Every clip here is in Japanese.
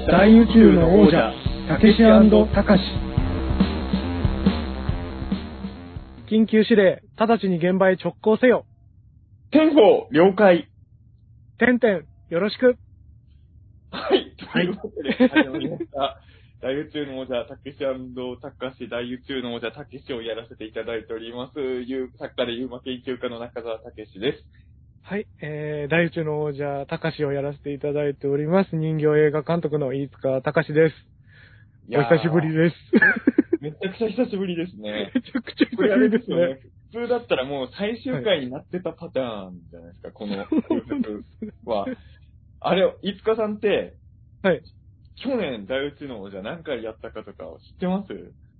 大宇宙の王者たけしたかし。緊急指令、直ちに現場へ直行せよ。 天保了解。 てんてんよろしく。 はい、ということで始まりました大宇宙の王者たけしたかし、大宇宙の王者たけしをやらせていただいております作家でユーマ研究家の中澤たけしです。 はい、大宇宙の王者たかしをやらせていただいております人形映画監督の飯塚たかしです。お久しぶりです。 めちゃくちゃ久しぶりですね。 めちゃくちゃ久しぶりですね。 普通だったらもう最終回になってたパターンじゃないですか、この収録は。あれ、飯塚さんって、 はい。 去年大宇宙の王者何回やったかとか知ってます？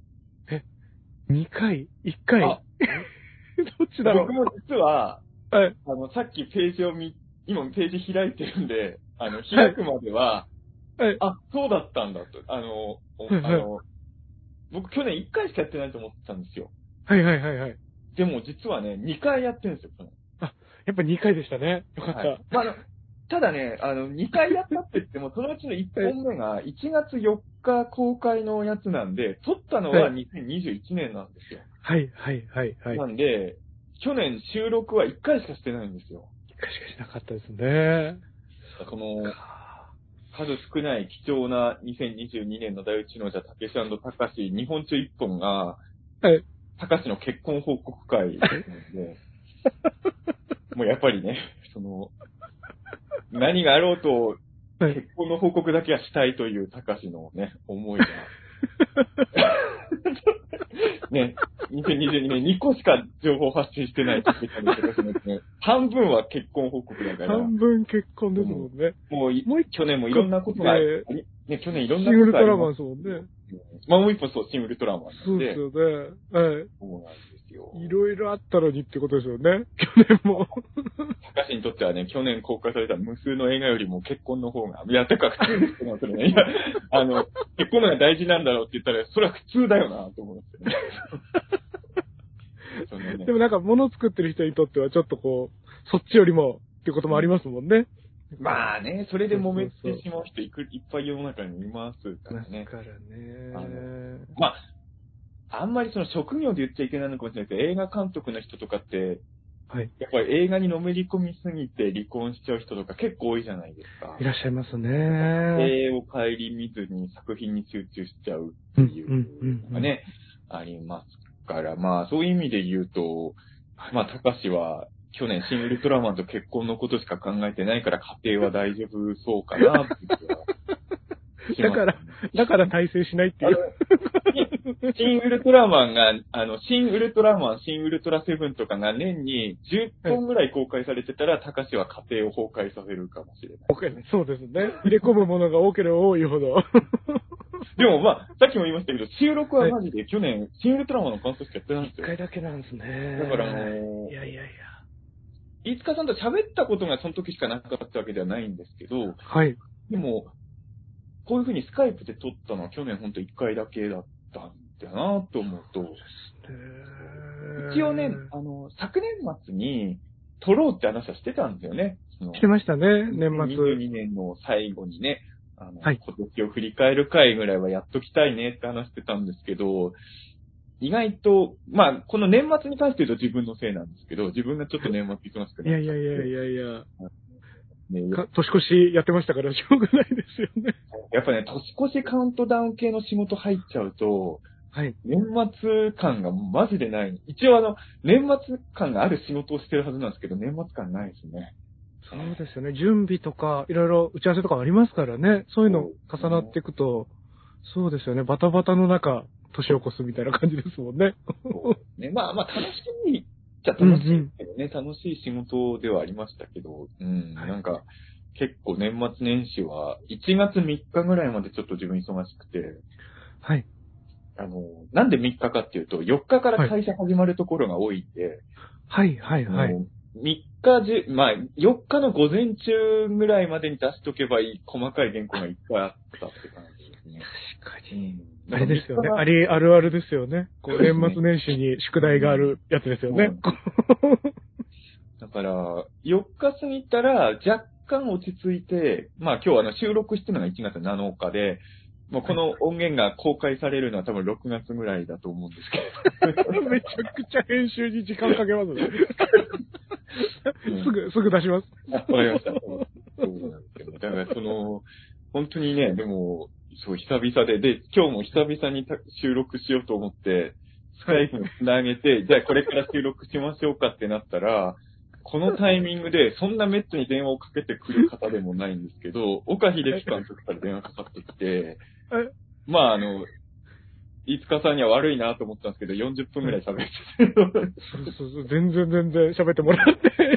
2回 ?1 回どっちだろう。 僕も実は、 はい。 さっきページを今ページ開いてるんで、開くまでは、 はい。 あ、そうだったんだと。 はい僕去年1回しかやってないと思ってたんですよ。 はいはいはいはい。 でも実はね、2回やってるんですよ、去年。 あ、やっぱ2回でしたね。よかった。はい、 まあ、ただね、2回やったって言っても、そのうちの1本目が1月4日公開のやつなんで、撮ったのは2021年なんですよ。 はいはいはいはい。 なんで、去年収録は1回しかしてないんですよ。 1回しかしなかったですね。 その、数少ない貴重な2022年の大宇宙の王者たけしたかし、日本中1本が、 はい。 たかしの結婚報告会なので、もうやっぱりね、何があろうと、結婚の報告だけはしたいというたかしのね、思いが。ね、2022年2個しか情報発信してないたけしのことですね。半分は結婚報告だから。 半分結婚ですもんね。 もう去年もいろんなことがあり、ね、去年いろんなことがあり。シン・ウルことトラマンですもんね。 まあもう一歩そう、シン・ウルトラマンなんで。 そうですよね。はい。 そうなんですよ。 いろいろあったのにってことですよね。去年も。 たかしにとってはね、去年公開された無数の映画よりも結婚の方が、いや、てか普通ですけど、それね、いや、結婚の方が大事なんだろうって言ったら、それは普通だよな、と思うんですよね。ね、 でもなんか物作ってる人にとってはちょっとこう、そっちよりもっていうこともありますもんね。 まあね、それで揉めてしまう人いっぱい世の中にいますからね。 だからね。 まあ、あんまりその職業で言っちゃいけないのかもしれないけど、映画監督の人とかって、 はい。 やっぱり映画にのめり込みすぎて離婚しちゃう人とか結構多いじゃないですか。 いらっしゃいますね。 映画を顧みずに作品に集中しちゃうっていうのがね、ありますから、まあそういう意味で言うと、まあたかしは去年シン・ウルトラマンと結婚のことしか考えてないから家庭は大丈夫そうかなっていう気はします、ね。 だから大成しないっていう。 シン・ウルトラマンが、シン・ウルトラマン、シン・ウルトラセブンとかが年に10本ぐらい公開されてたら、たかしは家庭を崩壊させるかもしれない。 そうですね。入れ込むものが多ければ多いほど。 でもまあ、さっきも言いましたけど、収録はマジで去年、シン・ウルトラマンの感想しかやってないんですよ。 1回だけなんですね。 だからいや。 飯塚さんと喋ったことがその時しかなかったわけではないんですけど、 はい。 でも、こういうふうにスカイプで撮ったのは去年ほんと1回だけだったんだなと思うと、一応ね、昨年末に撮ろうって話はしてたんですよね。 してましたね、年末。 2022年の最後にね、 はい、 今年を振り返る回ぐらいはやっときたいねって話してたんですけど、意外と、まあ、この年末に関して言うと自分のせいなんですけど、自分がちょっと年末忙しくなっちゃって。 いや。ね、年越しやってましたからしょうがないですよね。 やっぱね、年越しカウントダウン系の仕事入っちゃうと、 はい。 年末感がマジでない。一応年末感がある仕事をしてるはずなんですけど、年末感ないですね。 そうですよね。準備とか、いろいろ打ち合わせとかありますからね。そういうの重なっていくと、そうですよね。バタバタの中、年を越すみたいな感じですもんね。 ね、まあ楽しみっちゃ楽しいけどね、楽しい仕事ではありましたけど、なんか、結構年末年始は、1月3日ぐらいまでちょっと自分忙しくて、 はい。 なんで3日かっていうと、4日から会社始まるところが多いんで、 はい。 3日まあ、4日の午前中ぐらいまでに出しとけばいい細かい原稿がいっぱいあったって感じですね。 確かに。あれですよね。あるあるですよね。こう年末年始に宿題があるやつですよね。 だから、4日過ぎたら若干落ち着いて、まあ今日収録してるのが1月7日で、もうこの音源が公開されるのは多分6月ぐらいだと思うんですけど。 めちゃくちゃ編集に時間かけますね。すぐ出します。 わかりました。そうなんですよね。だから本当にね、でも、そう、久々で、今日も久々に収録しようと思って、スカイプにつなげて、じゃあこれから収録しましょうかってなったら、このタイミングで、そんなめったに電話をかけてくる方でもないんですけど、岡秀樹監督から電話かかってきて、まあ飯塚さんには悪いなと思ったんですけど、40分くらい喋ってそう、全然喋ってもらって。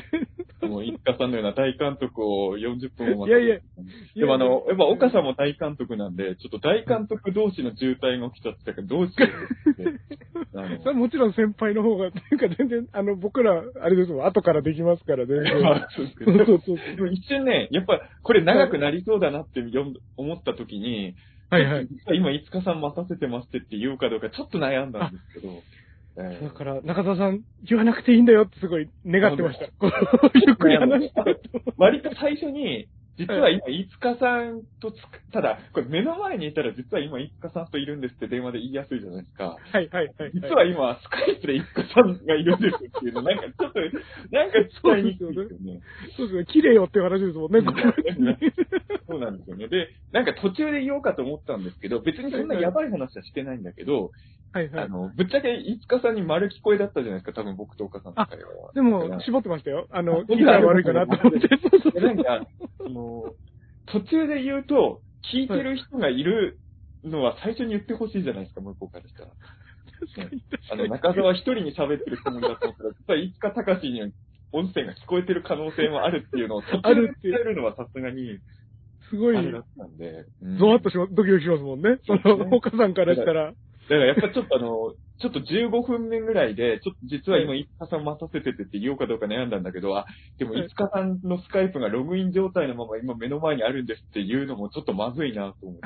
もう、飯塚さんのような大監督を40分も待って。 いや。 でもやっぱ岡さんも大監督なんで、ちょっと大監督同士の渋滞が起きちゃってたから、どうしようってそれもちろん先輩の方が、っていうか全然、僕ら、あれですもん、後からできますから、全然。 そう。でも一瞬ね、やっぱ、これ長くなりそうだなって思った時に、 はい。 今、飯塚さん待たせてますって言うかどうかちょっと悩んだんですけど。 だから、中澤さん、言わなくていいんだよってすごい願ってました。ゆっくり話したいと。 割と最初に、実は今、飯塚さんとただ、これ目の前にいたら実は今、飯塚さんといるんですって電話で言いやすいじゃないですか。 はい。 実は今、スカイプで飯塚さんがいるんですっていうの、なんかちょっと、なんか伝えにくいですよね。 そうですね。綺麗よっていう話ですもんね、ここそうなんですよね。で、なんか途中で言おうかと思ったんですけど、別にそんなやばい話はしてないんだけど、 はい。 ぶっちゃけ飯塚さんに丸聞こえだったじゃないですか、多分僕と岡さんの会話は。 でも、絞ってましたよ。聞いたら悪いかなと思って。 なんか、途中で言うと、聞いてる人がいるのは最初に言ってほしいじゃないですか、向こうからしたら。中澤一人に喋ってるつもりだと思ったら、実は飯塚隆に音声が聞こえてる可能性もあるっていうのを途中で伝えるのはさすがに、 すごい、 あれだったんで。 ゾワッとドキドキしますもんね。岡さんからしたら。 だからやっぱちょっと15分目ぐらいで、ちょっと実は今、飯塚さん待たせててって言おうかどうか悩んだんだけど、でも飯塚さんのスカイプがログイン状態のまま今目の前にあるんですっていうのもちょっとまずいなと思って、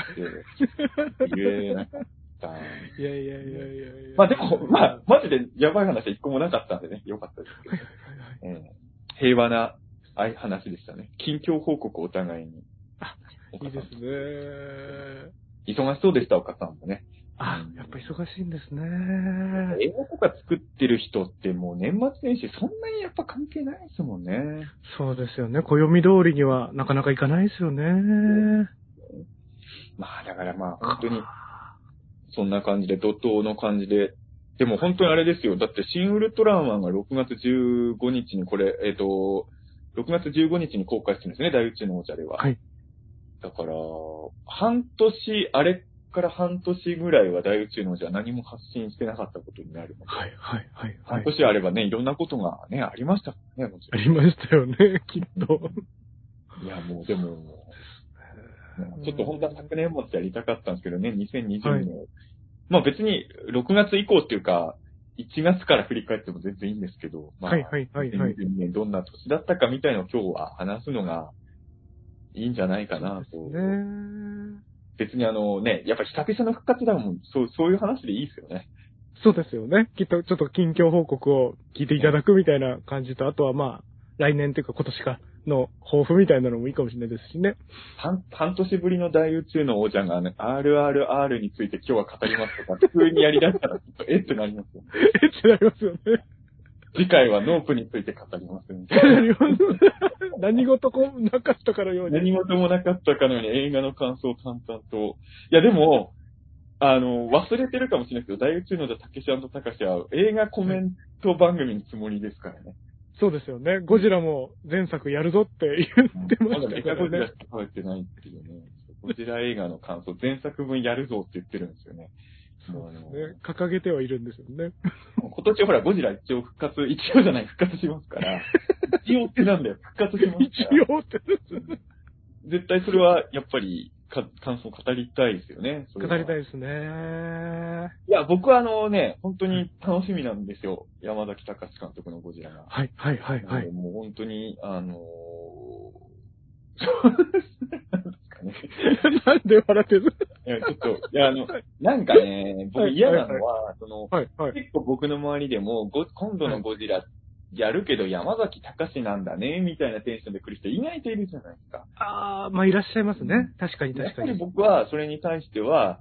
言えなかった。 いや。 まあでも、マジでやばい話は一個もなかったんでね、よかったですけど。平和な話でしたね。近況報告お互いに。 いいですね。 忙しそうでした、岡さんもね。 やっぱ忙しいんですね。 映画とか作ってる人ってもう年末年始そんなにやっぱ関係ないですもんね。 そうですよね。暦通りにはなかなかいかないですよね。 だから本当に、そんな感じで、怒涛の感じで。でも本当にあれですよ。だって新ウルトラマンが6月15日にこれ、6月15日に公開してるんですね、大宇宙の王者では。 はい。 だから、あれから半年ぐらいは大宇宙の王者は何も発信してなかったことになるので。 はい。 半年あればね、いろんなことがね、ありましたね、もちろん。 ありましたよね、きっと。 いや、もうでも、ちょっと本当は昨年末やりたかったんですけどね、2020年。別に6月以降っていうか、1月から振り返っても全然いいんですけど、2022年どんな年だったかみたいのを今日は話すのがいいんじゃないかなと。別にやっぱ久々の復活だもん、そういう話でいいですよね。 そうですよね。きっとちょっと近況報告を聞いていただくみたいな感じと、あとは来年というか今年かの抱負みたいなのもいいかもしれないですしね。 半年ぶりの大宇宙の王者がRRR について今日は語りますとか、普通にやりだしたらちょっとってなりますよね。 ってなりますよね。 次回はノープについて語りますね。 何事もなかったかのように。 何事もなかったかのように映画の感想を淡々と。いやでも、忘れてるかもしれないけど、大宇宙のたけしたかしは映画コメント番組のつもりですからね。 そうですよね。ゴジラも前作やるぞって言ってましたからね。 ゴジラしか食べてないっていうね。ゴジラ映画の感想、前作分やるぞって言ってるんですよね。 そうですね。掲げてはいるんですよね。 今年ほら、ゴジラ一応復活しますから。一応ってなんだよ、復活しますから。 一応って絶対それは、やっぱり、感想語りたいですよね。 語りたいですね。 いや、僕は本当に楽しみなんですよ。山崎隆監督のゴジラが。 はい。 もう本当に、 なんで笑ってる？ いや、ちょっと、なんかね、僕嫌なのは、結構僕の周りでも、今度のゴジラやるけど山崎隆なんだね、みたいなテンションで来る人意外といるじゃないですか。 ああ、まあいらっしゃいますね。確かに確かに。 やっぱり僕はそれに対しては、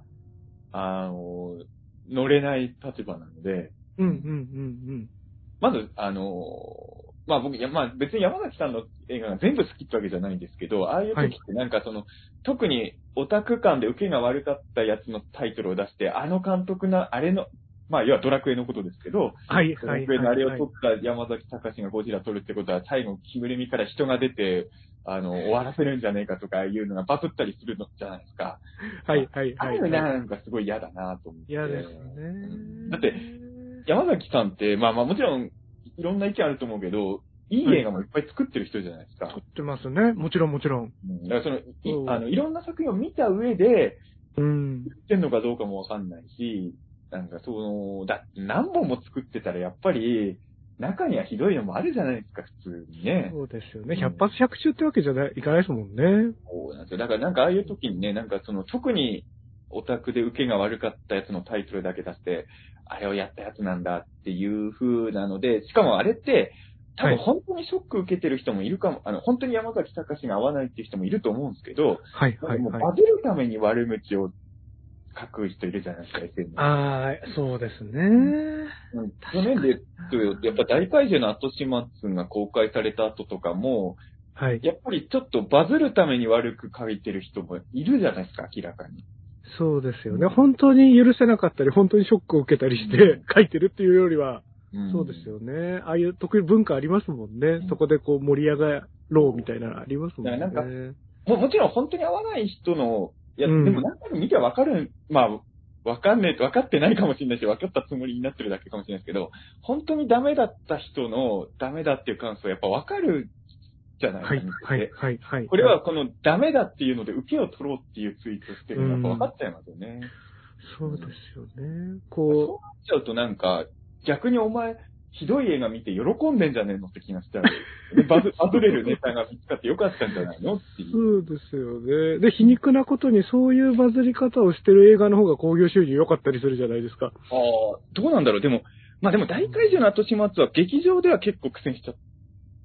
乗れない立場なので、 うんうんうんまず、まあ僕、まあ別に山崎さんの映画が全部好きってわけじゃないんですけど、ああいう時ってなんか特にオタク間で受けが悪かったやつのタイトルを出して、あの監督のあれの、まあ要はドラクエのことですけど、 はいドラクエのあれを撮った山崎隆がゴジラ撮るってことは、最後着ぐるみから人が出て、終わらせるんじゃねえかとかいうのがバズったりするのじゃないですか。 はいはいはい。 あれなんかすごい嫌だなと思って。 嫌ですね。 だって、山崎さんって、まあまあもちろん、いろんな意見あると思うけど、いい映画もいっぱい作ってる人じゃないですか。 作ってますね。もちろんもちろん。 だからいろんな作品を見た上で、 うん。 言ってんのかどうかもわかんないし、なんか何本も作ってたらやっぱり、中にはひどいのもあるじゃないですか、普通にね。 そうですよね。100発100中ってわけじゃいかないですもんね。 そうなんですよ。だからなんかああいう時にね、なんか特にオタクで受けが悪かったやつのタイトルだけ出して、あれをやったやつなんだっていう風なので、しかもあれって、多分本当にショック受けてる人もいるかも、本当に山崎隆が合わないっていう人もいると思うんですけど、 はいはいはい。 バズるために悪口を書く人いるじゃないですか、SNS。 ああ、そうですね。 去年で言うと、やっぱ大怪獣の後始末が公開された後とかも、 はい。 やっぱりちょっとバズるために悪く書いてる人もいるじゃないですか、明らかに。 そうですよね。本当に許せなかったり、本当にショックを受けたりして書いてるっていうよりは、そうですよね。ああいう得意文化ありますもんね。そこでこう盛り上がろうみたいなのありますもんね。 なんか、もちろん本当に合わない人の、でも何回も見てわかる、まあ、わかってないかもしれないし、わかったつもりになってるだけかもしれないですけど、本当にダメだった人のダメだっていう感想やっぱわかるじゃないですか。はい。これはこのダメだっていうので受けを取ろうっていうツイートしてるのやっぱ分かっちゃいますよね。 そうですよね。 そうなっちゃうとなんか、逆にお前、ひどい映画見て喜んでんじゃねえのって気がしちゃう。バズれるネタが見つかってよかったんじゃないのっていう。 そうですよね。で、皮肉なことにそういうバズり方をしてる映画の方が興行収入良かったりするじゃないですか。 ああ、どうなんだろう。でも大怪獣の後始末は劇場では結構苦戦しちゃった。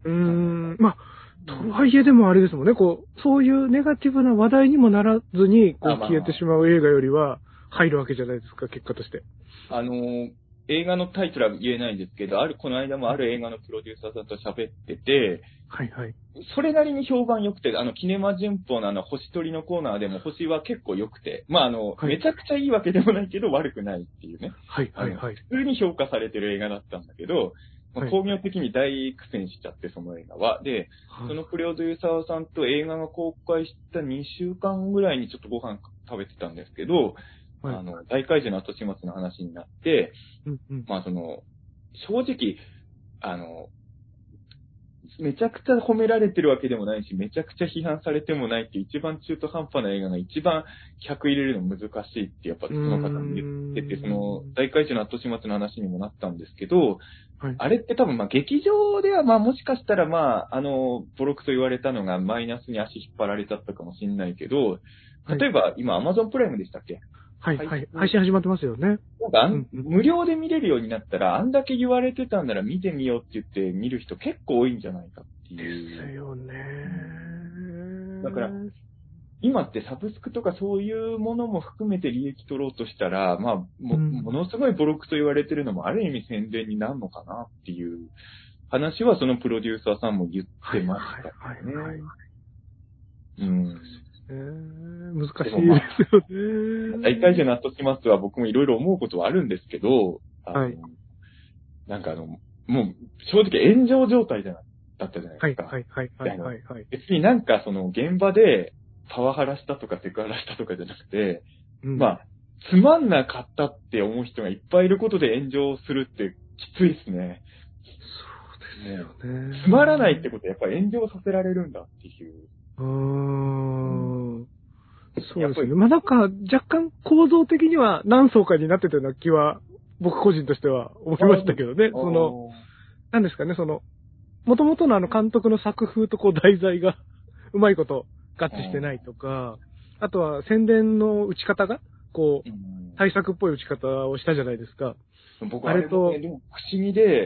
まあ、とはいえでもあれですもんね、そういうネガティブな話題にもならずに、消えてしまう映画よりは入るわけじゃないですか、結果として。 映画のタイトルは言えないんですけど、この間もある映画のプロデューサーさんと喋ってて、 はいはい。 それなりに評判良くて、キネマ旬報の星取りのコーナーでも星は結構良くて、まあめちゃくちゃいいわけでもないけど悪くないっていうね。 はいはいはい。 普通に評価されてる映画だったんだけど、工業的に大苦戦しちゃって、その映画は。で、そのプロデューサーさんと映画が公開した2週間ぐらいにちょっとご飯食べてたんですけど、大怪獣の後始末の話になって、まあ正直、めちゃくちゃ褒められてるわけでもないし、めちゃくちゃ批判されてもないっていう一番中途半端な映画が一番客入れるの難しいってやっぱその方に言ってて、大怪獣の後始末の話にもなったんですけど、あれって多分劇場ではもしかしたらボロクソ言われたのがマイナスに足引っ張られちゃったかもしれないけど、例えば今 Amazon プライムでしたっけ？ はいはい。配信始まってますよね。 無料で見れるようになったら、あんだけ言われてたんなら見てみようって言って見る人結構多いんじゃないかっていう。 ですよね。 だから、今ってサブスクとかそういうものも含めて利益取ろうとしたら、ものすごいボロクソ言われてるのもある意味宣伝になるのかなっていう話はそのプロデューサーさんも言ってましたね。 難しいですよね。 大怪獣の後始末は僕もいろいろ思うことはあるんですけど、なんかもう正直炎上状態だったじゃないですか。別になんか現場でパワハラしたとかセクハラしたとかじゃなくて、つまんなかったって思う人がいっぱいいることで炎上するってきついですね。 そうですよね。 つまらないってことはやっぱり炎上させられるんだっていう。 そうですね。なんか若干構造的には何層かになってたような気は、僕個人としては思いましたけどね。なんですかね、元々の監督の作風と題材がうまいこと合致してないとか、あとは宣伝の打ち方が、対策っぽい打ち方をしたじゃないですか。 僕あれと、でも不思議で、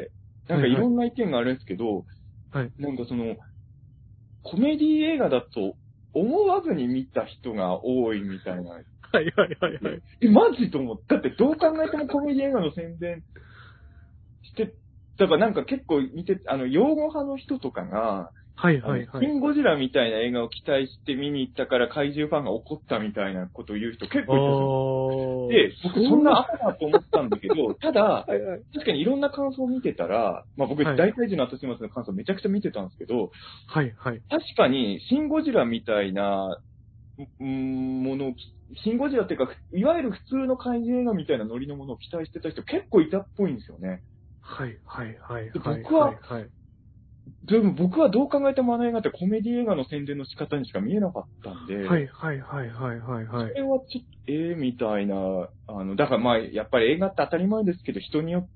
なんかいろんな意見があるんですけど、 はい。 なんかコメディ映画だと思わずに見た人が多いみたいな。 はいはいはいはい。 マジと思って。だってどう考えてもコメディ映画の宣伝して、だからなんか結構見て、擁護派の人とかが、 はいはいはい。 シン・ゴジラみたいな映画を期待して見に行ったから怪獣ファンが怒ったみたいなことを言う人結構いたんですよ。で、僕そんなアホだと思ったんだけど、ただ、 はいはい。 確かにいろんな感想を見てたら、まあ僕、 はい大体時の後始末の感想めちゃくちゃ見てたんですけど、 はいはい。 確かに、シン・ゴジラみたいな、ものを、シン・ゴジラっていうか、いわゆる普通の怪獣映画みたいなノリのものを期待してた人結構いたっぽいんですよね。 はいはいはいではい。 僕ははいはい。 でも僕はどう考えてもあの映画ってコメディ映画の宣伝の仕方にしか見えなかったんで、 はいはいはいはいはいはい。 それはちょっと、みたいな、だからまあ、やっぱり映画って当たり前ですけど、人によって、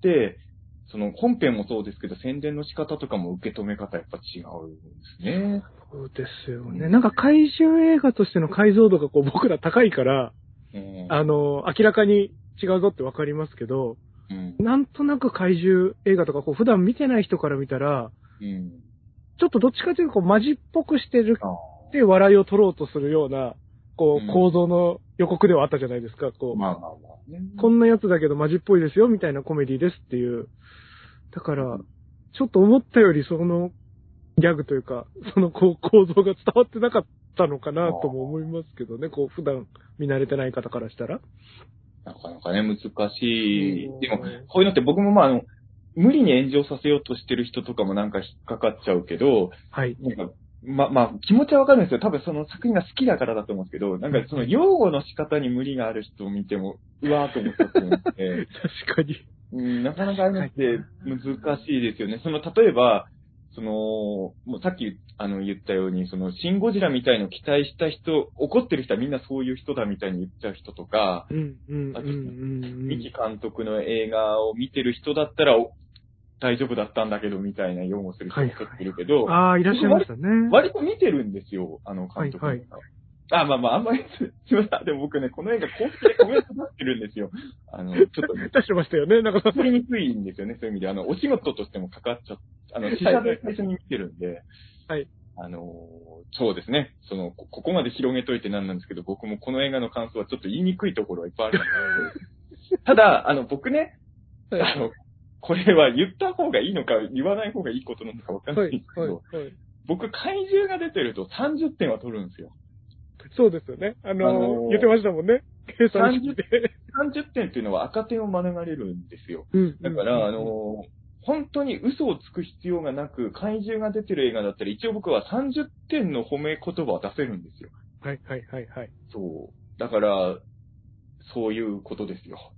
その本編もそうですけど、宣伝の仕方とかも受け止め方やっぱ違うんですね。 そうですよね。なんか怪獣映画としての解像度がこう僕ら高いから、明らかに違うぞってわかりますけど、なんとなく怪獣映画とかこう普段見てない人から見たら、ちょっとどっちかというとこうマジっぽくしてるって笑いを取ろうとするような、こう構造の予告ではあったじゃないですか。こう、こんなやつだけどマジっぽいですよみたいなコメディですっていう。だから、ちょっと思ったよりそのギャグというか、そのこう構造が伝わってなかったのかなとも思いますけどね。こう普段見慣れてない方からしたら。 なかなかね、難しい。でも、こういうのって僕もまあ無理に炎上させようとしてる人とかもなんか引っかかっちゃうけど、 はい。 なんか、まあ、気持ちはわかるんですよ。多分その作品が好きだからだと思うんですけど、なんかその用語の仕方に無理がある人を見ても、うわーと思っちゃってるんで、 確かに。 なかなかああいうのって難しいですよね。例えば、もうさっき言ったように、シン・ゴジラみたいの期待した人、怒ってる人はみんなそういう人だみたいに言っちゃう人とか、あと、三木監督の映画を見てる人だったら、大丈夫だったんだけど、みたいな擁護する人も結構いるけど、 ああ、いらっしゃいましたね。 割と見てるんですよ、監督の。まあ、あんまり、すいません。でも僕ね、この映画公式でコメント出してるんですよ。ちょっとね。 出してましたよね、なんか。 作りにくいんですよね、そういう意味で。お仕事としてもかかっちゃ試写で最初に見てるんで。 はい。 そうですね。ここまで広げといてなんなんですけど、僕もこの映画の感想はちょっと言いにくいところはいっぱいあるんですけど。ただ、僕ね、これは言った方がいいのか、言わない方がいいことなのかわかんないんですけど、僕、怪獣が出てると30点は取るんですよ。 そうですよね。言ってましたもんね。計算式で。 30点っていうのは赤点を免れるんですよ。だから、本当に嘘をつく必要がなく、怪獣が出てる映画だったら、一応僕は30点の褒め言葉を出せるんですよ。 はいはいはいはい。 そう。だから、そういうことですよ。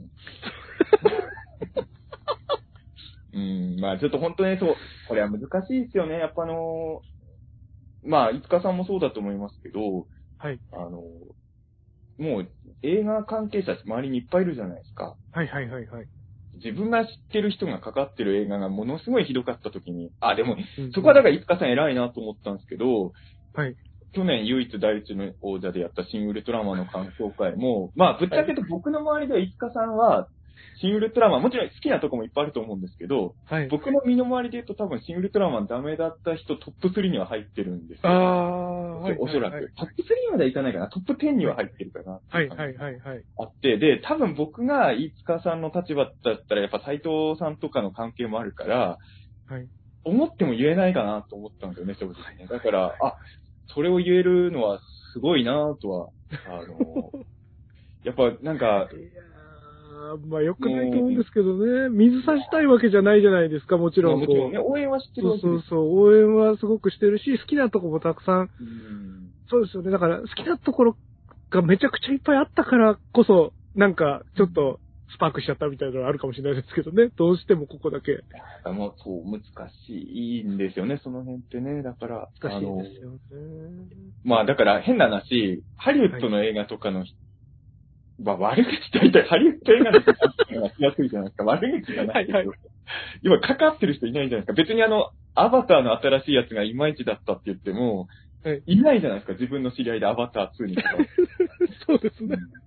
まあちょっと本当にそう、これは難しいですよね。やっぱまあ、いつかさんもそうだと思いますけど、 はい。 もう映画関係者周りにいっぱいいるじゃないですか。 はいはいはいはい。 自分が知ってる人がかかってる映画がものすごいひどかった時に、でも、そこはだからいつかさん偉いなと思ったんですけど、 はい。 去年唯一第一の王者でやったシン・ウルトラマンの感想会も、まあ、ぶっちゃけと僕の周りではいつかさんは、シン・ウルトラマン、もちろん好きなとこもいっぱいあると思うんですけど、 はい、 僕の身の回りで言うと多分シン・ウルトラマンダメだった人トップ3には入ってるんですよ。おそらく。トップ3まではいかないかな。トップ10には入ってるかな。 はいはいはいはい。 あって、で、多分僕が飯塚さんの立場だったらやっぱ斎藤さんとかの関係もあるから、 はい、思っても言えないかなと思ったんですよね、正直ね。だから、それを言えるのはすごいなとは、やっぱなんか、 まあ良くないと思うんですけどね。水差したいわけじゃないじゃないですか、もちろん。 もちろんね、応援はしてるわけです。 そう、応援はすごくしてるし、好きなとこもたくさん。そうですよね。だから好きなところがめちゃくちゃいっぱいあったからこそ、なんかちょっとスパークしちゃったみたいなのがあるかもしれないですけどね。どうしてもここだけ。 もうそう、難しいんですよね、その辺ってね。だから、 難しいですよね。 まあだから変な話、ハリウッドの映画とかの悪口って言ったらハリウッド映画の人がしやすいじゃないですか。悪口じゃないけど。今かかってる人いないじゃないですか。別にアバターの新しいやつがいまいちだったって言っても、いないじゃないですか。自分の知り合いでアバター2に。 そうですね。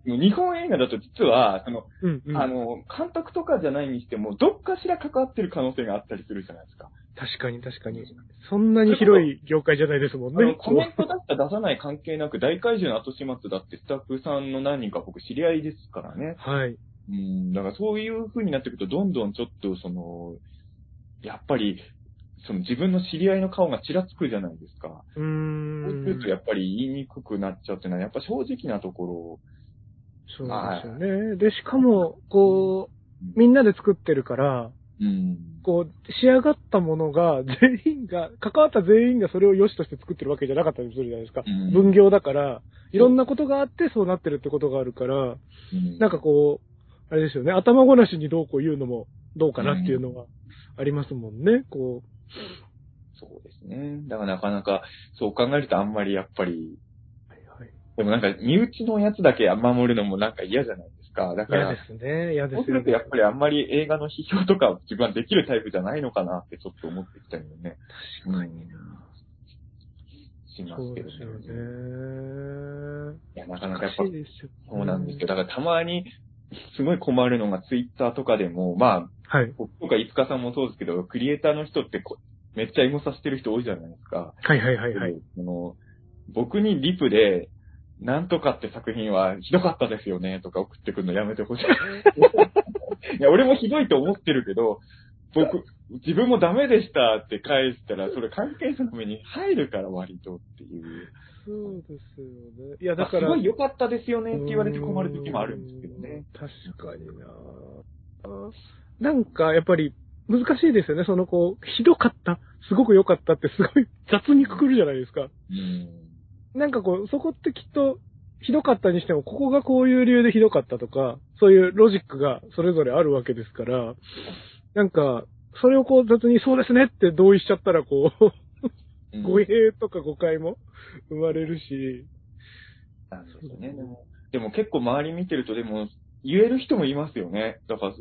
日本映画だと実は、 うんうん。 監督とかじゃないにしても、どっかしら関わってる可能性があったりするじゃないですか。 確かに確かに。そんなに広い業界じゃないですもんね。 コメント出した出さない関係なく、大怪獣の後始末だってスタッフさんの何人か僕知り合いですからね。 はい。 だからそういう風になってくると、どんどんちょっとやっぱり、自分の知り合いの顔がちらつくじゃないですか。そうするとやっぱり言いにくくなっちゃうっていうのは、やっぱ正直なところ。 そうですよね。で、しかも、みんなで作ってるから、仕上がったものが、関わった全員がそれを良しとして作ってるわけじゃなかったりするじゃないですか。分業だから、いろんなことがあってそうなってるってことがあるから、なんかあれですよね、頭ごなしにどうこう言うのもどうかなっていうのがありますもんね、 そうですね。だからなかなか、そう考えるとあんまりやっぱり、でもなんか、身内のやつだけ守るのもなんか嫌じゃないですか。だから、 嫌ですね、嫌ですそうするとやっぱりあんまり映画の批評とか自分はできるタイプじゃないのかなってちょっと思ってきたりもね。 確かにな。 しますけどね。 そうですよね。 いや、なかなかやっぱ、そうなんですよ。だからたまに、すごい困るのがツイッターとかでも、まあ、 はい。 僕とかいつかさんもそうですけど、クリエイターの人ってめっちゃエゴサしてる人多いじゃないですか。 はいはいはいはい。 僕にリプで、なんとかって作品はひどかったですよねとか送ってくるのやめてほしい。いや、俺もひどいと思ってるけど、自分もダメでしたって返したら、それ関係者の目に入るから割とっていう。 そうですよね。いや、だから。 すごい良かったですよねって言われて困る時もあるんですけどね。 確かにな。なんか、やっぱり、難しいですよね。ひどかった、すごく良かったってすごい雑にくくるじゃないですか。なんかそこってきっと、ひどかったにしても、ここがこういう理由でひどかったとか、そういうロジックがそれぞれあるわけですから、なんか、それを雑にそうですねって同意しちゃったら語弊とか誤解も生まれるし。 そうですね。でも結構周り見てると、でも、言える人もいますよね。だから、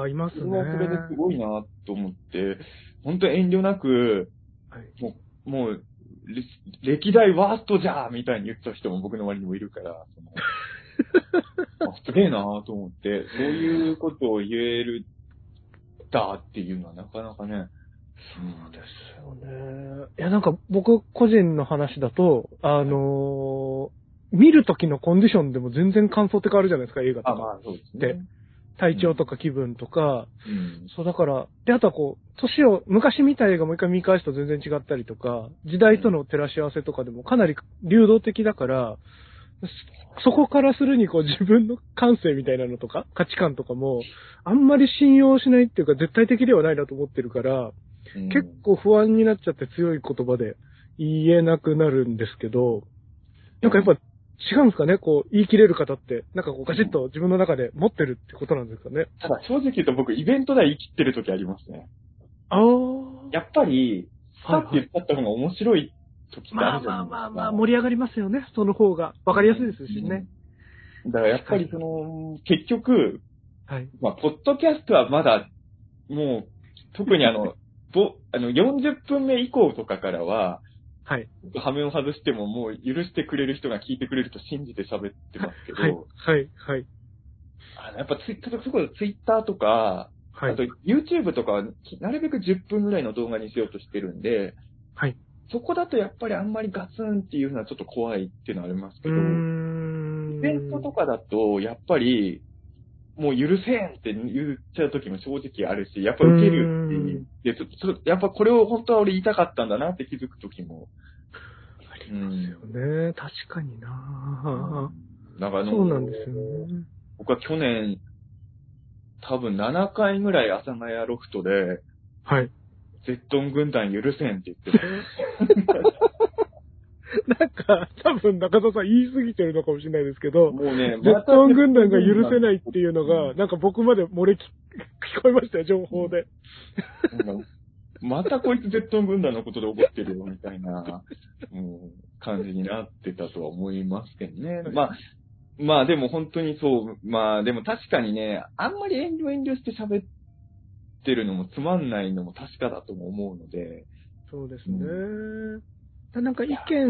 いますね。 それはそれですごいなと思って、本当遠慮なく、はい、もう、歴代ワーストじゃーみたいに言った人も僕の周りにもいるから、すげえなと思って、そういうことを言えるだっていうのはなかなかね。 そうですよね。いや、なんか僕個人の話だと、見るときのコンディションでも全然感想って変わるじゃないですか、映画とか。 まあそうですね。 体調とか気分とか、そうだから、で、あとは昔見た映画もう一回見返すと全然違ったりとか、時代との照らし合わせとかでもかなり流動的だから、そこからするに自分の感性みたいなのとか、価値観とかも、あんまり信用しないっていうか絶対的ではないなと思ってるから、結構不安になっちゃって強い言葉で言えなくなるんですけど、なんかやっぱ違うんですかね、言い切れる方って、なんかガチッと自分の中で持ってるってことなんですかね。 ただ正直言うと僕イベントでは言い切ってる時ありますね。やっぱり、スタッて言っちゃった方が面白い時ってあるじゃないですか。 まあ、盛り上がりますよね、その方が。わかりやすいですしね。 だからやっぱり結局、はい。まあ、ポッドキャストはまだ、もう、特に40分目以降とかからは、はい。羽目を外してももう許してくれる人が聞いてくれると信じて喋ってますけど、はい、はい、はい。やっぱツイッターとか、はい、あと YouTube とかはなるべく10分ぐらいの動画にしようとしてるんで、はい。そこだとやっぱりあんまりガツンっていうのはちょっと怖いっていうのはありますけど、イベントとかだと、やっぱり、もう許せんって言っちゃう時も正直あるし、やっぱ受けるっていう、やっぱこれを本当は俺言いたかったんだなって気づく時も。 ありますよね。確かになぁ。 そうなんですよね。 僕は去年、多分7回ぐらい阿佐ヶ谷ロフトで、はい。ゼットン軍団許せんって言ってます。 なんか、多分中田さん言い過ぎてるのかもしれないですけど、 もうね、 ゼットン軍団が許せないっていうのが、なんか僕まで聞こえましたよ、情報で。 またこいつゼットン軍団のことで怒ってるよ、みたいな、感じになってたとは思いますけどね。まあでも本当にそう、まあでも確かにね、あんまり遠慮して喋ってるのもつまんないのも確かだとも思うので。 そうですね。なんか意見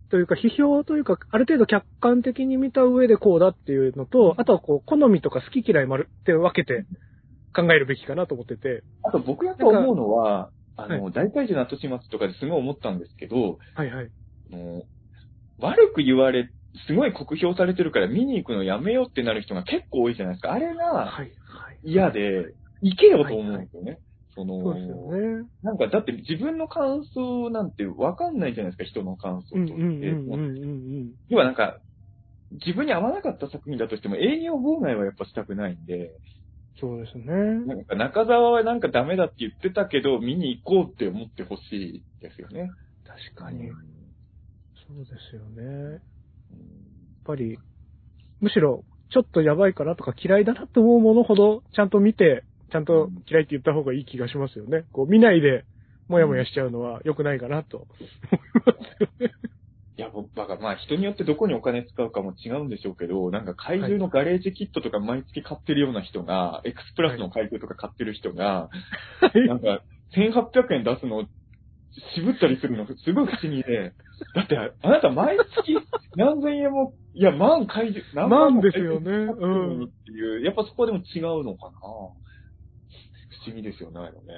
というか、批評というか、ある程度客観的に見た上でこうだっていうのと、あとはこう、好みとか好き嫌いまるって分けて考えるべきかなと思ってて。 あと僕やっぱ思うのは、 はい大怪獣の後始末とかですごい思ったんですけど、 はいはい。 悪く言われ、すごい酷評されてるから見に行くのやめようってなる人が結構多いじゃないですか。あれがはいはい。 嫌で、行けよと思うんですよね。 そうですよね。 なんかだって自分の感想なんてわかんないじゃないですか、人の感想とって。要はなんか、自分に合わなかった作品だとしても営業妨害はやっぱしたくないんで、 そうですね。 なんか中澤はなんかダメだって言ってたけど、見に行こうって思ってほしいですよね。 確かに。そうですよね。やっぱり、むしろ、ちょっとやばいかなとか嫌いだなと思うものほど、ちゃんと見て、ちゃんと嫌いって言った方がいい気がしますよね。こう、見ないで、もやもやしちゃうのは良くないかなと思いますよね。 いや、僕、まあ人によってどこにお金使うかも違うんでしょうけど、なんか怪獣のガレージキットとか毎月買ってるような人が、エクスプラスの怪獣とか買ってる人が、なんか1800円出すの渋ったりするのすごい不思議で、だってあなた毎月何千円も、いや、怪獣、何万もですよね。 っていう、やっぱそこでも違うのかな。不思議ですよね、あれね。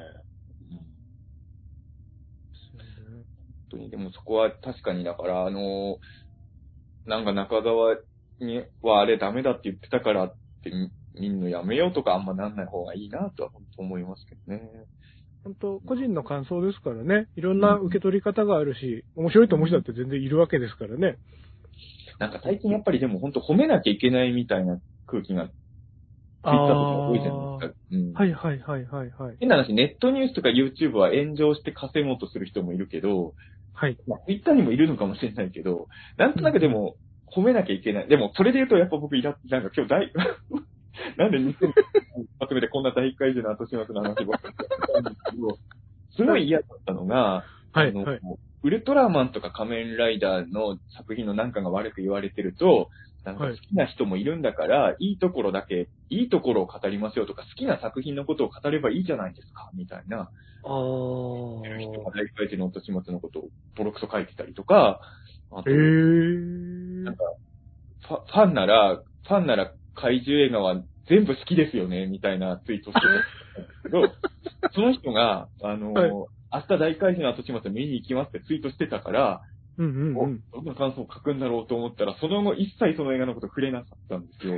本当に、でもそこは確かに、だから、なんか中澤にはあれダメだって言ってたからって見んのやめようとかあんまなんない方がいいなとは本当思いますけどね。 本当、個人の感想ですからね。いろんな受け取り方があるし、面白いと思う人だって全然いるわけですからね。 なんか最近やっぱりでも本当褒めなきゃいけないみたいな空気がツイッターとか多いじゃないですか。 はいはいはいはいはい。 変な話、ネットニュースとか YouTube は炎上して稼ごうとする人もいるけど、 はい。 まあ、ツイッターにもいるのかもしれないけど、なんとなくでも褒めなきゃいけない。でもそれで言うとやっぱ僕なんか今日なんで2000まとめてこんな大怪獣の後始末の話ばっかりしたんですけど、すごい嫌だったのが、 はいウルトラマンとか仮面ライダーの作品のなんかが悪く言われてると、なんか好きな人もいるんだから、いいところを語りましょうとか、好きな作品のことを語ればいいじゃないですか、みたいな。人が大怪獣の後始末のことをボロクソ書いてたりとか、あと、なんか、ファンなら怪獣映画は全部好きですよね、みたいなツイートしてたんですけど、その人が、明日大怪獣の後始末見に行きますってツイートしてたから、どんな感想を書くんだろうと思ったら、その後一切その映画のこと触れなかったんですよ。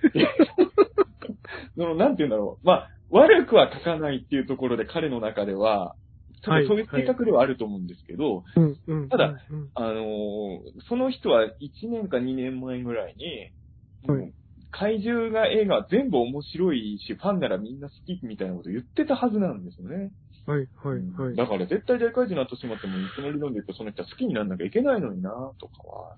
なんて言うんだろう。まあ、悪くは書かないっていうところで彼の中では、多分そういう性格ではあると思うんですけど、ただ、その人は1年か2年前ぐらいに、怪獣映画は全部面白いし、ファンならみんな好きみたいなこと言ってたはずなんですよね。だから絶対大怪獣の後始末もその理論で言うとその人は好きにならなきゃいけないのになとかは、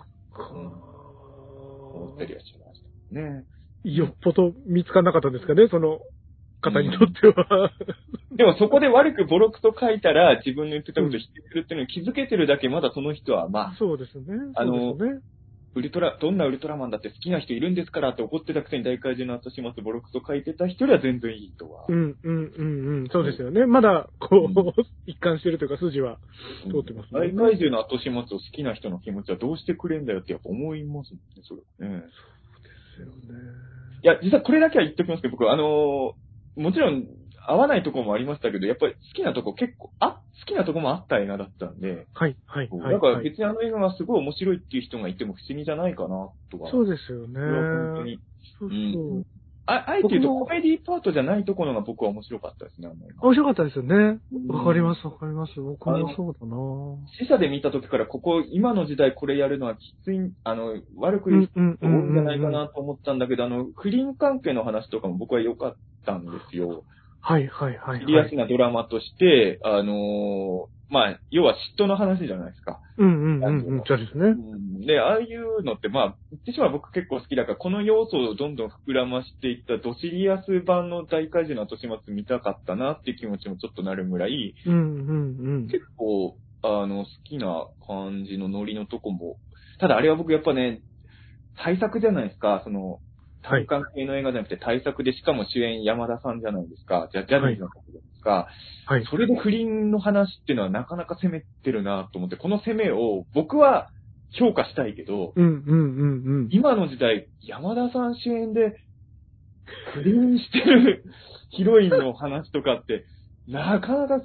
思ったりはしましたね。 よっぽど見つからなかったんですかね、その方にとっては。 でもそこで悪くボロクソ書いたら自分の言ってたことを否定するっていうのに気づけてるだけまだその人はまあ、 そうですね。 どんなウルトラマンだって好きな人いるんですからって怒ってたくせに大怪獣の後始末ボロクソ書いてた人よりは全然いいとは。 そうですよね。まだ、こう、一貫してるというか筋は通ってますね。大怪獣の後始末を好きな人の気持ちはどうしてくれんだよってやっぱ思いますもんね、それね。 そうですよね。 いや、実はこれだけは言っておきますけど、僕、もちろん、合わないところもありましたけど、やっぱり好きなとこ好きなとこもあった映画だったんで、だから別にあの映画がすごい面白いっていう人がいても不思議じゃないかな、とか。 そうですよね。 本当に。あえて言うとコメディパートじゃないところが僕は面白かったですね、 面白かったですよね。わかります。僕もそうだな。 死者で見た時から今の時代これやるのはきつい、悪く言う人多いんじゃないかなと思ったんだけど、不倫関係の話とかも僕は良かったんですよ。シリアスなドラマとして、まあ、要は嫉妬の話じゃないですか。 そうですね。 で、ああいうのって、まあ、言ってしまえば僕結構好きだから、この要素をどんどん膨らましていったドシリアス版の大怪獣の後始末見たかったなっていう気持ちもちょっとなるぐらい、結構、好きな感じのノリのとこも、ただあれは僕やっぱね、大作じゃないですか、単館系の映画じゃなくて大作で、しかも主演山田さんじゃないですか。ジャニーズの方じゃないですか。それで不倫の話っていうのはなかなか攻めてるなと思って、この攻めを僕は評価したいけど、今の時代、山田さん主演で、不倫してるヒロインの話とかって、なかなか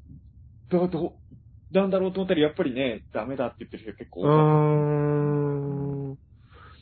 なんだろうと思ったら、やっぱりね、ダメだって言ってる人結構多かった。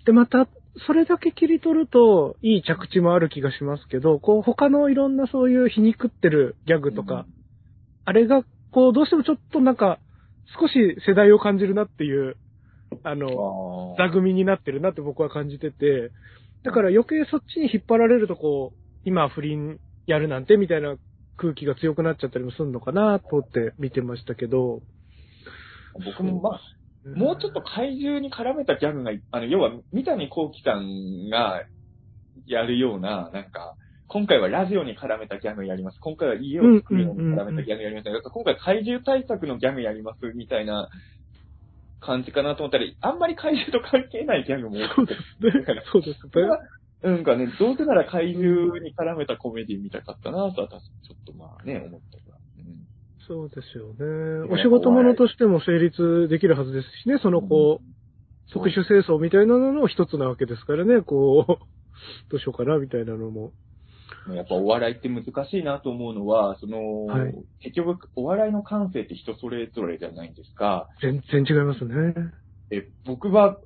で、また、それだけ切り取ると、いい着地もある気がしますけど、こう、他のいろんなそういう皮肉ってるギャグとか、あれが、こう、どうしてもちょっとなんか、少し世代を感じるなっていう、座組になってるなって僕は感じてて、だから余計そっちに引っ張られるとこう、今不倫やるなんてみたいな空気が強くなっちゃったりもするのかなとって見てましたけど。 僕もまあ、もうちょっと怪獣に絡めたギャグが、要は三谷幸喜さんがやるような、なんか、今回はラジオに絡めたギャグやります。今回は家を作るのに絡めたギャグやります。今回怪獣対策のギャグやります、みたいな感じかなと思ったら、あんまり怪獣と関係ないギャグも多くて。 そうですね。 なんかね、どうせなら怪獣に絡めたコメディ見たかったなとは、ちょっとまあね、思ったから。 そうですよね。お仕事物としても成立できるはずですしね、そのこう、特殊清掃みたいなのの一つなわけですからね、こう、どうしようかなみたいなのも。 やっぱお笑いって難しいなと思うのは、結局お笑いの感性って人それぞれじゃないんですか。 全然違いますね。 僕は、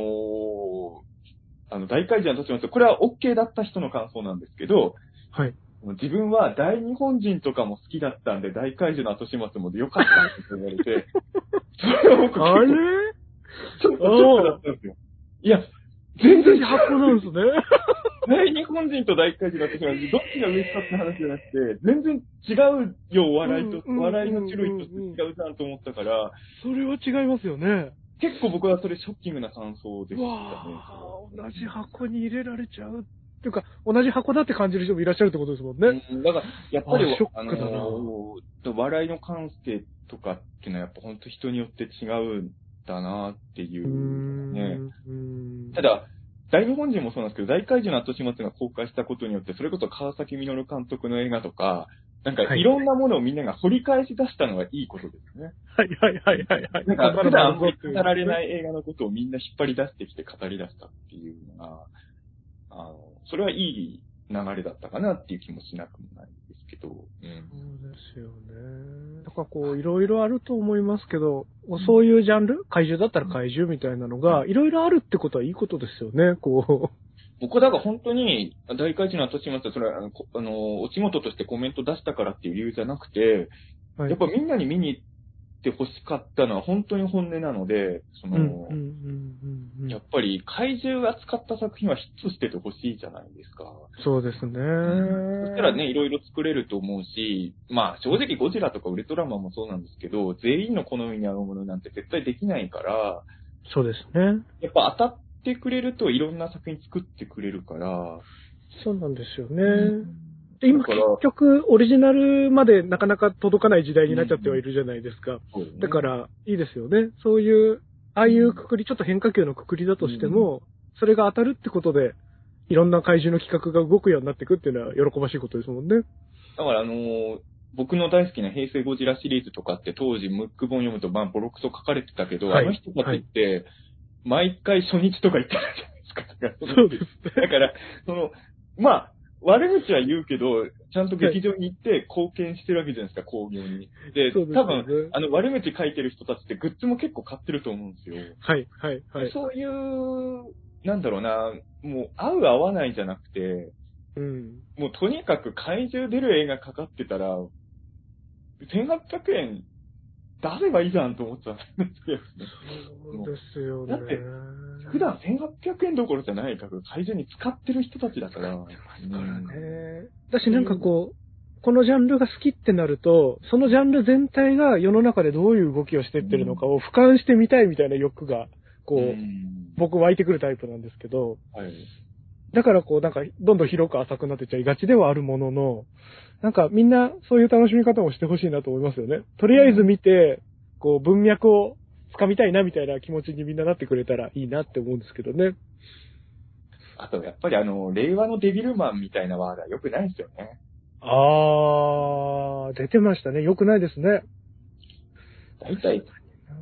大怪獣の年もこれは OK だった人の感想なんですけど、 はい。 自分は大日本人とかも好きだったんで、大怪獣の後始末も良かったって言われて、それは僕あれちょっとショックだったんですよ。いや、全然発行なんですね。 大日本人と大怪獣の後始末、どっちが上かって話じゃなくて、全然違うよ、笑いの種類として違うじゃんと思ったから、 それは違いますよね。 結構僕はそれショッキングな感想でしたね。 同じ箱に入れられちゃう。っていうか、同じ箱だって感じる人もいらっしゃるってことですもんね。 だから、やっぱり、 ショックだな。 笑いの感性とかっていうのはやっぱ本当人によって違うんだなっていうね。ただ、大日本人もそうなんですけど、大怪獣の後始末が公開したことによって、それこそ川崎実監督の映画とか、なんかいろんなものをみんなが掘り返し出したのがいいことですね。なんか普段語られない映画のことをみんな引っ張り出してきて語り出したっていうのが、それはいい流れだったかなっていう気もしなくもないですけど。そうですよね。だからこう、いろいろあると思いますけど、そういうジャンル、怪獣だったら怪獣みたいなのが、いろいろあるってことはいいことですよね、こう。 僕はだから本当に、大怪獣の後始末は、それは、お仕事としてコメント出したからっていう理由じゃなくて、やっぱみんなに見に行って欲しかったのは本当に本音なので、やっぱり怪獣が使った作品はヒットしててほしいじゃないですか。 そうですね。 そしたらね、いろいろ作れると思うし、まあ正直ゴジラとかウルトラマンもそうなんですけど、全員の好みに合うものなんて絶対できないから、 そうですね。 やっぱ当たってくれるといろんな作品作ってくれるから、 そうなんですよね。今結局オリジナルまでなかなか届かない時代になっちゃってはいるじゃないですか。だからいいですよね。そういう、ああいうくくり、ちょっと変化球のくくりだとしても、それが当たるってことで、いろんな怪獣の企画が動くようになっていくっていうのは喜ばしいことですもんね。 だから僕の大好きな平成ゴジラシリーズとかって当時ムック本読むとボロクソ書かれてたけど、あの人たちって、毎回初日とか行ってるじゃないですか。 そうですね。 だから、まあ、悪口は言うけど、ちゃんと劇場に行って貢献してるわけじゃないですか、興行に。で、多分、悪口書いてる人たちってグッズも結構買ってると思うんですよ。そういう、なんだろうな、もう合う合わないじゃなくて、もうとにかく怪獣出る映画かかってたら、1800円出せばいいじゃんと思っちゃうんですよね。 そうですよね。 だって、普段1800円どころじゃないから怪獣に使ってる人たちだから。 だしなんかこう、このジャンルが好きってなると、そのジャンル全体が世の中でどういう動きをしていってるのかを俯瞰してみたいみたいな欲が、こう、僕湧いてくるタイプなんですけど、だからこう、なんか、どんどん広く浅くなってちゃいがちではあるものの、なんかみんなそういう楽しみ方もしてほしいなと思いますよね。とりあえず見て、こう、文脈を掴みたいなみたいな気持ちにみんななってくれたらいいなって思うんですけどね。 あと、やっぱり令和のデビルマンみたいなワードは良くないですよね。 出てましたね。良くないですね。 大体、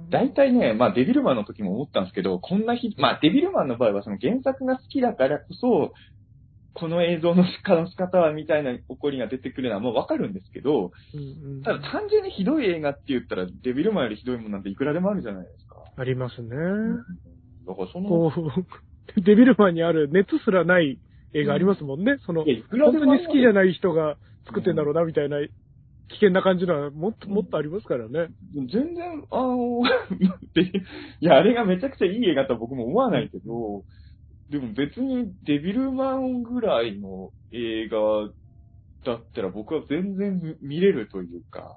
大体ね、まあデビルマンの時も思ったんですけど、まあデビルマンの場合はその原作が好きだからこそ、この映像の仕方はみたいな怒りが出てくるのはもうわかるんですけど、ただ単純にひどい映画って言ったらデビルマンよりひどいものなんていくらでもあるじゃないですか。 ありますね。 だからこう、デビルマンにある熱すらない映画ありますもんね。本当に好きじゃない人が作ってんだろうなみたいな危険な感じのはもっとありますからね。 全然、いや、あれがめちゃくちゃいい映画とは僕も思わないけど、でも別にデビルマンぐらいの映画だったら僕は全然見れるというか、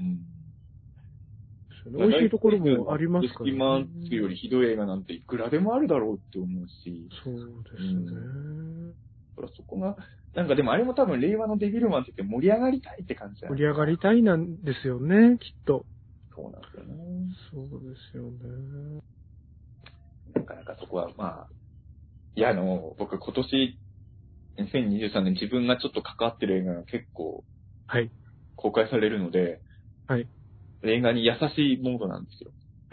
美味しいところもありますからね。 デビルマンよりひどい映画なんていくらでもあるだろうって思うし。 そうですね。 だからそこが、なんかでもあれも多分令和のデビルマンって言って盛り上がりたいって感じだよね。 盛り上がりたいなんですよね、きっと。 そうなんですよね。 そうですよね。 なかなかそこは、まあ、いや、僕今年、2023年自分がちょっと関わってる映画が結構、 はい。 公開されるので、 はい。 映画に優しいモードなんですよ。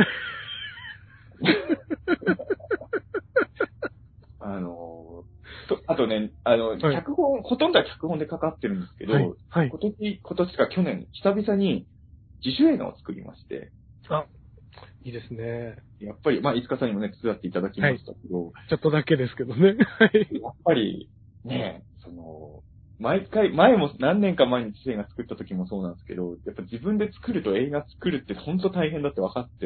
あとね、脚本、ほとんどは脚本でかかってるんですけど、 はい。 今年か去年、久々に自主映画を作りまして。 あ、いいですね。 やっぱり、まあ、飯塚さんにもね、手伝っていただきましたけど、 ちょっとだけですけどね。 やっぱり、ね、毎回、前も何年か前に自主映画作った時もそうなんですけど、やっぱ自分で作ると映画作るって本当大変だって分かって、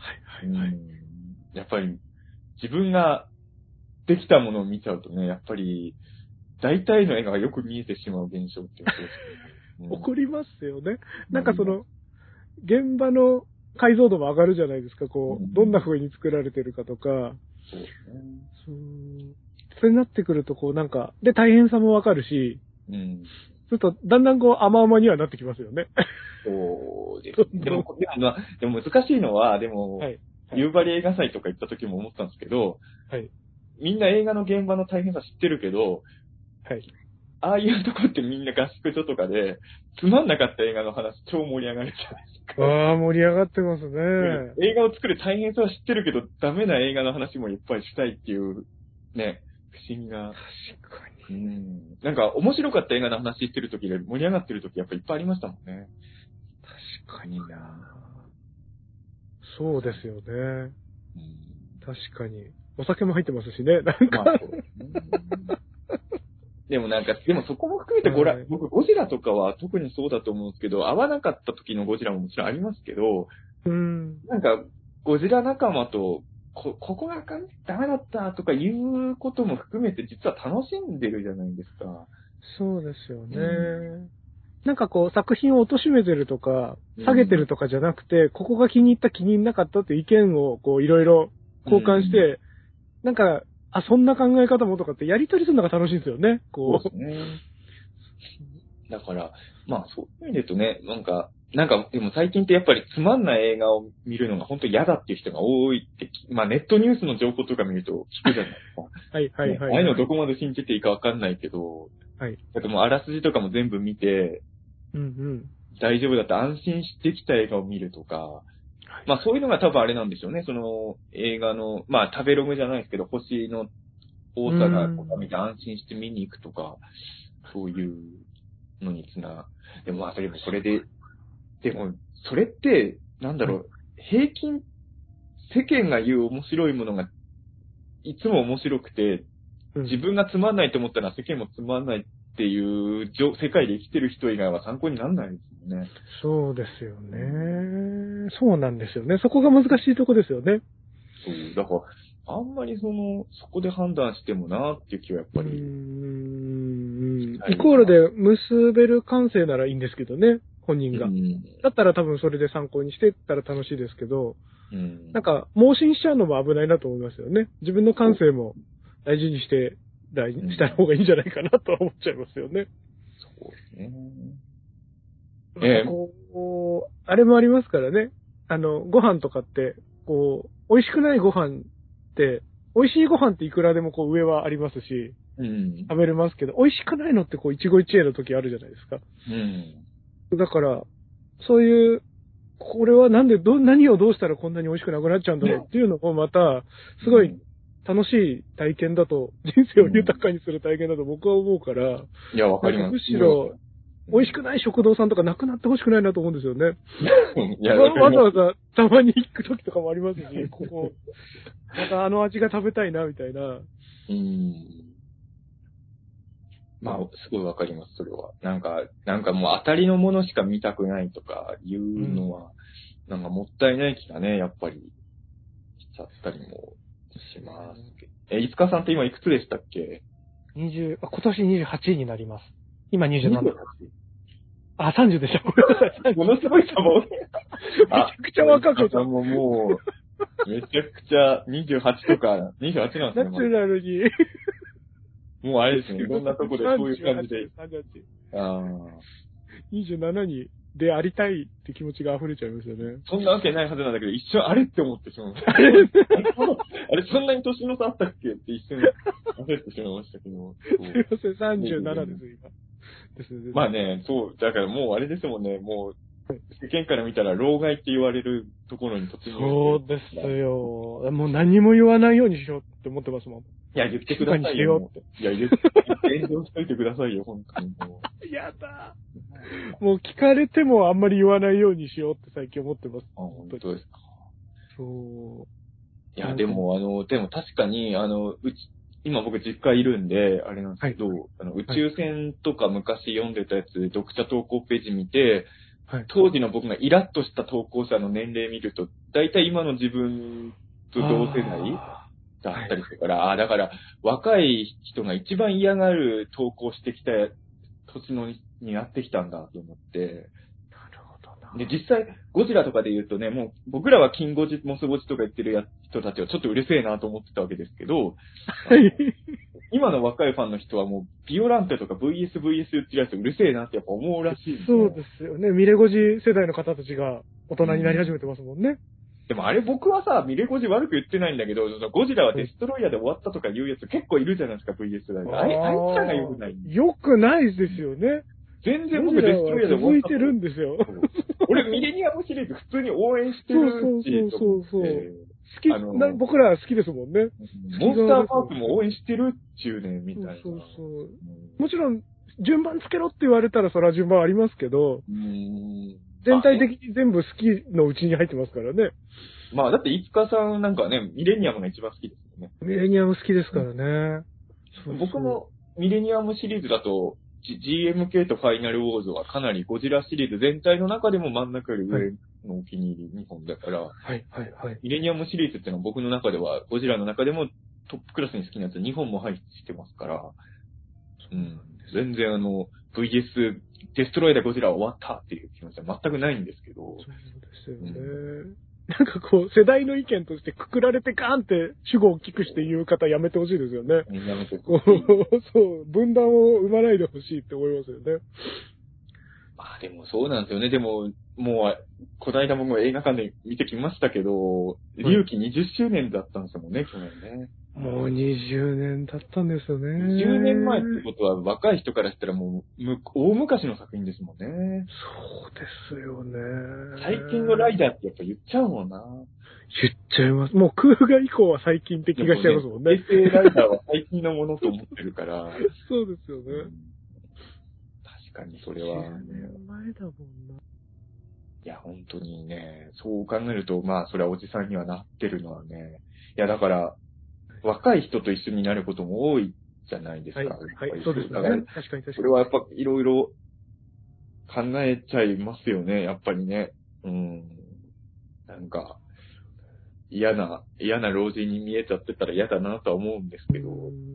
やっぱり自分ができたものを見ちゃうとね、やっぱり大体の映画がよく見えてしまう現象っていうの起こりますよね。なんか現場の解像度も上がるじゃないですか、どんな風に作られてるかとか。 そうですね。 それになってくると、で、大変さもわかるし、ちょっと、だんだん甘々にはなってきますよね。 そうです。でも難しいのは、夕張映画祭とか行った時も思ったんですけど、みんな映画の現場の大変さ知ってるけど、ああいうとこってみんな合宿所とかで、つまんなかった映画の話超盛り上がるじゃないですか。 ああ、盛り上がってますね。 映画を作る大変さは知ってるけど、ダメな映画の話もいっぱいしたいっていう、ね、不思議な。 確かに。 なんか面白かった映画の話してる時で盛り上がってる時やっぱいっぱいありましたもんね。 確かにな。そうですよね。確かに。お酒も入ってますしね、なんか。 でもそこも含めて僕ゴジラとかは特にそうだと思うんですけど、合わなかった時のゴジラももちろんありますけど、なんかゴジラ仲間とここがダメだったとかいうことも含めて実は楽しんでるじゃないですか。 そうですよね。なんか作品を貶めてるとか、下げてるとかじゃなくて、ここが気に入った気に入らなかったっていう意見をいろいろ交換して、なんか、そんな考え方もとかってやりとりするのが楽しいんですよね。 そうですね。だから、まあそういう意味で言うとね、でも最近ってやっぱりつまんない映画を見るのが本当に嫌だっていう人が多いって、まあネットニュースの情報とか見ると聞くじゃないですか。ああいうのどこまで信じていいかわかんないけど、だってもうあらすじとかも全部見て、大丈夫だって安心してきた映画を見るとか、まあそういうのが多分あれなんでしょうね。映画の、まあ食べログじゃないですけど、星の多さが見て安心して見に行くとか、そういうのにでもまあそれって、平均、世間が言う面白いものがいつも面白くて、自分がつまんないと思ったら世間もつまんないっていう世界で生きてる人以外は参考にならないですよね。 そうですよね。そうなんですよね。そこが難しいとこですよね。 そう、だから、あんまりそこで判断してもなっていう気はやっぱり。 イコールで結べる感性ならいいんですけどね、本人が。だったら多分それで参考にしてったら楽しいですけど、なんか、盲信しちゃうのも危ないなと思いますよね。自分の感性も大事にした方がいいんじゃないかなと思っちゃいますよね。 そうですね。 あれもありますからね。ご飯とかって、美味しくないご飯って、美味しいご飯っていくらでも上はありますし、食べれますけど、美味しくないのって一期一会の時あるじゃないですか。だから、そういう、 これはなんで、何をどうしたらこんなに美味しくなくなっちゃうんだろうっていうのもまた、すごい楽しい体験だと、人生を豊かにする体験だと僕は思うから、 いや、わかります。 むしろ、美味しくない食堂さんとかなくなってほしくないなと思うんですよね。 いや、 わざわざたまに行く時とかもありますし、ここ、またあの味が食べたいな、みたいな。 まあ、すごいわかります、それは。なんかもう当たりのものしか見たくないとかいうのは、なんかもったいない気がね、やっぱりしちゃったりもしますけど。いつかさんって今いくつでしたっけ？ 今年28になります。今27。あ、30でした。ごめんなさい。 ものすごい差も。 めちゃくちゃ若くて。 もう、めちゃくちゃ28とか、28なんですね。 ナチュラルに。 もうあれですね、いろんなとこでそういう感じで。 27にでありたいって気持ちが溢れちゃいましたね。 そんなわけないはずなんだけど、一瞬あれって思ってしまう。あれ、そんなに年の差あったっけって一瞬焦ってしまいましたけど。 すいません、37です、今。 まあね、そう、だからもうあれですもんね、もう、世間から見たら老害って言われるところに突入。 そうですよ。もう何も言わないようにしようって思ってますもん。 いや、言ってくださいよ。いや、炎上しといてくださいよ、本当にもう。やだ。もう聞かれてもあんまり言わないようにしようって最近思ってます。 本当ですか。 そう。 いや、でも確かに、今僕実家いるんで、あれなんですけど、宇宙船とか昔読んでたやつ、読者投稿ページ見て、当時の僕がイラッとした投稿者の年齢見ると、だいたい今の自分と同世代だったりするから、だから若い人が一番嫌がる投稿してきた年のになってきたんだと思って。で、実際、ゴジラとかで言うとね、もう、僕らはキンゴジ、モスゴジとか言ってる人たちはちょっとうるせえなと思ってたわけですけど、今の若いファンの人はもう、ビオランテとか VS 言ってるやつうるせえなってやっぱ思うらしいんですよ。 そうですよね。ミレゴジ世代の方たちが大人になり始めてますもんね。 でもあれ僕はさ、ミレゴジ悪く言ってないんだけど、ゴジラはデストロイヤーで終わったとか言うやつ結構いるじゃないですか、VS 世代で。あいつらが良くない。 良くないですよね。 全然僕デストロイヤーで続いてるんですよ。 俺ミレニアムシリーズ普通に応援してるし、 そう。好き、僕ら好きですもんね。 モンスターパークも応援してるっちゅうねん、みたいな。 そう。もちろん、順番つけろって言われたらそれは順番ありますけど、全体的に全部好きのうちに入ってますからね。 まあ、だって、いつかさんなんかね、ミレニアムが一番好きですよね。 ミレニアム好きですからね。 僕もミレニアムシリーズだと、GMK とファイナルウォーズはかなりゴジラシリーズ全体の中でも真ん中より上のお気に入り2本だから、ミレニアムシリーズってのは僕の中ではゴジラの中でもトップクラスに好きなやつ2本も入ってますから、全然VS デストロイヤーでゴジラ終わったっていう気持ちは全くないんですけど。 そうですよね。なんかこう、世代の意見としてくくられてガーンって主語を大きくして言う方やめてほしいですよね。 やめてほしい。そう、分断を生まないでほしいって思いますよね。 まあでもそうなんですよね。でも、もう、この間ももう映画館で見てきましたけど、龍騎20周年だったんですもんね、去年ね。 もう20年経ったんですよね。 20年前ってことは若い人からしたらもう、大昔の作品ですもんね。 そうですよね。 最近のライダーってやっぱ言っちゃうもんな。 言っちゃいます。もう空画以降は最近って気がしちゃいますもんね。 平成ライダーは最近のものと思ってるから。 そうですよね。 確かにそれは。 10年前だもんな。 いや、本当にね、そう考えると、まあ、それはおじさんにはなってるのはね。いや、だから、若い人と一緒になることも多いじゃないですか。 そうですね。 だから確かに。 それはやっぱいろいろ考えちゃいますよね、やっぱりね。なんか、嫌な老人に見えちゃってたら嫌だなとは思うんですけど。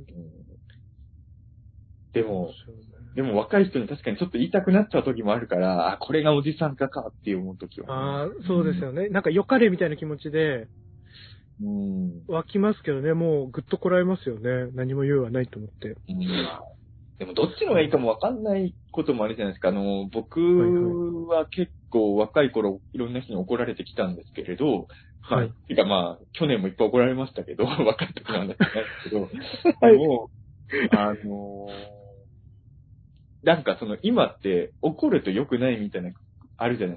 でも若い人に確かにちょっと言いたくなっちゃう時もあるから、これがおじさんかって思う時は、 そうですよね。なんか良かれみたいな気持ちで、湧きますけどね、もうぐっとこらえますよね。何も言うはないと思って。 でもどっちのがいいかもわかんないこともあるじゃないですか。僕は結構若い頃いろんな人に怒られてきたんですけれど、てかまあ、去年もいっぱい怒られましたけど、若い時なんだってないですけど、でも、なんか今って怒ると良くないみたいな、あるじゃないですか。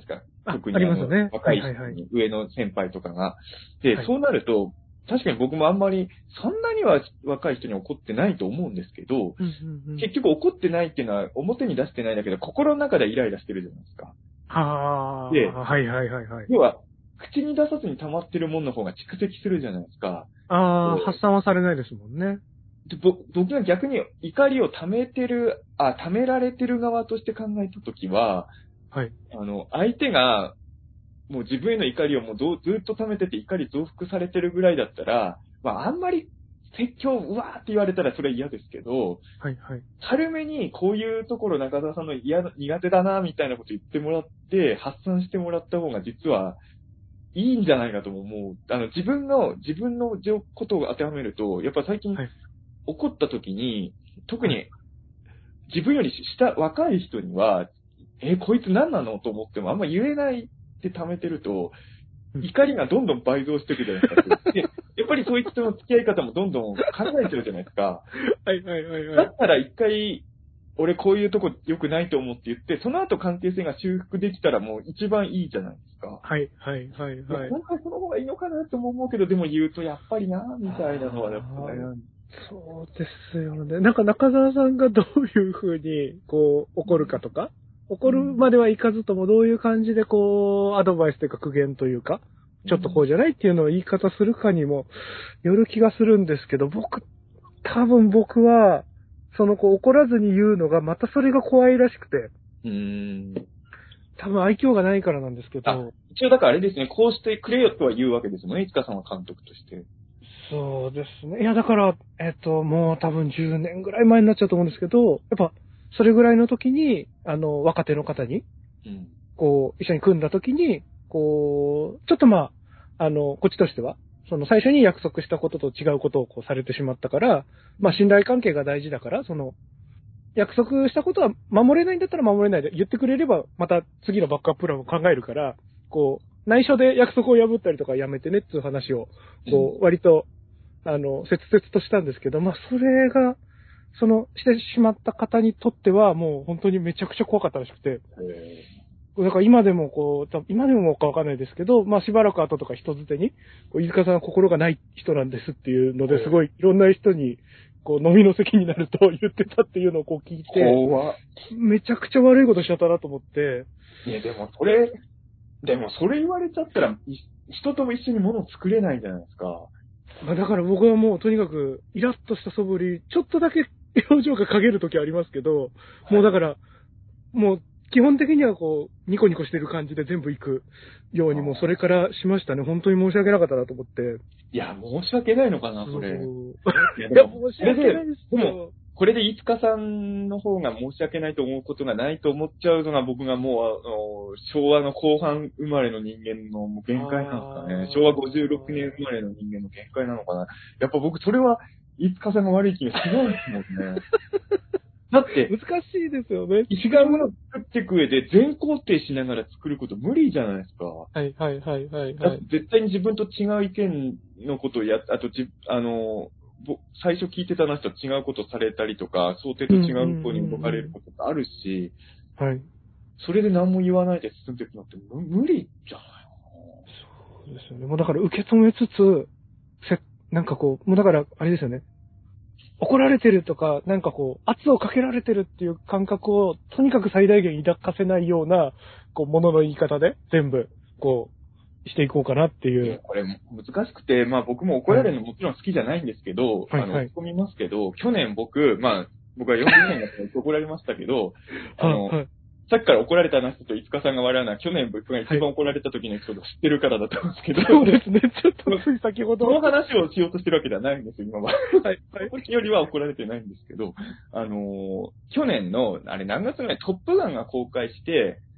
特にありますね。 若い人はいはいはい。 に、上の先輩とかが。で、 はい、 そうなると、確かに僕もあんまり、そんなには若い人に怒ってないと思うんですけど、 うんうんうん。 結局怒ってないっていうのは表に出してないだけど、心の中でイライラしてるじゃないですか。 あで、 あ、はいはいはいはい。 要は、口に出さずに溜まってるものの方が蓄積するじゃないですか。 ああ、発で散はされないですもんね。 僕が逆に怒りを溜められてる側として考えたときは、 はい。 相手が、もう自分への怒りをもうずっと溜めてて怒り増幅されてるぐらいだったら、まああんまり説教うわーって言われたらそれは嫌ですけど、 はいはい。 軽めにこういうところ中澤さんの苦手だなみたいなこと言ってもらって発散してもらった方が実はいいんじゃないかとも思う。自分のことを当てはめると、やっぱ最近はい。 怒った時に、特はい。 に自分より若い人には、こいつ何なのと思ってもあんま言えないって溜めてると、 うん。 怒りがどんどん倍増していくじゃないですか。で、やっぱりそういう人の付き合い方もどんどん考えてるじゃないですか。 はいはいはいはい。 だったら一回、俺こういうとこ良くないと思って言って、その後関係性が修復できたらもう一番いいじゃないですか。 はいはいはいいや、 はい。 本当はその方がいいのかなとも思うけど、でも言うとやっぱりな、みたいなのはやっぱああ、 悩んそうですよね。なんか中澤さんがどういうふうに、こう、怒るかとか、怒るまではいかずともどういう感じでこう、アドバイスというか苦言というか、ちょっとこうじゃないっていうのを言い方するかにもよる気がするんですけど、多分僕は、その子怒らずに言うのがまたそれが怖いらしくて、 うーん。 多分愛嬌がないからなんですけあ、 ど、 一応だからあれですね、こうしてくれよとは言うわけですもんね、いつかさんは監督として。 そうですね。いや、だから、もう多分10年ぐらい前になっちゃうと思うんですけど、やっぱ、それぐらいの時に、若手の方に、 うん。 こう、一緒に組んだ時に、こう、ちょっとまあ、こっちとしては、その最初に約束したことと違うことをこうされてしまったから、まあ信頼関係が大事だから、その、約束したことは守れないんだったら守れないで言ってくれれば、また次のバックアッププランを考えるから、こう、内緒で約束を破ったりとかやめてねっていう話を、こう、割と、切々としたんですけど、まあ、それが、してしまった方にとっては、もう本当にめちゃくちゃ怖かったらしくて、だから今でもこう、今でもかわかんないですけど、まあしばらく後とか人づてに、こう飯塚さんは心がない人なんですっていうので、すごいいろんな人に、こう飲みの席になると言ってたっていうのをこう聞いて、 怖っ。 めちゃくちゃ悪いことしちゃったなと思って、 いや、でもそれ言われちゃったら、人とも一緒に物を作れないじゃないですか。 まあだから僕はもうとにかくイラッとした素振り、ちょっとだけ表情が陰るときありますけど、もうだから、もう基本的にはこう、ニコニコしてる感じで全部行くように、もうそれからしましたね。本当に申し訳なかったなと思って。 いや、申し訳ないのかな、それ。いや、 いや、申し訳ないですでも、 よ。 これで飯塚さんの方が申し訳ないと思うことがないと思っちゃうのが僕がもう、昭和の後半生まれの人間のもう限界なんですかね。昭和56年生まれの人間の限界なのかな。やっぱ僕、それは飯塚さんが悪い気がしないですもんね。だって、 難しいですよね。 違うものを作っていく上で全工程しながら作ること無理じゃないですか。 はいはいはいはいだってはい。 絶対に自分と違う意見のことをあと最初聞いてた話と違うことされたりとか、想定と違う方に動かれることってあるし、 はい。 それで何も言わないで進んでいくのって無理じゃないそうですよね。もうだから受け止めつつ、なんかこう、もうだから、あれですよね。怒られてるとか、なんかこう、圧をかけられてるっていう感覚を、とにかく最大限抱かせないような、こう、ものの言い方で、全部、こう、していこうかなっていう。 これ難しくて、まあ僕も怒られるのもちろん好きじゃないんですけど、 はいはい。 落ち込みますけど、去年僕は40歳になって怒られましたけど、 はい。 さっきから怒られた話と飯塚さんが笑うのは、去年僕が一番怒られた時のエピソードを知ってるからだったんですけど、 そうですね。ちょっとつい先ほど。 その話をしようとしてるわけではないんですよ、今は。 はい。はい。 これよりは怒られてないんですけど、去年の、あれ何月ぐらい、トップガンが公開して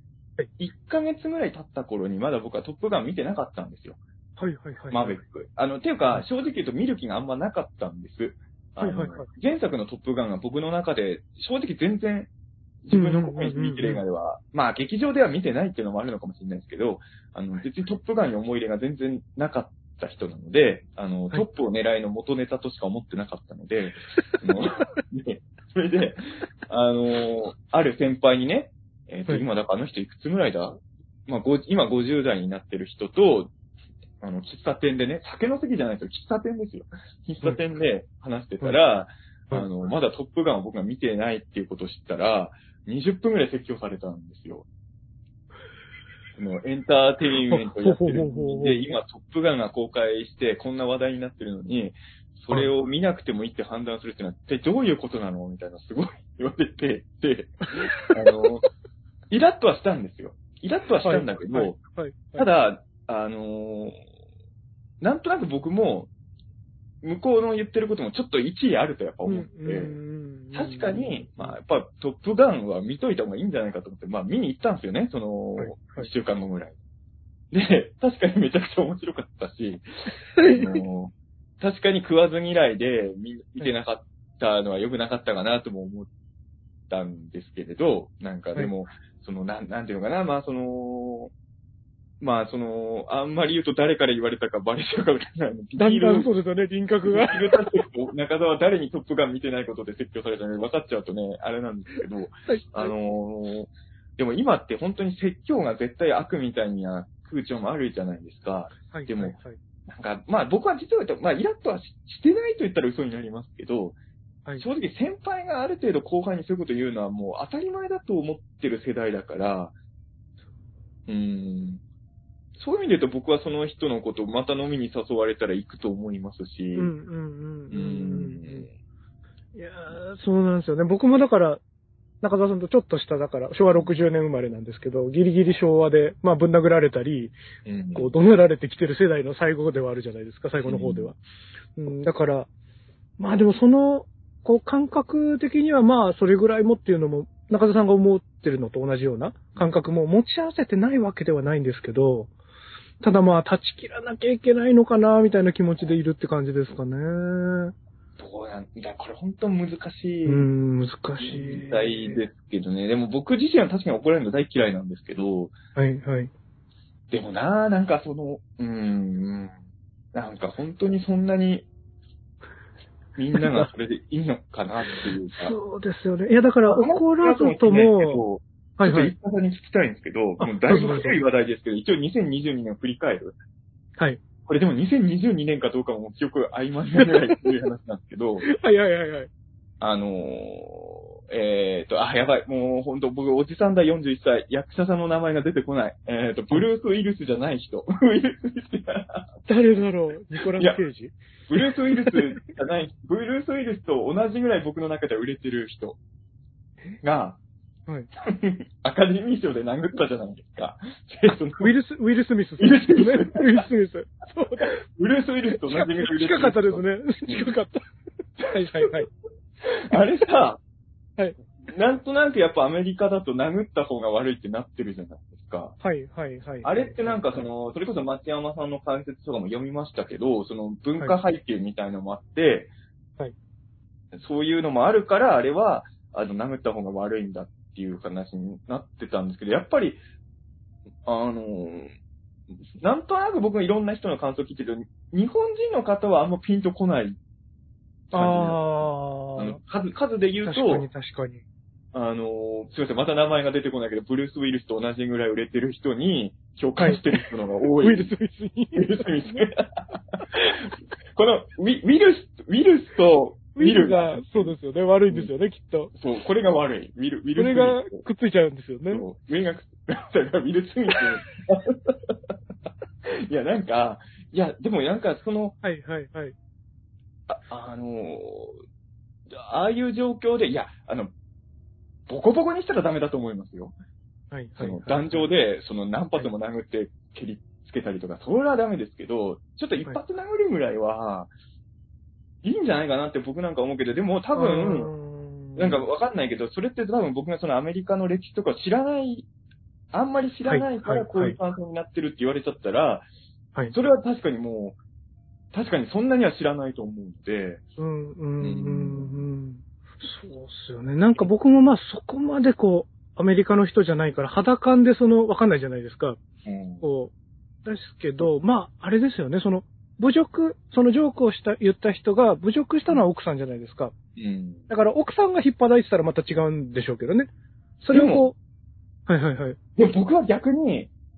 、1ヶ月ぐらい経った頃にまだ僕はトップガン見てなかったんですよ。 はいはいはい。 マーベック。っていうか、正直言うと見る気があんまなかったんです。 はいはいはい。 前作のトップガンが僕の中で、正直全然自分の心に響いてる映画では、まあ劇場では見てないっていうのもあるのかもしれないですけど、別にトップガンに思い入れが全然なかった人なので、トップを狙いの元ネタとしか思ってなかったので、でそれで、ある先輩にね、今だからあの人いくつぐらいだまあ、今50代になってる人と、喫茶店でね、酒の席じゃないですよ、喫茶店ですよ。喫茶店で話してたら、まだトップガンを僕が見てないっていうことを知ったら、20分ぐらい説教されたんですよ。エンターテインメントやってるので、今トップガンが公開してこんな話題になってるのに、それを見なくてもいいって判断するってのは一体どういうことなのみたいなすごい言われて、で、イラッとはしたんですよ。イラッとはしたんだけど、ただ、なんとなく僕も、向こうの言ってることもちょっと一理あるとやっぱ思って、確かに、まあやっぱトップガンは見といた方がいいんじゃないかと思って、まあ見に行ったんですよね、1週間後ぐらい。で、確かにめちゃくちゃ面白かったし、確かに食わず嫌いで見てなかったのは良くなかったかなとも思ったんですけれど、なんかでも、なんていうのかな、あんまり言うと誰から言われたかバレちゃうかもしれない。 だんだんそうですよね、輪郭が。 中澤は誰にトップガン見てないことで説教されたので分かっちゃうとね、あれなんですけど、でも今って本当に説教が絶対悪みたいな風潮もあるじゃないですか。でも、なんか、まあ僕は実は言うと、まあイラッとはしてないと言ったら嘘になりますけど、正直先輩がある程度後輩にそういうこと言うのはもう当たり前だと思ってる世代だから、そういう意味で言うと僕はその人のことをまた飲みに誘われたら行くと思いますし。いやー、そうなんですよね。僕もだから、中澤さんとちょっと下だから、昭和60年生まれなんですけど、ギリギリ昭和で、まあぶん殴られたり、こう、怒鳴られてきてる世代の最後ではあるじゃないですか、最後の方では。だから、まあでもこう、感覚的にはまあ、それぐらいもっていうのも、中澤さんが思ってるのと同じような感覚も持ち合わせてないわけではないんですけど、ただまあ、断ち切らなきゃいけないのかな、みたいな気持ちでいるって感じですかね。 どうなんだ、これ本当難しい。 難しい。 みたいですけどね。でも僕自身は確かに怒られるの大嫌いなんですけど。でもなんかなんか本当にそんなに、みんながそれでいいのかなっていうか。 そうですよね。いや、だから怒らずとも、 ちょっと一般に聞きたいんですけど、もうだいぶ古い話題ですけど、一応2022年を振り返る。これでも2022年かどうかも記憶曖昧なぐらいっていう話なんですけど。やばい。もう本当僕おじさんだ41歳。役者さんの名前が出てこない。ブルース・ウィルスじゃない人。 誰だろう？ニコラス・ケイジ？ ブルース・ウィルスじゃない、ブルース・ウィルスと同じぐらい僕の中で売れてる人が、アカデミー賞で殴ったじゃないですか。 ウィル・スミス。ウィル・スミス。そうだ。 ブルース・ウィルスと同じぐらい売れてる。 近かったですね。近かった。 あれさ、なんとなくやっぱアメリカだと殴った方が悪いってなってるじゃないですか。あれってなんかそれこそ町山さんの解説とかも読みましたけど、その文化背景みたいなのもあって、そういうのもあるから、あれは、殴った方が悪いんだっていう話になってたんですけど、やっぱり、なんとなく僕がいろんな人の感想を聞いてると、日本人の方はあんまピンとこない感じ。数で言うと、 確かに。 すいません、また名前が出てこないけど、ブルース・ウィルスと同じぐらい売れてる人に共感してる人のが多い。 ウィル・スミスに。 ウィル・スミス。このウィルスとウィルが、そうですよね。悪いんですよね、きっと。 そう、これが悪い。ウィル・スミス。 これがくっついちゃうんですよね。 上がくっついちゃう。ウィル・スミス。いや、なんか、でもなんかああいう状況で、ボコボコにしたらダメだと思いますよ。壇上で、何発も殴って蹴りつけたりとか、それはダメですけど、ちょっと一発殴るぐらいは、いいんじゃないかなって僕なんか思うけど、でも多分、なんかわかんないけど、それって多分僕がアメリカの歴史とか知らない、あんまり知らないからこういう感想になってるって言われちゃったら、それは確かにそんなには知らないと思うので。 そうっすよね。なんか僕もそこまでアメリカの人じゃないから肌感でわかんないじゃないですか。ですけど、あれですよね。侮辱、ジョークを言った人が侮辱したのは奥さんじゃないですか。だから奥さんが引っ張いてたらまた違うんでしょうけどね。それをでも僕は逆に、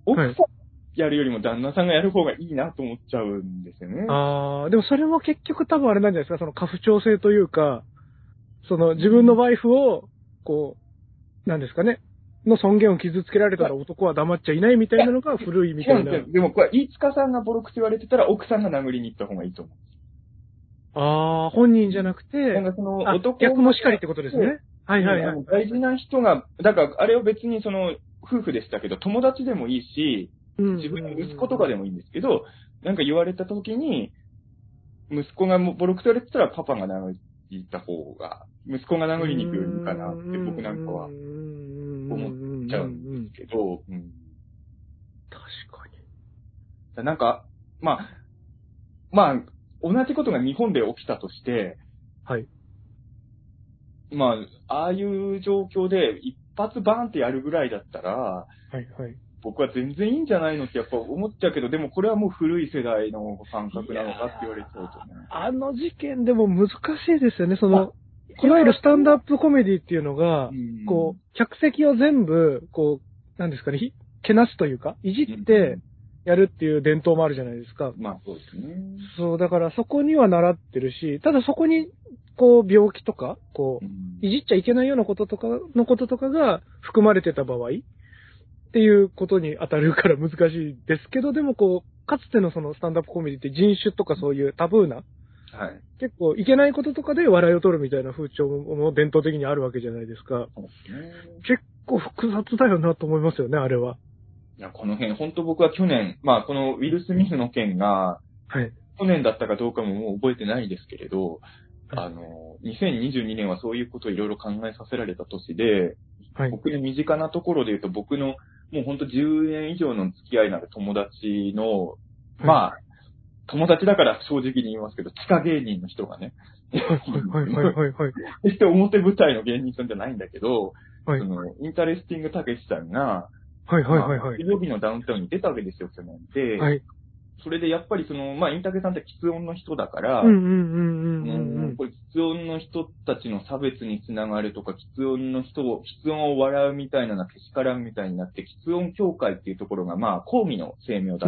奥さんやるよりも旦那さんがやる方がいいなと思っちゃうんですよね。 でもそれも結局多分あれなんじゃないですか、その家父長制というか、その自分のワイフを、こう、なんですかね、の尊厳を傷つけられたら男は黙っちゃいないみたいなのが古いみたいな。 でもこれ、飯塚さんがボロクソ言われてたら奥さんが殴りに行った方がいいと思う。 本人じゃなくて、 なんかその男逆もしかりってことですね。はいはいはい。 大事な人が、だからあれを別にその、夫婦でしたけど、友達でもいいし、自分の息子とかでもいいんですけど、なんか言われた時に、息子がボロクソ言われてたらパパが殴りに行った方が、息子が殴りに行くよりかなって僕なんかは思っちゃうんですけど、 確かに。なんか、まあ、同じことが日本で起きたとして、 はい。 まあ、ああいう状況で一発バーンってやるぐらいだったら、 はいはい。 僕は全然いいんじゃないのってやっぱ思っちゃうけど、でもこれはもう古い世代の感覚なのかって言われちゃうとね。 あの事件でも難しいですよね。いわゆるスタンドアップコメディっていうのが、こう、客席を全部、こう、なんですかね、けなすというか、いじってやるっていう伝統もあるじゃないですか。 まあそうですね。 そう、だからそこには習ってるし、ただそこに、こう、病気とか、こう、いじっちゃいけないようなこととかが含まれてた場合っていうことに当たるから難しいですけど、でもこう、かつてのそのスタンダップコメディって人種とかそういうタブーな、 はい。 結構いけないこととかで笑いを取るみたいな風潮も伝統的にあるわけじゃないですか。 そうですね。 結構複雑だよなと思いますよね、あれは。 いや、この辺、本当僕は去年、まあこのウィル・スミスの件が、 はい。 去年だったかどうかももう覚えてないですけれど、2022年はそういうことをいろいろ考えさせられた年で、 はい。 僕の身近なところで言うと、僕のもうほんと10年以上の付き合いのある友達の、まあ、友達だから正直に言いますけど、地下芸人の人がね、決して表舞台の芸人さんじゃないんだけど、その、インタレスティングたけしさんが、水曜日のダウンタウンに出たわけですよ、去年で、それでやっぱりその、まあ、インタケさんって喫音の人だから、これ喫音の人たちの差別につながるとか、喫音を笑うみたいなのがけしからんみたいになって、喫音協会っていうところが、まあ、抗議の声明を出して、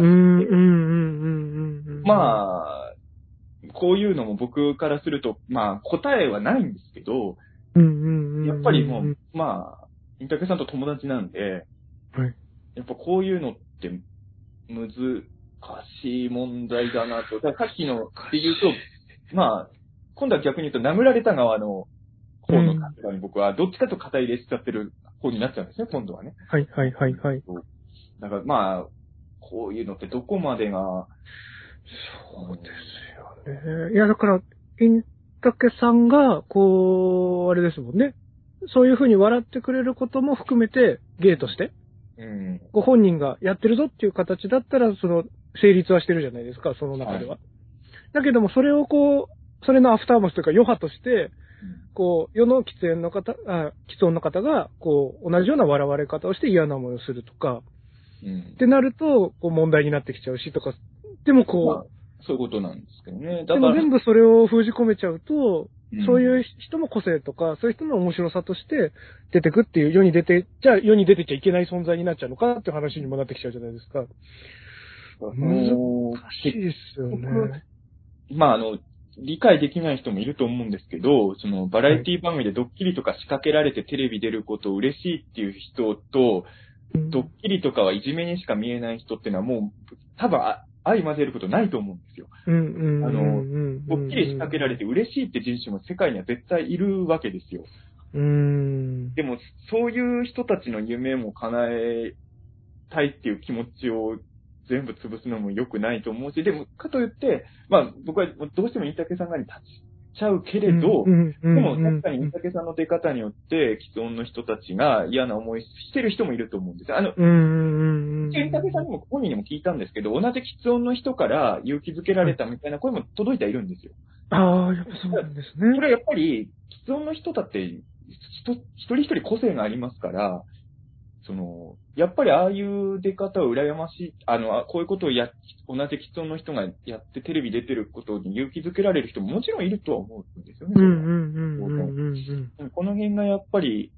まあ、こういうのも僕からすると、まあ、答えはないんですけど、やっぱりもう、まあ、インタケさんと友達なんで、やっぱこういうのって、難しい問題だなと。だからさっきのっていうと、まあ、今度は逆に言うと、殴られた側の方の立場に僕は、どっちかと肩入れしちゃってる方になっちゃうんですね、今度はね。だからまあ、こういうのってどこまでが。 そうですよね。いや、だから、インタケさんが、こう、あれですもんね。そういうふうに笑ってくれることも含めて、芸として、ご本人がやってるぞっていう形だったら、成立はしてるじゃないですか、その中では。だけども、それをそれのアフターマスというか余波として、世の喫音の方が、同じような笑われ方をして嫌な思いをするとか、ってなると、問題になってきちゃうしとか、でもそういうことなんですけどね。 でも全部それを封じ込めちゃうと、そういう人も個性とか、そういう人の面白さとして出てくっていう、世に出てちゃいけない存在になっちゃうのかっていう話にもなってきちゃうじゃないですか。難しいですよね。 まあ、理解できない人もいると思うんですけど、そのバラエティ番組でドッキリとか仕掛けられてテレビ出ること嬉しいっていう人と、ドッキリとかはいじめにしか見えない人っていうのはもう、多分相混ぜることないと思うんですよ。ドッキリ仕掛けられて嬉しいって人種も世界には絶対いるわけですよ。でも、そういう人たちの夢も叶えたいっていう気持ちを全部潰すのも良くないと思うし、でも、かといって、まあ、僕はどうしてもインタケさん側に立ちちゃうけれど、でも確かにインタケさんの出方によって、既存の人たちが嫌な思いしてる人もいると思うんですよ。インタケさんにも本人にも聞いたんですけど、同じ既存の人から勇気づけられたみたいな声も届いてはいるんですよ。 ああ、やっぱそうなんですね。 それはやっぱり、既存の人だって、一人一人個性がありますから、やっぱりああいう出方を羨ましい、こういうことを同じ既存の人がやってテレビ出てることに勇気づけられる人ももちろんいるとは思うんですよね。この辺がやっぱり、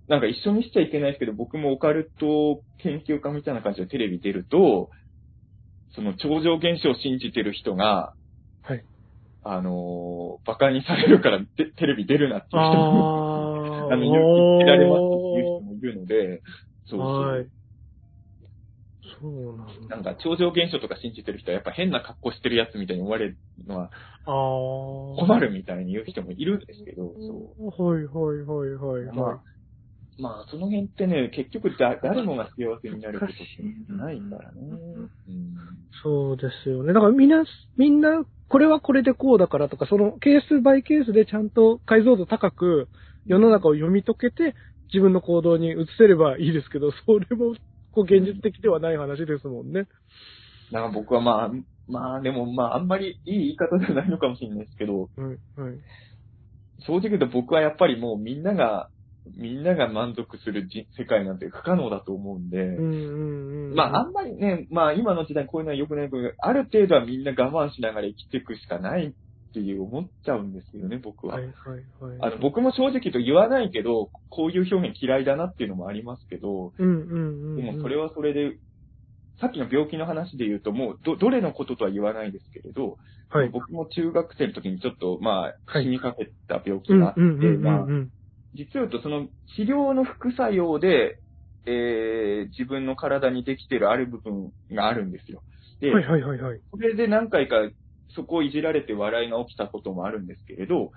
なんか一緒にしちゃいけないですけど、僕もオカルト研究家みたいな感じでテレビ出ると、その超常現象を信じてる人が、 はい。 バカにされるからテレビ出るなっていう人も、言ってられますっていう人もいるので、そうそう。 はい。そうなんだ。 なんか超常現象とか信じてる人はやっぱ変な格好してるやつみたいに思われるのは困るみたいに言う人もいるんですけど、そう。 はいはいはいはいはい。 まあ、その辺ってね、結局誰もが幸せになることってないからね。 そうですよね。だからみんな、これはこれでこうだからとか、そのケースバイケースでちゃんと解像度高く世の中を読み解けて自分の行動に移せればいいですけど、それもこう現実的ではない話ですもんね。 だから僕はでもあんまりいい言い方じゃないのかもしれないですけど、 はいはい。 正直言うと僕はやっぱりもうみんなが満足する世界なんて不可能だと思うんで、あんまりね、今の時代こういうのは良くないけど、ある程度はみんな我慢しながら生きていくしかないっていう思っちゃうんですけどね、僕は。 はいはいはい。 僕も正直と言わないけど、こういう表現嫌いだなっていうのもありますけど、でもそれはそれで、さっきの病気の話で言うと、もうどれのこととは言わないですけれど、はい、僕も中学生の時にちょっと、死にかけた病気があって、実を言うと、その治療の副作用で、自分の体にできているある部分があるんですよ。で、それで何回かそこをいじられて笑いが起きたこともあるんですけれど、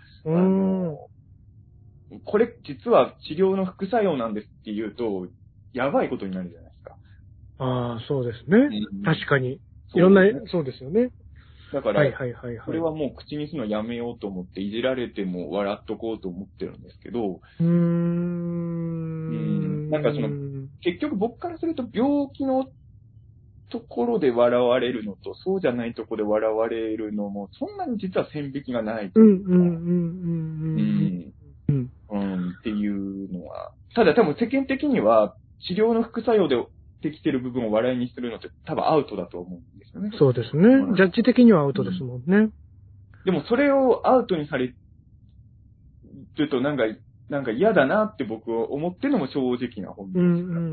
これ実は治療の副作用なんですって言うと、やばいことになるじゃないですか。 ああ、そうですね。確かに。いろんな、そうですよね。 だから、これはもう口にするのやめようと思って、いじられても笑っとこうと思ってるんですけど、なんかその、結局僕からすると病気のところで笑われるのと、そうじゃないところで笑われるのも、そんなに実は線引きがないというか、っていうのは、ただ多分世間的には治療の副作用でできてる部分を笑いにするのって多分アウトだと思うんですよね。 そうですね。ジャッジ的にはアウトですもんね。 でもそれをアウトにされるとなんか嫌だなって僕は思ってるのも正直な本音ですから。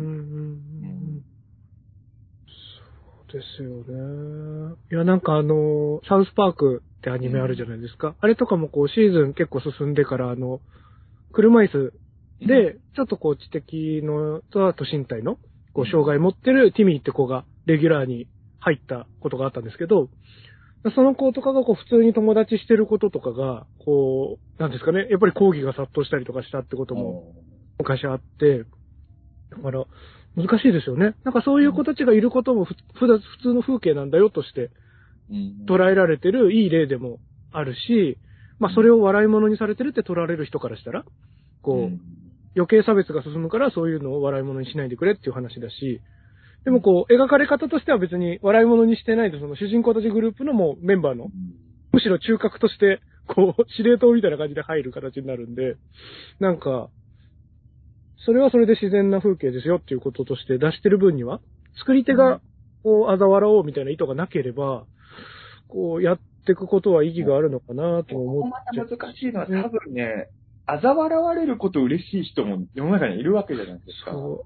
そうですよね。いや、なんかサウスパークってアニメあるじゃないですか。あれとかもこうシーズン結構進んでから車椅子で、ちょっとこう知的のと身体のこう障害持ってるティミーって子がレギュラーに入ったことがあったんですけど、その子とかがこう普通に友達してることとかが、こう、なんですかね、やっぱり抗議が殺到したりとかしたってことも昔あって、だから難しいですよね。なんかそういう子たちがいることも普通の風景なんだよとして捉えられてるいい例でもあるし、それを笑い物にされてるって取られる人からしたら、こう、余計差別が進むからそういうのを笑い物にしないでくれっていう話だし、でもこう、描かれ方としては別に笑い物にしてないと、その主人公たちグループのもうメンバーの、むしろ中核として、こう、司令塔みたいな感じで入る形になるんで、なんか、それはそれで自然な風景ですよっていうこととして出してる分には、作り手が、こう、嘲笑おうみたいな意図がなければ、こう、やっていくことは意義があるのかなと思って。 ここまた難しいのは多分ね、嘲笑われること嬉しい人も世の中にいるわけじゃないですか。 そう。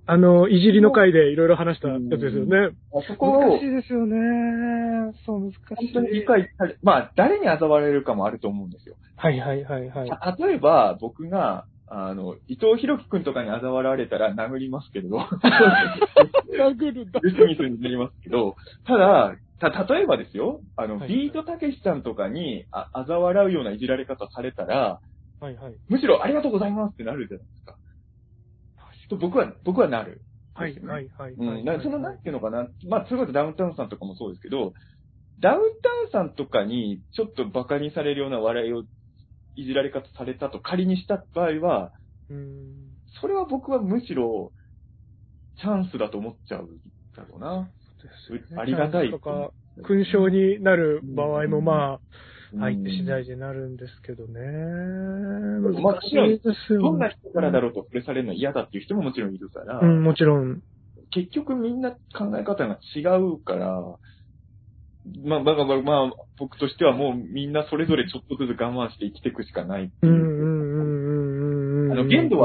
いじりの回でいろいろ話したやつですよね。 そこを難しいですよね。そう、難しい。 本当に理解され、誰に嘲笑われるかもあると思うんですよ。 はい。 例えば、僕が、伊藤博樹くんとかに嘲笑われたら殴りますけど。 殴るんだ。 スミスになりますけど、ただ、例えばですよ、ビートたけしさんとかに嘲笑うようないじられ方されたら、むしろありがとうございますってなるじゃないですか。と僕はなる。そのなんていうのかな、それこそダウンタウンさんとかもそうですけど、ダウンタウンさんとかにちょっと馬鹿にされるような笑いをいじられ方されたと仮にした場合は、それは僕はむしろチャンスだと思っちゃうだろうな。ありがたい。 とか、勲章になる場合も入って次第でなるんですけどね。難しいですよね。 どんな人からだろうと触れされるの嫌だっていう人ももちろんいるから。 もちろん。 結局みんな考え方が違うから、僕としてはもうみんなそれぞれちょっとずつ我慢して生きていくしかないっていう。限度はあると思うん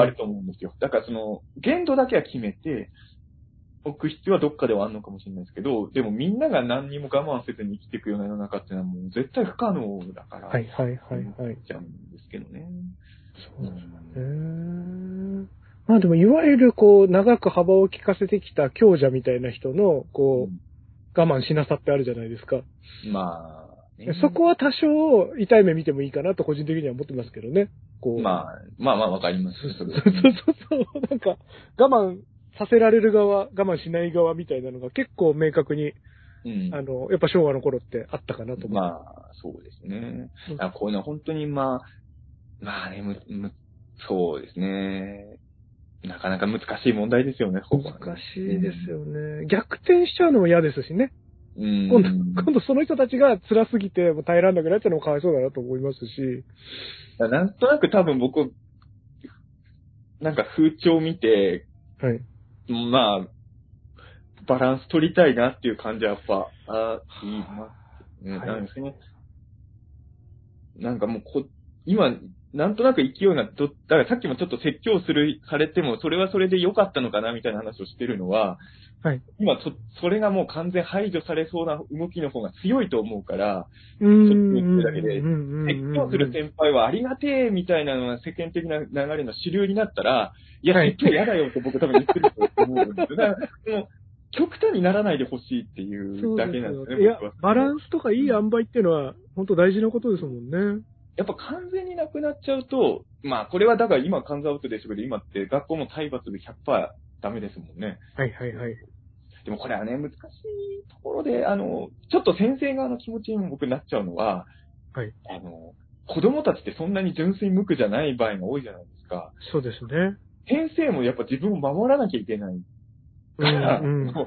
うんですよ。だから限度だけは決めて、置く必要はどっかではあるのかもしれないですけど、でもみんなが何にも我慢せずに生きていくような世の中っていうのはもう絶対不可能だから。 はいはいはいはい。 ちゃうんですけどね。 そうですね。まあでも、いわゆる長く幅を利かせてきた強者みたいな人の、我慢しなさってあるじゃないですか。 まあ、ね、 そこは多少痛い目見てもいいかなと個人的には思ってますけどね。 まあ、わかります。 そう。なんか、我慢させられる側、我慢しない側みたいなのが結構明確に、やっぱ昭和の頃ってあったかなと思って。 まあ、そうですね。こういうのは本当にまあね、そうですね。なかなか難しい問題ですよね、 難しいですよね。逆転しちゃうのも嫌ですしね。今度その人たちが辛すぎてもう耐えられなくなっちゃうのもかわいそうだなと思いますし。 なんとなく多分僕、なんか風潮を見て、 はい。 まあ、バランス取りたいなっていう感じはやっぱ、言いますね。なんですね。なんかもう今、なんとなく勢いがだからさっきもちょっと説教されても、それはそれで良かったのかなみたいな話をしてるのは、 はい。 今それがもう完全排除されそうな動きの方が強いと思うから、 そっちに言ってるだけで、説教する先輩はありがてえみたいなのが世間的な流れの主流になったら、いや、説教嫌だよって僕多分言ってると思うんですよ。だから極端にならないでほしいっていうだけなんですよね、僕は。 バランスとかいい塩梅っていうのは、本当大事なことですもんね。 やっぱ完全になくなっちゃうと、まあこれはだから今カンザアウトでしょうけど、今って学校も体罰で 100% ダメですもんね。 はいはいはい。 でもこれはね、難しいところで、ちょっと先生側の気持ちに僕なっちゃうのは、 はい。 子供たちってそんなに純粋無垢じゃない場合が多いじゃないですか。 そうですね。 先生もやっぱ自分を守らなきゃいけないから、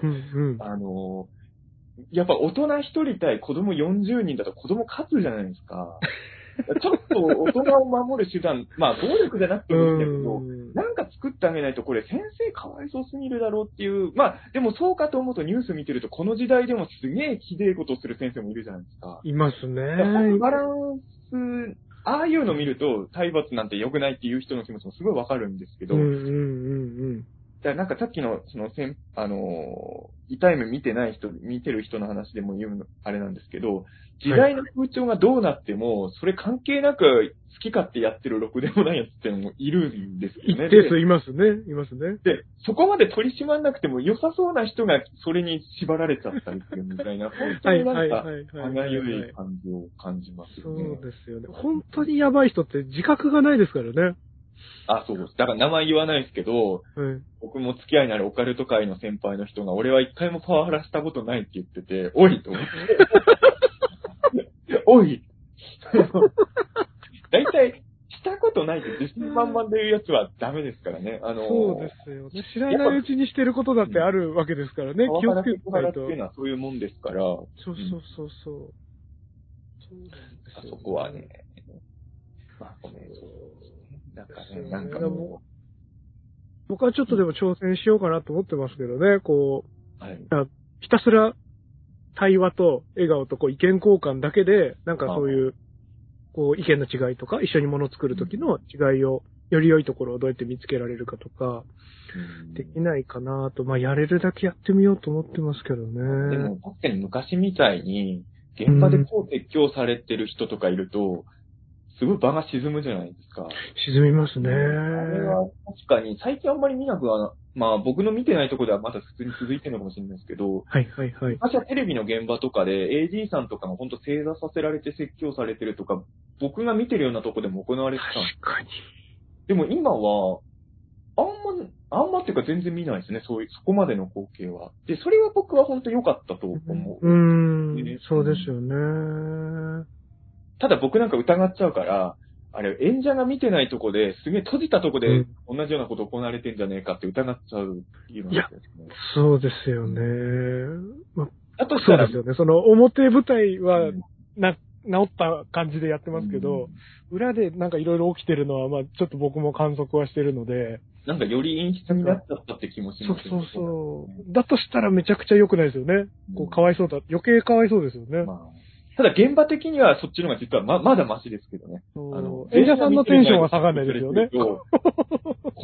やっぱ大人一人対子供40人だと子供勝つじゃないですか。ちょっと大人を守る手段、まあ暴力じゃなくてもいいんだけど、なんか作ってあげないとこれ先生かわいそうすぎるだろうっていう、まあでもそうかと思うとニュース見てるとこの時代でもすげえひでえことをする先生もいるじゃないですか。 いますね。 バランス、ああいうの見ると体罰なんて良くないっていう人の気持ちもすごいわかるんですけど、なんかさっきの痛い目見てる人の話でも言うの、あれなんですけど、時代の風潮がどうなっても、それ関係なく好き勝手やってるろくでもないやつってのもいるんですよね。 一定数いますね。いますね。 で、そこまで取り締まんなくても良さそうな人がそれに縛られちゃったりするみたいな、本当になんか、歯がゆい感じを感じますよね。 そうですよね。本当にやばい人って自覚がないですからね。 そうです。だから名前言わないですけど、僕も付き合いのあるオカルト界の先輩の人が、俺は一回もパワハラしたことないって言ってて、おいと思って。おい大体、したことないって自信満々で言うやつはダメですからね。 そうですよね。知らないうちにしてることだってあるわけですからね。 気をつけないと。っていうのはそういうもんですから。 そう。 そこはね。まあ、ごめん。なんかね、なんかもう。 僕はちょっとでも挑戦しようかなと思ってますけどね。ひたすら対話と笑顔と意見交換だけで、なんかそういう、意見の違いとか、一緒に物を作るときの違いを、より良いところをどうやって見つけられるかとか、できないかなと、まあ、やれるだけやってみようと思ってますけどね。 でも、確かに昔みたいに、現場で説教されてる人とかいると、すごい場が沈むじゃないですか。 沈みますね。あれは確かに、最近あんまり見なくは、まあ僕の見てないところではまだ普通に続いてるのかもしれないですけど、昔はテレビの現場とかで AD さんとかが本当正座させられて説教されてるとか、僕が見てるようなとこでも行われてたんです。 確かに。 でも今は、あんまっていうか全然見ないですね、そこまでの光景は。で、それは僕は本当良かったと思う。 そうですよね。 ただ僕なんか疑っちゃうから、あれ、演者が見てないとこですげえ閉じたとこで同じようなこと行われてんじゃねえかって疑っちゃうっていうのが、ね。 そうですよね。 あとしたら、 そうですよね。その表舞台は治った感じでやってますけど、裏でなんかいろいろ起きてるのは、まあちょっと僕も観測はしてるので。 なんかより演出になっちゃったって気もします。 そう。だとしたらめちゃくちゃ良くないですよね。かわいそうだ。余計かわいそうですよね。 ただ現場的にはそっちの方が実はまだマシですけどね。 演者さんのテンションは下がらないですよね。 これから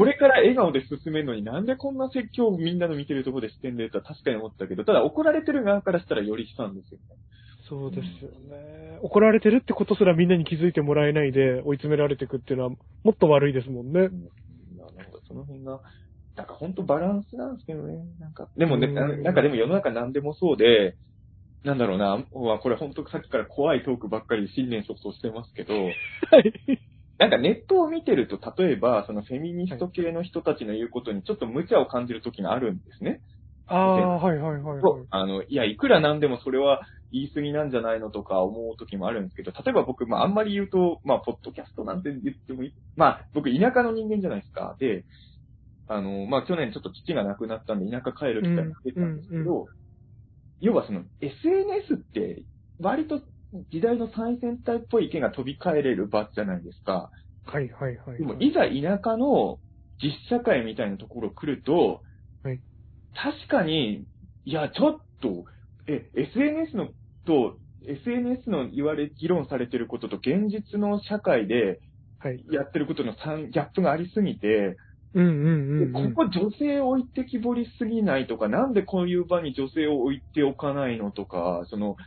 笑顔で進めるのになんでこんな説教をみんなの見てるところでしてんでとは確かに思ったけど、ただ怒られてる側からしたらより悲惨ですよね。 そうですよね。怒られてるってことすらみんなに気づいてもらえないで追い詰められていくっていうのはもっと悪いですもんね。 なんかその辺が、なんか本当バランスなんですけどね。なんか、でもね、なんかでも世の中何でもそうで、なんだろうな、これ本当さっきから怖いトークばっかり新年早々してますけど、 はい。 なんかネットを見てると、例えば、そのフェミニスト系の人たちの言うことにちょっと無茶を感じる時があるんですね。 はいはいはい、はい。 いや、いくらなんでもそれは言い過ぎなんじゃないのとか思う時もあるんですけど、例えば僕、あんまり言うと、ポッドキャストなんて言ってもいい。僕、田舎の人間じゃないですか。で、去年ちょっと父が亡くなったんで、田舎帰る機会が出たんですけど、要はその SNS って割と時代の最先端っぽい意見が飛び交えれる場じゃないですか。 はいはいはい。 でもいざ田舎の実社会みたいなところ来ると、 はい、 確かに、いや、ちょっと、SNS の議論されてることと現実の社会でやってることのギャップがありすぎて、ここ女性置いてきぼりすぎないとか、なんでこういう場に女性を置いておかないのとか、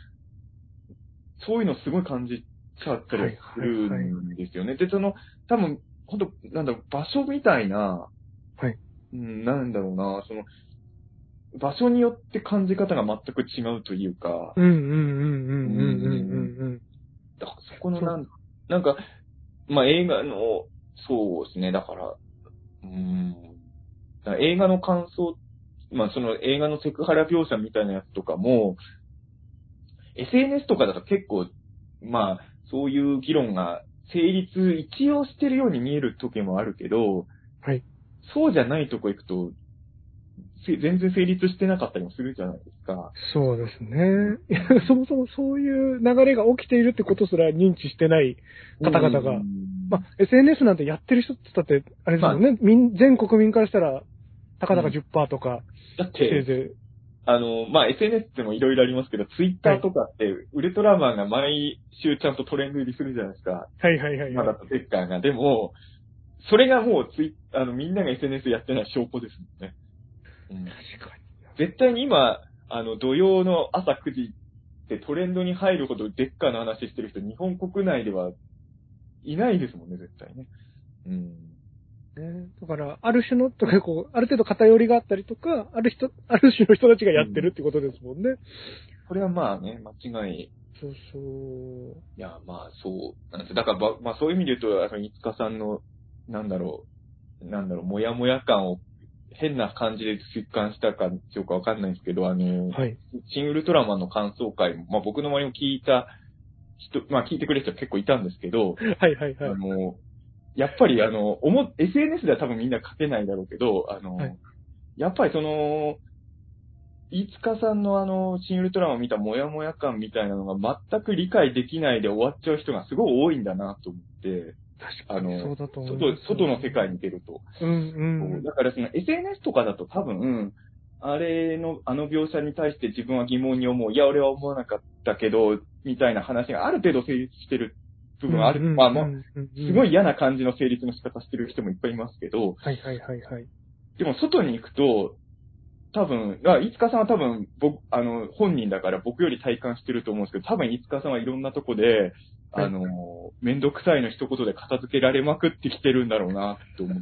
そういうのすごい感じちゃったりするんですよね。で、多分、本当場所みたいな、 はい。 なんだろうな、場所によって感じ方が全く違うというか、だからそこのなんか、映画の、そうですね、だから、映画の感想、その映画のセクハラ描写みたいなやつとかも、SNS とかだと結構、そういう議論が成立一応してるように見える時もあるけど、 はい。 そうじゃないとこ行くと、全然成立してなかったりもするじゃないですか。 そうですね。そもそもそういう流れが起きているってことすら認知してない方々が、SNS なんてやってる人って言ったって、あれですもんね、全国民からしたら、たかだか 10% とか、 だって、SNS ってもいろいろありますけど、ツイッターとかって、ウルトラマンが毎週ちゃんとトレンド入りするじゃないですか。まだとテッカーが。でも、それがもうみんなが SNS やってない証拠ですもんね。 確かに。 絶対に今、土曜の朝9時ってトレンドに入るほどデッカーの話してる人、日本国内ではいないですもんね、絶対ね。 だから、ある種の、とかある程度偏りがあったりとか、ある種の人たちがやってるってことですもんね。 これは間違い。 そうそう。 いや、そうなんです。だから、そういう意味で言うと、いつかさんの、もやもや感を変な感じで実感したかどうかわかんないんですけど、シン・ウルトラマンの感想会も、僕の周りに聞いた人、聞いてくれる人結構いたんですけど、やっぱりSNS では多分みんな書けないだろうけど、やっぱり飯塚さんのシン・ウルトラマンを見たモヤモヤ感みたいなのが全く理解できないで終わっちゃう人がすごい多いんだなと思って、 そうだと思います。 外の世界に出ると。だからSNS とかだと多分、あの描写に対して自分は疑問に思う。いや、俺は思わなかったけど、みたいな話がある程度成立してる部分ある。すごい嫌な感じの成立の仕方してる人もいっぱいいますけど、でも外に行くと、多分、飯塚さんは多分、本人だから僕より体感してると思うんですけど、多分飯塚さんはいろんなとこで、めんどくさいの一言で片付けられまくってきてるんだろうなと思って、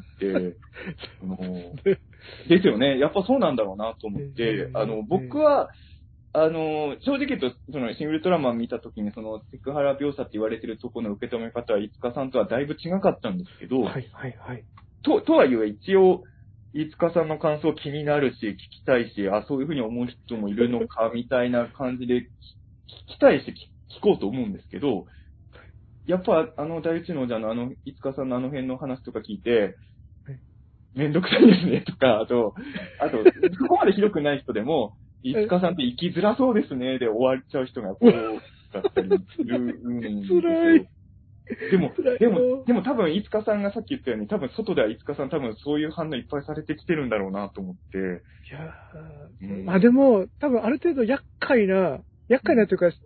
ですよね。やっぱそうなんだろうなと思って、僕は、正直言うと、シン・ウルトラマン見たときに、セクハラ描写って言われてるとこの受け止め方は、飯塚さんとはだいぶ違かったんですけど、とはいえ、一応、飯塚さんの感想気になるし、聞きたいし、そういうふうに思う人もいるのか、みたいな感じで、聞きたいし、聞こうと思うんですけど、やっぱ、大知能者の飯塚さんのあの辺の話とか聞いて、めんどくさいですね、とか、あと、そこまでひどくない人でも、飯塚さんって生きづらそうですね、で終わっちゃう人が多かったりするんですよ。 辛い。 でも多分、飯塚さんがさっき言ったように、多分外では飯塚さん多分そういう反応いっぱいされてきてるんだろうなと思って。 いやでも、多分ある程度厄介なというか、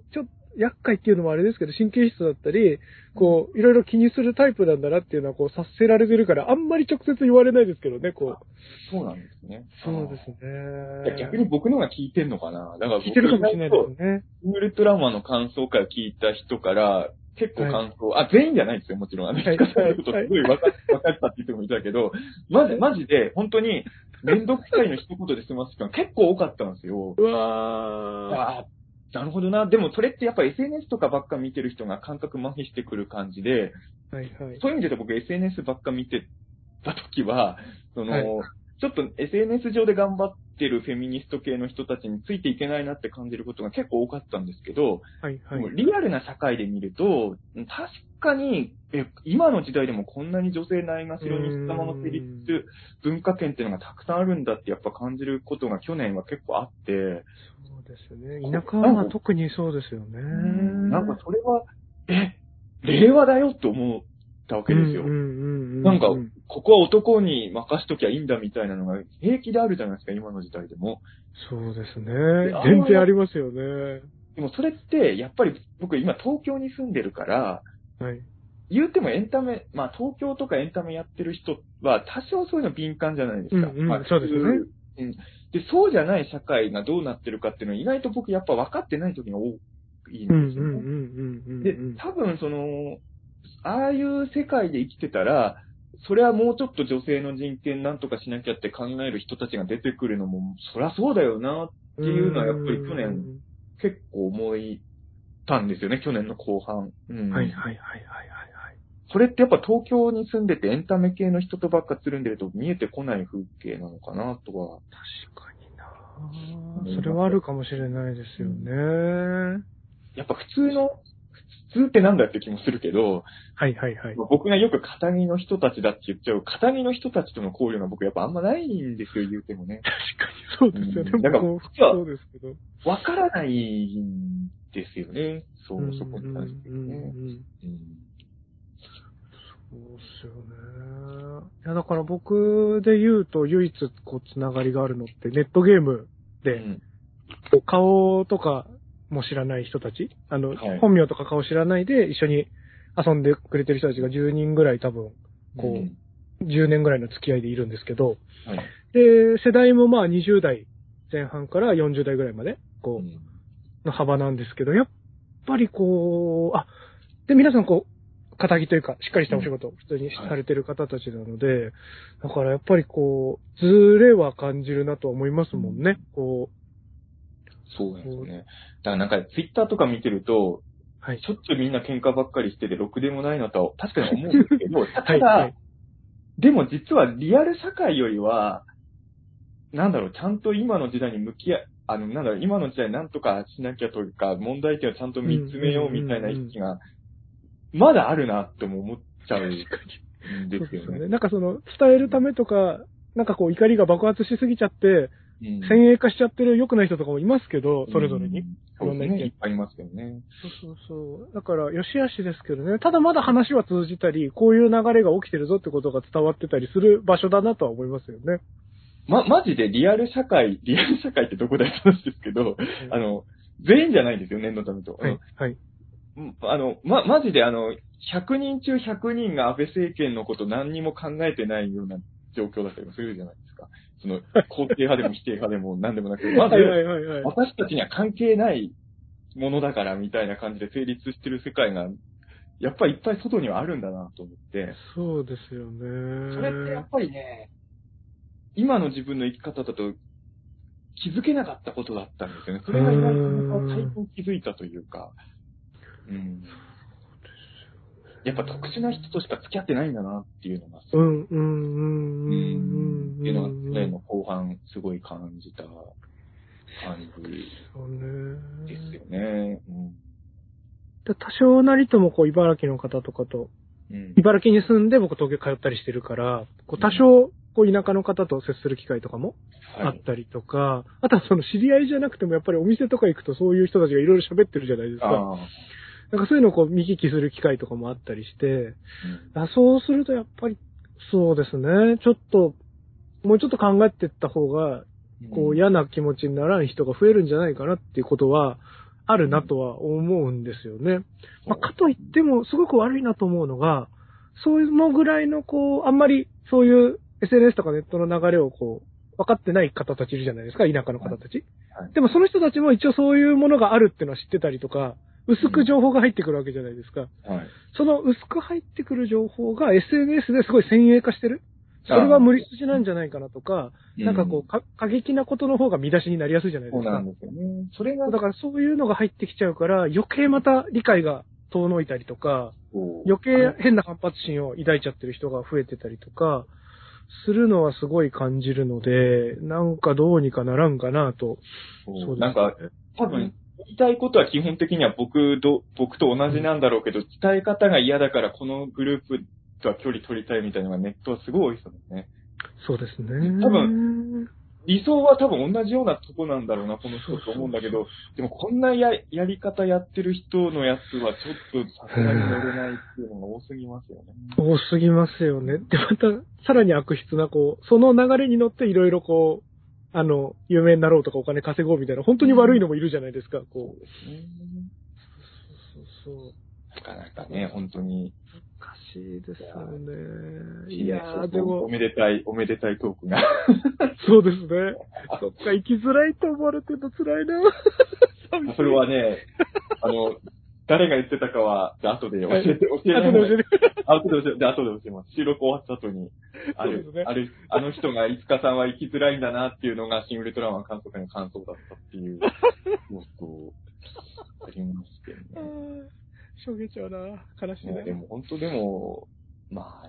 厄介っていうのもあれですけど、神経質だったり、こう、いろいろ気にするタイプなんだなっていうのは、こう、察せられてるから、あんまり直接言われないですけどね、こう。 そうなんですね。 そうですね。 逆に僕のが聞いてんのかな。だから僕聞いてるかもしれないですね。 ウルトラマンの感想会を聞いた人から、結構感想、全員じゃないですよ、もちろん。 はいヒカさんのことすごい分かったって言ってもいたけど、マジで、本当に、めんどくさいの一言で済ます人が結構多かったんですよ。 うわー。なるほどな。でもそれってやっぱ SNS とかばっか見てる人が感覚麻痺してくる感じで、 はいはい。 そういう意味で言うと僕 SNS ばっか見てた時は、 はい、 ちょっと SNS 上で頑張ってるフェミニスト系の人たちについていけないなって感じることが結構多かったんですけど、 はいはい。 でもリアルな社会で見ると、確かに、今の時代でもこんなに女性ないがしろにしたまま成立する文化圏っていうのがたくさんあるんだってやっぱ感じることが去年は結構あって。 そうですね。田舎は特にそうですよね。 なんかそれは、令和だよって思ったわけですよ。なんか、ここは男に任しときゃいいんだみたいなのが平気であるじゃないですか、今の時代でも。 そうですね。全然ありますよね。 でもそれって、やっぱり僕今東京に住んでるから、 はい。 言うてもエンタメ、東京とかエンタメやってる人は多少そういうの敏感じゃないですか。 そうですね。 で、そうじゃない社会がどうなってるかっていうのは意外と僕やっぱ分かってない時が多いんですよね。で、多分ああいう世界で生きてたら、それはもうちょっと女性の人権なんとかしなきゃって考える人たちが出てくるのも、そりゃそうだよなっていうのはやっぱり去年結構思ったんですよね、去年の後半。 はい。 それってやっぱ東京に住んでてエンタメ系の人とばっかつるんでると見えてこない風景なのかなとは。 確かにな。それはあるかもしれないですよね。 やっぱ普通ってなんだって気もするけど、 はい。 僕がよく片木の人たちだって言っちゃう、片木の人たちとの交流が僕やっぱあんまないんですよ、言うてもね。 確かにそうですよね。 だからそうですけど。 わからないんですよね。そこに関してね。 そうっすよね。いや、だから僕で言うと唯一つながりがあるのってネットゲームで、顔とかも知らない人たち、本名とか顔知らないで一緒に遊んでくれてる人たちが10人ぐらい多分、10年ぐらいの付き合いでいるんですけど、で、世代も20代前半から40代ぐらいまで、の幅なんですけど、やっぱりで、皆さん肩着というか、しっかりしたお仕事を普通にされてる方たちなので、だからやっぱりズレは感じるなと思いますもんね、 そうですね。だからなんかツイッターとか見てると、しょっちゅうみんな喧嘩ばっかりしててろくでもないなとは確かに思うんですけど、ただ、でも実はリアル社会よりは、ちゃんと今の時代に向き合い、今の時代なんとかしなきゃというか、問題点をちゃんと見つめようみたいな意識が、まだあるなっても思っちゃうんですよね。 なんか伝えるためとか、なんか怒りが爆発しすぎちゃって、先鋭化しちゃってる良くない人とかもいますけど、それぞれに。 そうですね。いっぱいいますけどね。 そう。だから、良し悪しですけどね。ただまだ話は通じたり、こういう流れが起きてるぞってことが伝わってたりする場所だなとは思いますよね。 マジでリアル社会ってどこで話ですけど、全員じゃないんですよ、念のためと。マジで100人中100人が安倍政権のこと何にも考えてないような状況だったりもするじゃないですか。肯定派でも否定派でも何でもなくて、まず、私たちには関係ないものだからみたいな感じで成立してる世界が、やっぱりいっぱい外にはあるんだなと思って。 そうですよね。 それってやっぱりね、今の自分の生き方だと気づけなかったことだったんですよね。それが今最近気づいたというか。やっぱ特殊な人としか付き合ってないんだなっていうのが、っていうのが、去年の後半すごい感じた感じですよね。 多少なりとも茨城の方とかと、茨城に住んで僕東京通ったりしてるから、多少田舎の方と接する機会とかもあったりとか、あとは知り合いじゃなくてもやっぱりお店とか行くとそういう人たちがいろいろ喋ってるじゃないですか。なんかそういうのを見聞きする機会とかもあったりして、そうするとやっぱりそうですね、もうちょっと考えていった方が、嫌な気持ちにならん人が増えるんじゃないかなっていうことは、 あるなとは思うんですよね。まあ、かといっても、すごく悪いなと思うのが、そういうのぐらいの、あんまりそういう SNS とかネットの流れを分かってない方たちいるじゃないですか、田舎の方たち。 はい。 でもその人たちも一応そういうものがあるっていうのは知ってたりとか、薄く情報が入ってくるわけじゃないですか。 はい。 その薄く入ってくる情報が SNS ですごい先鋭化してる。それは無理筋なんじゃないかなとか、なんか過激なことの方が見出しになりやすいじゃないですか。 そうなんですよね。それが、 だからそういうのが入ってきちゃうから、余計また理解が遠のいたりとか、余計変な反発心を抱いちゃってる人が増えてたりとか、するのはすごい感じるので、なんかどうにかならんかなと。 そうですね。なんか、多分、言いたいことは基本的には僕と同じなんだろうけど、伝え方が嫌だからこのグループとは距離取りたいみたいなのがネットはすごい多いですもんね。 そうですね。 多分、理想は多分同じようなとこなんだろうな、この人と思うんだけど、でもこんなやり方やってる人のやつはちょっとさすがに乗れないっていうのが多すぎますよね。 多すぎますよね。で、また、さらに悪質な、その流れに乗っていろいろ有名になろうとかお金稼ごうみたいな、本当に悪いのもいるじゃないですか、 そうですね。 そう。 なかなかね、本当に。 おかしいですよね。 いやでも。おめでたいトークが。 そうですね。そっか、生きづらいと思われてるの辛いな。 それはね、誰が言ってたかは、後で教えて。後で教えます。収録終わった後に、あの人が、いつかさんは生きづらいんだなっていうのが、シン・ウルトラマン監督の感想だったっていう、ありますけどね。 しょげちゃうな。悲しいな。 でも本当ま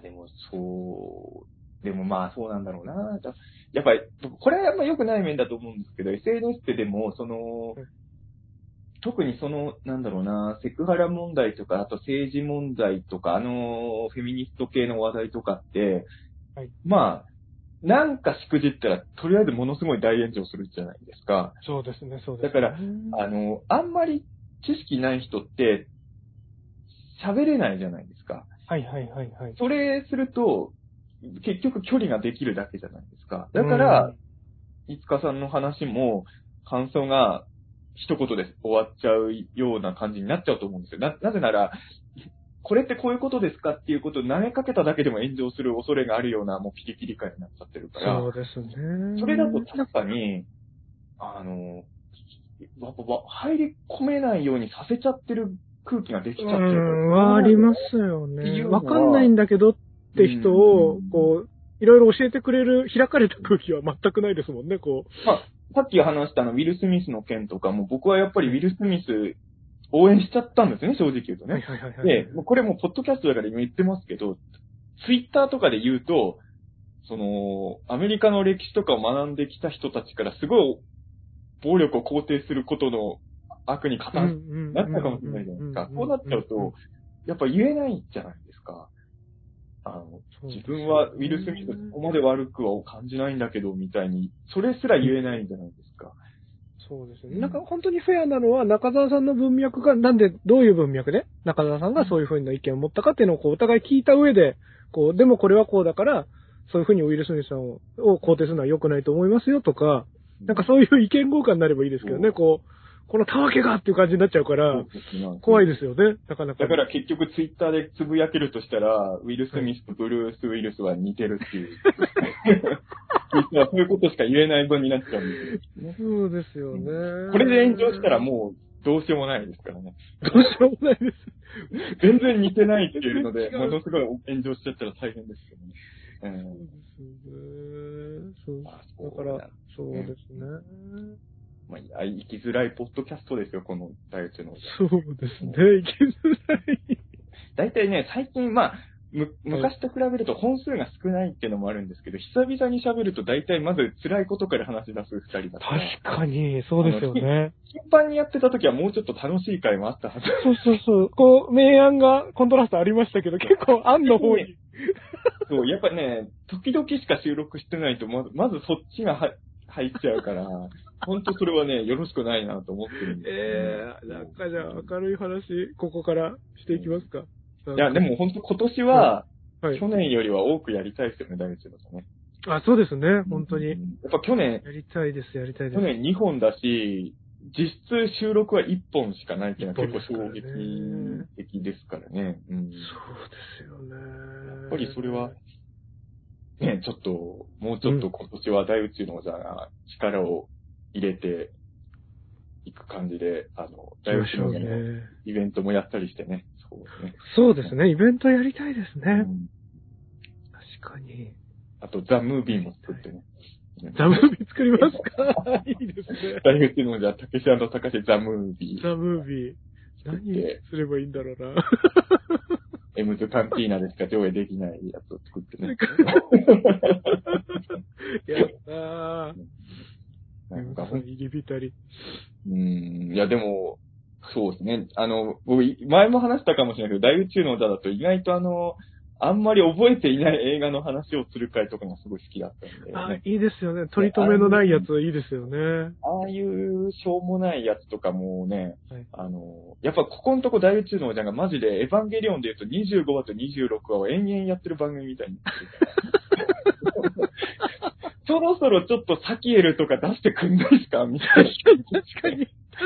あそうなんだろうな。やっぱり、これはやっぱ良くない面だと思うんですけど、SNS ってでも、特になんだろうな、セクハラ問題とか、あと政治問題とか、フェミニスト系の話題とかって、 はい、 まあ、なんかしくじったら、とりあえずものすごい大炎上するじゃないですか。 そうですね。 だから、あんまり知識ない人って、喋れないじゃないですか。 はい。 それすると、結局距離ができるだけじゃないですか。だから、いつかさんの話も、感想が一言で終わっちゃうような感じになっちゃうと思うんですよ。なぜなら、これってこういうことですかっていうことを投げかけただけでも炎上する恐れがあるような、もうピリピリ感になっちゃってるから。 そうですね。 それだと確かに、入り込めないようにさせちゃってる空気ができちゃってる。 ありますよね。わかんないんだけどって人を、いろいろ教えてくれる、開かれた空気は全くないですもんね、 まあ、さっき話したウィル・スミスの件とかも、僕はやっぱりウィル・スミス応援しちゃったんですね、正直言うとね。で、これもポッドキャストだから言ってますけど、ツイッターとかで言うと、アメリカの歴史とかを学んできた人たちからすごい暴力を肯定することの悪に加担なったかもしれないじゃないですか。こうなっちゃうと、やっぱ言えないじゃないですか。自分はウィル・スミスそこまで悪くは感じないんだけど、みたいに、それすら言えないんじゃないですか。 そうですね。なんか本当にフェアなのは、中澤さんの文脈が、どういう文脈で、中澤さんがそういうふうな意見を持ったかっていうのをお互い聞いた上で、でもこれはこうだから、そういうふうにウィル・スミスさんを肯定するのは良くないと思いますよとか、なんかそういう意見交換になればいいですけどね、このたわけがっていう感じになっちゃうから、怖いですよね、なかなか。 だから結局ツイッターでつぶやけるとしたら、ウィル・スミスとブルース・ウィルスは似てるっていう。実はそういうことしか言えない分になっちゃうんですよ。 そうですよね。 これで炎上したらもうどうしようもないですからね。 どうしようもないです。 全然似てないっていうので、ものすごい炎上しちゃったら大変ですけどね。 そうですね。だから、そうですね。 まあ、生きづらいポッドキャストですよ、この大地の。 そうですね、生きづらい。 大体ね、最近、まあ、昔と比べると本数が少ないっていうのもあるんですけど、久々に喋ると大体まず辛いことから話し出す二人だから。 確かに、そうですよね。 頻繁にやってた時はもうちょっと楽しい回もあったはず。 そう。明暗がコントラストありましたけど、結構暗の方に。 そう、やっぱね、時々しか収録してないと、まずそっちが入っちゃうから、本当それはね、よろしくないなと思ってるんで。 なんかじゃあ明るい話、ここからしていきますか。 いや、でも本当今年は、去年よりは多くやりたいですよね、大地のね。 そうですね、本当に。やっぱ去年、 やりたいです。 去年2本だし、 実質収録は1本しかないっていうのは結構一本衝ですからね撃的ですからね。うん。 そうですよね。 やっぱりそれは、ね、ちょっと、もうちょっと今年は大宇宙の王者が力を入れていく感じで、大宇宙の王者のイベントもやったりしてね。そうね。 そうですね。イベントやりたいですね。 うん、 確かに。 あと、ザ・ムービーも作ってね。 ザ・ムービー作りますかいいですね。 大宇宙の王者、たけし&たかしザ・ムービー。 ザ・ムービー。何すればいいんだろうな。 エムズ・カンティーナでしか上映できないやつを作ってね。 やったー。 なんか入り浸り。 いやでも、そうですね。僕、前も話したかもしれないけど、大宇宙の歌だと意外とあんまり覚えていない映画の話をする回とかもすごい好きだったんで、ね。 いいですよね。取り留めのないやついいですよね。 ああいうしょうもないやつとかもね、 はい、 やっぱここのとこ大宇宙のおじゃんがマジでエヴァンゲリオンで言うと25話と26話を延々やってる番組みたいになってるから。そろそろちょっとサキエルとか出してくんないですかみたいな。 確かに。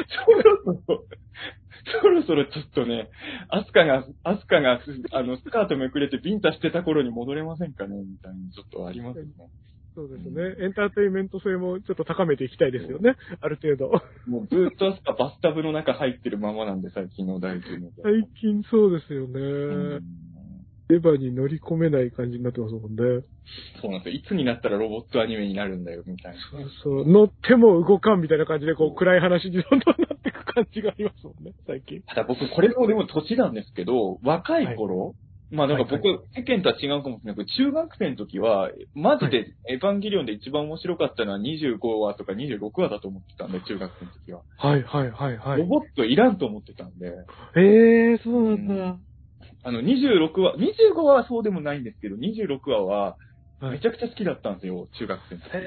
そろそろちょっとね、アスカが、スカートめくれてビンタしてた頃に戻れませんかねみたいにちょっとありますよね。 そうですね。エンターテインメント性もちょっと高めていきたいですよね。ある程度。 もうずっとアスカバスタブの中入ってるままなんで、最近の大宇宙の。 最近そうですよね。エヴァに乗り込めない感じになってますもんね。 そうなんですよ。いつになったらロボットアニメになるんだよ、みたいな。 そう。乗っても動かんみたいな感じで、こう、暗い話にどんどんなっていく感じがありますもんね、最近。 ただ僕、これもでも年なんですけど、若い頃、まあなんか僕、世間とは違うかもしれないけど、中学生の時は、マジでエヴァンゲリオンで一番面白かったのは25話とか26話だと思ってたんで、中学生の時は。ロボットいらんと思ってたんで。 そうなんだ。 26話、25話はそうでもないんですけど、26話は、めちゃくちゃ好きだったんですよ、中学生の時。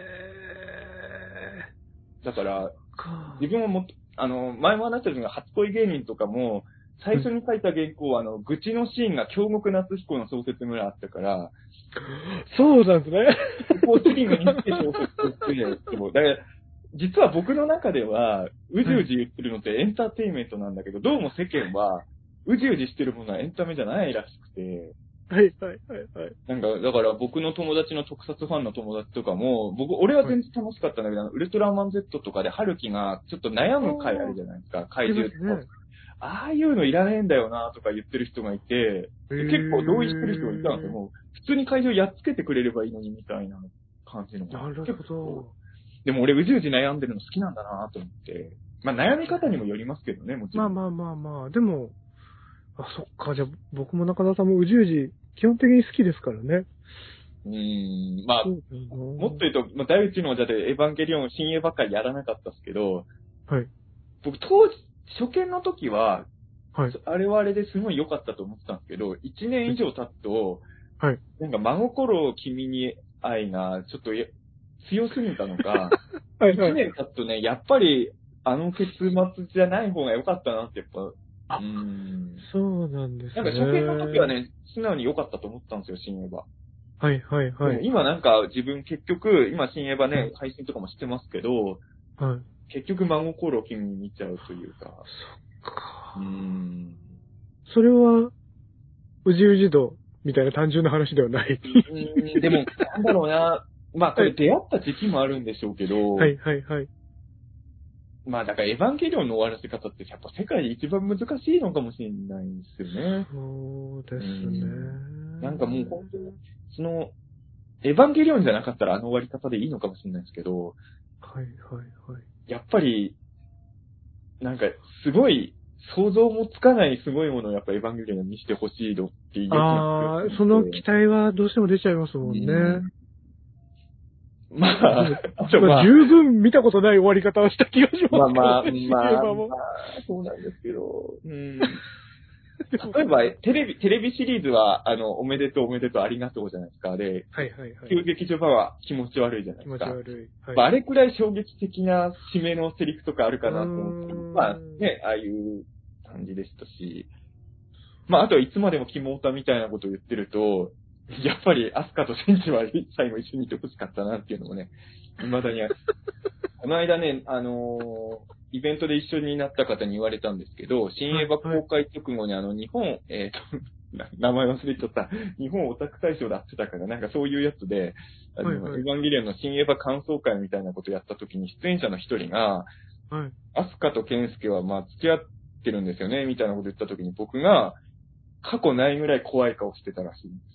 だから、自分も前も話したように初恋芸人とかも、最初に書いた原稿は、愚痴のシーンが京極夏彦の小説村あったから、 そうなんですね。 そこをスリムにして小説として、だから、実は僕の中では、うじうじ言ってるのってエンターテインメントなんだけど、どうも世間は、うじうじしてるものはエンタメじゃないらしくて。なんか、だから僕の友達の特撮ファンの友達とかも、俺は全然楽しかったんだけど、ウルトラマン Z とかで春樹がちょっと悩む回あるじゃないですか、怪獣とか。ああいうのいらねえんだよなとか言ってる人がいて、結構同意してる人がいたんですよ。もう普通に怪獣やっつけてくれればいいのにみたいな感じの。 なるほど。 でも俺うじうじ悩んでるの好きなんだなと思って。まあ悩み方にもよりますけどね、もちろん。 まあ。でも、そっか、じゃあ僕も中田さんもうじうじ基本的に好きですからね。 まあ、もっと言うと、まあ、第一のじゃでエヴァンゲリオン新エヴァ会やらなかったですけど、僕当時、初見の時は、あれはあれですごい良かったと思ってたんですけど、1年以上経つと、なんか真心君に愛がちょっと強すぎたのか、1年経つとね、やっぱり結末じゃない方が良かったなってやっぱ、 そうなんですね。 なんか初見の時はね、素直に良かったと思ったんですよ、新エヴァ。でも今なんか自分結局、今新エヴァね、配信とかもしてますけど、結局真心を君に見ちゃうというか。そっか。それは、うじうじ度みたいな単純な話ではない。 でも、なんだろうな。まあこれ出会った時期もあるんでしょうけど、まあだからエヴァンゲリオンの終わらせ方ってやっぱ世界で一番難しいのかもしれないんですよね。 そうですね。 なんかもう本当に、エヴァンゲリオンじゃなかったら終わり方でいいのかもしれないですけど、やっぱり、なんかすごい、想像もつかないすごいものをやっぱエヴァンゲリオンに見せてほしいのっていう。 その期待はどうしても出ちゃいますもんね。 まあ、 十分見たことない終わり方をした気がしますまあ、そうなんですけど。例えば、テレビシリーズは、おめでとうおめでとうありがとうじゃないですか。で、旧劇場版は気持ち悪いじゃないですか。気持ち悪い。あれくらい衝撃的な締めのセリフとかあるかなと思って、まあね、ああいう感じでしたし、まああとはいつまでもキモータみたいなことを言ってると、 やっぱりアスカとシンジは最後一緒にいてほしかったなっていうのもね、未だにある。この間ね、イベントで一緒になった方に言われたんですけど、新エヴァ公開直後に日本、名前忘れちゃった。日本オタク大賞であってたから、なんかそういうやつで、エヴァンゲリオンの新エヴァ感想会みたいなことやった時に出演者の一人が、アスカとケンスケはまあ付き合ってるんですよね、みたいなこと言った時に僕が、過去ないぐらい怖い顔してたらしいんです。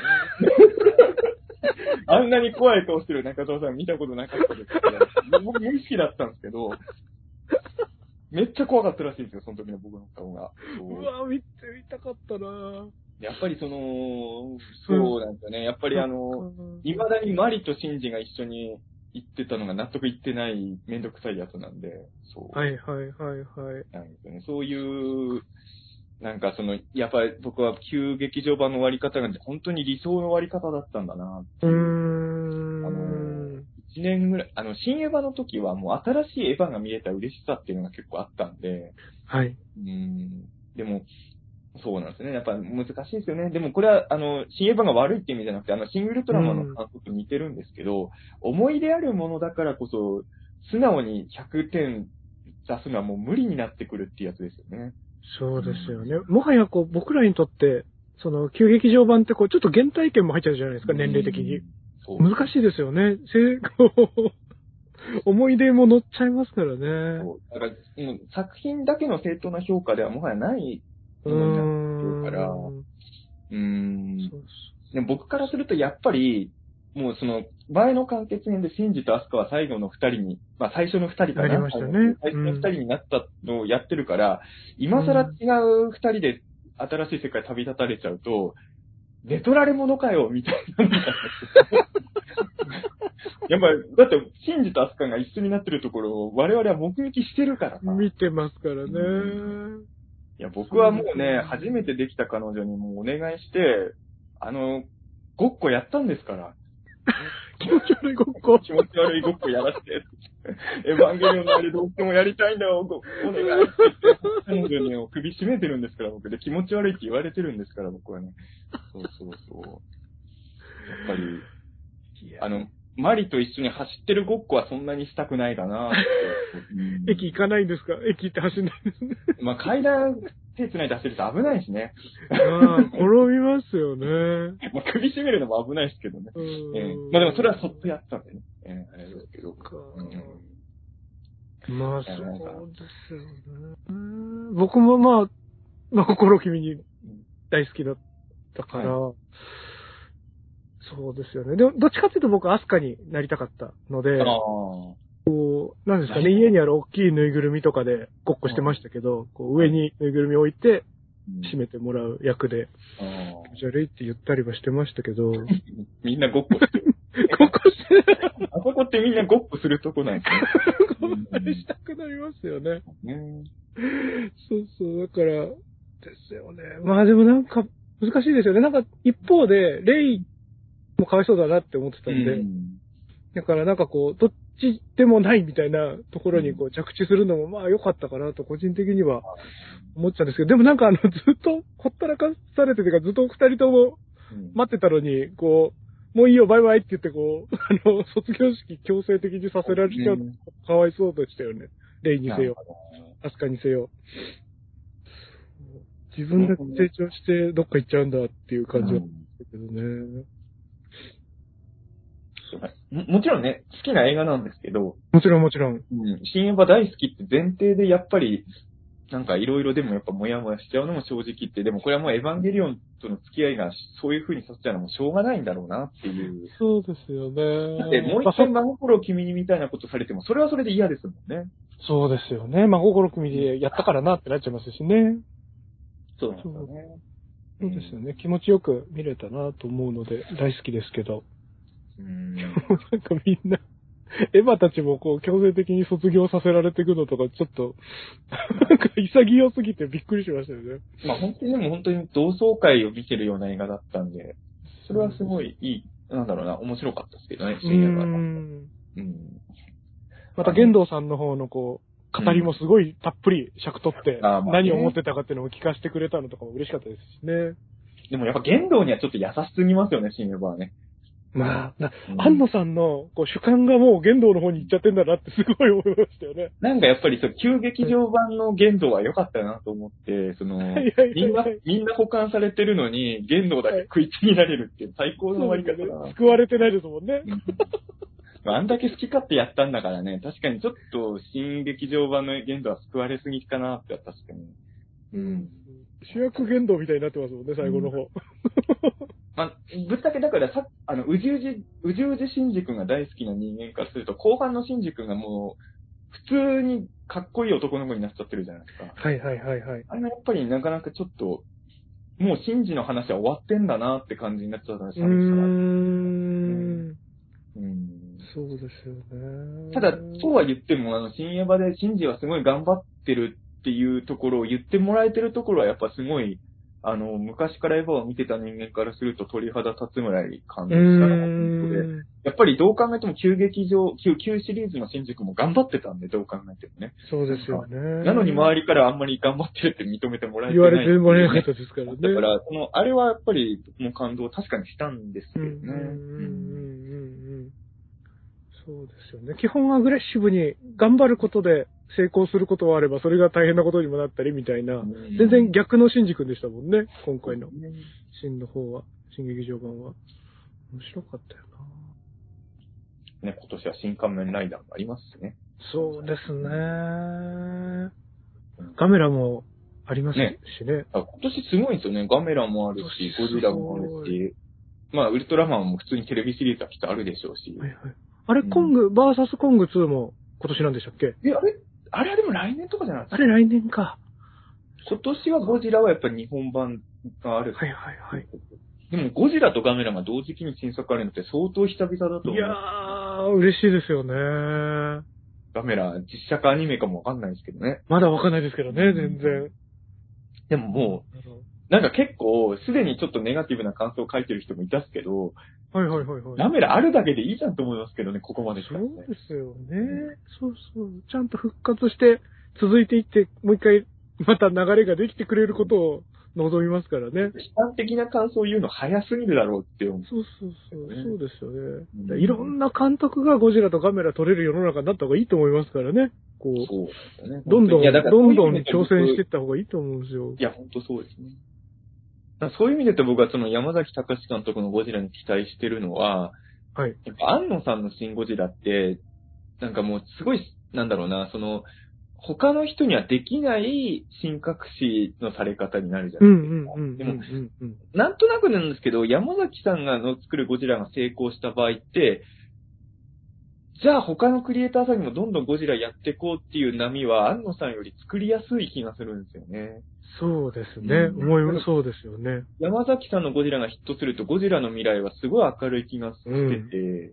あんなに怖い顔してる中澤さん見たことなかったですけど、僕無意識だったんですけど、めっちゃ怖かったらしいんですよ、その時の僕の顔が。 うわ、見たかったな。 やっぱりそうなんですよね。やっぱり未だにマリとシンジが一緒に行ってたのが納得いってないめんどくさいやつなんで、そう。 はい。 なんですよね。そういう、なんかやっぱり僕は旧劇場版の終わり方が本当に理想の終わり方だったんだなっていう。1年ぐらい、新エヴァの時はもう新しいエヴァが見れた嬉しさっていうのが結構あったんで。 はい。 でも、そうなんですね。やっぱ難しいですよね。でもこれは、新エヴァが悪いって意味じゃなくて、シン・ウルトラマンの感想と似てるんですけど、思い出あるものだからこそ、素直に100点出すのはもう無理になってくるっていうやつですよね。 そうですよね。もはや僕らにとって、旧劇場版ってちょっと原体験も入っちゃうじゃないですか、年齢的に。難しいですよね。思い出も乗っちゃいますからね。 だから作品だけの正当な評価ではもはやないものになってるから、で僕からするとやっぱり、もう前の完結編でシンジとアスカは最後の二人に、まあ最初の二人かな。 なりましたね。 最初の二人になったのをやってるから、今更違う二人で新しい世界旅立たれちゃうと、寝取られ者かよ、みたいな。やっぱり、だって、シンジとアスカが一緒になってるところを我々は目撃してるからさ。 見てますからね。 いや、僕はもうね、初めてできた彼女にもうお願いして、ごっこやったんですから。 気持ち悪いごっこ。 気持ち悪いごっこやらせて。エヴァンゲリオンのあれどうしてもやりたいんだよ、お願いって言って、彼女に首絞めてるんですから、僕で気持ち悪いって言われてるんですから、僕はね。そう。やっぱり、マリと一緒に走ってるごっこはそんなにしたくないかなって。 駅行かないんですか？駅行って走んないんですね。 まあ階段手繋いで走ると危ないしね。 転びますよね。 まあ首絞めるのも危ないですけどね。まあでもそれはそっとやったんでね。あれですけど。 まあそうですよね。僕もまあ心君に大好きだったから、そうですよね。でも、どっちかっていうと僕、アスカになりたかったので、なんですかね、家にある大きいぬいぐるみとかでごっこしてましたけど、上にぬいぐるみ置いて、締めてもらう役で、気持ち悪いって言ったりはしてましたけど。 みんなごっこしてる。 ごっこしてる。 あそこってみんなごっこするとこなんですね。 あれしたくなりますよね。そう、だから、ですよね。まあでもなんか、難しいですよね。なんか、一方で、レイもかわいそうだなって思ってたんで、だからなんかどっちでもないみたいなところに着地するのもまあ良かったかなと個人的には思っちゃうんですけど、でもなんかずっとほったらかされててか、ずっと二人とも待ってたのに、もういいよバイバイって言って卒業式強制的にさせられちゃうかわいそうでしたよね。レイにせよ、アスカにせよ。自分だけ成長してどっか行っちゃうんだっていう感じはしたけどね。 もちろんね、好きな映画なんですけど。 もちろん。 新エヴァ大好きって前提でやっぱり、なんかいろいろでもやっぱモヤモヤしちゃうのも正直言って、でもこれはもうエヴァンゲリオンとの付き合いがそういう風にさせちゃうのもしょうがないんだろうなっていう。 そうですよね。 だってもう一回真心を君にみたいなことされても、それはそれで嫌ですもんね。 そうですよね。真心君でやったからなってなっちゃいますしね。 そうなんですよね。 そうですよね。気持ちよく見れたなと思うので大好きですけど。なんかみんな、エヴァたちも強制的に卒業させられていくのとか、ちょっと、なんか潔すぎてびっくりしましたよね。 まあ本当に同窓会を見てるような映画だったんで、それはすごいいい、なんだろうな、面白かったですけどね、新エヴァ。 また玄道さんの方の語りもすごいたっぷり尺取って、何を思ってたかっていうのを聞かせてくれたのとかも嬉しかったですしね。 でもやっぱ言動にはちょっと優しすぎますよね、新エヴァはね。 まあ、安野さんのこう主観がもう言動の方に行っちゃってんだなってすごい思いましたよね。 なんかやっぱり旧劇場版の言動は良かったなと思って、みんな保管されてるのに、言動だけ食いつになれるっていう最高の終わり方だな。 救われてないですもんね。 あんだけ好き勝手やったんだからね、確かにちょっと新劇場版の言動は救われすぎかなって確かに。 主役言動みたいになってますもんね、最後の方。 まあ、ぶっちゃけだから宇宙児シンジ君が大好きな人間からすると、後半のシンジ君がもう、普通にかっこいい男の子になっちゃってるじゃないですか。 はいはいはいはい。 あれはやっぱりなかなかちょっと、もうシンジの話は終わってんだなって感じになっちゃったら寂しさがある。 そうですよね。 ただ、そうは言っても、新エヴァでシンジはすごい頑張ってるっていうところを言ってもらえてるところはやっぱすごい、昔からエヴァを見てた人間からすると鳥肌立つぐらい感動したなと思って、やっぱりどう考えても旧シリーズの新宿も頑張ってたんで、どう考えてもね。 そうですよね。 なのに周りからあんまり頑張ってるって認めてもらえて言ない。 われてもらえなかったですからね。 だから、あれはやっぱり、もう感動確かにしたんですけどね。 そうですよね。基本アグレッシブに頑張ることで成功することはあれば、それが大変なことにもなったりみたいな、全然逆のシンジ君でしたもんね、今回の新の方は、新劇場版は。面白かったよな。ね、今年は新仮面ライダーもありますしね。 そうですね。ガメラもありますしね。 今年すごいですよね。ガメラもあるし、ゴジラもあるし、まあ、ウルトラマンも普通にテレビシリーズはきっとあるでしょうし。 はいはい。あれ、コング、バーサスコング2も今年なんでしたっけ？ あれはでも来年とかじゃないですか。 あれ来年か。 今年はゴジラはやっぱり日本版がある。 はいはいはい。 でもゴジラとガメラが同時期に新作あるのって相当久々だと思う。 いやー、嬉しいですよね。 ガメラ、実写かアニメかもわかんないですけどね。 まだわかんないですけどね、全然。 でももう、なんか結構、すでにちょっとネガティブな感想を書いてる人もいたっすけど、 はいはいはいはい。 ガメラあるだけでいいじゃんと思いますけどね、ここまで来たらね。 そうですよね。そうそう。ちゃんと復活して続いていって、もう一回また流れができてくれることを望みますからね。 悲観的な感想を言うの早すぎるだろうって思う。 そうそうそう。そうですよね。いろんな監督がゴジラとガメラ撮れる世の中になった方がいいと思いますからね。こう。 そうですね。 どんどん挑戦していった方がいいと思うんですよ。 いや、本当そうですね。そういう意味で言うと僕はその山崎隆監督のゴジラに期待してるのは、 はい。 やっぱ安野さんのシンゴジラって、なんかもうすごい、なんだろうな、他の人にはできない神隠しのされ方になるじゃないですか。でも、なんとなくなんですけど、山崎さんが作るゴジラが成功した場合って、じゃあ他のクリエイターさんにもどんどんゴジラやっていこうっていう波は安野さんより作りやすい気がするんですよね。 そうですね。そうですよね。 山崎さんのゴジラがヒットすると、ゴジラの未来はすごい明るい気がしてて、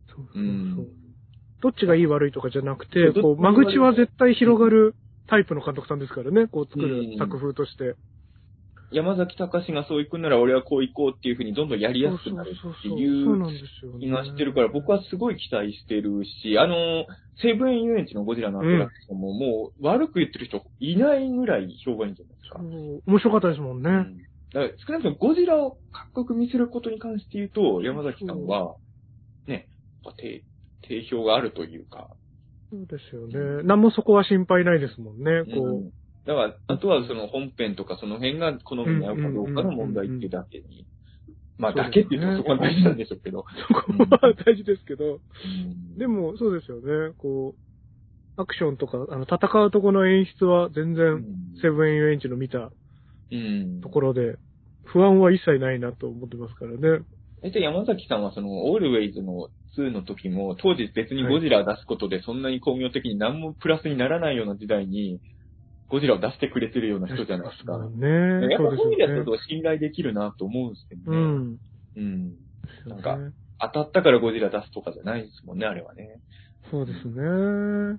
どっちがいい悪いとかじゃなくて、間口は絶対広がるタイプの監督さんですからね、作る作風として。 山崎隆がそう行くなら俺はこう行こうっていう風にどんどんやりやすくなるっていう気がしてるから、僕はすごい期待してるし、西武園遊園地のゴジラのアトラクションももう悪く言ってる人いないぐらい評判いいんじゃないですか。 面白かったですもんね。 だから少なくともゴジラをかっこよく見せることに関して言うと、山崎さんは、ね、定評があるというか。 そうですよね。何もそこは心配ないですもんね、 だから、あとは本編とかその辺が好みに合うかどうかの問題っていうだけに。まあ、だけって言うとそこは大事なんでしょうけど。 そこは大事ですけど。でも、そうですよね。アクションとか、戦うとこの演出は全然、セブン遊園地の見たところで、不安は一切ないなと思ってますからね。 山崎さんはオールウェイズの2の時も、当時別にゴジラを出すことでそんなに工業的に何もプラスにならないような時代に、ゴジラを出してくれてるような人じゃないですか。 ね。 やっぱそういう意味だと信頼できるなと思うんですけどね。なんか、当たったからゴジラ出すとかじゃないですもんね、あれはね。 そうですね。そう。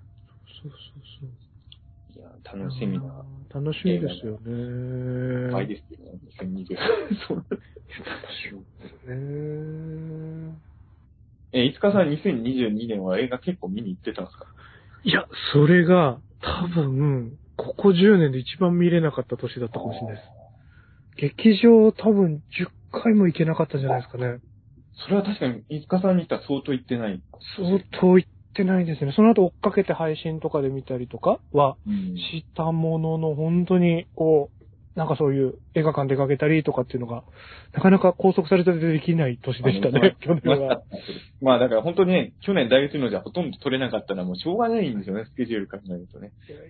いや、楽しみな。 楽しみですよね。 はいですよね、2020。そう。楽しみですね。 いつかさん2022年は映画結構見に行ってたんですか？ いや、それが多分、ここ10年で一番見れなかった年だったかもしれないです。 劇場多分10回も行けなかったんじゃないですかね。 それは確かに、飯塚さんにしたら相当行ってない。 相当行ってないですね。その後追っかけて配信とかで見たりとかはしたものの、本当に、こう、なんかそういう映画館出かけたりとかっていうのが、なかなか拘束されてできない年でしたね、去年は。 まあだから本当にね、去年大学のじゃほとんど取れなかったのはもうしょうがないんですよね、スケジュール考えるとね。 いや。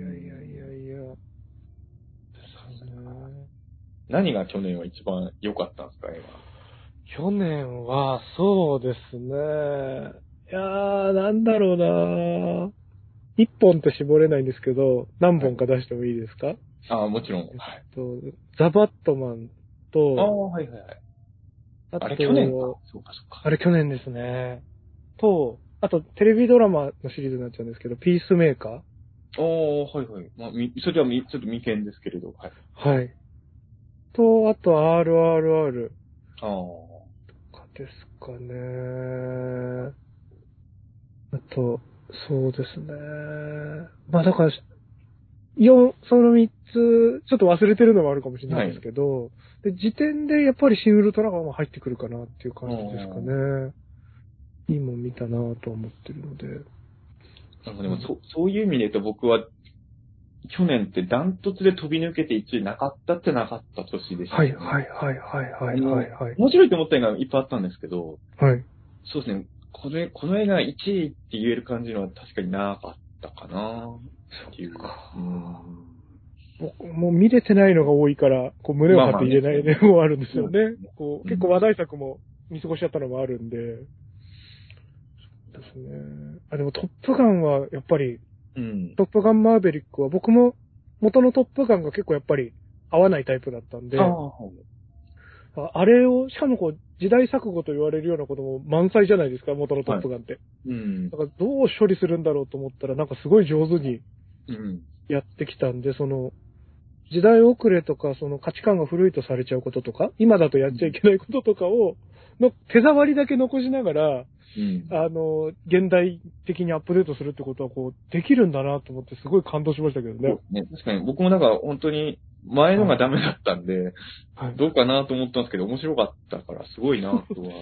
ですね。 何が去年は一番良かったんですか、映画。 去年は、そうですね。いやー、なんだろうな一本と絞れないんですけど、何本か出してもいいですか？ ああ、もちろん。 ザ・バットマンと、 ああ、はいはいはい。あれ去年か。そうかそうか。 あれ去年ですね。と、あとテレビドラマのシリーズになっちゃうんですけど、ピースメーカー。 ああ、はいはい。まあ、それはちょっと未見ですけれど、はい。 はい。と、あと RRR。 ああ。 とかですかね。あと、そうですね。まあだから、その3つ、ちょっと忘れてるのもあるかもしれないですけど、で、時点でやっぱりシン・ウルトラマンも入ってくるかなっていう感じですかね。いいもん見たなと思ってるので。 なんかでもそういう意味で言うと僕は、去年ってダントツで飛び抜けて1位なかったってなかった年でしたね。 はい。 面白いと思った映画いっぱいあったんですけど、 はい。 そうですね。この映画1位って言える感じのは確かになかったかなっていう。 もう見れてないのが多いから、こう胸を張って言えないのもあるんですよね。こう結構話題作も見過ごしちゃったのもあるんで。ですね。あ、でもトップガンはやっぱり、トップガンマーヴェリックは僕も元のトップガンが結構やっぱり合わないタイプだったんで、あれを、しかもこう時代錯誤と言われるようなことも満載じゃないですか、元のトップガンって。だからどう処理するんだろうと思ったらなんかすごい上手にやってきたんで、その、時代遅れとか、その価値観が古いとされちゃうこととか、今だとやっちゃいけないこととかを、の手触りだけ残しながら、現代的にアップデートするってことは、こう、できるんだなと思って、すごい感動しましたけどね。 確かに、僕もなんか本当に、前のがダメだったんで、どうかなと思ったんですけど、面白かったから、すごいなとは。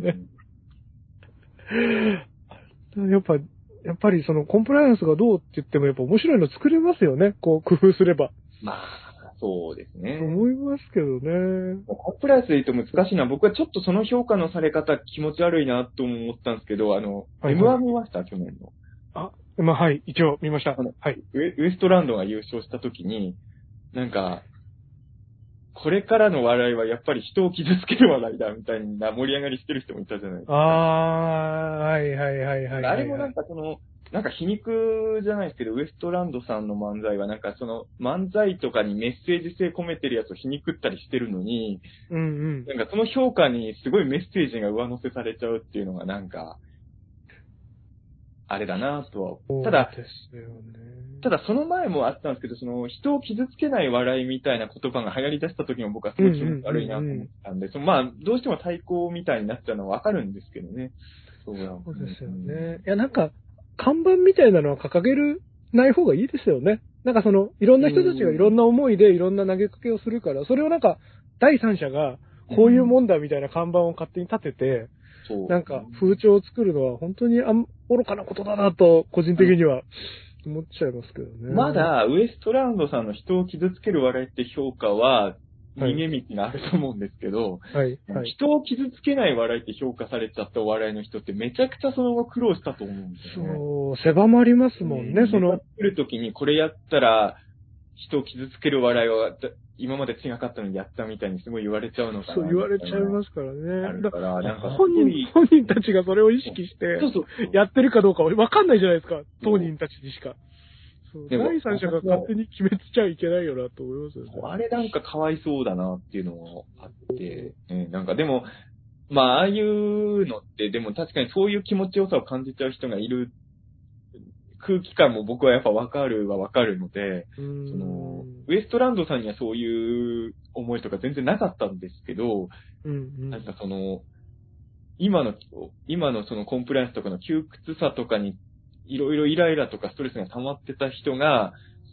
やっぱりそのコンプライアンスがどうって言っても、やっぱ面白いの作れますよね。こう、工夫すれば。 まあ、そうですね。 思いますけどね。 コンプライアンスで言うと難しいな。僕はちょっとその評価のされ方気持ち悪いなと思ったんですけど、M1 見ました去年の。 まあ、はい、一応見ました。はい。 ウエストランドが優勝した時に、なんか、これからの笑いはやっぱり人を傷つける笑いだみたいな盛り上がりしてる人もいたじゃないですか。 はい。 あれもなんかなんか皮肉じゃないですけど、ウエストランドさんの漫才はなんかその漫才とかにメッセージ性込めてるやつを皮肉ったりしてるのに、なんかその評価にすごいメッセージが上乗せされちゃうっていうのがなんか、あれだなとは。ただその前もあったんですけど、その人を傷つけない笑いみたいな言葉が流行り出した時も僕はすごい気持ち悪いなと思ったんで、まあどうしても対抗みたいになっちゃうのはわかるんですけどね。 そうですよね。いやなんか、看板みたいなのは掲げない方がいいですよね。なんかその、いろんな人たちがいろんな思いでいろんな投げかけをするから、それをなんか、第三者が、こういうもんだみたいな看板を勝手に立てて、なんか、風潮を作るのは本当に愚かなことだなと、個人的には思っちゃいますけどね。 まだ、ウエストランドさんの人を傷つける笑いって評価は、逃げ道があると思うんですけど、人を傷つけない笑いって評価されちゃったお笑いの人ってめちゃくちゃその後苦労したと思うんですよね。 そう、狭まりますもんね、その。 作るときにこれやったら、人を傷つける笑いは、今まで違かったのにやったみたいにすごい言われちゃうのかな。 そう言われちゃいますからね。 だからなんか本人たちがそれを意識して、やってるかどうかわかんないじゃないですか、当人たちにしか。第三者が勝手に決めちゃいけないよなと思いますよね。 あれなんかかわいそうだなっていうのもあって、なんかでも、まあああいうのって、でも確かにそういう気持ちよさを感じちゃう人がいる空気感も僕はやっぱわかるので、ウエストランドさんにはそういう思いとか全然なかったんですけど、なんか今のそのコンプライアンスとかの窮屈さとかにいろいろイライラとかストレスが溜まってた人が、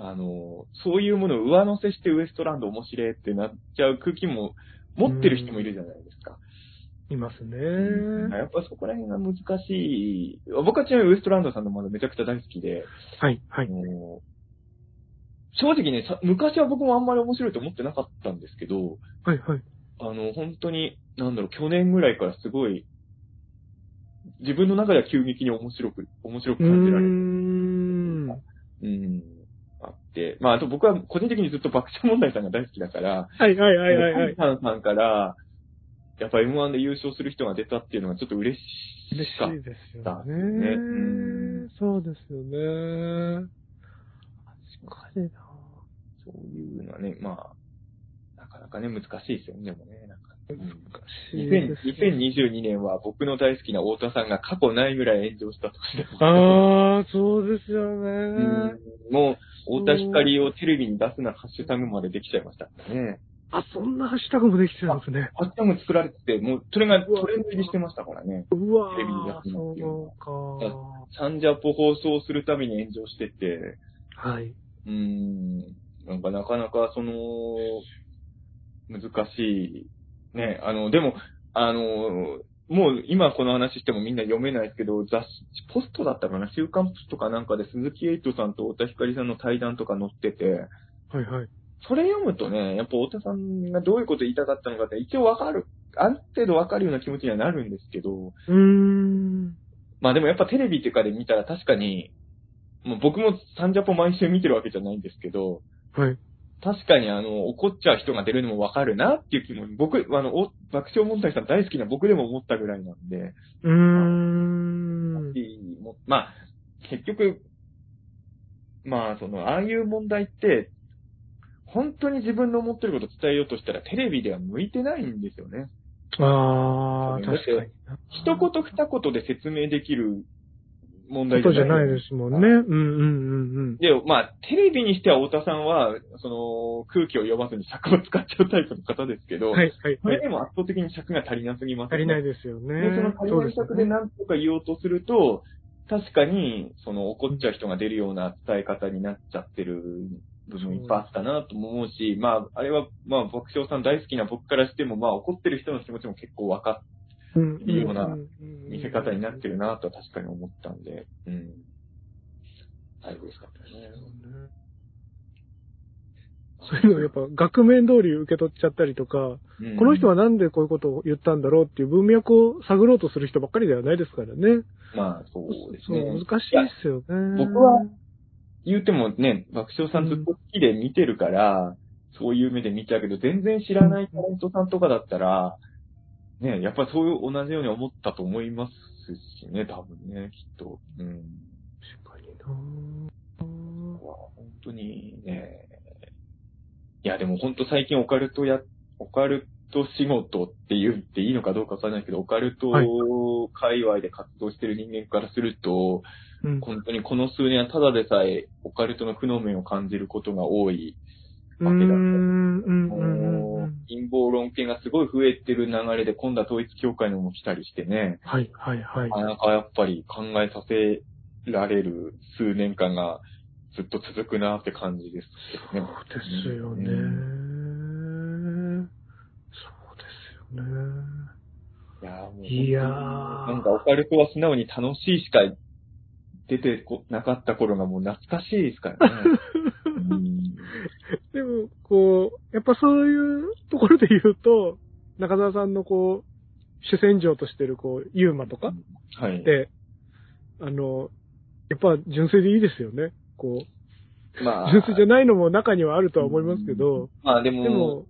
そういうものを上乗せしてウエストランド面白いってなっちゃう空気も持ってる人もいるじゃないですか。 いますね。 やっぱそこら辺が難しい。僕はちなみにウエストランドさんのまだめちゃくちゃ大好きで、 はい、はい。 正直ね、昔は僕もあんまり面白いと思ってなかったんですけど、 はい、はい。 本当に、去年ぐらいからすごい、自分の中では急激に面白く感じられる。あって。まあ、あと僕は個人的にずっと爆笑問題さんが大好きだから、 はい、はい、はい、はい。 タンさんから、やっぱ M1 で優勝する人が出たっていうのがちょっと嬉しいですよね。 ね。そうですよね。確かにな。 そういうのはね、まあ、なかなかね、難しいですよね、でもね。 難しいです、ね。 2022年は僕の大好きな太田さんが過去ないぐらい炎上した年です。 ああ、そうですよね。 もう、太田光をテレビに出すなハッシュタグまでできちゃいましたね。 あ、そんなハッシュタグもできてるんですね。 ハッシュタグ作られてて、もう、それがトレンド入りしてましたからね。 うわテレビに出すなっていうのは。 そうか。 サンジャポ放送するたびに炎上してて、 はい。 なかなか難しい。ね、でも、もう今この話してもみんな読めないですけど、雑誌、ポストだったかな、週刊ポストかなんかで鈴木エイトさんと太田光さんの対談とか載ってて、 はいはい。 それ読むとね、やっぱ太田さんがどういうこと言いたかったのかって一応わかる、ある程度わかるような気持ちにはなるんですけど、まあでもやっぱテレビとかで見たら確かに、もう僕もサンジャポ毎週見てるわけじゃないんですけど、 はい。 確かに怒っちゃう人が出るのもわかるなっていう気も、爆笑問題さん大好きな僕でも思ったぐらいなんで。まあ、結局、まあ、ああいう問題って、本当に自分の思ってることを伝えようとしたらテレビでは向いてないんですよね。 ああ、確かに。 一言二言で説明できる問題じゃないですもんね。 で、まあ、テレビにしては太田さんは、空気を読まずに尺を使っちゃうタイプの方ですけど、 はい、はい。 それでも圧倒的に尺が足りなすぎますよね。 足りないですよね。 で、その足りない尺で何とか言おうとすると、確かに、怒っちゃう人が出るような伝え方になっちゃってる部分いっぱいあったなとも思うし、まあ、あれは、まあ、爆笑さん大好きな僕からしても、まあ、怒ってる人の気持ちも結構分かってるような見せ方になってるなとは確かに思ったんで、嬉しかったね。 そういうのをやっぱ額面通り受け取っちゃったりとか、この人はなんでこういうことを言ったんだろうっていう文脈を探ろうとする人ばっかりではないですからね。 まあ、そうですね。 難しいですよね。 僕は、言うてもね、爆笑さんずっと好きで見てるから、そういう目で見ちゃうけど、全然知らないタレントさんとかだったら、ね、やっぱそういう同じように思ったと思いますしね、多分ね、きっと。 確かにな本当にね、いや、でも本当最近オカルト仕事って言っていいのかどうかわからないけど、オカルト界隈で活動してる人間からすると、本当にこの数年はただでさえオカルトの負の面を感じることが多いわけだった。陰謀論系がすごい増えてる流れで、今度は統一教会のも来たりしてね。 はいはいはい。 なかなかやっぱり考えさせられる数年間がずっと続くなって感じですけどね。 そうですよね。そうですよね。 いやもうなんかオカルトは素直に楽しいしか出てなかった頃がもう懐かしいですからね。 でも、やっぱそういうところで言うと、中澤さんの主戦場としてるユーマとかって、やっぱ純粋でいいですよね。まあ、純粋じゃないのも中にはあるとは思いますけど。 まあでも、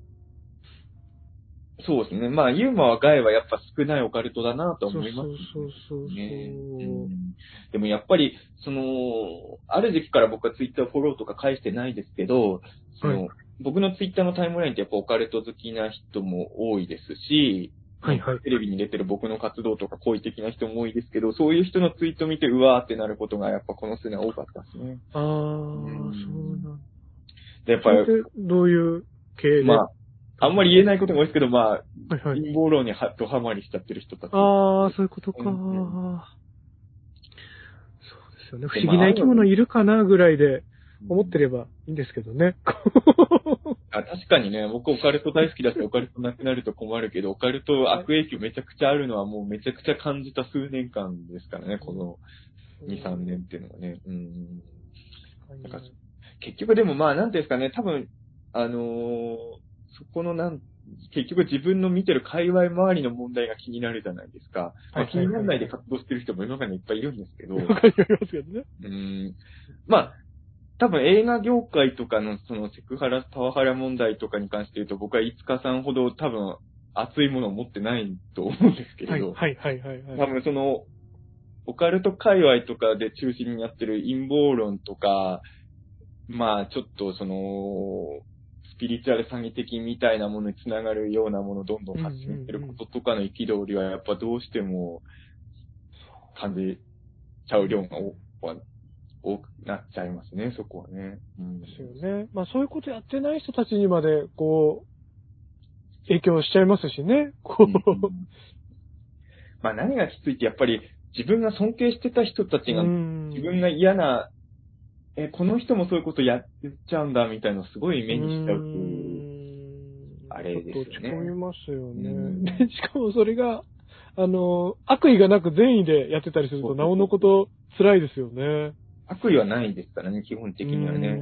そうですね。まあ、ユーマは害はやっぱ少ないオカルトだなと思います、ね。 そう。 でもやっぱり、ある時期から僕はツイッターフォローとか返してないですけど、僕のツイッターのタイムラインってやっぱオカルト好きな人も多いですし、テレビに出てる僕の活動とか好意的な人も多いですけど、そういう人のツイート見てうわーってなることがやっぱこの数年多かったですね。 そうなんだ。 で、やっぱり。 どういう系で？ まあ、あんまり言えないことも多いですけど、まあ、陰謀論にドハマりしちゃってる人たち。 そういうことか。そうですよね。不思議な生き物いるかなぐらいで、 思ってればいいんですけどね。 確かにね、僕オカルト大好きだし、オカルトなくなると困るけど、オカルト悪影響めちゃくちゃあるのはもうめちゃくちゃ感じた数年間ですからね、この2、3年っていうのはね。なんか結局でもまあ、なんていうんですかね、多分、そこの結局自分の見てる界隈周りの問題が気になるじゃないですか。まあ、気にならないで活動してる人も世の中にいっぱいいるんですけど。 わかりますけどね。 まあ、多分映画業界とかのそのセクハラ、パワハラ問題とかに関して言うと、僕は5日さんほど多分熱いものを持ってないと思うんですけれど。 はい。 多分その、オカルト界隈とかで中心にやってる陰謀論とか、まあちょっとその、スピリチュアル詐欺的みたいなものにつながるようなものをどんどん発信してることとかの憤りはやっぱどうしても感じちゃう量が多くなっちゃいますね、そこはね。 ですよね。まあそういうことやってない人たちにまで、こう、影響しちゃいますしね。 まあ何がきついってやっぱり自分が尊敬してた人たちが、自分が嫌な、この人もそういうことやっちゃうんだみたいなのをすごい目にしちゃうというあれですよね。 ちょっと落ち込みますよね。しかもそれが、悪意がなく善意でやってたりすると、なおのこと辛いですよね。 悪意はないですからね、基本的にはね。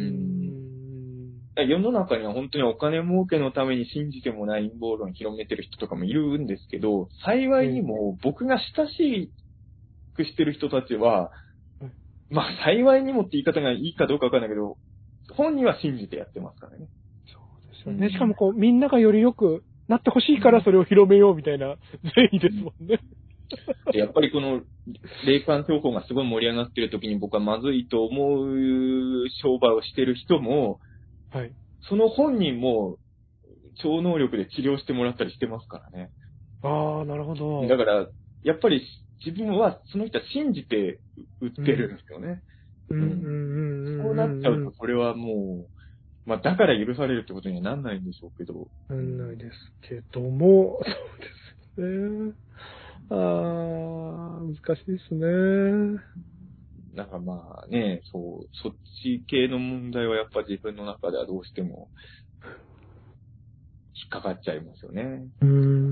世の中には本当にお金儲けのために信じてもない陰謀論を広めてる人とかもいるんですけど、幸いにも僕が親しくしてる人たちは、まあ幸いにもって言い方がいいかどうかわかんないけど、本人は信じてやってますからね。 そうですよね。しかもこう、みんながより良くなってほしいからそれを広めようみたいな善意ですもんね。 やっぱりこの霊感商法がすごい盛り上がってる時に僕はまずいと思う商売をしてる人も、 はい。 その本人も超能力で治療してもらったりしてますからね。 ああ、なるほど。 だから、やっぱり自分はその人は信じて売ってるんですよね。そうなっちゃうと、それはもう、まあだから許されるってことにはなんないんでしょうけど。 なんないですけども、そうですね。難しいですね。 なんかまあね、そっち系の問題はやっぱ自分の中ではどうしても引っかかっちゃいますよね。 そう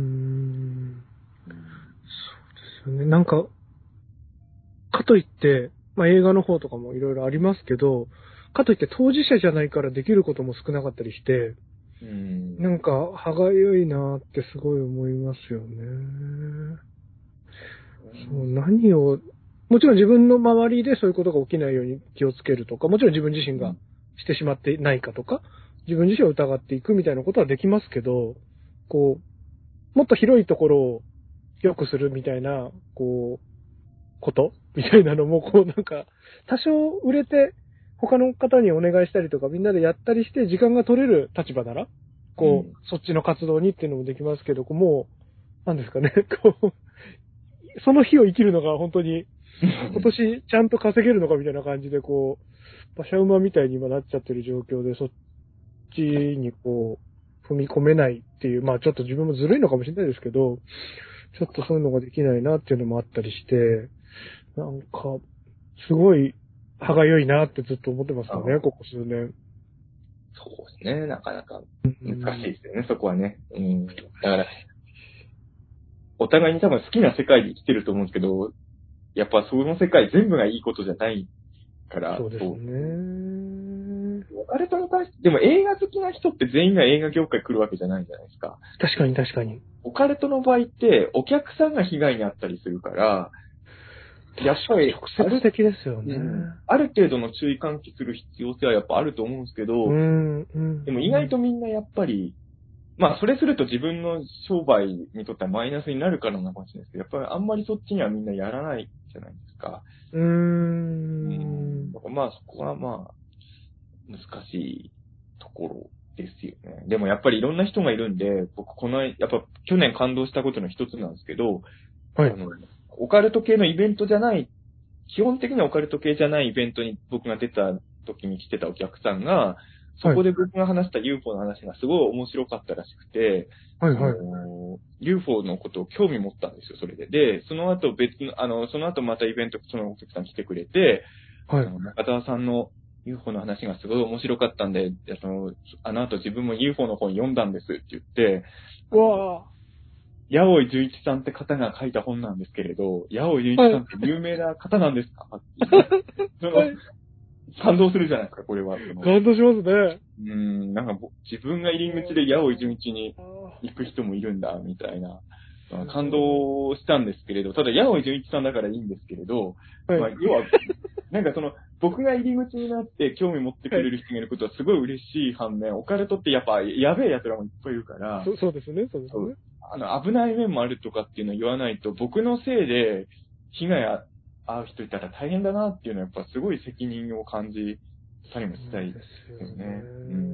ですよね。なんか、かといって、まあ映画の方とかもいろいろありますけど、かといって当事者じゃないからできることも少なかったりして、なんか歯がゆいなーってすごい思いますよね。そう、何を、もちろん自分の周りでそういうことが起きないように気をつけるとか、もちろん自分自身がしてしまってないかとか、自分自身を疑っていくみたいなことはできますけど、こう、もっと広いところを良くするみたいな、こう、ことみたいなのも、こうなんか、多少売れて、他の方にお願いしたりとか、みんなでやったりして時間が取れる立場なら、こう、そっちの活動にっていうのもできますけど、もう、なんですかね、こう、その日を生きるのが本当に、今年ちゃんと稼げるのかみたいな感じで、こう、馬車馬みたいに今なっちゃってる状況で、そっちにこう、踏み込めないっていう、まあちょっと自分もずるいのかもしれないですけど、ちょっとそういうのができないなっていうのもあったりして、なんか、すごい歯がゆいなってずっと思ってますよね、ここ数年。 そうですね、なかなか難しいですよね、そこはね。だから、お互いに多分好きな世界で生きてると思うんですけど、やっぱその世界全部がいいことじゃないから。 そうですね。 オカルトに関して、でも映画好きな人って全員が映画業界来るわけじゃないじゃないですか。 確かに確かに。 オカルトの場合って、お客さんが被害に遭ったりするから、やっぱり、 直接的ですよね、 ある程度の注意喚起する必要性はやっぱあると思うんですけど、でも意外とみんなやっぱり、まあそれすると自分の商売にとってはマイナスになるからなのかもしれないですけど、やっぱりあんまりそっちにはみんなやらないじゃないですか。だからまあそこはまあ、難しいところですよね。でもやっぱりいろんな人がいるんで、僕やっぱ去年感動したことの一つなんですけど、 はい。 オカルト系のイベントじゃない、基本的にはオカルト系じゃないイベントに僕が出た時に来てたお客さんが、そこで僕が話した UFO の話がすごい面白かったらしくて、UFO のことを興味持ったんですよ、それで。で、その後またイベント、そのお客さん来てくれて、中澤さんの UFO の話がすごい面白かったんで、あの後自分も UFO の本読んだんですって言って、 うわ八尾井純一さんって方が書いた本なんですけれど、八尾井純一さんって有名な方なんですかっていう感動するじゃないですか、これは。 感動しますね。 なんか自分が入り口で八尾井純一に行く人もいるんだ、みたいな。感動したんですけれど、ただ八尾井純一さんだからいいんですけれど、 はいまあ、要は、なんか僕が入り口になって興味持ってくれる人がいることはすごい嬉しい反面、オカルトってやっぱやべえ奴らもいっぱいいるから、 そうですね、そうですね。 危ない面もあるとかっていうのを言わないと、僕のせいで被害遭う人いたら大変だなっていうのはやっぱすごい責任を感じたりもしたいですよね。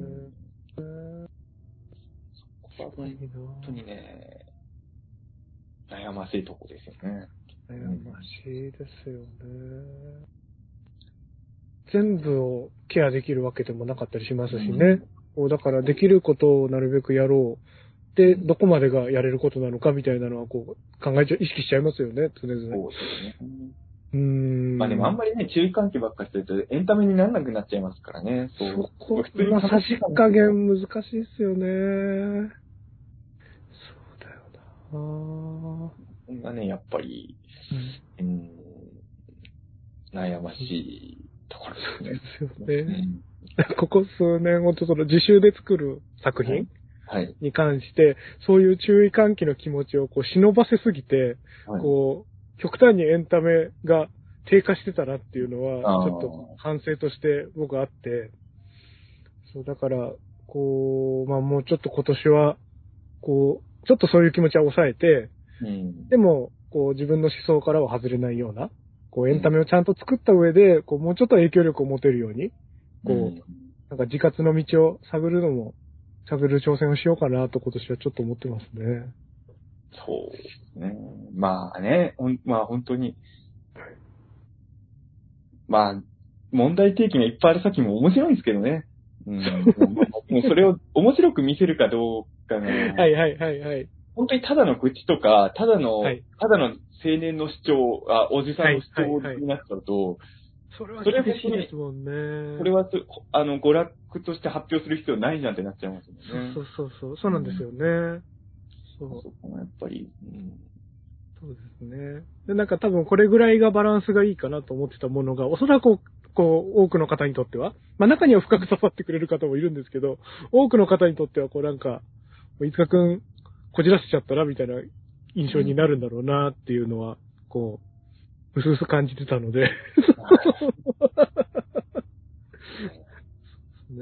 そこは本当にね、悩ましいとこですよね。 悩ましいですよね。全部をケアできるわけでもなかったりしますしね。だからできることをなるべくやろう。で、どこまでがやれることなのかみたいなのは考えちゃ、意識しちゃいますよね、常々。 そうですね。 まあでもあんまりね、注意喚起ばっかりしてるとエンタメにならなくなっちゃいますからね。 そこ、 普通にさじ加減難しいですよね。そうだよな。 そんなね、やっぱり、悩ましいところですよね。ここ数年ほど自習で作る作品に関して、そういう注意喚起の気持ちを忍ばせすぎて、極端にエンタメが低下してたなっていうのは、ちょっと反省として僕はあって、そう、だから、まあもうちょっと今年は、ちょっとそういう気持ちは抑えて、でも、自分の思想からは外れないような、エンタメをちゃんと作った上で、もうちょっと影響力を持てるように、なんか自活の道を探る挑戦をしようかなと今年はちょっと思ってますね。 そうですね。まあね、まあ本当に、まあ、問題提起がいっぱいある先も面白いんですけどね。もうそれを面白く見せるかどうかが、 はいはいはいはい。 本当にただの愚痴とか、ただの青年の主張、おじさんの主張になっちゃうと、 それは厳しいですもんね。 それは、娯楽として発表する必要ないじゃんってなっちゃいますよね。 そうなんですよね。 そこがやっぱり、 そうですね。で、なんか多分これぐらいがバランスがいいかなと思ってたものが、おそらく多くの方にとっては、まあ中には深く刺さってくれる方もいるんですけど、多くの方にとってはなんか、飯塚くんこじらせちゃったなみたいな印象になるんだろうなっていうのは、うすうす感じてたので。そう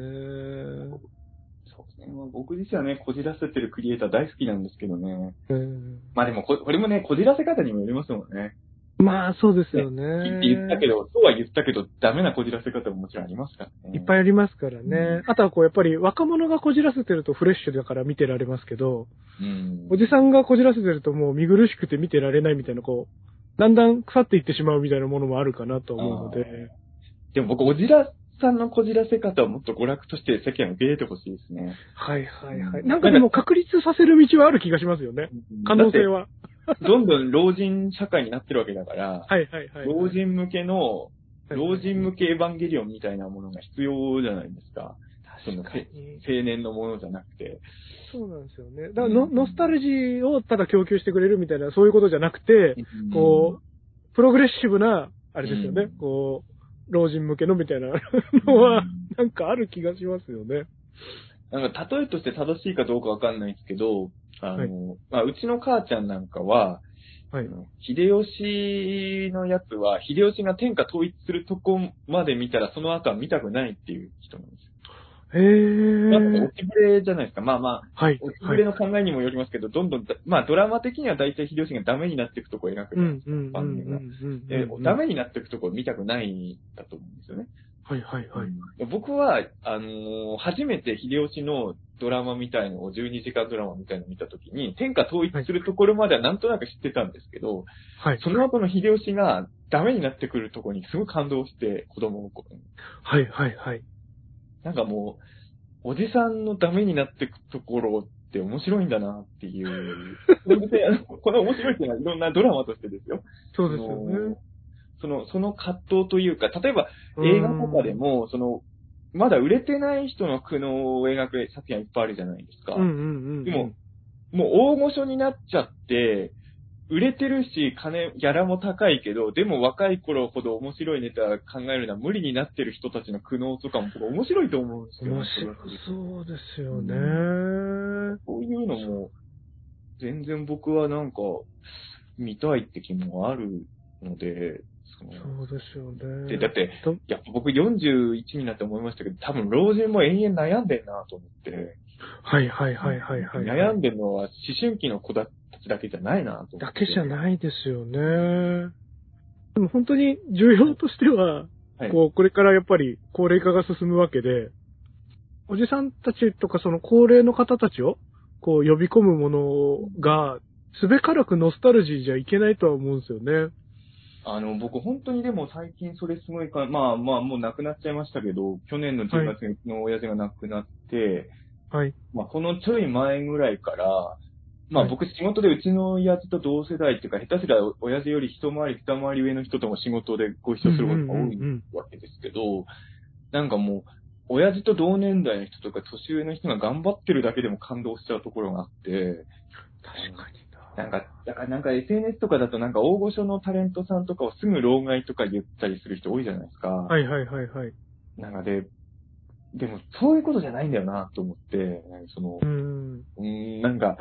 ですね。 僕自身はね、こじらせてるクリエイター大好きなんですけどね。まあでもこれもね、こじらせ方にもよりますもんね。 まあ、そうですよね。 そうは言ったけど、ダメなこじらせ方ももちろんありますからね。 いっぱいありますからね。あとはやっぱり若者がこじらせてるとフレッシュだから見てられますけど、おじさんがこじらせてるともう見苦しくて見てられないみたいな、だんだん腐っていってしまうみたいなものもあるかなと思うので。 でも僕、おじらさんのこじらせ方はもっと娯楽として世間を受け入れてほしいですね。 はいはいはい。なんかでも確立させる道はある気がしますよね。可能性は。 どんどん老人社会になってるわけだから、 はいはいはい。 老人向けエヴァンゲリオンみたいなものが必要じゃないですか。 確かに。 青年のものじゃなくて。 そうなんですよね。だからノスタルジーをただ供給してくれるみたいな、そういうことじゃなくて、プログレッシブな、あれですよね。老人向けのみたいなのは、なんかある気がしますよね。 なんか例えとして正しいかどうかわかんないですけど、まあ、うちの母ちゃんなんかは、秀吉のやつは、秀吉が天下統一するとこまで見たら、その後は見たくないっていう人なんですよ。落ちぶれじゃないですか。まあまあ、落ちぶれの考えにもよりますけど、どんどん、まあドラマ的には大体秀吉がダメになっていくとこを描くじゃないですか、番組が。ダメになっていくとこを見たくないんだと思うんですよね。 はいはいはい。 僕は、初めて秀吉のドラマみたいのを、12時間ドラマみたいのを見たときに、天下統一するところまではなんとなく知ってたんですけど、その後の秀吉がダメになってくるところにすごい感動して、子供の頃に。 はいはいはい。 なんかもう、おじさんのダメになっていくところって面白いんだなっていう。この面白いっていうのはいろんなドラマとしてですよ。 そうですよね。 その葛藤というか、例えば映画とかでも、まだ売れてない人の苦悩を描く作品はいっぱいあるじゃないですか。でも、もう大御所になっちゃって、売れてるし、ギャラも高いけど、でも若い頃ほど面白いネタ考えるのは無理になってる人たちの苦悩とかも面白いと思うんですよね。 面白そうですよね。 そういうのも、全然僕はなんか、見たいって気もあるので、 そうですよね。 で、だって、やっぱ僕41になって思いましたけど、多分老人も延々悩んでんなと思って。悩んでるのは思春期の子たちだけじゃないなと思って。 だけじゃないですよね。でも本当に重要としては、これからやっぱり高齢化が進むわけで、おじさんたちとかその高齢の方たちを呼び込むものが、すべからくノスタルジーじゃいけないとは思うんですよね。 僕本当にでも最近それすごいまあもう亡くなっちゃいましたけど、去年の10月にうちの親父が亡くなって、このちょい前ぐらいから、僕仕事でうちの親父と同世代っていうか、下手すりゃ親父より一回り二回り上の人とも仕事でご一緒することが多いわけですけど、なんかもう、親父と同年代の人とか年上の人が頑張ってるだけでも感動しちゃうところがあって、 確かにだからなんか SNS とかだとなんか大御所のタレントさんとかをすぐ老害とか言ったりする人多いじゃないですか。なんかでもそういうことじゃないんだよなと思って、なんか、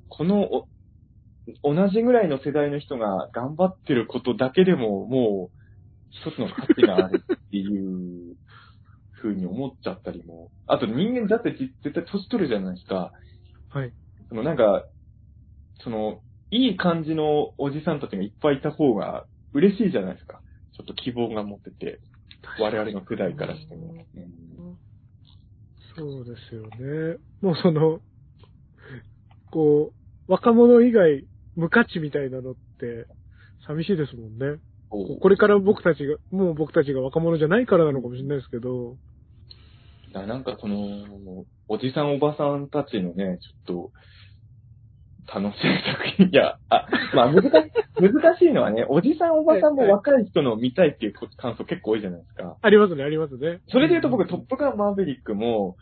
同じぐらいの世代の人が頑張ってることだけでももう一つの価値があるっていう風に思っちゃったりも。あと人間だって絶対年取るじゃないですか。なんか、いい感じのおじさんたちがいっぱいいた方が嬉しいじゃないですか。ちょっと希望が持ってて。我々の世代からしても。 そうですよね。もう若者以外無価値みたいなのって寂しいですもんね。これから僕たちが若者じゃないからなのかもしれないですけど。 なんかおじさんおばさんたちのね、ちょっと、楽しい作品。いや、難しいのはね、おじさんおばさんも若い人の見たいっていう感想結構多いじゃないですか。 ありますね、ありますね。 それで言うと僕、トップガンマーヴェリックも、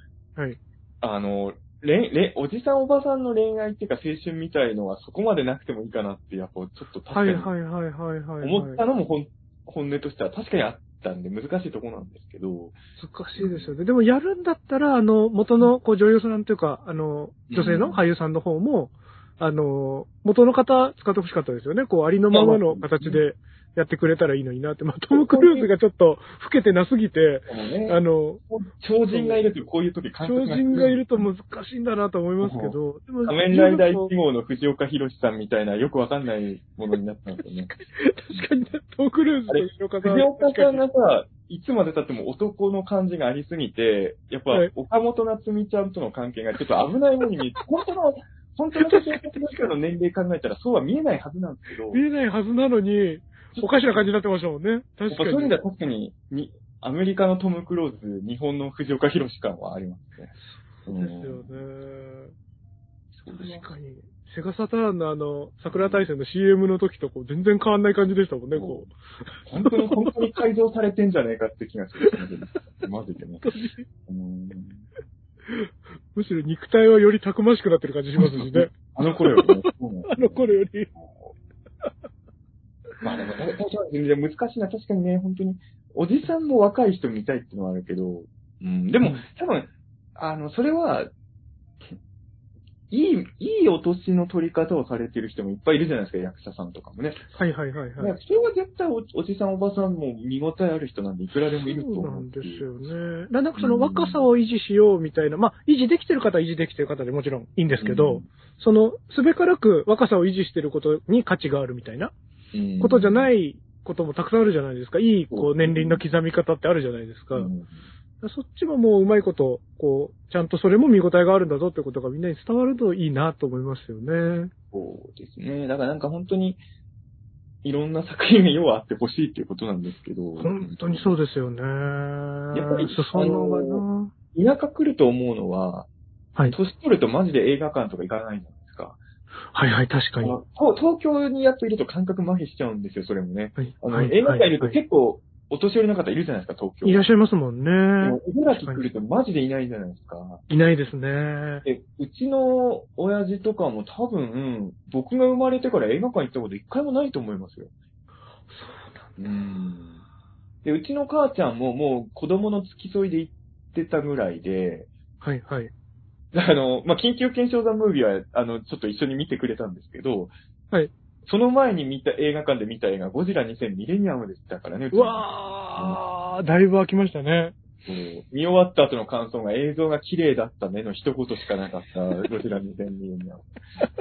おじさんおばさんの恋愛っていうか青春みたいのはそこまでなくてもいいかなって、やっぱちょっと確かに思ったのも本音としては確かにあったんで難しいところなんですけど。 難しいですよね。でもやるんだったら、元の女優さんというか、女性の俳優さんの方も、元の方使ってほしかったですよね。ありのままの形でやってくれたらいいのになって。トム・クルーズがちょっと老けてなすぎて、 超人がいるとこういう時超人がいると難しいんだなと思いますけど。 でも仮面ライダー1号の藤岡弘さんみたいなよくわかんないものになったんですよね。 確かにね、トム・クルーズと藤岡さん。 藤岡さんがさ、いつまで経っても男の感じがありすぎて、やっぱ、岡本夏美ちゃんとの関係がちょっと危ないものに見えて、本当の藤岡弘の年齢考えたらそうは見えないはずなんですけど。 見えないはずなのに、おかしな感じになってましたもんね。確かに。 そういう意味では確かに、アメリカのトム・クルーズ、日本の藤岡弘感はありますね。 そうですよね。確かに。セガサターンの桜大戦の CM の時と全然変わんない感じでしたもんね、 本当に改造されてんじゃねえかって気がする。マジでね。 むしろ肉体はよりたくましくなってる感じしますしね。 あの頃よりね。 あの頃より。 でも、全然難しいな。確かにね、本当に、おじさんも若い人見たいっていうのはあるけど、でも、多分、それは、いいお年の取り方をされてる人もいっぱいいるじゃないですか、役者さんとかもね。それは絶対おじさんおばさんも見応えある人なんでいくらでもいると思う。 そうなんですよね。なんか若さを維持しようみたいな、維持できてる方は維持できてる方でもちろんいいんですけど、すべからく若さを維持してることに価値があるみたいなことじゃないこともたくさんあるじゃないですか。いい年輪の刻み方ってあるじゃないですか。そっちももううまいこと、ちゃんとそれも見応えがあるんだぞってことがみんなに伝わるといいなと思いますよね。 そうですね。だからなんか本当に、いろんな作品が要はあってほしいっていうことなんですけど。 本当にそうですよね。 やっぱり、 裾野がな。 田舎来ると思うのは、年取るとマジで映画館とか行かないじゃないですか。 はいはい、確かに。 東京にやっといると感覚麻痺しちゃうんですよ、それもね。 はい、 映画館いると結構、お年寄りの方いるじゃないですか、東京。 いらっしゃいますもんね。 でも、茨城来るとマジでいないじゃないですか。 いないですね。 うちの親父とかも多分、僕が生まれてから映画館行ったこと一回もないと思いますよ。 そうなんだ。 で、うちの母ちゃんももう子供の付き添いで行ってたぐらいで、 はいはい。 緊急検証ザムービーは、ちょっと一緒に見てくれたんですけど、 はい。 その前に映画館で見た映画、ゴジラ2000ミレニアムでしたからね、うちうのわー、だいぶ飽きましたね。 そう見終わった後の感想が映像が綺麗だったねの一言しかなかったゴジラ2000ミレニアム。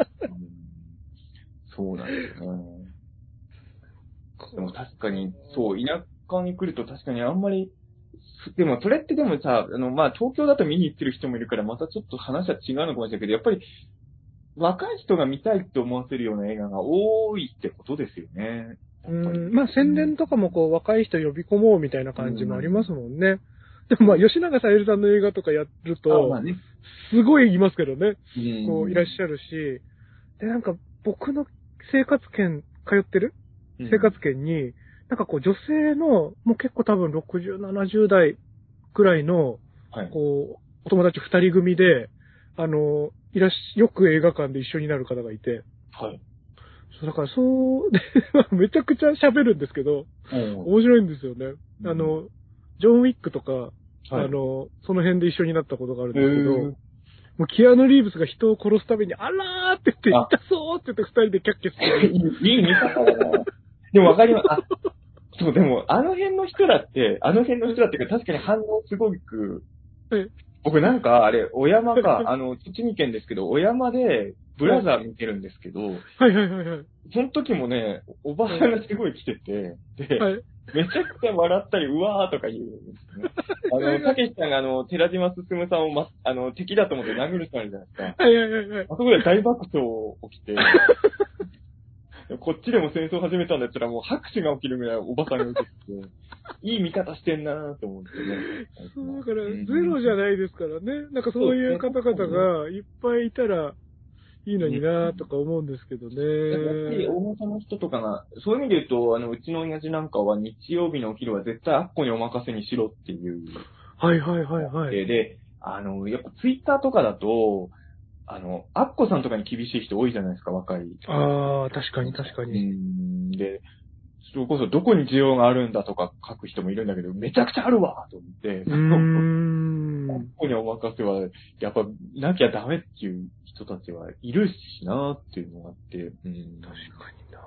そうなんですよね。でも確かに、そう、田舎に来ると確かにあんまり、でもそれってでもさ、東京だと見に行ってる人もいるから、またちょっと話は違うのかもしれないけど、やっぱり、若い人が見たいって思わせるような映画が多いってことですよね。 宣伝とかも若い人呼び込もうみたいな感じもありますもんね。でも吉永小百合さんの映画とかやると、 ね、 すごいいますけどね。 いいらっしゃるし、で、僕の生活圏、通ってる生活圏に、女性の、もう結構多分60、70代くらいの、 はい、 お友達二人組で、よく映画館で一緒になる方がいて、 はい。 だからで、めちゃくちゃ喋るんですけど、面白いんですよね。ジョン・ウィックとか、はい、その辺で一緒になったことがあるんですけど、もうキアヌ・リーブスが人を殺すために、あらーって言って、痛そうって言って二人でキャッキャしてる。 いい見方だな。でもわかります。そう、でも、あの辺の人らっていうか、確かに反応すごく、僕あれ、小山か、栃木県ですけど、小山で、ブラザー見てるんですけど、はいはいはいはい。 その時もね、おばさんがすごい来てて、で、めちゃくちゃ笑ったり、うわーとか言うんですね。たけしさんが寺島進さんを敵だと思って殴る人あるじゃないですか。 はいはいはいはい。 あそこで大爆笑起きて、こっちでも戦争始めたんだったらもう拍手が起きるぐらいおばさんが受けてて、いい見方してんなーと思ってね。 そう、だから、ゼロじゃないですからね。そういう方々がいっぱいいたらいいのになーとか思うんですけどね。 やっぱり大元の人とかが、そういう意味で言うと、うちの親父なんかは日曜日のお昼は絶対アッコにお任せにしろっていう。 はいはいはいはい。 で、やっぱツイッターとかだと、アッコさんとかに厳しい人多いじゃないですか、若い。 ああ、確かに確かに。 で、それこそどこに需要があるんだとか書く人もいるんだけど、めちゃくちゃあるわと思って、アッコにお任せは、やっぱなきゃダメっていう人たちはいるしなっていうのがあって。 確かにな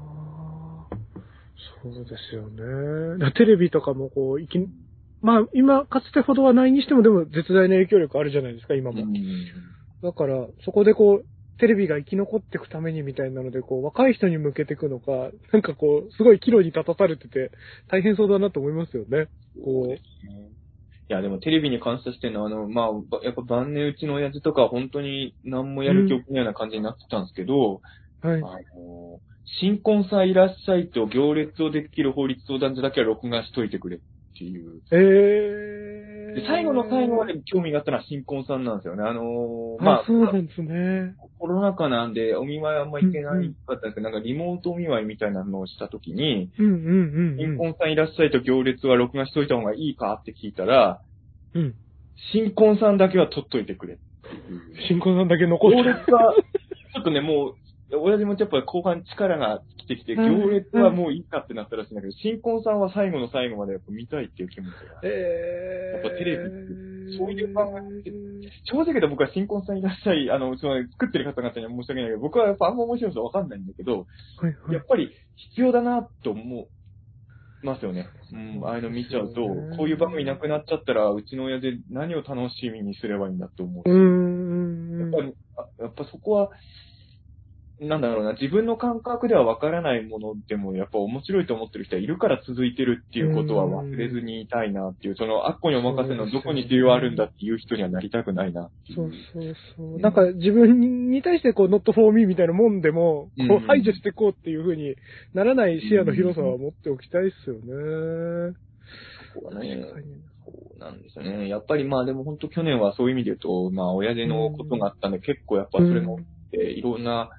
そうですよね。テレビとかも今、かつてほどはないにしても、でも絶大な影響力あるじゃないですか、今も。だから、そこでテレビが生き残っていくためにみたいなので、若い人に向けていくのか、すごい岐路に立たされてて、大変そうだなと思いますよね。 いや、でもテレビに感謝してるのは、やっぱ晩年うちの親父とか本当に何もやる気起きないような感じになってたんですけど、はい。新婚さんいらっしゃいと行列をできる法律相談所だけは録画しといてくれっていう。で最後の最後まで興味があったのは新婚さんなんですよね。 そうなんですね。 コロナ禍なんでお見舞いあんま行けないかったんですけど、リモートお見舞いみたいなのをしたときに、新婚さんいらっしゃいと行列は録画しといた方がいいかって聞いたら、新婚さんだけは取っといてくれっていう。 新婚さんだけ残して。 行列は、ちょっとね、もう、親父もやっぱ後半力が来てきて、行列はもういいかってなったらしいんだけど、新婚さんは最後の最後までやっぱ見たいっていう気持ちが。やっぱテレビって、そういう番組って、正直言うと僕は新婚さんいらっしゃい、作ってる方々には申し訳ないけど、僕はやっぱあんま面白い人わかんないんだけど、やっぱり必要だなと思いますよね。ああいうの見ちゃうと、こういう番組なくなっちゃったら、うちの親父何を楽しみにすればいいんだと思うし、やっぱそこは、なんだろうな、自分の感覚ではわからないものでも、やっぱ面白いと思ってる人はいるから続いてるっていうことは忘れずにいたいなっていう、アッコにお任せのどこに需要あるんだっていう人にはなりたくないなっていう。 そう。自分に対してnot for me みたいなもんでも、排除していこうっていう風にならない視野の広さは持っておきたいですよね。 そうなんですよね。やっぱりでも本当去年はそういう意味で言うと、親父のことがあったんで、結構やっぱそれも、いろんな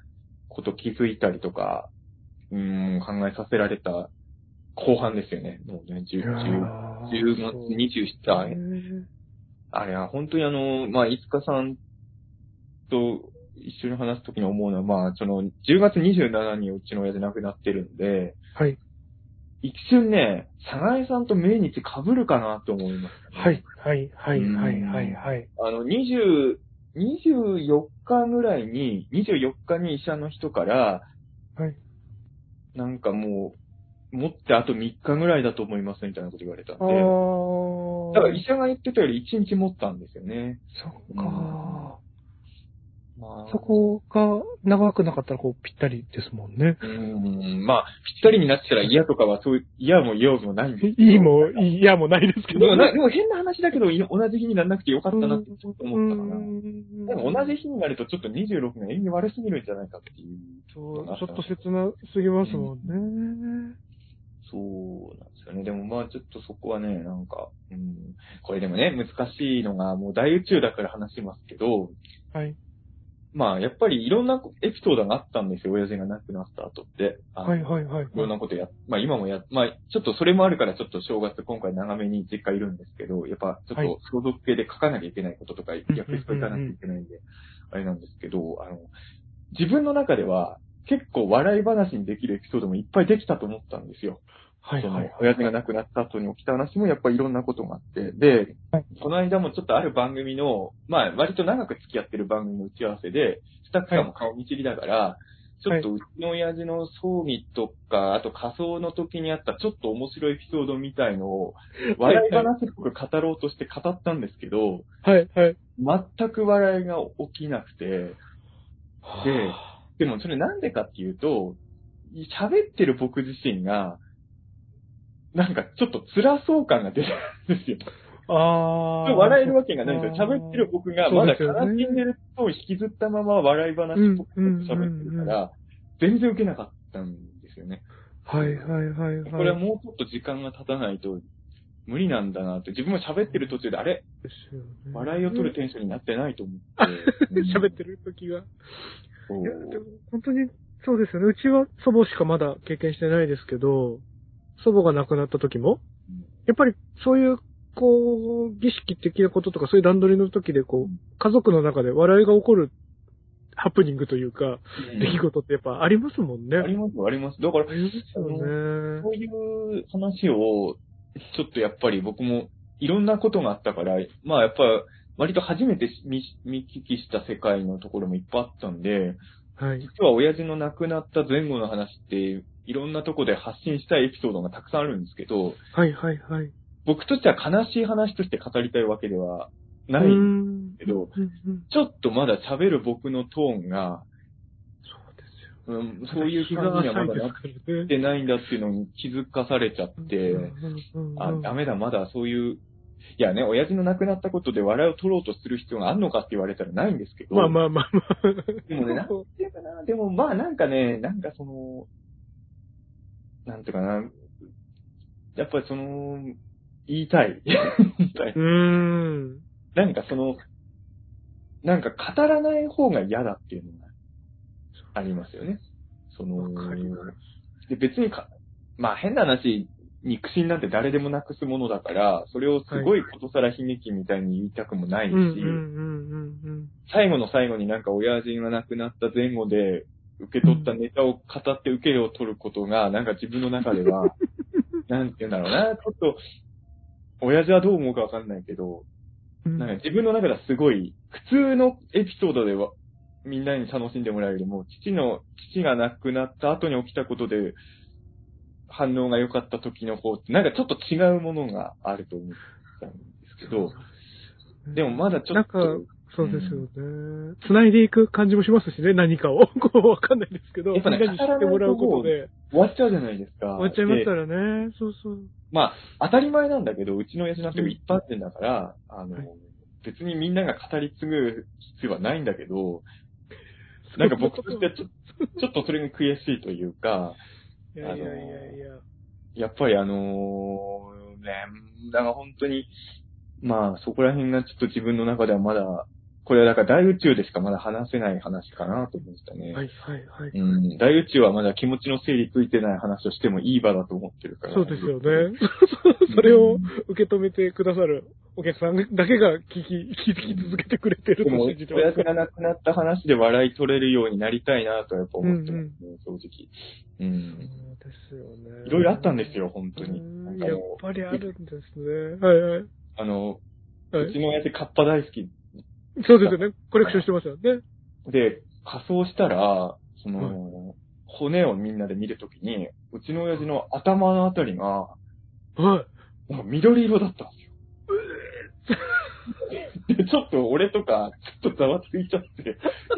こと気づいたりとか、考えさせられた後半ですよね。もうね、10月27、あれは本当にまあ、いつかさんと一緒に話すときに思うのは、まあ、10月27日にうちの親父亡くなってるんで、 はい。 一瞬ね、早苗さんと命日被るかなと思いましたね。 はい、はい、はい、はい、はい、はい。 24日ぐらいに、24日に医者の人から、 はい。 なんかもう、持ってあと3日ぐらいだと思いますみたいなこと言われたんで、だから医者が言ってたより1日持ったんですよね。 そっか。 まあ、 そこが長くなかったらこうぴったりですもんね。 まあ、ぴったりになってたら嫌とかはそういう、嫌も用もないんですけど。 いいも嫌もないですけど、 でも変な話だけど、同じ日にならなくてよかったなってちょっと思ったかな。でも同じ日になるとちょっと26が縁起悪すぎるんじゃないかっていう。 そう、ちょっと切なすぎますもんね。 そうなんですよね。でもまあちょっとそこはね、なんか、これでもね、難しいのが、もう大宇宙だから話しますけど、 はい。 まあやっぱりいろんなエピソードがあったんですよ、親父が亡くなった後って。 はい、はい、はい。 いろんなことまあ今もまあちょっとそれもあるからちょっと正月今回長めに実家いるんですけど、やっぱちょっと相続系で書かなきゃいけないこととか、役所行かなきゃいけないんで、あれなんですけど、自分の中では結構笑い話にできるエピソードもいっぱいできたと思ったんですよ。 はい、はい。 親父が亡くなった後に起きた話もやっぱりいろんなことがあって、で、この間もちょっとある番組の、まあ割と長く付き合ってる番組の打ち合わせで、スタッフさんも顔見知りだから、ちょっとうちの親父の葬儀とか、あと仮装の時にあったちょっと面白いエピソードみたいのを、笑い話っぽく語ろうとして語ったんですけど、 はい、はい。 全く笑いが起きなくて、でもそれなんでかっていうと、喋ってる僕自身が、なんかちょっと辛そう感が出てるんですよ。笑えるわけがないんですよ。喋ってる僕がまだ悲しんでると引きずったまま笑い話っぽく喋ってるから、全然受けなかったんですよね。 はい、はい、はい。 これはもうちょっと時間が経たないと無理なんだなって、自分も喋ってる途中で、あれ笑いを取るテンションになってないと思って。 喋ってる時が。いや、でも本当にそうですよね。うちは祖母しかまだ経験してないですけど、祖母が亡くなった時も、やっぱりそういう、こう、儀式的なこととか、そういう段取りの時で、こう、家族の中で笑いが起こるハプニングというか、出来事ってやっぱありますもんね。 あります、あります。だから、 ありますよね。 そういう話を、ちょっとやっぱり僕もいろんなことがあったから、まあやっぱ割と初めて見聞きした世界のところもいっぱいあったんで、 はい。 実は親父の亡くなった前後の話っていろんなところで発信したいエピソードがたくさんあるんですけど、 はいはいはい。 僕としては悲しい話として語りたいわけではないんですけど、ちょっとまだ喋る僕のトーンが、そういう感じにはまだなってないんだっていうのに気づかされちゃって、ダメだ、まだそういう、いやね、親父の亡くなったことで笑いを取ろうとする必要があるのかって言われたらないんですけど。 まあまあまあまあ。 でもね、なんていうかな、でもまあなんかね、なんかなんていうかな、やっぱり言いたい。なんかなんか語らない方が嫌だっていうのがありますよね。で、別にまあ変な話、肉親なんて誰でもなくすものだから、それをすごいことさら悲劇みたいに言いたくもないし、最後の最後になんか親父が亡くなった前後で受け取ったネタを語って受けを取ることが、なんか自分の中では、なんて言うんだろうな、ちょっと、親父はどう思うかわかんないけど、なんか自分の中ではすごい、普通のエピソードでは、みんなに楽しんでもらえるよりも、父が亡くなった後に起きたことで、反応が良かった時の方って、なんかちょっと違うものがあると思ったんですけど、でもまだちょっと、 そうですよね。繋いでいく感じもしますしね、何かを。こう、わかんないですけど、 やっぱね、 みんなに知ってもらうことで。 終わっちゃうじゃないですか。 終わっちゃいますからね。そうそう。 まあ、当たり前なんだけど、うちの親父なんて一般人だから、別にみんなが語り継ぐ必要はないんだけど、なんか僕としてはちょっとそれが悔しいというか、やっぱりだから本当に、まあそこら辺がちょっと自分の中ではまだこれはだから大宇宙でしかまだ話せない話かなと思いましたね。 はいはいはい。 大宇宙はまだ気持ちの整理ついてない話をしてもいい場だと思ってるから。 そうですよね。それを受け止めてくださるお客さんだけが聞き続けてくれてると信じてます。 親父が亡くなった話で笑い取れるようになりたいなとやっぱ思ってますね、正直。 そうですよね。 いろいろあったんですよ、本当に。 やっぱりあるんですね。はいはい。 うちの親父カッパ大好き。 そうですよね。コレクションしてますよね。 で、仮装したら、骨をみんなで見るときに、うちの親父の頭のあたりが、なんか緑色だったんですよ。で、ちょっと俺とか、ちょっとざわついちゃって、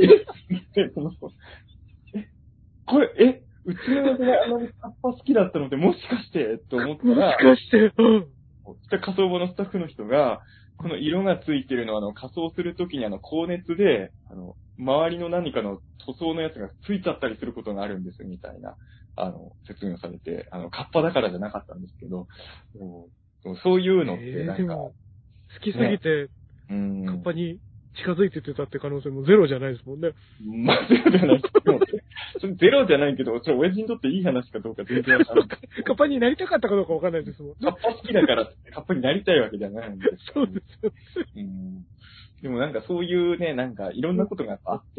これ、うちの親父がカッパ好きだったので、もしかしてと思ったら、 もしかして、 仮装場のスタッフの人が、この色がついてるのは、仮装するときに高熱で、周りの何かの塗装のやつがついちゃったりすることがあるんです、みたいな、説明をされて、カッパだからじゃなかったんですけど、そういうのってなんか、 好きすぎて、カッパに近づいてってたって可能性もゼロじゃないですもんね。 まあ、ゼロじゃないけど、ゼロじゃないけど、親父にとっていい話かどうか全然わからない。 カッパになりたかったかどうかわかんないですもん。 カッパ好きだからカッパになりたいわけじゃないんです。 そうですよ。 でもなんかそういうね、なんかいろんなことがあって、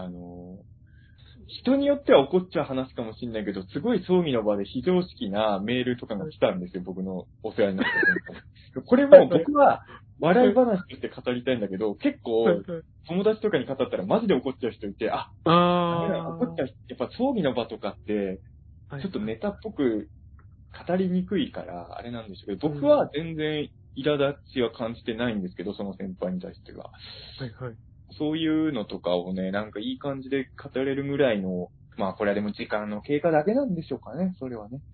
人によっては怒っちゃう話かもしれないけど、すごい葬儀の場で非常識なメールとかが来たんですよ、僕のお世話になった人。これも僕は笑い話として語りたいんだけど、結構友達とかに語ったらマジで怒っちゃう人いて、怒っちゃう。やっぱ葬儀の場とかって、ちょっとネタっぽく語りにくいから、あれなんでしょうけど、僕は全然苛立ちは感じてないんですけど、その先輩に対しては。そういうのとかをね、なんかいい感じで語れるぐらいの、まあこれはでも時間の経過だけなんでしょうかね、それはね。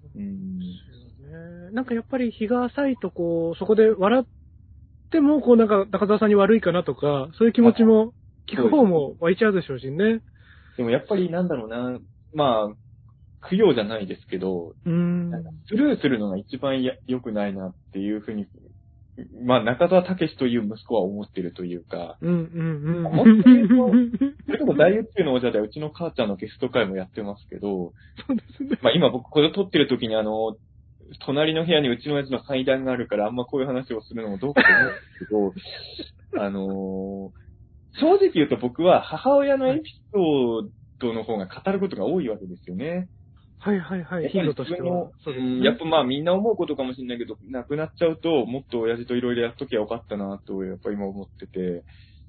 なんかやっぱり日が浅いとそこで笑っても、なんか中澤さんに悪いかなとか、そういう気持ちも聞く方も湧いちゃうでしょうしね。 でもやっぱりなんだろうな、まあ、供養じゃないですけど、なんかスルーするのが一番良くないなっていうふうに、まあ、中澤武史という息子は思ってるというか、もっと言うと、それこそ大宇宙の王者でうちの母ちゃんのゲスト会もやってますけど、 そうですね。 まあ今僕これを撮ってる時に隣の部屋にうちの親父の階段があるからあんまこういう話をするのもどうかと思うんですけど、正直言うと僕は母親のエピソードの方が語ることが多いわけですよね。 はいはいはい。頻度としては。 やっぱまあみんな思うことかもしれないけど、亡くなっちゃうと、もっと親父といろいろやっときゃよかったなと、やっぱ今思ってて。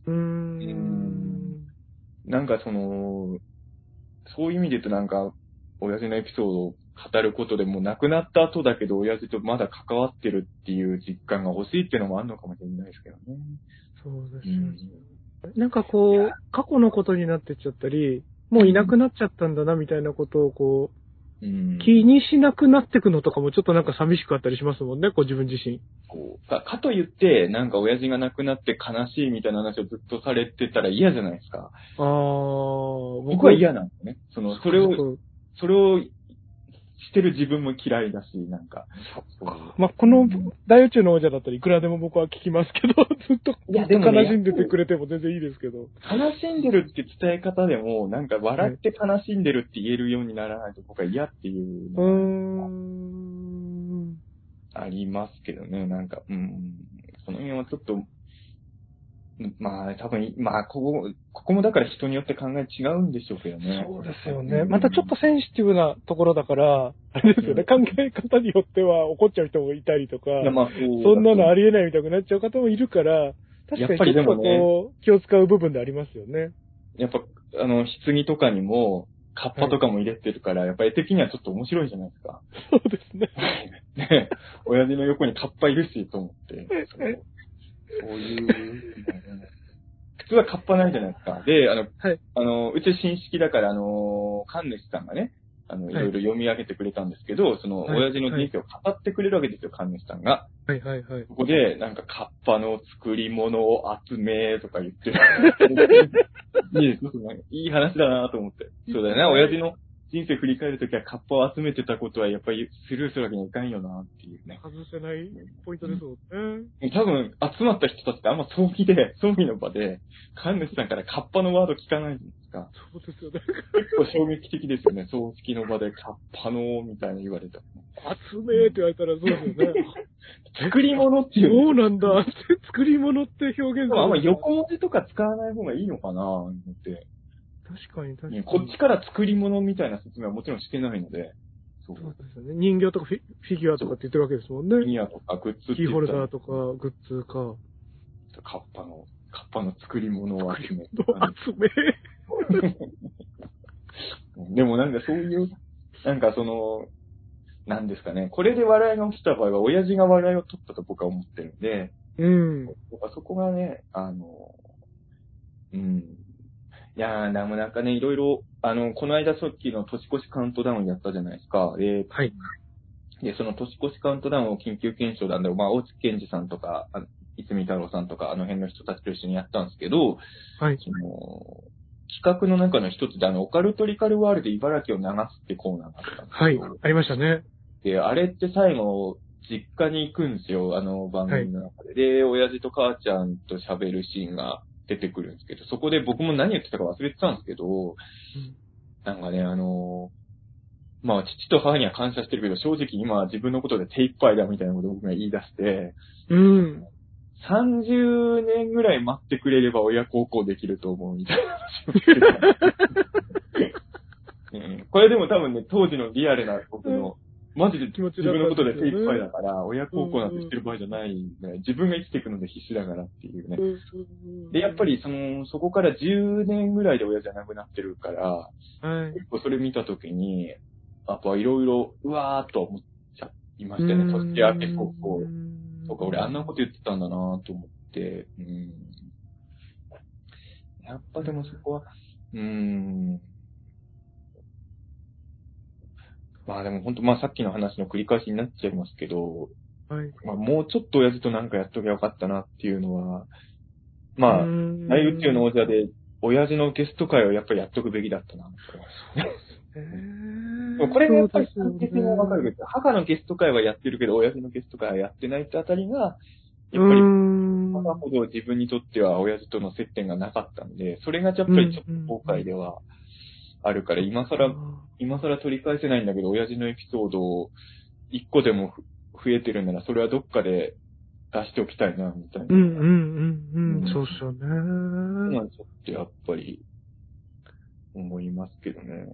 なんかそういう意味で言うとなんか、親父のエピソードを語ることでもう亡くなった後だけど、親父とまだ関わってるっていう実感が欲しいっていうのもあるのかもしれないですけどね。 そうですよね。なんか過去のことになってっちゃったり、もういなくなっちゃったんだなみたいなことを気にしなくなってくのとかもちょっとなんか寂しくあったりしますもんね、自分自身。 かといって、なんか親父が亡くなって悲しいみたいな話をずっとされてたら嫌じゃないですか。僕は嫌なんですね。それをしてる自分も嫌いだし、なんか。 まあ、この大宇宙の王者だったらいくらでも僕は聞きますけど、ずっと悲しんでてくれても全然いいですけど。 悲しんでるって伝え方でも、なんか笑って悲しんでるって言えるようにならないと僕は嫌っていうのがありますけどね、なんか、その辺はちょっと、まあ、多分、まあ、ここもだから人によって考え違うんでしょうけどね。 そうですよね。またちょっとセンシティブなところだから、あれですよね、考え方によっては怒っちゃう人もいたりとか、そんなのありえないみたいになっちゃう方もいるから、確かにちょっと気を使う部分でありますよね。 やっぱ、棺とかにも、カッパとかも入れてるから、やっぱ絵的にはちょっと面白いじゃないですか。 そうですね。 ね、親父の横にカッパいるし、と思って。そういう、普通はカッパないじゃないですか。で、うち親戚だから、神主さんがね、いろいろ読み上げてくれたんですけど、親父の人生を語ってくれるわけですよ、神主さんが。そこで、なんか、カッパの作り物を集めとか言ってる。いい話だなと思って。そうだよね、親父の人生振り返るときはカッパを集めてたことはやっぱりスルーするわけにいかんよなっていうね。 外せないポイントですもんね。 多分集まった人たちってあんま葬儀の場で、神主さんからカッパのワード聞かないじゃないですか。 そうですよね。 結構衝撃的ですよね。葬式の場でカッパのみたいな言われたら。 集めーって言われたらそうですよね。 作り物っていう。 そうなんだって、作り物って表現する。 あんま横文字とか使わない方がいいのかなって。 確かに。 こっちから作り物みたいな説明はもちろんしてないので。 そうですよね。人形とかフィギュアとかって言ってるわけですもんね。 フィギュアとかグッズってキーホルダーとかグッズか。 カッパの作り物を集め。でもなんかそういう、なんかなんですかね。これで笑いが起きた場合は、親父が笑いを取ったと僕は思ってるんで、そこがね、いやー、でもなんかね、いろいろ、この間さっきの年越しカウントダウンやったじゃないですか。はい。で、その年越しカウントダウンを緊急検証なんで、大月健二さんとか、泉太郎さんとか、あの辺の人たちと一緒にやったんですけど、 はい。 企画の中の一つで、オカルトリカルワールド茨城を流すってコーナーがあったんですはい。ありましたね。 で、あれって最後、実家に行くんですよ、番組の中で。はい、で、親父と母ちゃんと喋るシーンが出てくるんですけど、そこで僕も何言ってたか忘れてたんですけど、なんかね、父と母には感謝してるけど、正直今自分のことで手一杯だみたいなことを僕が言い出して、30年ぐらい待ってくれれば親孝行できると思うみたいな話をしてた。これでも多分ね、当時のリアルな僕の、マジで自分のことで手一杯だから、親孝行なんてしてる場合じゃないんで、自分が生きていくので必死だからっていうね。で、やっぱりそこから10年ぐらいで親じゃなくなってるから、結構それ見たときに、やっぱいろいろ、うわーっと思っちゃいましたね。年明け早々。とか、俺あんなこと言ってたんだなと思って、やっぱでもそこは、まあでも本当、さっきの話の繰り返しになっちゃいますけど、はい。もうちょっと親父となんかやっときゃよかったなっていうのは、大宇宙の王者で、親父のゲスト会をやっぱりやっとくべきだったな。でもこれがやっぱり関係性がわかるけど、母のゲスト会はやってるけど、親父のゲスト会はやってないってあたりが、やっぱり、母ほど自分にとっては親父との接点がなかったんで、それがやっぱりちょっと後悔ではあるから、今更取り返せないんだけど、親父のエピソードを一個でも増えてるなら、それはどっかで出しておきたいな、みたいな。 そうっすよね。 ちょっとやっぱり、思いますけどね。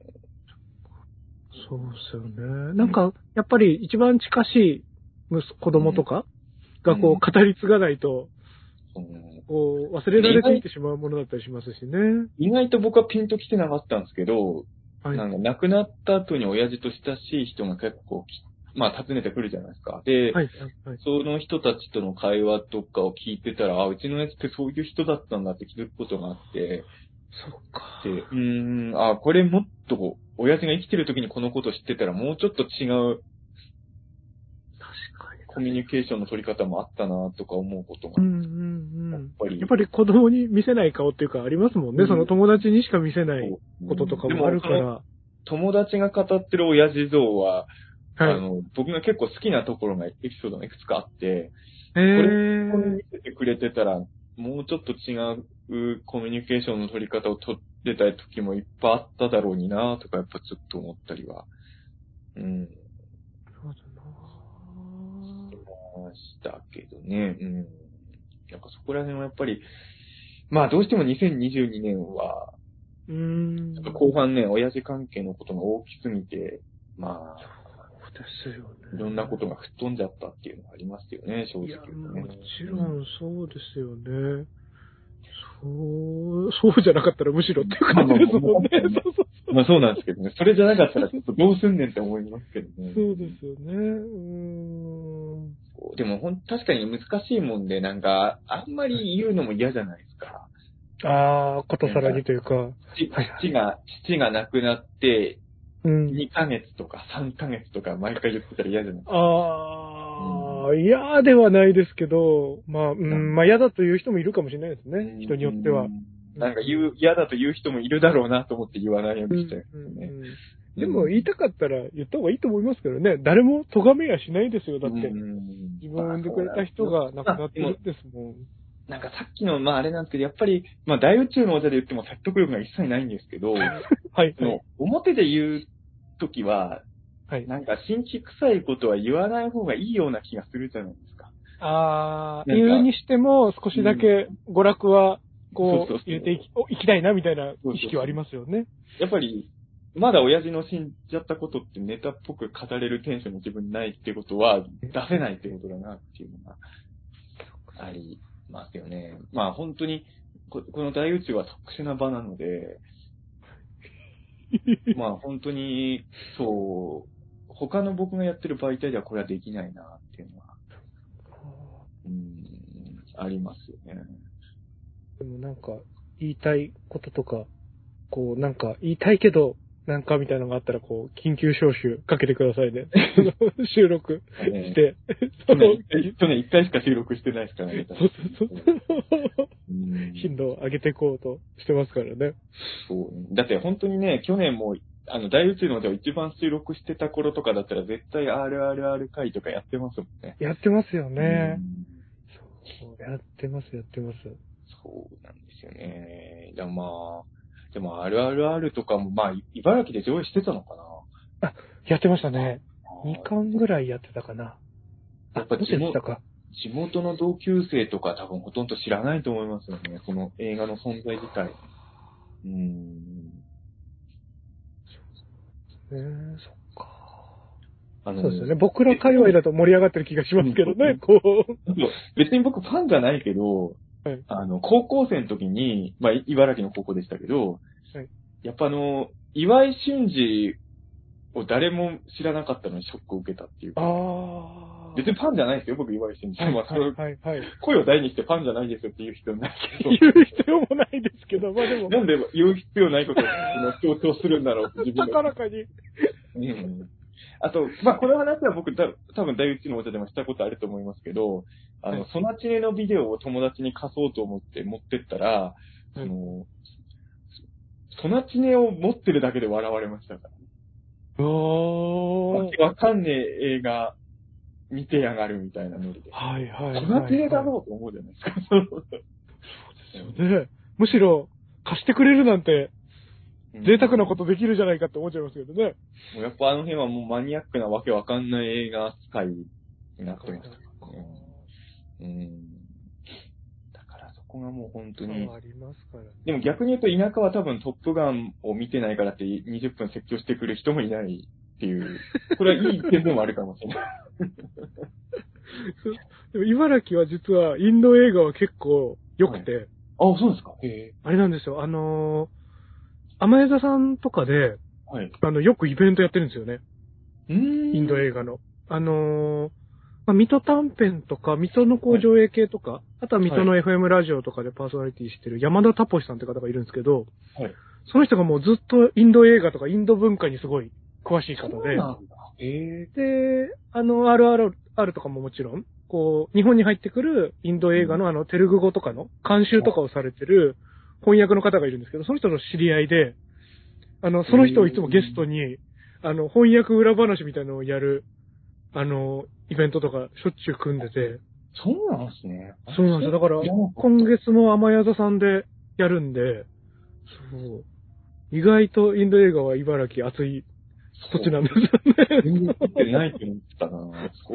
そうっすよね。なんか、やっぱり一番近しい子供とかがこう語り継がないと、こう忘れられていってしまうものだったりしますしね。 意外と僕はピンと来てなかったんですけど、なんか亡くなった後に親父と親しい人が結構訪ねてくるじゃないですか。で、その人たちとの会話とかを聞いてたら、うちのやつってそういう人だったんだって気づくことがあって、 そっか。 で、これもっと、親父が生きてる時にこのこと知ってたらもうちょっと違う、コミュニケーションの取り方もあったなとか思うことが。 やっぱり子供に見せない顔っていうかありますもんね。その友達にしか見せないこととかもあるから。 友達が語ってる親父像は、僕が結構好きなところがエピソードがいくつかあって、これ見せてくれてたら、もうちょっと違うコミュニケーションの取り方を取れた時もいっぱいあっただろうになとか、やっぱちょっと思ったりは。そうだなましたけどね。やっぱそこら辺はやっぱり、どうしても2022年は、ちょっと後半ね、親父関係のことが大きすぎて、 そうですよね。 いろんなことが吹っ飛んじゃったっていうのがありますよね、正直、 もちろんそうですよね。そうじゃなかったらむしろっていう感じですもんね。 そうなんですけどね。それじゃなかったらちょっとどうすんねんって思いますけどね。 そうですよね。 でも確かに難しいもんで、なんか、あんまり言うのも嫌じゃないですか。 ことさらにというか。 父が亡くなって、2ヶ月とか3ヶ月とか毎回言ってたら嫌じゃないですか。 嫌ではないですけど、嫌だという人もいるかもしれないですね。人によっては。 なんか嫌だと言う人もいるだろうなと思って言わないようにしてるんですよね。 でも言いたかったら言った方がいいと思いますけどね。誰も咎めやしないですよ。だって、自分を産んでくれた人が亡くなってるんですもん。 なんかさっきの、まああれなんですけど、やっぱり、まあ大宇宙のお茶で言っても説得力が一切ないんですけど、 はい、 その表で言うときは、 はい。 なんか新規臭いことは言わない方がいいような気がするじゃないですか。 言うにしても少しだけ娯楽は、こう、入れていきたいなみたいな意識はありますよね。 やっぱり、まだ親父の死んじゃったことってネタっぽく語れるテンションの自分にないってことは出せないってことだなっていうのがありますよね。まあ本当に、この大宇宙は特殊な場なので、まあ本当に、そう、他の僕がやってる媒体ではこれはできないなっていうのは、ありますよね。 でもなんか、言いたいこととか、こう、なんか、言いたいけど、なんかみたいなのがあったら、こう、緊急招集かけてくださいね。収録して。 去年1回しか収録してないですからね。 そう。頻度を上げていこうとしてますからね。 そう。だって本当にね、去年も、大宇宙のでは一番収録してた頃とかだったら絶対 RRR 回とかやってますもんね。 やってますよね。そう、やってます。 そうなんですよね。でもRRR とかも、まあ、茨城で上映してたのかな？ あ、やってましたね。2巻ぐらいやってたかな。 やっぱ地元の同級生とか多分ほとんど知らないと思いますよね。この映画の存在自体。 そっか。 そうですよね。僕ら界隈だと盛り上がってる気がしますけどね、こう。 別に僕ファンじゃないけど、 はい、 高校生の時に、まあ、茨城の高校でしたけど、 はい、 やっぱ岩井俊二を誰も知らなかったのにショックを受けたっていうか、別にファンじゃないですよ、僕岩井俊二。声を大にしてファンじゃないですよって言う必要ないけど。 言う必要もないですけど、まあでも。 なんで言う必要ないことを強調するんだろうって自分で。 高らかに。 あと、まあ、この話は僕多分大宇宙のお茶でもしたことあると思いますけど、ソナチネのビデオを友達に貸そうと思って持ってったら、ソナチネを持ってるだけで笑われましたから。わけわかんねえ映画見てやがるみたいなノリで。ソナチネだろうと思うじゃないですか。そうですよね。むしろ貸してくれるなんて、贅沢なことできるじゃないかって思っちゃいますけどね。 もうやっぱあの辺はもうマニアックなわけわかんない映画扱いになってましたからね。だからそこがもう本当に。 ありますからね。 でも逆に言うと田舎は多分トップガンを見てないからって20分説教してくる人もいないっていう。これはいい点でもあるかもしれない。 でも茨城は実はインド映画は結構良くて。 あ、そうですか。 あれなんですよ。甘江座さんとかで、よくイベントやってるんですよね。インド映画の。水戸短編とか、水戸の上映系とか、あとは水戸の FM ラジオとかでパーソナリティしてる山田タポシさんって方がいるんですけど、その人がもうずっとインド映画とかインド文化にすごい詳しい方で、で、RRR とかももちろん、日本に入ってくるインド映画のテルグ語とかの監修とかをされてる翻訳の方がいるんですけど、その人の知り合いで、その人をいつもゲストに、翻訳裏話みたいなのをやる、イベントとかしょっちゅう組んでて。 そうなんですね。 そうなんですよ。だから、今月も甘宿さんでやるんで、そう。意外とインド映画は茨城熱い土地なんですよね。 全然見てないと思ったな。そう。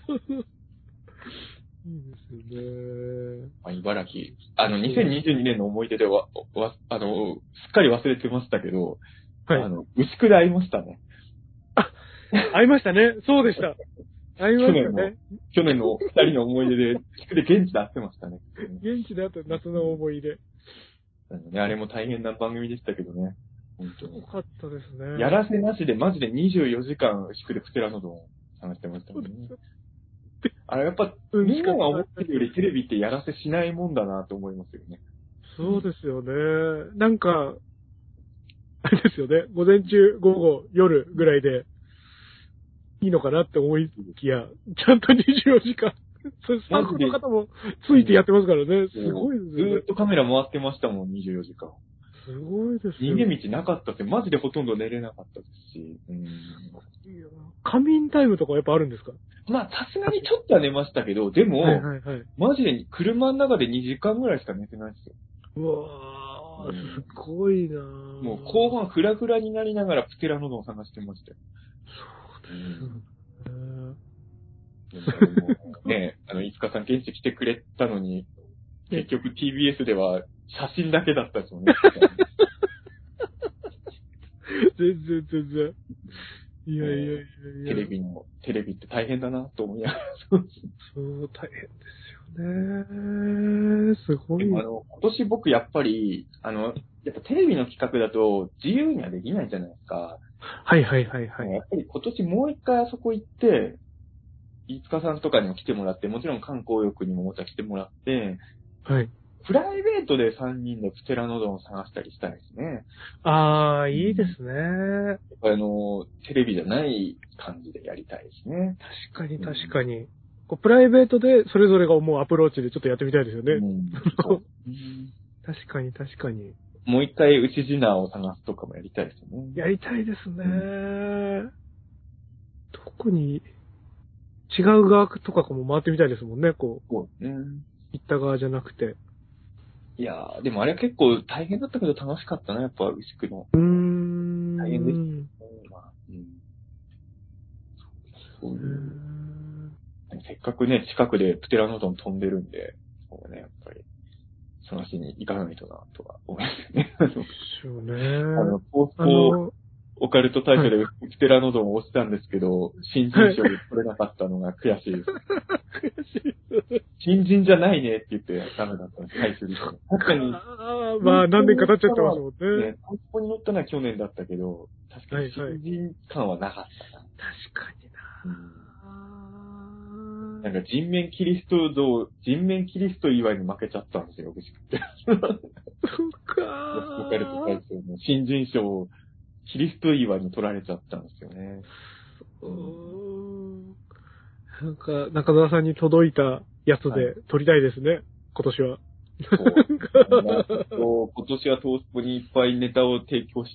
いいですよね。 茨城。2022年の思い出ですっかり忘れてましたけど、牛久で会いましたね。 会いましたね。そうでした。会いましたね。 去年の二人の思い出で、現地で会ってましたね。 現地で会った夏の思い出。 あれも大変な番組でしたけどね。本当に。 よかったですね。 やらせなしで、マジで24時間牛久でプテラノドンを探してましたもんね。やっぱ、みんなが思ってるよりテレビってやらせしないもんだなと思いますよね。 そうですよね。なんか、あれですよね。午前中、午後、夜ぐらいでいいのかなって思いきや、ちゃんと24時間それスタッフの方もついてやってますからね。すごいですずよね。 ーっとカメラ回ってましたもん、24時間。 すごいですよ。 逃げ道なかったって、マジでほとんど寝れなかったですし。 いや仮眠タイムとかやっぱあるんですか？ まあ、さすがにちょっとは寝ましたけど、でも、 はいはいはい。 マジで車の中で2時間ぐらいしか寝てないですよ。 うわー、すごいなぁ。 もう後半フラフラになりながらプテラノドンを探してましたよ。 そうですね。 でもね、いつかさん現地来てくれたのに、結局 TBS では写真だけだったですもんね。 全然。いやいやいやいや。 テレビって大変だなと思いながら。 そう、大変ですよね。すごい。 でも今年僕やっぱり、やっぱテレビの企画だと自由にはできないじゃないですか。 はいはいはいはい。 やっぱり今年もう一回あそこ行って、飯塚さんとかにも来てもらって、もちろん観光浴にもまた来てもらって、 はい。 プライベートで3人でプテラノドンを探したりしたいですね。 ああ、いいですね。 やっぱりテレビじゃない感じでやりたいですね。 確かに確かに。こうプライベートでそれぞれが思うアプローチでちょっとやってみたいですよね。確かに確かに。 もう一回内綱を探すとかもやりたいですよね。 やりたいですね。特に違う側とかも回ってみたいですもんね。こう、 そうね。 行った側じゃなくて。 いやー、でもあれは結構大変だったけど楽しかったな、やっぱ牛久の。大変でしたね。まあそういう。せっかくね、近くでプテラノドン飛んでるんで、そうね、やっぱり、探しに行かないとな、とは思いますね。 そうね。 ポースポオカルト大会でプテラノドンを押したんですけど、新人賞で取れなかったのが悔しいです。 悔しい。 新人じゃないねって言ってダメだったんです、最終日。確かに。 まあ何年か経っちゃってますもんね。 ポースポに乗ったのは去年だったけど、確かに新人感はなかったな。 確かにな。なんか人面キリスト祝いに負けちゃったんですよ、僕って。 そっかオカルト大賞の新人賞をキリスト祝いに取られちゃったんですよね。 なんか、中澤さんに届いたやつで撮りたいですね、今年は。 今年はトースポにいっぱいネタを提供して、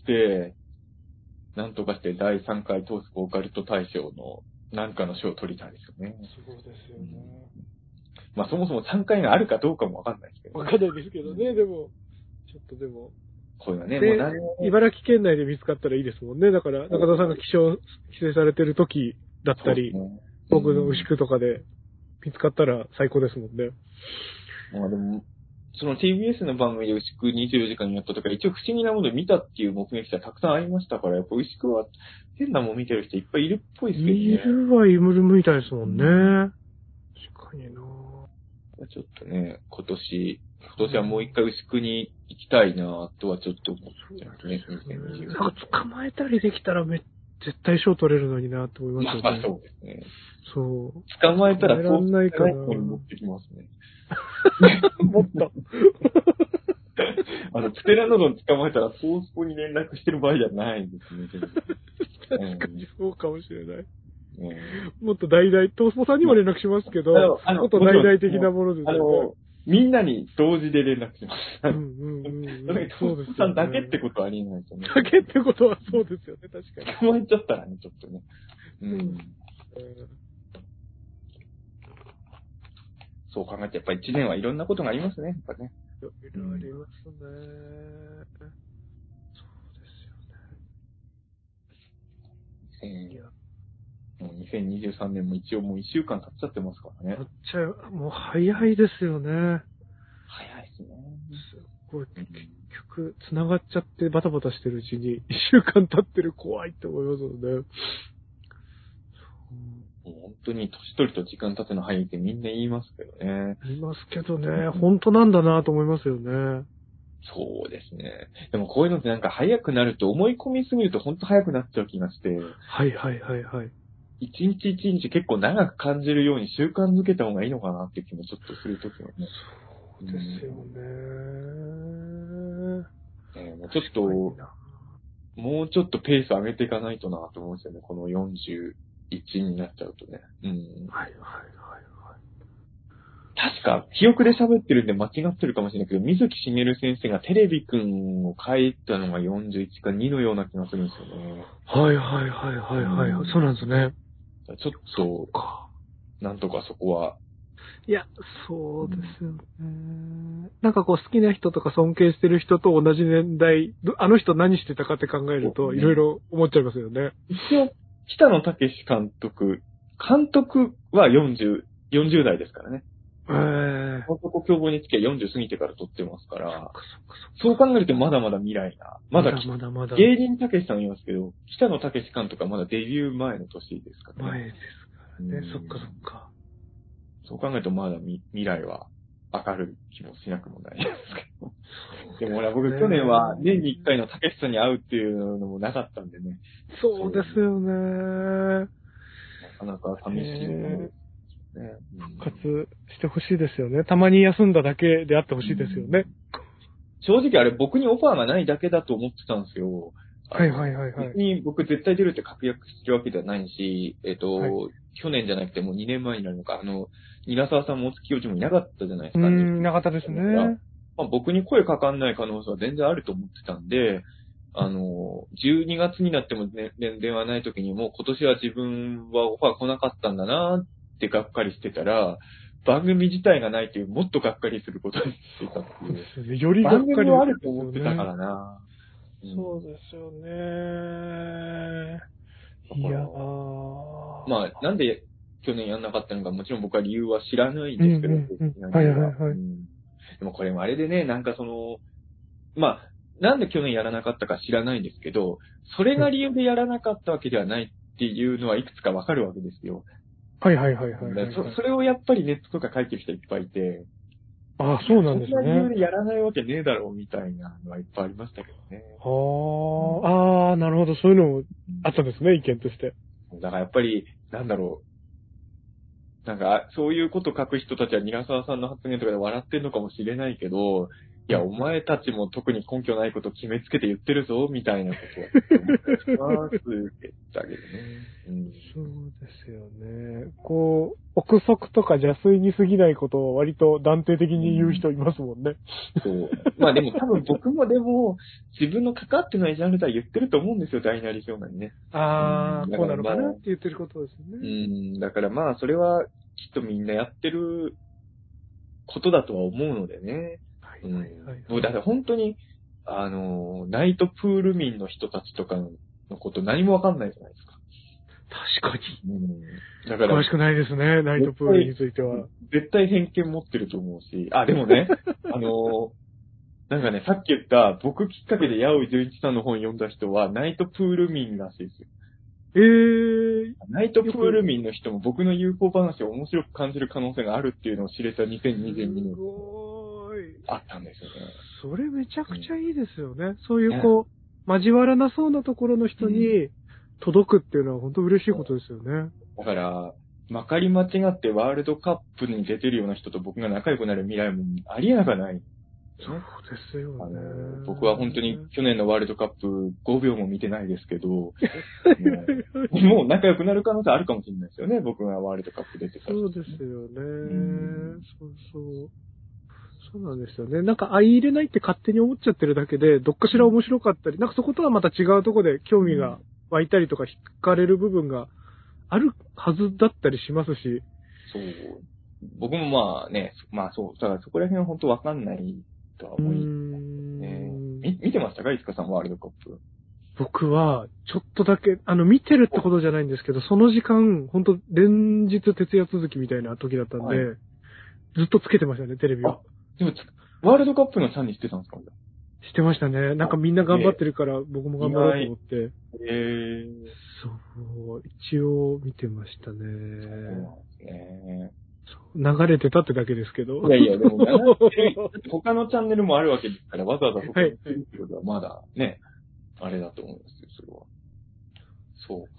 なんとかして第3回トースポオカルト大賞のなんかの賞を取りたいですよね。 そうですよね。 まあそもそも3回があるかどうかもわかんないですけど、 わかんないですけどね、でも、ちょっとでも。 こういうのね、 もう茨城県内で見つかったらいいですもんね。だから、中田さんが帰省されてる時だったり、僕の牛久とかで見つかったら最高ですもんね。 まあでも、その TBS の番組で牛久24時間やったとか、一応不思議なものを見たっていう目撃者たくさんありましたから、やっぱ牛久は変なもん見てる人いっぱいいるっぽいですけどね。 いるはいるみたいですもんね。確かになちょっとね、今年はもう一回牛久に行きたいなとはちょっと思ってますね。 なんか捕まえたりできたら絶対賞取れるのになと思いますよね。 まあそうですね。 そう。 捕まえたららんないかな。 持ってきますね。 もっと。 プテラノドン捕まえたらトースポに連絡してる場合じゃないんですね。 確かにそうかもしれない。もっと大々、トースポさんにも連絡しますけど、もっと大々的なものですね。 みんなに同時で連絡します。 そうです。 さんだけってことはありえないですよね。 だけってことはそうですよね、確かに。 捕まえちゃったらね、ちょっとね。そう考えて、やっぱり1年はいろんなことがありますね、やっぱね。 いろいろありますね。そうですよね。 もう2023年も一応もう1週間経っちゃってますからね。 もう早いですよね。 早いですね。 すごい、結局、繋がっちゃってバタバタしてるうちに、1週間経ってる怖いって思いますので。 もう本当に年取りと時間経つの早いってみんな言いますけどね。 言いますけどね、本当なんだなと思いますよね。 そうですね。でもこういうのってなんか早くなると思い込みすぎると本当早くなっちゃう気がして。 はいはいはいはい。 一日一日結構長く感じるように習慣づけた方がいいのかなっていう気もちょっとするときはね。 そうですよね。 もうちょっとペース上げていかないとなと思うんですよね。この41になっちゃうとね。 はいはいはいはい。 確か、記憶で喋ってるんで間違ってるかもしれないけど、水木しげる先生がテレビくんを書いたのが41か2のような気がするんですよね。 はいはいはいはいはい。 うんそうなんですね。 ちょっと、なんとかそこは。 いや、そうですよね。なんかこう好きな人とか尊敬してる人と同じ年代、あの人何してたかって考えると、いろいろ思っちゃいますよね。 一応、北野武監督は40代ですからね。男凶暴につきは40過ぎてから撮ってますから、そう考えるとまだまだ未来な。まだ芸人たけしさん言いますけど、北野武監督はまだデビュー前の年ですからね。 前ですからね。そっかそっか。 そう考えるとまだ未来は明るい気もしなくもないですけど。でも僕去年は年に1回のたけしさんに会うっていうのもなかったんでね。 そうですよね。 なかなか寂しいものです。 復活してほしいですよね。たまに休んだだけであってほしいですよね。 正直あれ僕にオファーがないだけだと思ってたんですよ。 はいはいはいはい。 別に僕絶対出るって確約してるわけではないし、去年じゃなくてもう2年前になるのか、蜷沢さんも大月教授もいなかったじゃないですか。 いなかったですね。 まあ、僕に声かかんない可能性は全然あると思ってたんで、12月になっても、ね、電話ない時にもう今年は自分はオファー来なかったんだなってがっかりしてたら、番組自体がないというもっとがっかりすることにしてたっていう。 そうですね。よりがっかり、 番組はあると思ってたからな。 そうですよね。いやまあ、なんで去年やんなかったのか、もちろん僕は理由は知らないんですけど、 はいはいはい。 でもこれもあれでね、なんかまあ、なんで去年やらなかったか知らないんですけど、それが理由でやらなかったわけではないっていうのはいくつかわかるわけですよ。 はいはいはいはい。 それをやっぱりネットとか書いてる人いっぱいいて、 あ、そうなんですね。 そんな理由でやらないわけねえだろうみたいなのはいっぱいありましたけどね。 なるほど。そういうのもあったんですね、意見として。 だからやっぱり、なんだろう。なんか、そういうこと書く人たちは蜷沢さんの発言とかで笑ってるのかもしれないけど、いや、お前たちも特に根拠ないことを決めつけて言ってるぞ、みたいなことは思ってたけどね。 そうですよね。こう、憶測とか邪推に過ぎないことを割と断定的に言う人いますもんね。 そう。まあでも多分僕も自分の関わってないジャンルでは言ってると思うんですよ、大なり小なりね。 こうなのかなって言ってることですよね。 だからまあ、それはきっとみんなやってることだとは思うのでね。もうだから本当に、ナイトプール民の人たちとかのこと何もわかんないじゃないですか。 確かに。 だから。 詳しくないですね、ナイトプールについては。 絶対偏見持ってると思うし。でもね、なんかね、さっき言った僕きっかけで八尾純一さんの本読んだ人は、ナイトプール民らしいですよ。ナイトプール民の人も僕の UFO 話を面白く感じる可能性があるっていうのを知れた2022年。すごい。あったんですよね。 それめちゃくちゃいいですよね。そういう交わらなそうなところの人に届くっていうのは本当嬉しいことですよね。 だから、まかり間違ってワールドカップに出てるような人と僕が仲良くなる未来もありえなくはない。 そうですよね。 僕は本当に去年のワールドカップ5秒も見てないですけど、もう仲良くなる可能性あるかもしれないですよね、僕がワールドカップ出てたら。 そうですよね。そうなんですよね。なんか相入れないって勝手に思っちゃってるだけで、どっかしら面白かったり、なんかそことはまた違うところで興味が湧いたりとか惹かれる部分があるはずだったりしますし。 そう。僕もまあね、まあそう、だからそこら辺は本当わかんないとは思いますね。見てましたか、いつかさん、ワールドカップ。 僕は、ちょっとだけ、見てるってことじゃないんですけど、その時間、本当連日徹夜続きみたいな時だったんで、ずっとつけてましたね、テレビを。 でも、ワールドカップの3にしてたんですか？ してましたね。なんかみんな頑張ってるから、僕も頑張ろうと思って。そう、一応見てましたね。そうなんですね。流れてたってだけですけど。 いや、でも他のチャンネルもあるわけですから、わざわざ他にするってことはまだね、あれだと思うんですよ、それは。そう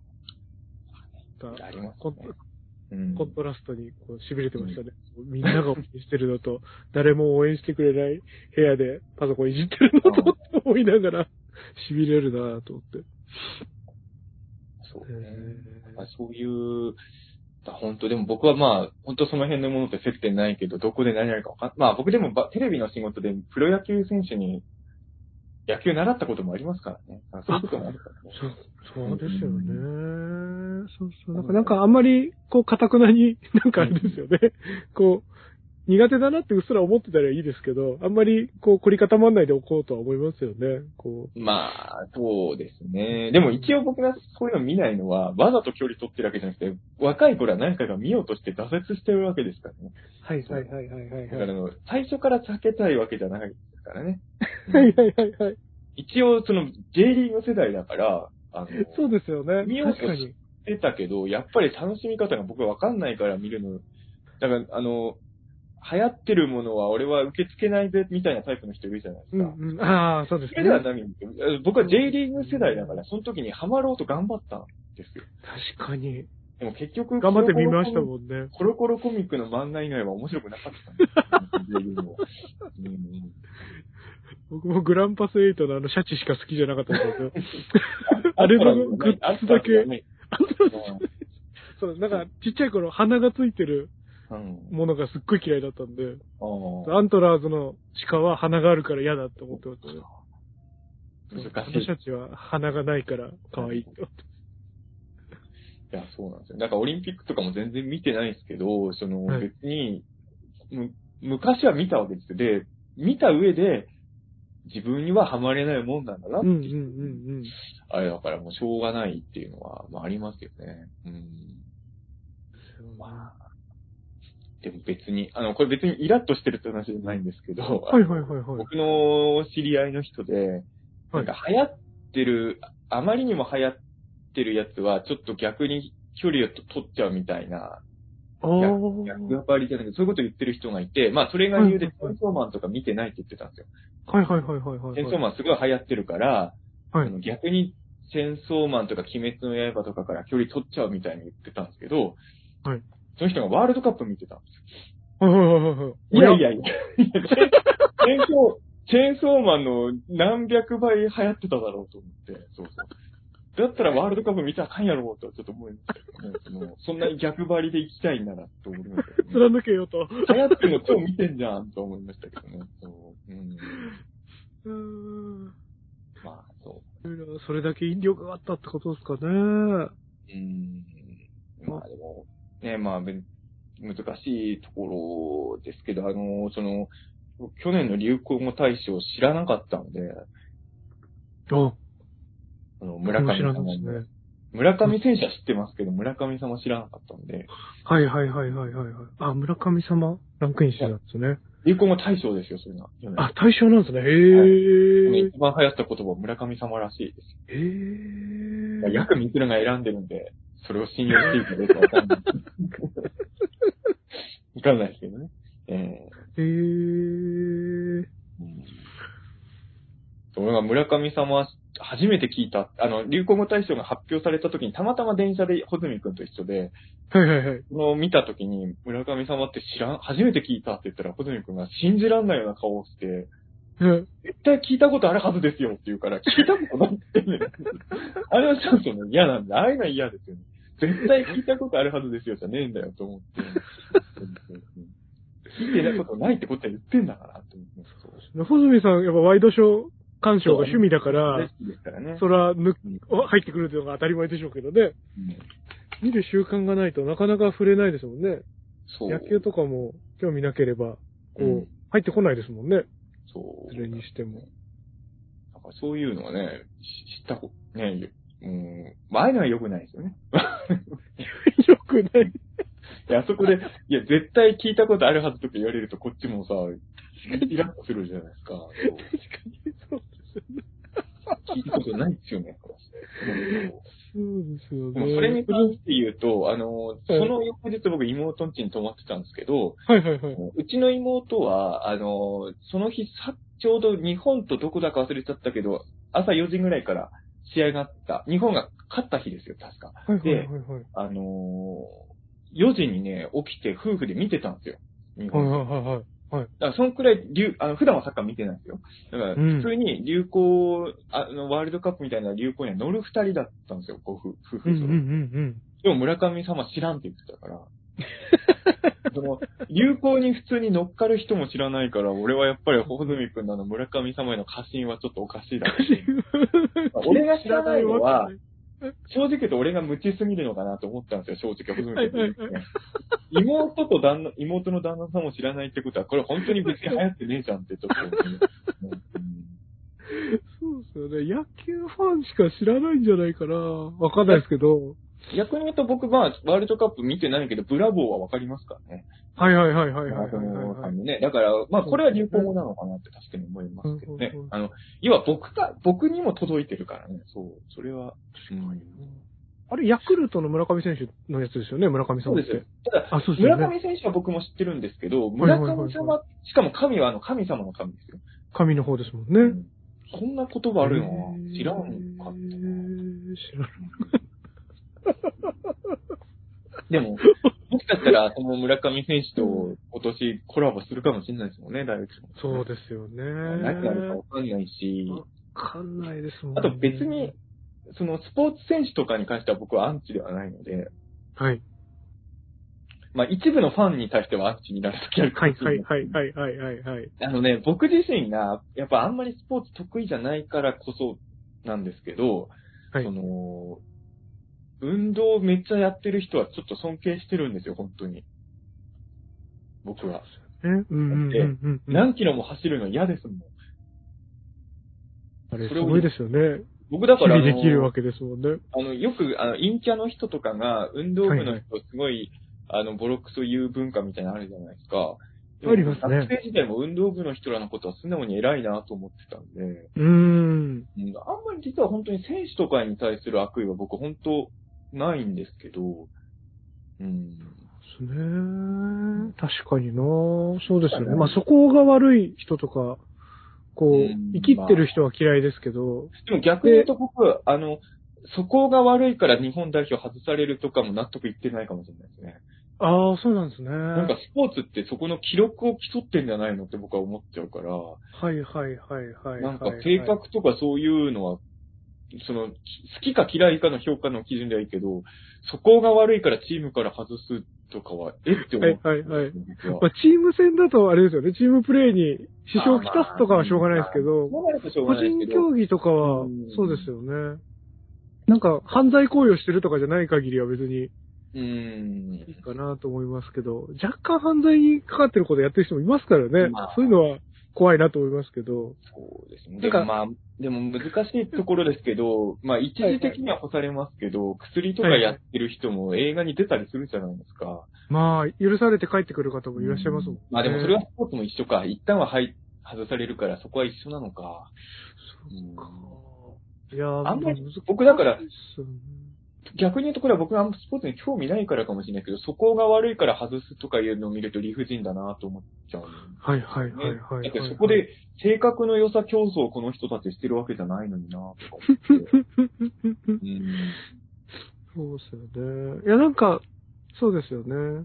か。ありますね。 コントラストにこう痺れてましたね。みんなが応援してるのと、誰も応援してくれない部屋でパソコンいじってるのと思いながら痺れるなと思って。 そうね。そういう、 本当でも僕はまあ、本当その辺のものって接点ないけど、どこで何やるかまあ僕でもテレビの仕事でプロ野球選手に野球習ったこともありますからね。そういうこともあるからね。 そうですよね。そう。なんかあんまり、こう、堅くなに、なんかあれですよね。こう、苦手だなってうっすら思ってたらいいですけど、あんまり、こう、凝り固まんないでおこうとは思いますよね。こう。 まあ、そうですね。でも一応僕がそういうの見ないのは、わざと距離取ってるわけじゃなくて、若い頃は何回か見ようとして挫折してるわけですからね。 はい。 だから最初から避けたいわけじゃないですからね。 はい。 一応、J リーグ世代だから、 そうですよね。 見ようとしてたけど、やっぱり楽しみ方が僕はわかんないから見るの。だから、流行ってるものは俺は受け付けないぜ、みたいなタイプの人いるじゃないですか。 ああ、そうですね。 それでは何僕は J リーグ世代だから、その時にハマろうと頑張ったんですよ。 確かに。 でも結局、 頑張ってみましたもんね。 コロコロコミックの漫画以外は面白くなかったんですよ。J リーグは。 僕もグランパス8のシャチしか好きじゃなかったんですけど。あれのグッズだけ。そう、なんかちっちゃい頃鼻がついてるものがすっごい嫌いだったんで、アントラーズの鹿は鼻があるから嫌だって思ってましたね。難しい。シャチは鼻がないから可愛いって思って。 いや、そうなんですよ。だからオリンピックとかも全然見てないですけど、別に、昔は見たわけですよ。で、見た上で、自分にはハマれないもんなんだなっていう。あれだからもうしょうがないっていうのは、まあありますよね。まあ、でも別に、これ別にイラッとしてるって話じゃないんですけど、僕の知り合いの人で、なんか流行ってる、あまりにも流行ってるやつは、ちょっと逆に距離を取っちゃうみたいな、逆張りじゃなくて、そういうこと言ってる人がいて、まあそれが理由でチェンソーマンとか見てないって言ってたんですよ。チェンソーマンすごい流行ってるから、逆にチェンソーマンとか鬼滅の刃とかから距離取っちゃうみたいに言ってたんですけど、その人がワールドカップ見てたんですよ。いや。チェーンソーマンの何百倍流行ってただろうと思って、そう。だったらワールドカップ見たらあかんやろうとちょっと思いましたけどね。そんなに逆張りで行きたいんならと思いましたけど、ね。 貫けよと。 流行ってるの超見てんじゃんと思いましたけどね。まあ、そう。 それだけ引力があったってことですかね。 まあでも、ね、まあ、難しいところですけど、去年の流行語大賞知らなかったので、村上様も、ね。村上選手は知ってますけど、村上様知らなかったので。 はい。あ、村上様ランクインしてたんですね。 流行語大賞ですよ、それが。 あ、大賞なんですね。へぇ一番流行った言葉は村上様らしいですよ。ヤクミツルが選んでるんで、それを信用していいかどうかわかんない。わかんないですけどね。俺が村上様初めて聞いた、流行語大賞が発表された時にたまたま電車で穂積くんと一緒で、見た時に村上様って初めて聞いたって言ったら穂積くんが信じらんないような顔をして、絶対聞いたことあるはずですよって言うから、聞いたことないってね。あれはちょっとね、嫌なんだ。ああいうのは嫌ですよね。絶対聞いたことあるはずですよじゃねえんだよと思って。聞いてないことないってことは言ってんだからって思って。 穂積さん、やっぱワイドショー鑑賞が趣味だから、それは入ってくるというのが当たり前でしょうけどね。見る習慣がないとなかなか触れないですもんね。野球とかも興味なければ、入ってこないですもんね。それにしても。 なんかそういうのはね、知ったことね、ああいうのは良くないですよね。 良くない。 いや、そこで、いや、絶対聞いたことあるはずとか言われると、こっちもさ、イラッとするじゃないですか。 確かに、そうですよね。 聞いたことないですよね。 そうですよね。 でもそれに関して言うと、その翌日僕妹ん家に泊まってたんですけど、うちの妹は、その日ちょうど日本とどこだか忘れちゃったけど、朝4時ぐらいから試合があった。日本が勝った日ですよ、確か。で、4時にね、起きて夫婦で見てたんですよ。日本。だからそんくらい普段はサッカー見てないんですよ。だから普通に流行、ワールドカップみたいな流行には乗る2人だったんですよ、夫婦。 でも村上様知らんって言ってたから。その、流行に普通に乗っかる人も知らないから、俺はやっぱり穂積君の村上様への過信はちょっとおかしいだろう。俺が知らないのは、正直言うと俺が無知すぎるのかなと思ったんですよ、正直、穂積君、ね。妹の旦那さんも知らないってことは、これ本当に別に流行ってねえじゃんってちょっと、 そうですよね。野球ファンしか知らないんじゃないかな。わかんないですけど。 逆に言うと僕はワールドカップ見てないけど、ブラボーはわかりますからね。 はいはい。 ね。だから、まあこれは流行語なのかなって確かに思いますけどね。要は僕にも届いてるからね。そう、それは。 あれ、ヤクルトの村上選手のやつですよね、村上さんって。 そうです。ただ、村上選手は僕も知ってるんですけど、村上様、しかも神は神様の神ですよ。 神の方ですもんね。 そんな言葉あるのは知らんかったな。 知らない。 でも、もしかしたら、その村上選手と今年コラボするかもしれないですもんね、大学も。 そうですよね。 何があるかわかんないし。 わかんないですもんね。 あと別に、そのスポーツ選手とかに関しては僕はアンチではないので。 はい。 まあ一部のファンに対してはアンチになるときあるかもしれない。 はい。 僕自身が、やっぱあんまりスポーツ得意じゃないからこそなんですけど、 はい、 その、運動めっちゃやってる人はちょっと尊敬してるんですよ、本当に。僕は。何キロも走るの嫌ですもん。 あれ、すごいですよね。 僕だからできるわけですもんね。 よく、陰キャの人とかが、運動部の人すごい、ボロクソ言う文化みたいなのあるじゃないですか。 ありますね。 学生時代も運動部の人らのことは素直に偉いなと思ってたんで。あんまり実は本当に選手とかに対する悪意は僕本当ないんですけど。 ですね。確かにな。そうですよね。まあ、そこが悪い人とか、こう、生きってる人は嫌いですけど。 でも逆に言うと僕、そこが悪いから日本代表外されるとかも納得いってないかもしれないですね。 ああ、そうなんですね。 なんかスポーツってそこの記録を競ってんじゃないのって僕は思っちゃうから。なんか性格とかそういうのは、その、好きか嫌いかの評価の基準ではいいけど、そこが悪いからチームから外すとかは、って思う。 まあ、チーム戦だとあれですよね、チームプレーに支障をきたすとかはしょうがないですけど、個人競技とかは、そうですよね。なんか、犯罪行為をしてるとかじゃない限りは別に、いいかなと思いますけど、若干犯罪にかかってることやってる人もいますからね。そういうのは怖いなと思いますけど。 そうですね。でも難しいところですけど、まあ一時的には干されますけど、薬とかやってる人も映画に出たりするじゃないですか。 まあ、許されて帰ってくる方もいらっしゃいますもんね。 まあでもそれはスポーツも一緒か。一旦は外されるからそこは一緒なのか。 そうか。いやあんまり、僕だから、逆に言うとこれは僕があんまスポーツに興味ないからかもしれないけど、そこが悪いから外すとかいうのを見ると理不尽だなと思っちゃう、ね。だってそこで性格の良さ競争をこの人たちしてるわけじゃないのになとか思って。 そうですよね。いやなんか、そうですよね。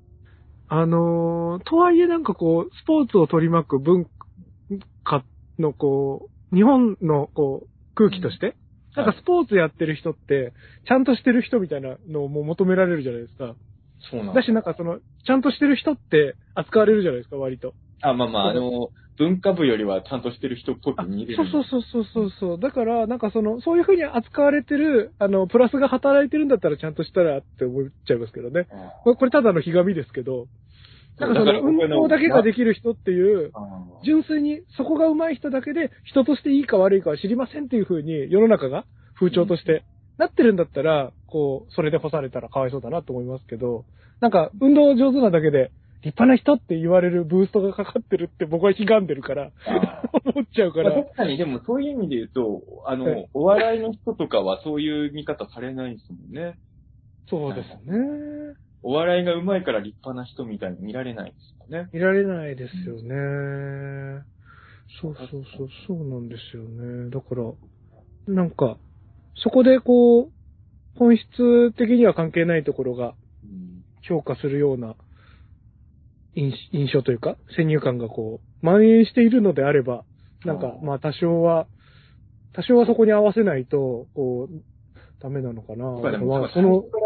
とはいえなんかこう、スポーツを取り巻く文化のこう、日本のこう、空気として、なんかスポーツやってる人って、ちゃんとしてる人みたいなのをもう求められるじゃないですか。 そうなんだしなんかその、ちゃんとしてる人って扱われるじゃないですか、割と。 文化部よりはちゃんとしてる人っぽく見える。 そう。だから、なんかそういう風に扱われてる、プラスが働いてるんだったらちゃんとしたらって思っちゃいますけどね。これただのひがみですけど。なんか運動だけができる人っていう、純粋にそこが上手い人だけで人としていいか悪いかは知りませんっていう風に世の中が風潮としてなってるんだったら、こう、それで干されたらかわいそうだなと思いますけど、なんか運動上手なだけで立派な人って言われるブーストがかかってるって僕は悲願でるから、思っちゃうから。 確かにでもそういう意味で言うと、お笑いの人とかはそういう見方されないですもんね。 そうですね。 お笑いが上手いから立派な人みたいに見られないですよね。 見られないですよね。そうなんですよね。だから、なんか、そこでこう、本質的には関係ないところが評価するような印象というか、先入観がこう、蔓延しているのであれば、なんか、まあ多少はそこに合わせないと、こう、ダメなのかな。 でも最初から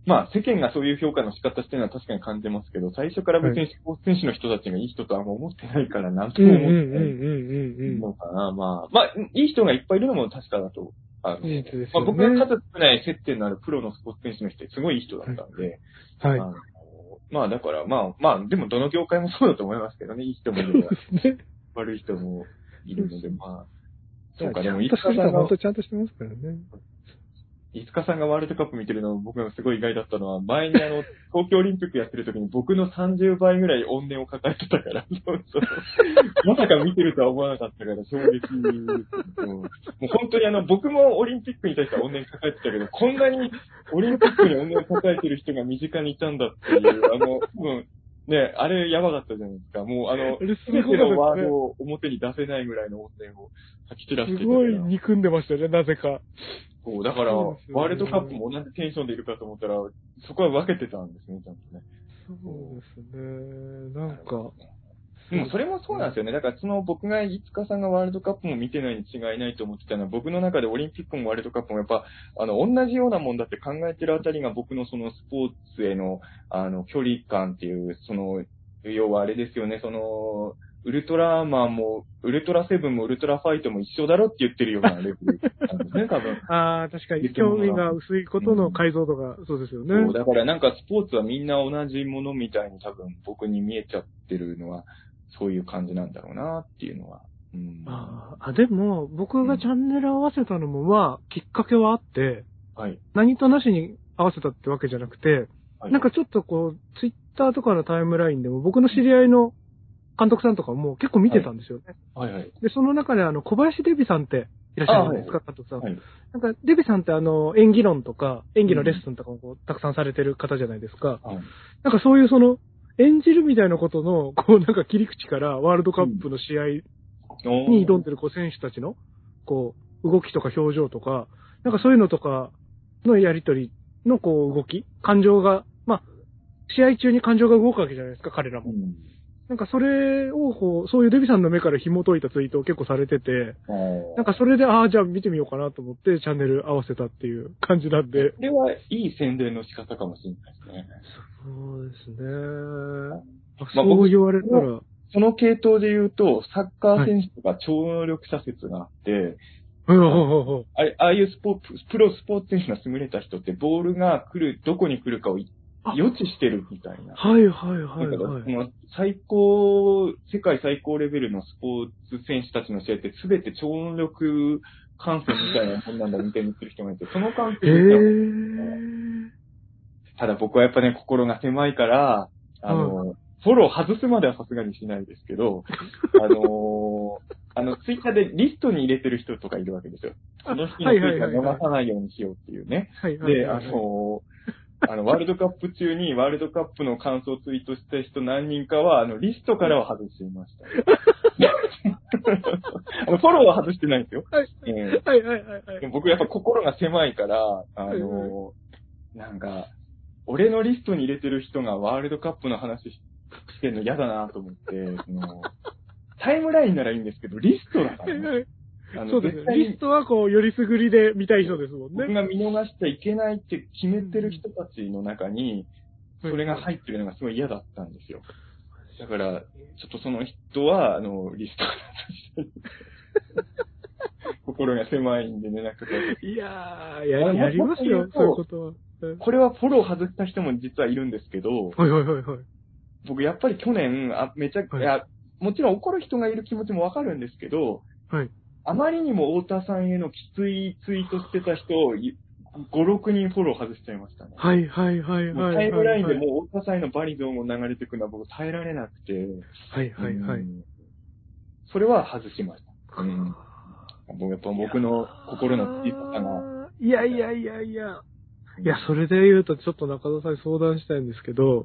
まあ、世間がそういう評価の仕方してるのは確かに感じますけど、最初から別にスポーツ選手の人たちがいい人とはあんま思ってないから、なんとも思ってないのかな。まあ、いい人がいっぱいいるのも確かだと。まあ、僕が数少ない接点のあるプロのスポーツ選手の人ってすごいいい人だったんで、 はい。 まあ、だから、まあ、でもどの業界もそうだと思いますけどね、いい人もいれば、悪い人もいるので、まあ、そうか、でも、 ちゃんとしてる人は本当ちゃんとしてますからね。 飯塚さんがワールドカップ見てるの僕がすごい意外だったのは、前に東京オリンピックやってる時に僕の30倍ぐらい怨念を抱えてたから、まさか見てるとは思わなかったから衝撃。もう本当に僕もオリンピックに対しては怨念抱えてたけど、こんなにオリンピックに怨念を抱えてる人が身近にいたんだっていう、ね、あれやばかったじゃないですか。もうすべてのワードを表に出せないぐらいの怨念を吐き散らしてた。 すごい憎んでましたよね、なぜか。 そう、だから、ワールドカップも同じテンションでいるかと思ったら、そこは分けてたんですね、ちゃんとね。 そうですね。なんか。 でもそれもそうなんですよね。だから僕が飯塚さんがワールドカップも見てないに違いないと思ってたのは、僕の中でオリンピックもワールドカップもやっぱ、同じようなもんだって考えてるあたりが僕のそのスポーツへの、距離感っていう、要はあれですよね、ウルトラマンも、ウルトラセブンもウルトラファイトも一緒だろって言ってるようなレベルなんですね、多分。 ああ、確かに興味が薄いことの解像度が、そうですよね。 そう、だからなんかスポーツはみんな同じものみたいに多分僕に見えちゃってるのは、そういう感じなんだろうなっていうのは。 でも、僕がチャンネル合わせたのも、きっかけはあって、 はい。 何となしに合わせたってわけじゃなくて、はい、なんかちょっとツイッターとかのタイムラインでも僕の知り合いの監督さんとかも結構見てたんですよね。 はいはい。 で、その中で小林デビさんっていらっしゃるじゃないですか、監督さん。はい。なんか、デビさんって演技論とか、演技のレッスンとかもたくさんされてる方じゃないですか。はい。なんかそういう演じるみたいなことの、なんか切り口からワールドカップの試合に挑んでる選手たちの、動きとか表情とか、なんかそういうのとかのやりとりの動き、感情が、試合中に感情が動くわけじゃないですか、彼らも。なんかそれをそういうデビさんの目から紐解いたツイートを結構されてて、なんかそれで、じゃあ見てみようかなと思ってチャンネル合わせたっていう感じなんで。 これはいい宣伝の仕方かもしれないですね。 そうですね。そう言われたら。 その系統で言うと、サッカー選手とか超能力者説があって、ああいうプロスポーツ選手の優れた人ってボールがどこに来るかを予知してるみたいな。 はいはいはい、はい。 世界最高レベルのスポーツ選手たちの試合って全て超能力観戦みたいなもんなんだみたいに言ってる人がいて、その観点でただ僕はやっぱね、心が狭いから、フォロー外すまではさすがにしないですけど、ツイッターでリストに入れてる人とかいるわけですよ。その人のツイッター逃さないようにしようっていうね。で、ワールドカップ中にワールドカップの感想をツイートした人何人かは、リストからは外していました。フォローは外してないんですよ。でも僕やっぱ心が狭いから、なんか、俺のリストに入れてる人がワールドカップの話してんの嫌だなと思って、タイムラインならいいんですけど、リストだからね。 そうですね。リストはよりすぐりで見たい人ですもんね。 僕が見逃しちゃいけないって決めてる人たちの中に、それが入ってるのがすごい嫌だったんですよ。だから、ちょっとその人は、リストから心が狭いんでね、なんかいやー、やりますよ、そういうことは。 これはフォロー外した人も実はいるんですけど、僕やっぱり去年、もちろん怒る人がいる気持ちもわかるんですけど、あまりにも太田さんへのきついツイートしてた人を5、6人フォロー外しちゃいましたね。 タイムラインでもう太田さんへのバリゾーンも流れてくのは僕耐えられなくて、それは外しました。やっぱ僕の心の小ささが。 いや、それで言うとちょっと中田さんに相談したいんですけど、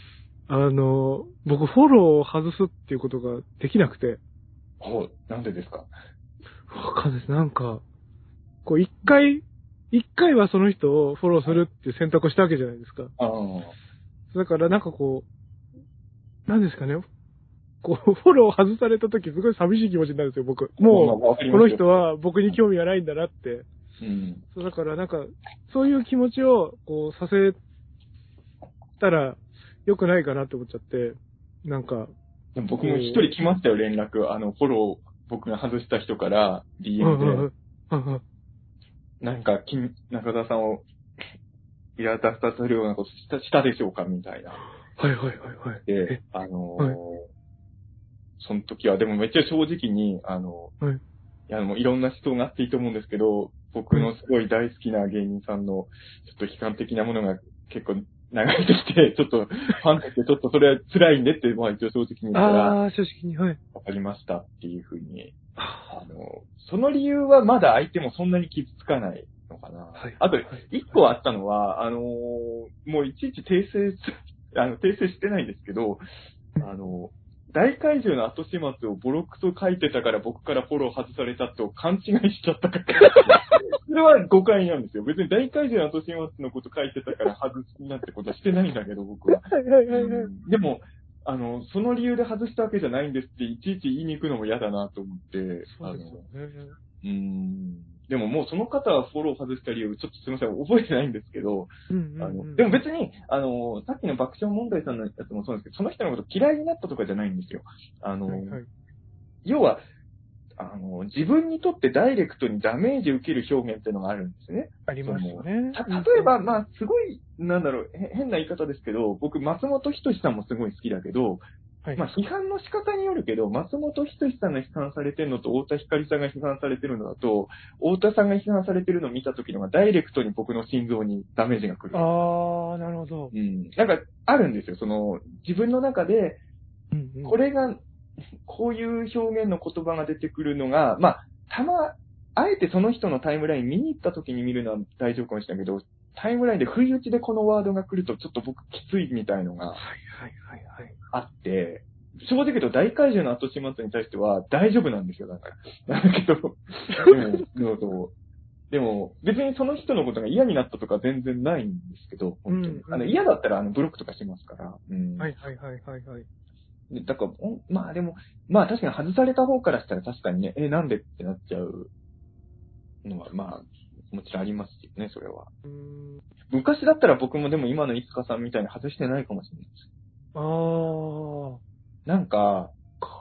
僕フォローを外すっていうことができなくて。 なんでですか？ わかんないです。なんか、一回はその人をフォローするっていう選択をしたわけじゃないですか。だからなんかなんですかね。フォローを外された時すごい寂しい気持ちになるんですよ、僕。もう、この人は僕に興味がないんだなって。だからなんか、そういう気持ちを、させたら良くないかなって思っちゃって、なんか。 でも僕も一人来ましたよ、連絡。フォロー、僕が外した人から DM で、なんか、中田さんをイラ立たせるようなことしたでしょうかみたいな。 はいはいはいはい。 で、その時は、でもめっちゃ正直に、いや、もういろんな人があっていいと思うんですけど、僕のすごい大好きな芸人さんの、ちょっと悲観的なものが結構流れてきて、ちょっと、ファンとしてちょっとそれは辛いんでって、まあ一応正直に言ったら、 正直に、はい。 わかりましたっていうふうに、その理由はまだ相手もそんなに傷つかないのかな。はい。あと、一個あったのは、もういちいち訂正してないんですけど、大怪獣の後始末をボロクソ書いてたから僕からフォロー外されたと勘違いしちゃったから。それは誤解なんですよ。別に大怪獣の後始末のこと書いてたから外すなんてことはしてないんだけど、僕は。でも、その理由で外したわけじゃないんですって、いちいち言いに行くのも嫌だなと思って。 そうですよね。 でももうその方はフォロー外した理由、ちょっとすみません、覚えてないんですけど、でも別に、さっきの爆笑問題さんのやつもそうなんですけど、その人のこと嫌いになったとかじゃないんですよ。要は、自分にとってダイレクトにダメージを受ける表現っていうのがあるんですね。 ありますよね。 例えば、まあ、すごい、変な言い方ですけど、僕、松本人志さんもすごい好きだけど、まあ、批判の仕方によるけど、松本人志さんが批判されてるのと、太田光さんが批判されてるのだと、太田さんが批判されてるのを見た時のがダイレクトに僕の心臓にダメージが来る。 なるほど。 なんか、あるんですよ。自分の中で、これが、こういう表現の言葉が出てくるのが、まあ、あえてその人のタイムライン見に行った時に見るのは大丈夫かもしれないけど、タイムラインで不意打ちでこのワードが来るとちょっと僕きついみたいのがあって、正直言うと大怪獣の後始末に対しては大丈夫なんですよ、だから。だけど、でも別にその人のことが嫌になったとか全然ないんですけど、本当に。嫌だったらブロックとかしますから。はい。だから、まあでも、まあ確かに外された方からしたら確かにね、なんでってなっちゃうのは、まあ、もちろんありますよね、それは。昔だったら僕もでも今のいつかさんみたいに外してないかもしれないです。なんか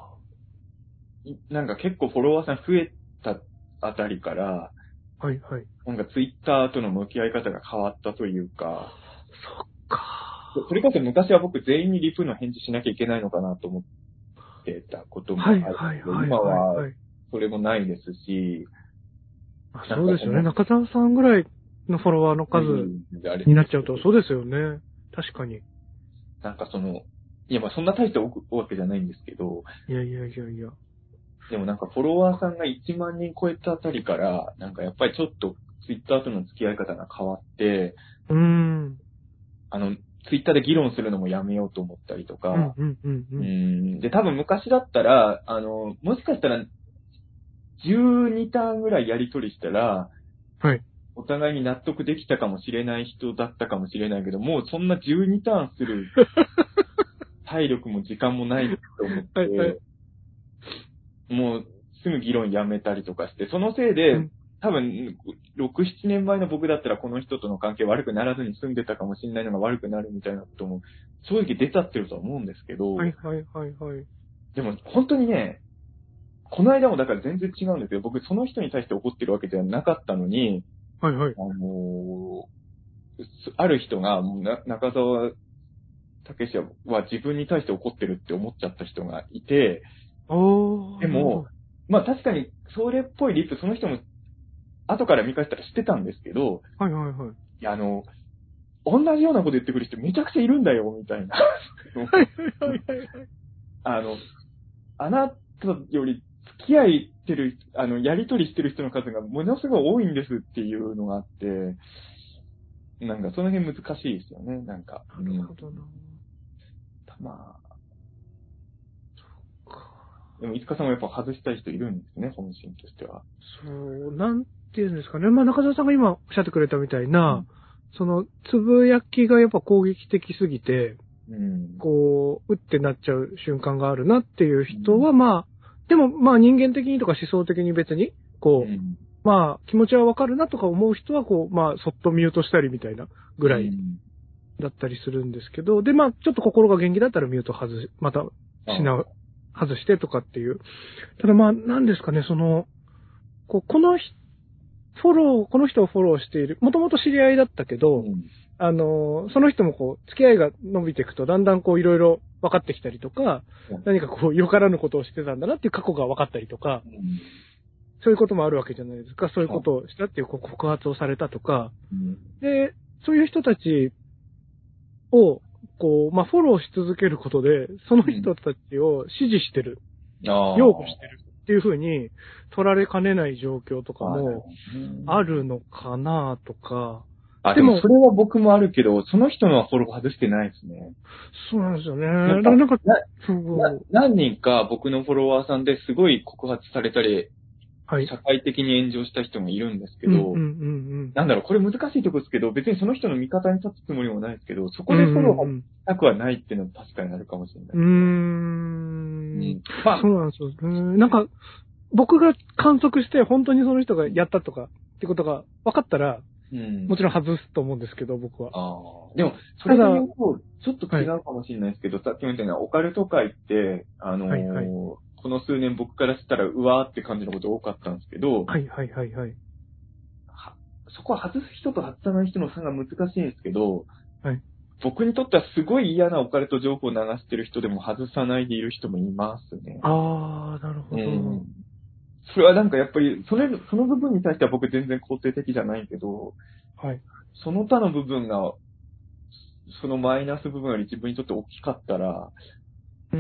結構フォロワーさん増えたあたりから、なんかツイッターとの向き合い方が変わったというか、 そっか。 それこそ昔は僕全員にリプの返事しなきゃいけないのかなと思ってたこともあるけど、今はそれもないですし、 そうですよね。中澤さんぐらいのフォロワーの数になっちゃうと、そうですよね。確かに。 なんかいやまあそんな大して多わけじゃないんですけど、 いや。 でもなんかフォロワーさんが1万人超えたあたりから、なんかやっぱりちょっとツイッターとの付き合い方が変わって、ツイッターで議論するのもやめようと思ったりとか、で、多分昔だったら、もしかしたら、12ターンぐらいやり取りしたら、お互いに納得できたかもしれない人だったかもしれないけど、もうそんな12ターンする体力も時間もないと思って、もうすぐ議論やめたりとかして、そのせいで、多分、6、7年前の僕だったらこの人との関係悪くならずに済んでたかもしれないのが悪くなるみたいなことも正直出ちゃってるとは思うんですけど、でも本当にね、この間もだから全然違うんですよ。僕その人に対して怒ってるわけじゃなかったのに、ある人が、中澤武史は自分に対して怒ってるって思っちゃった人がいて、でも、まあ確かにそれっぽいリップその人も後から見返したら知ってたんですけど、いや、同じようなこと言ってくる人めちゃくちゃいるんだよ、みたいな。あなたより付き合ってる、やりとりしてる人の数がものすごい多いんですっていうのがあって、なんかその辺難しいですよね、なんか。 なるほどな。 まあ。でも、いつかさんもやっぱ外したい人いるんですね、本心としては。 そう、なんていうんですかね。まあ、中澤さんが今おっしゃってくれたみたいな、その、つぶやきがやっぱ攻撃的すぎて、こう、うってなっちゃう瞬間があるなっていう人は、まあ、でもまあ人間的にとか思想的に別に、こう、まあ気持ちはわかるなとか思う人は、こう、まあそっとミュートしたりみたいなぐらいだったりするんですけど、で、まあ、ちょっと心が元気だったらミュートまた外してとかっていう。ただまあ、なんですかね、このこの人をフォローしている、もともと知り合いだったけど、その人も付き合いが伸びていくと、だんだんいろいろ分かってきたりとか、何かよからぬことをしてたんだなっていう過去が分かったりとか、そういうこともあるわけじゃないですか。そういうことをしたっていう告発をされたとか、で、そういう人たちを、まあ、フォローし続けることで、その人たちを支持してる、擁護してるっていうふうに取られかねない状況とかもあるのかなとか。 でもそれは僕もあるけど、その人のフォロー外してないですね。 そうなんですよね。 何人か僕のフォロワーさんですごい告発されたり、 はい、 社会的に炎上した人もいるんですけど、なんだろう、これ難しいところですけど、別にその人の味方に立つつもりもないですけど、そこでフォローしたくはないっていうのは確かにあるかもしれない。 まあ、そうなんですよ。なんか、僕が観測して本当にその人がやったとかってことが分かったら、もちろん外すと思うんですけど、僕は。 でも、それで言うと、ちょっと違うかもしれないですけど、さっきも言ったように、オカルト界って、この数年僕からしたら、うわーって感じのこと多かったんですけど、そこは外す人と外さない人の差が難しいんですけど、僕にとってはすごい嫌なオカルト情報を流してる人でも外さないでいる人もいますね。 ああ、なるほど。 それはなんかやっぱり、その部分に対しては僕全然肯定的じゃないけど、その他の部分が、そのマイナス部分より自分にとって大きかったら、み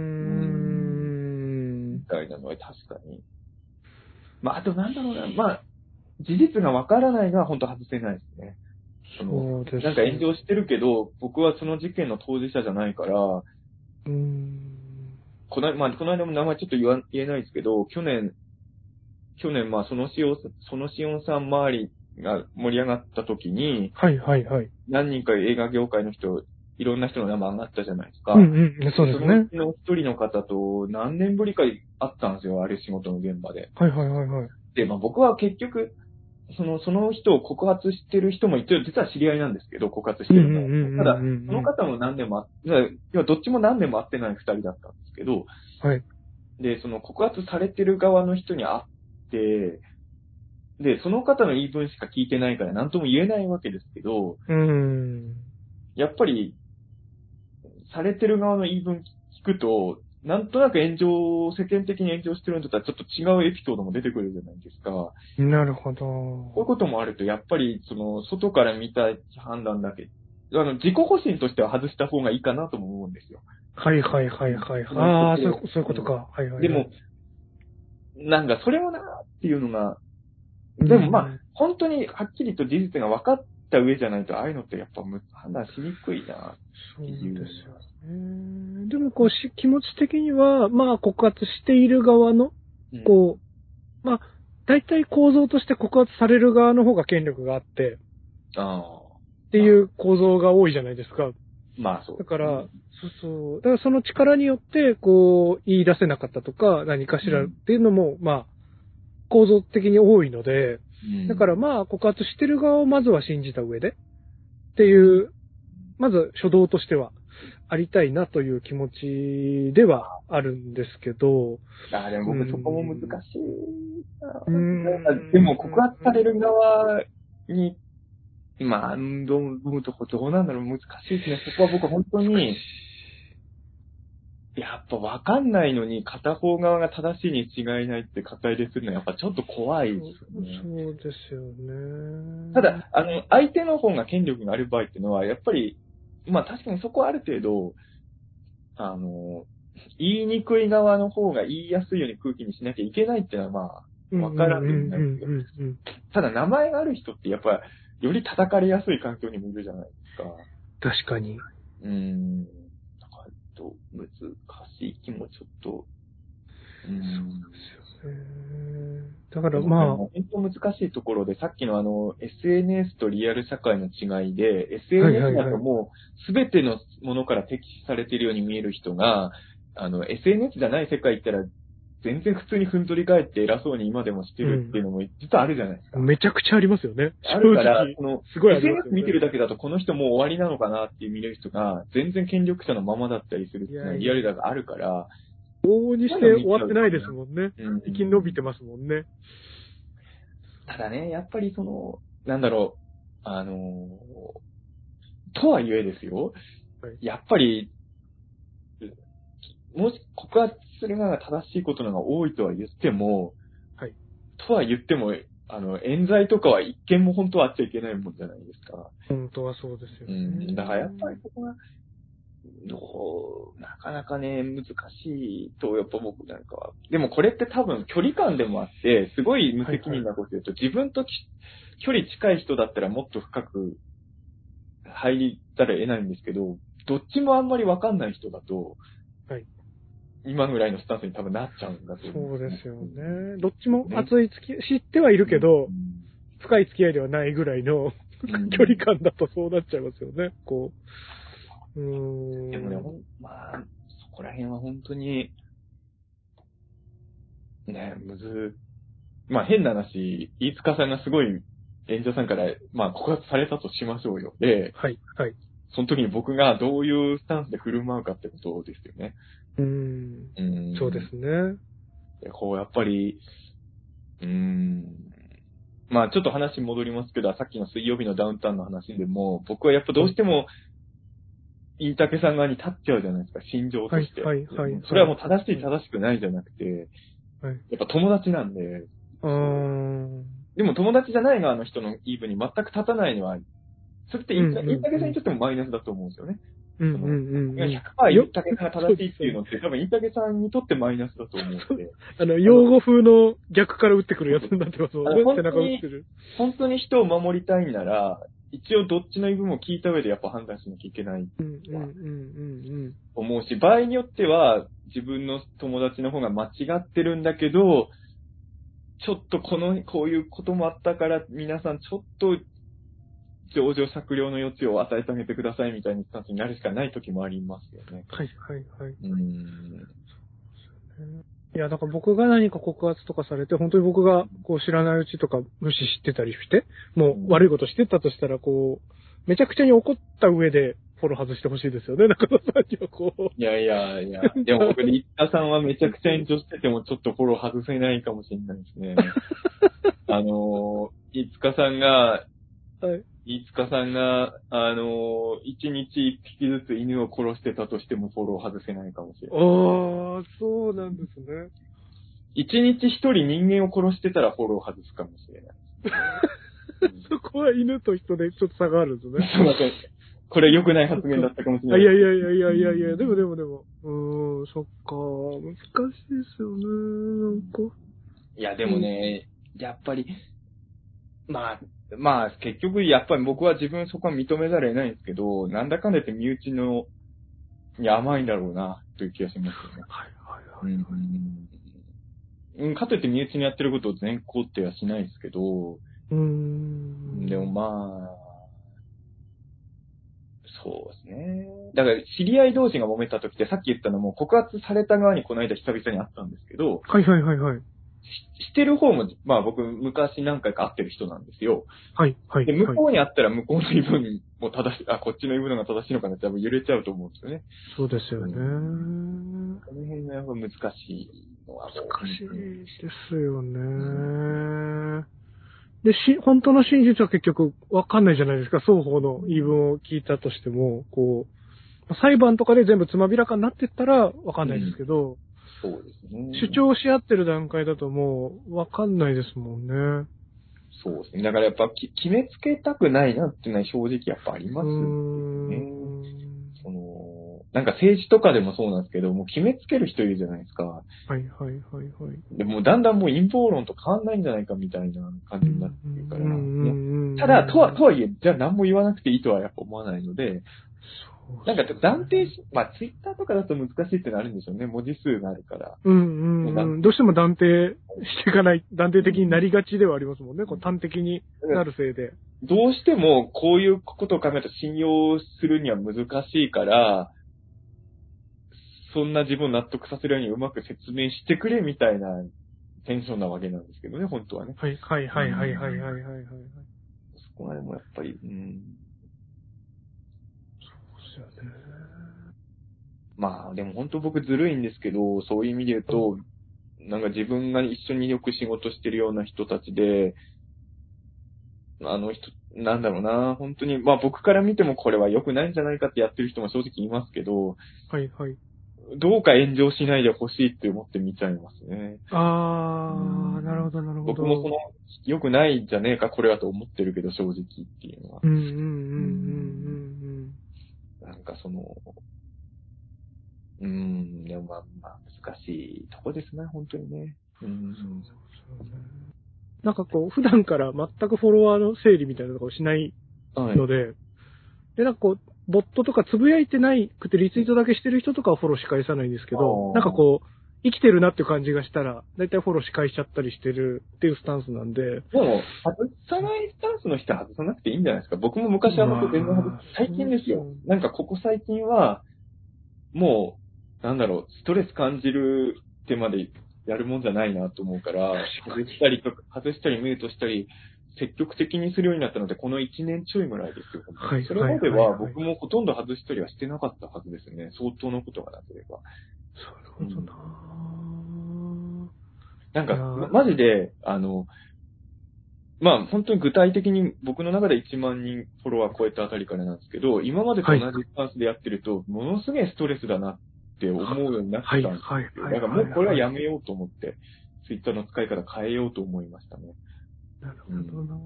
たいなのは確かに。まあ、あとなんだろうな、まあ、事実がわからないのは本当外せないですね。 そうですね。 なんか炎上してるけど、僕はその事件の当事者じゃないから、この間も名前ちょっと言えないですけど、去年、まあ、そのしおんさん周りが盛り上がった時に、何人か映画業界の人、いろんな人の名前上がったじゃないですか。 そうですね。 そのうちの一人の方と何年ぶりか会ったんですよ、ある仕事の現場で。で、まあ僕は結局、その人を告発してる人も実は知り合いなんですけど、告発してるの。ただ、その方も何年もどっちも何年も会ってない二人だったんですけど、で、その告発されてる側の人に会って、で、その方の言い分しか聞いてないから何とも言えないわけですけど、やっぱり、されてる側の言い分聞くと、なんとなく世間的に炎上してるのとはちょっと違うエピソードも出てくるじゃないですか。 なるほど。 こういうこともあると、やっぱり、外から見た判断だけ、自己保身としては外した方がいいかなとも思うんですよ。ああ、そういうことか。でも、なんか、それもなっていうのが、でもまあ、本当にはっきりと事実が分かった上じゃないと、ああいうのってやっぱ判断しにくいなっていう。 そうですよね。でも気持ち的には、まあ告発している側の、まあ、大体構造として告発される側の方が権力があって、っていう構造が多いじゃないですか。 まあそう。 だから、だからその力によって、言い出せなかったとか、何かしらっていうのも、まあ、構造的に多いので、だからまあ、告発してる側をまずは信じた上で、っていう、まず初動としては、ありたいなという気持ちではあるんですけど。 でも僕そこも難しい。でも告発される側に、まあ、どうなんだろう、難しいですね。そこは僕本当に、やっぱ分かんないのに片方側が正しいに違いないって肩入れするのはやっぱちょっと怖いですよね。 そうですよね。 ただ、相手の方が権力がある場合っていうのは、やっぱり、まあ確かにそこはある程度、言いにくい側の方が言いやすいように空気にしなきゃいけないっていうのはまあ、わからんでもないですけど。ただ名前がある人ってやっぱり、より叩かれやすい環境にもいるじゃないですか。 確かに。 難しい気もちょっと。 そうですよね。だからまあ。 本当難しいところで、さっきのSNS とリアル社会の違いで、SNS だともう、すべてのものから敵視されているように見える人が、SNS じゃない世界行ったら、 全然普通にふんぞり返って偉そうに今でもしてるっていうのも実はあるじゃないですか。 めちゃくちゃありますよね。 あるから、 すごいありますよね。 SNS 見てるだけだとこの人もう終わりなのかなって見れる人が全然権力者のままだったりするっていうのはリアルだがあるから、 往々にして終わってないですもんね。生き延びてますもんね。 ただね、やっぱりなんだろう、とはいえですよ、やっぱり、もし告発するのが正しいことのが多いとは言っても、とは言っても、冤罪とかは一件も本当はあっちゃいけないもんじゃないですか。 本当はそうですよね。 だからやっぱりここが、なかなかね、難しいと、やっぱ僕なんかは。でもこれって多分距離感でもあって、すごい無責任なこと言うと、自分と距離近い人だったらもっと深く入りたら得ないんですけど、どっちもあんまりわかんない人だと、今ぐらいのスタンスに多分なっちゃうんだと思う。 そうですよね。どっちも熱い知ってはいるけど、深い付き合いではないぐらいの距離感だとそうなっちゃいますよね。 でもね、まあ、そこら辺は本当に、ね、まあ変な話、飯塚さんがすごい演者さんから、まあ告発されたとしましょうよ。で、その時に僕がどういうスタンスで振る舞うかってことですよね。 そうですね。 やっぱり、まあちょっと話戻りますけど、さっきの水曜日のダウンタウンの話でも、僕はやっぱどうしても、飯竹さん側に立っちゃうじゃないですか、心情として。それはもう正しい正しくないじゃなくて、やっぱ友達なんで、でも友達じゃない側の人の言い分に全く立たないのは、それって飯竹さんにとってもマイナスだと思うんですよね。100% 飯竹さんが正しいっていうのって多分飯竹さんにとってマイナスだと思うので。 用語風の逆から打ってくるやつになってますもんね。背中打ってる。 本当に人を守りたいんなら、一応どっちの言い分も聞いた上でやっぱ判断しなきゃいけない思うし、場合によっては自分の友達の方が間違ってるんだけど、ちょっとこういうこともあったから皆さんちょっと情状酌量の余地を与えてあげてくださいみたいなスタンスになるしかない時もありますよね。 いや、だから僕が何か告発とかされて、本当に僕が知らないうちとか無視してたりして、もう悪いことしてたとしたら、めちゃくちゃに怒った上でフォロー外してほしいですよね、中田さんにはいや、でも僕、新田さんはめちゃくちゃ炎上しててもちょっとフォロー外せないかもしれないですね。飯塚さんが、一日一匹ずつ犬を殺してたとしてもフォロー外せないかもしれない。 そうなんですね。 一日一人人間を殺してたらフォロー外すかもしれない。 そこは犬と人でちょっと差があるんですね。 すいません。これ良くない発言だったかもしれない。 いや、でも。そっか、難しいですよね、なんか。 いや、でもね、やっぱり、まあ、結局、やっぱり僕は自分そこは認めざるを得ないんですけど、なんだかんだ言って身内に甘いんだろうな、という気がしますよね。かといって身内にやってることを全肯定はしないですけど、でもまあ、そうですね。だから、知り合い同士が揉めた時って、さっき言ったのも告発された側にこの間久々に会ったんですけど、してる方も、まあ僕、昔何回か会ってる人なんですよ。で、向こうに会ったら向こうの言い分もこっちの言い分が正しいのかなって多分揺れちゃうと思うんですよね。 そうですよね。この辺がやっぱ難しいのは難しいですよね。で、本当の真実は結局わかんないじゃないですか。双方の言い分を聞いたとしても、裁判とかで全部つまびらかになってったらわかんないですけど、 そうですね。 主張し合ってる段階だともうわかんないですもんね。 そうですね。だからやっぱ決めつけたくないなっていうのは正直やっぱありますね。なんか政治とかでもそうなんですけど、もう決めつける人いるじゃないですか。でもだんだんもう陰謀論と変わんないんじゃないかみたいな感じになってるから。ただ、とはいえ、じゃあ何も言わなくていいとはやっぱ思わないので、なんか断定まあツイッターとかだと難しいってのあるんでしょうね。文字数があるから。 どうしても断定していかない、断定的になりがちではありますもんね。端的になるせいで。 どうしてもこういうことを考えると信用するには難しいから、 そんな自分を納得させるようにうまく説明してくれみたいなテンションなわけなんですけどね、本当はね。 はいはいはいはいはいはいはいはい。 そこまでもやっぱり、 そうですよね。 まあ、でも本当僕ずるいんですけど、そういう意味で言うと、なんか自分が一緒によく仕事してるような人たちで、なんだろうな、本当に、まあ僕から見てもこれは良くないんじゃないかってやってる人も正直いますけど、 はいはい。 どうか炎上しないでほしいって思って見ちゃいますね。 なるほどなるほど。 僕も良くないんじゃねえかこれはと思ってるけど、正直っていうのは。なんかでもまあ難しいとこですね、本当にね。 なんかこう、普段から全くフォロワーの整理みたいなのをしないはい。 ので、で、なんかこう、ボットとかつぶやいてないくてリツイートだけしてる人とかはフォローし返さないんですけど、なんかこう、生きてるなっていう感じがしたら、だいたいフォローし返しちゃったりしてるっていうスタンスなんで。 でも、外さないスタンスの人は外さなくていいんじゃないですか。僕も昔は僕全然外す。最近ですよ。なんかここ最近は、もう、なんだろう、ストレス感じるってまでやるもんじゃないなと思うから、外したりミュートしたり、積極的にするようになったので、この1年ちょいぐらいですよ。 はい。 それまでは僕もほとんど外したりはしてなかったはずですね。相当のことがなければ。 なるほどななんか、マジで、まあ本当に具体的に僕の中で1万人フォロワー超えたあたりからなんですけど、今までと同じスタンスでやってると、ものすげえストレスだなって思うようになったんですよ。だからもうこれはやめようと思って、ツイッターの使い方変えようと思いましたね。 なるほどな、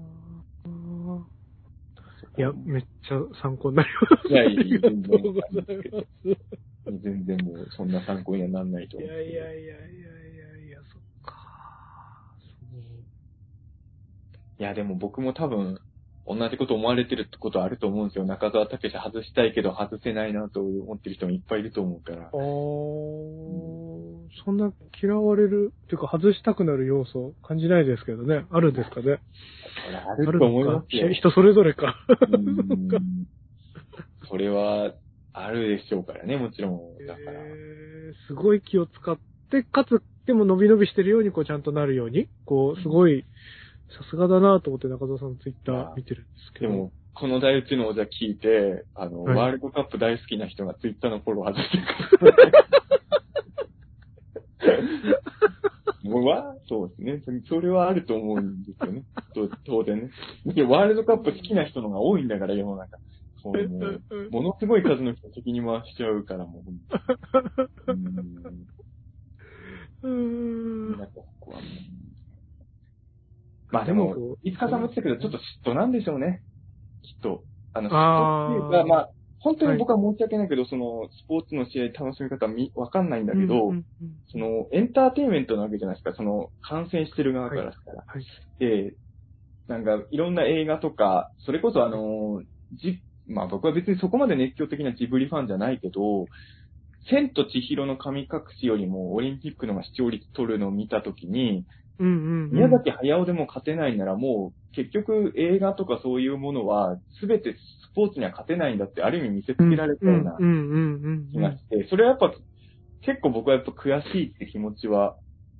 いや、めっちゃ参考になります。 いやいや、 ありがとうございます。 全然もうそんな参考にはならないと思う。 いや、そっか。 いや、でも僕も多分、同じこと思われてるってことはあると思うんですよ。中澤武史外したいけど外せないなと思ってる人もいっぱいいると思うから。 そんな嫌われる、っていうか外したくなる要素感じないですけどね。あるんですかね。 あると思いますよ。 人それぞれか。 それは、あるでしょうからね、もちろん。だから。 すごい気を使って、かつ、でも伸び伸びしてるように、こう、ちゃんとなるように、こう、すごい、さすがだなと思って中澤さんのツイッター見てるんですけど。 でも、この大うちのをじゃ聞いて、ワールドカップ大好きな人がツイッターのフォロー外してくる。そうですね。それはあると思うんですよね。当然ね。ワールドカップ好きな人の方が多いんだから、世の中。ものすごい数の人敵に回しちゃうから、もう。なんかここはまあでも、いつかさんも言ってたけど、ちょっと嫉妬なんでしょうね。きっと。嫉妬っていうか、まあ、本当に僕は申し訳ないけど、スポーツの試合楽しみ方わかんないんだけど、エンターテインメントなわけじゃないですか、観戦してる側からしたら。で、なんか、いろんな映画とか、それこそまあ僕は別にそこまで熱狂的なジブリファンじゃないけど、千と千尋の神隠しよりもオリンピックのが視聴率取るのを見たときに、宮崎駿でも勝てないならもう結局映画とかそういうものは全てスポーツには勝てないんだってある意味見せつけられたような気がして、それはやっぱ結構僕はやっぱ悔しいって気持ちは、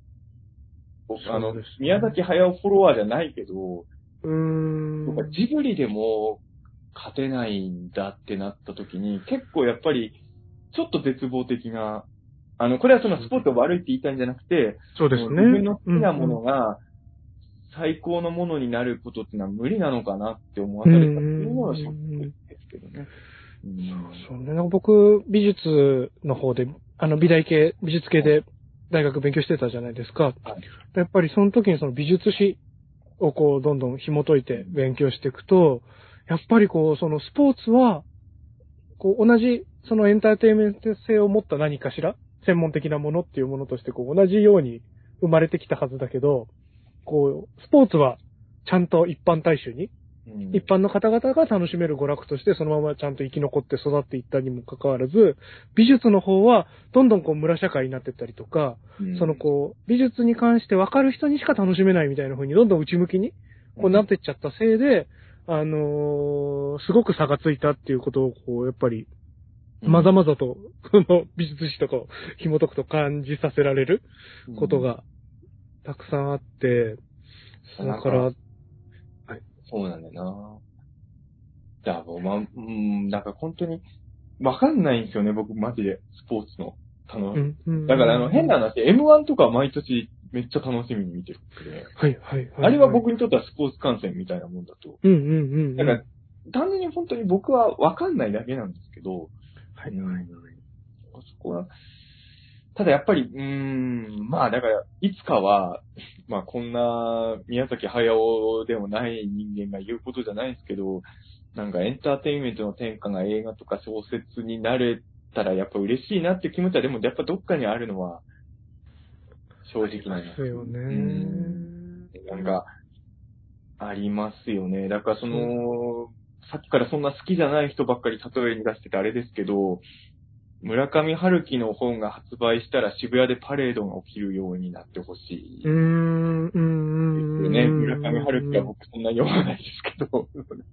宮崎駿フォロワーじゃないけど、ジブリでも勝てないんだってなった時に結構やっぱりちょっと絶望的な、これはスポーツが悪いって言いたいんじゃなくて、 そうですね。 自分の好きなものが最高のものになることってのは無理なのかなって思わされたっていうのはショックですけどね。 そうね。僕、美術の方で、美術系で大学勉強してたじゃないですか。やっぱりその時に美術史をこう、どんどん紐解いて勉強していくと、やっぱりこう、スポーツは、こう、同じ、エンターテインメント性を持った何かしら、専門的なものっていうものとして、こう、同じように生まれてきたはずだけど、こう、スポーツはちゃんと一般大衆に、一般の方々が楽しめる娯楽としてそのままちゃんと生き残って育っていったにもかかわらず、美術の方はどんどんこう村社会になっていったりとか、美術に関して分かる人にしか楽しめないみたいな風にどんどん内向きにこうなっていっちゃったせいで、すごく差がついたっていうことをこう、やっぱりまざまざと、その美術史とかを紐解くと感じさせられることがたくさんあって、だから、はい。 そうなんだよな。じゃあもうなんか本当に、わかんないんですよね、僕マジで、スポーツの。だから変な話、M1 とか毎年めっちゃ楽しみに見てるんで。 はいはいはい。 あれは僕にとってはスポーツ観戦みたいなもんだと。だから、単純に本当に僕はわかんないだけなんですけど、 はいはい。 そこは、ただやっぱり、まあだから、いつかは、まあこんな宮崎駿でもない人間が言うことじゃないですけど、なんかエンターテインメントの天下が映画とか小説になれたらやっぱ嬉しいなって気持ちは、でもやっぱどっかにあるのは、正直なんですよね。 なんか、ありますよね。だからさっきからそんな好きじゃない人ばっかり例えに出しててあれですけど、村上春樹の本が発売したら渋谷でパレードが起きるようになってほしい。ですよね。村上春樹は僕そんな読まないですけど。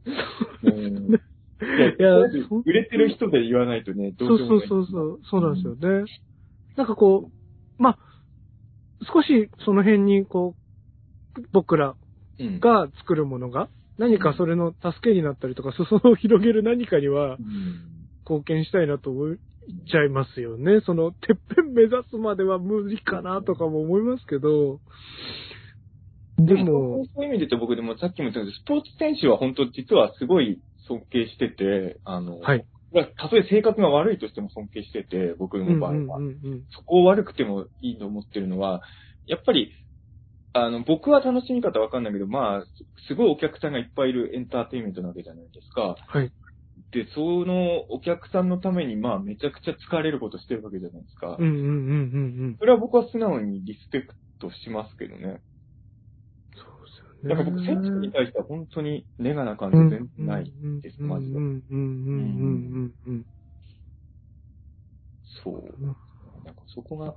いや、売れてる人で言わないとね、どうしようもない。 そうなんですよね。なんかこう、まあ、少しその辺にこう、僕らが作るものが、何かそれの助けになったりとか、裾野を広げる何かには、貢献したいなと思っちゃいますよね。その、てっぺん目指すまでは無理かなとかも思いますけど、 でも、そういう意味で言うと僕でもさっきも言ったけど、スポーツ選手は本当実はすごい尊敬してて、 はい。 たとえ性格が悪いとしても尊敬してて、僕の場合は。そこを悪くてもいいと思ってるのは、やっぱり、僕は楽しみ方わかんないけど、まあ、すごいお客さんがいっぱいいるエンターテインメントなわけじゃないですか。 はい。 で、そのお客さんのために、まあ、めちゃくちゃ疲れることしてるわけじゃないですか。それは僕は素直にリスペクトしますけどね。そうですよね。だから僕、選手に対しては本当にネガな感じ全然ないです、マジで。そう。なんかそこが、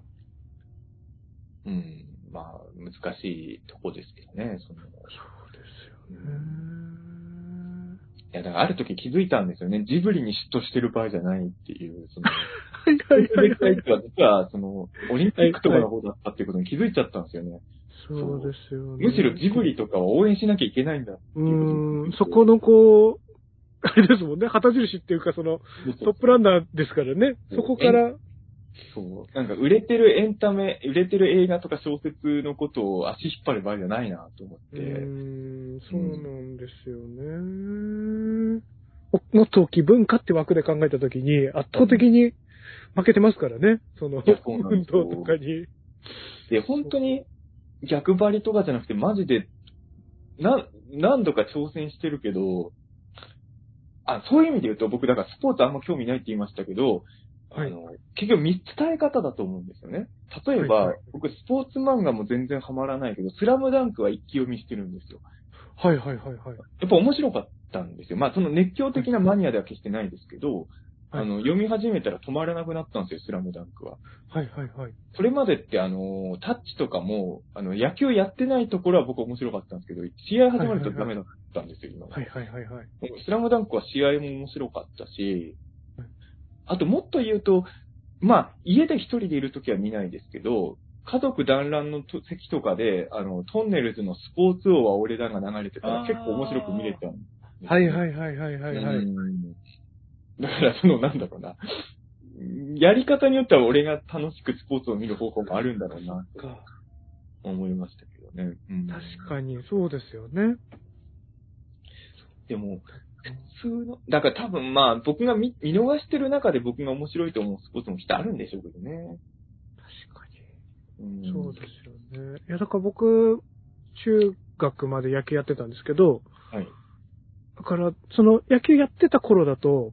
まあ、難しいとこですけどね、そうですよね。 いや、だからある時気づいたんですよね。ジブリに嫉妬してる場合じゃないっていう、 はいはいはいはい。 実は、オリンピックとかの方だったっていうことに気づいちゃったんですよね。 そうですよね。 むしろジブリとかを応援しなきゃいけないんだっていうそこのこう、あれですもんね、旗印っていうか、トップランナーですからね。そこから。 そう。なんか売れてる映画とか小説のことを足引っ張る場合じゃないなと思って。 そうなんですよね。もっと大きい文化って枠で考えたときに、圧倒的に負けてますからね。運動とかに。 で、本当に逆張りとかじゃなくて、マジで、何度か挑戦してるけど、そういう意味で言うと、僕、だからスポーツあんま興味ないって言いましたけど、はい、結局伝え方だと思うんですよね。例えば、僕、スポーツ漫画も全然ハマらないけど、スラムダンクは一気読みしてるんですよ。 はいはいはいはい。 やっぱ面白かったんですよ。まあ、その熱狂的なマニアでは決してないですけど、読み始めたら止まらなくなったんですよ、スラムダンクは。 はいはいはい。 それまでってタッチとかも、野球やってないところは僕面白かったんですけど、試合始まるとダメだったんですよ、今。 はいはいはいはい。 スラムダンクは試合も面白かったし、あともっと言うと、まあ、家で一人でいるときは見ないですけど、家族団らんの席とかで、トンネルズのスポーツ王は俺らが流れてたら結構面白く見れたんですよ。 はいはいはいはいはいはい。 だからなんだろうな。やり方によっては俺が楽しくスポーツを見る方法もあるんだろうな、と思いましたけどね。 確かに、そうですよね。 でも、普通の、だから多分まあ僕が見逃してる中で僕が面白いと思うスポーツもきっとあるんでしょうけどね。 確かに。そうですよね。いや、だから僕、中学まで野球やってたんですけど、 はい。 だから、野球やってた頃だと、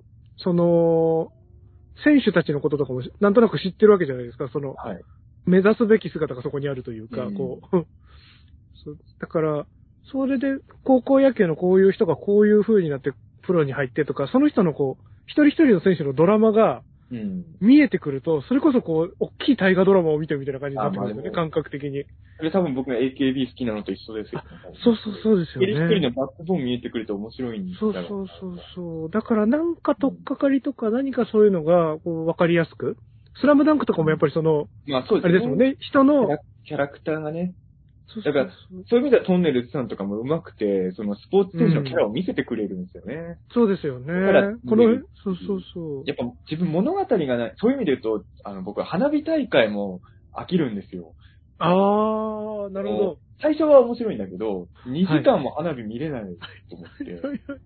選手たちのこととかもなんとなく知ってるわけじゃないですか。 はい、 目指すべき姿がそこにあるというか、だから、それで高校野球のこういう人がこういう風になってプロに入ってとか、その人の一人一人の選手のドラマがうん。 見えてくると、それこそこう、大きい大河ドラマを見てるみたいな感じになってくるんですよね、感覚的に。 それ多分僕が AKB 好きなのと一緒ですよね。 そうですよ一人一人ね。 のバックボーン見えてくると面白いんだそうろう。 そう。だからなんか取っかかりとか何かそういうのが、こう、わかりやすく。スラムダンクとかもやっぱりその、 まあそうですね。 あれですもんね、人の、 キャラクターがね。 そうだから、そういう意味ではトンネルズさんとかも上手くて、そのスポーツ選手のキャラを見せてくれるんですよね。 そうですよね。 だからこの、そう。 やっぱ自分物語がない、そういう意味で言うと、僕は花火大会も飽きるんですよ。 あー、なるほど。 最初は面白いんだけど、2時間も花火見れないと思って。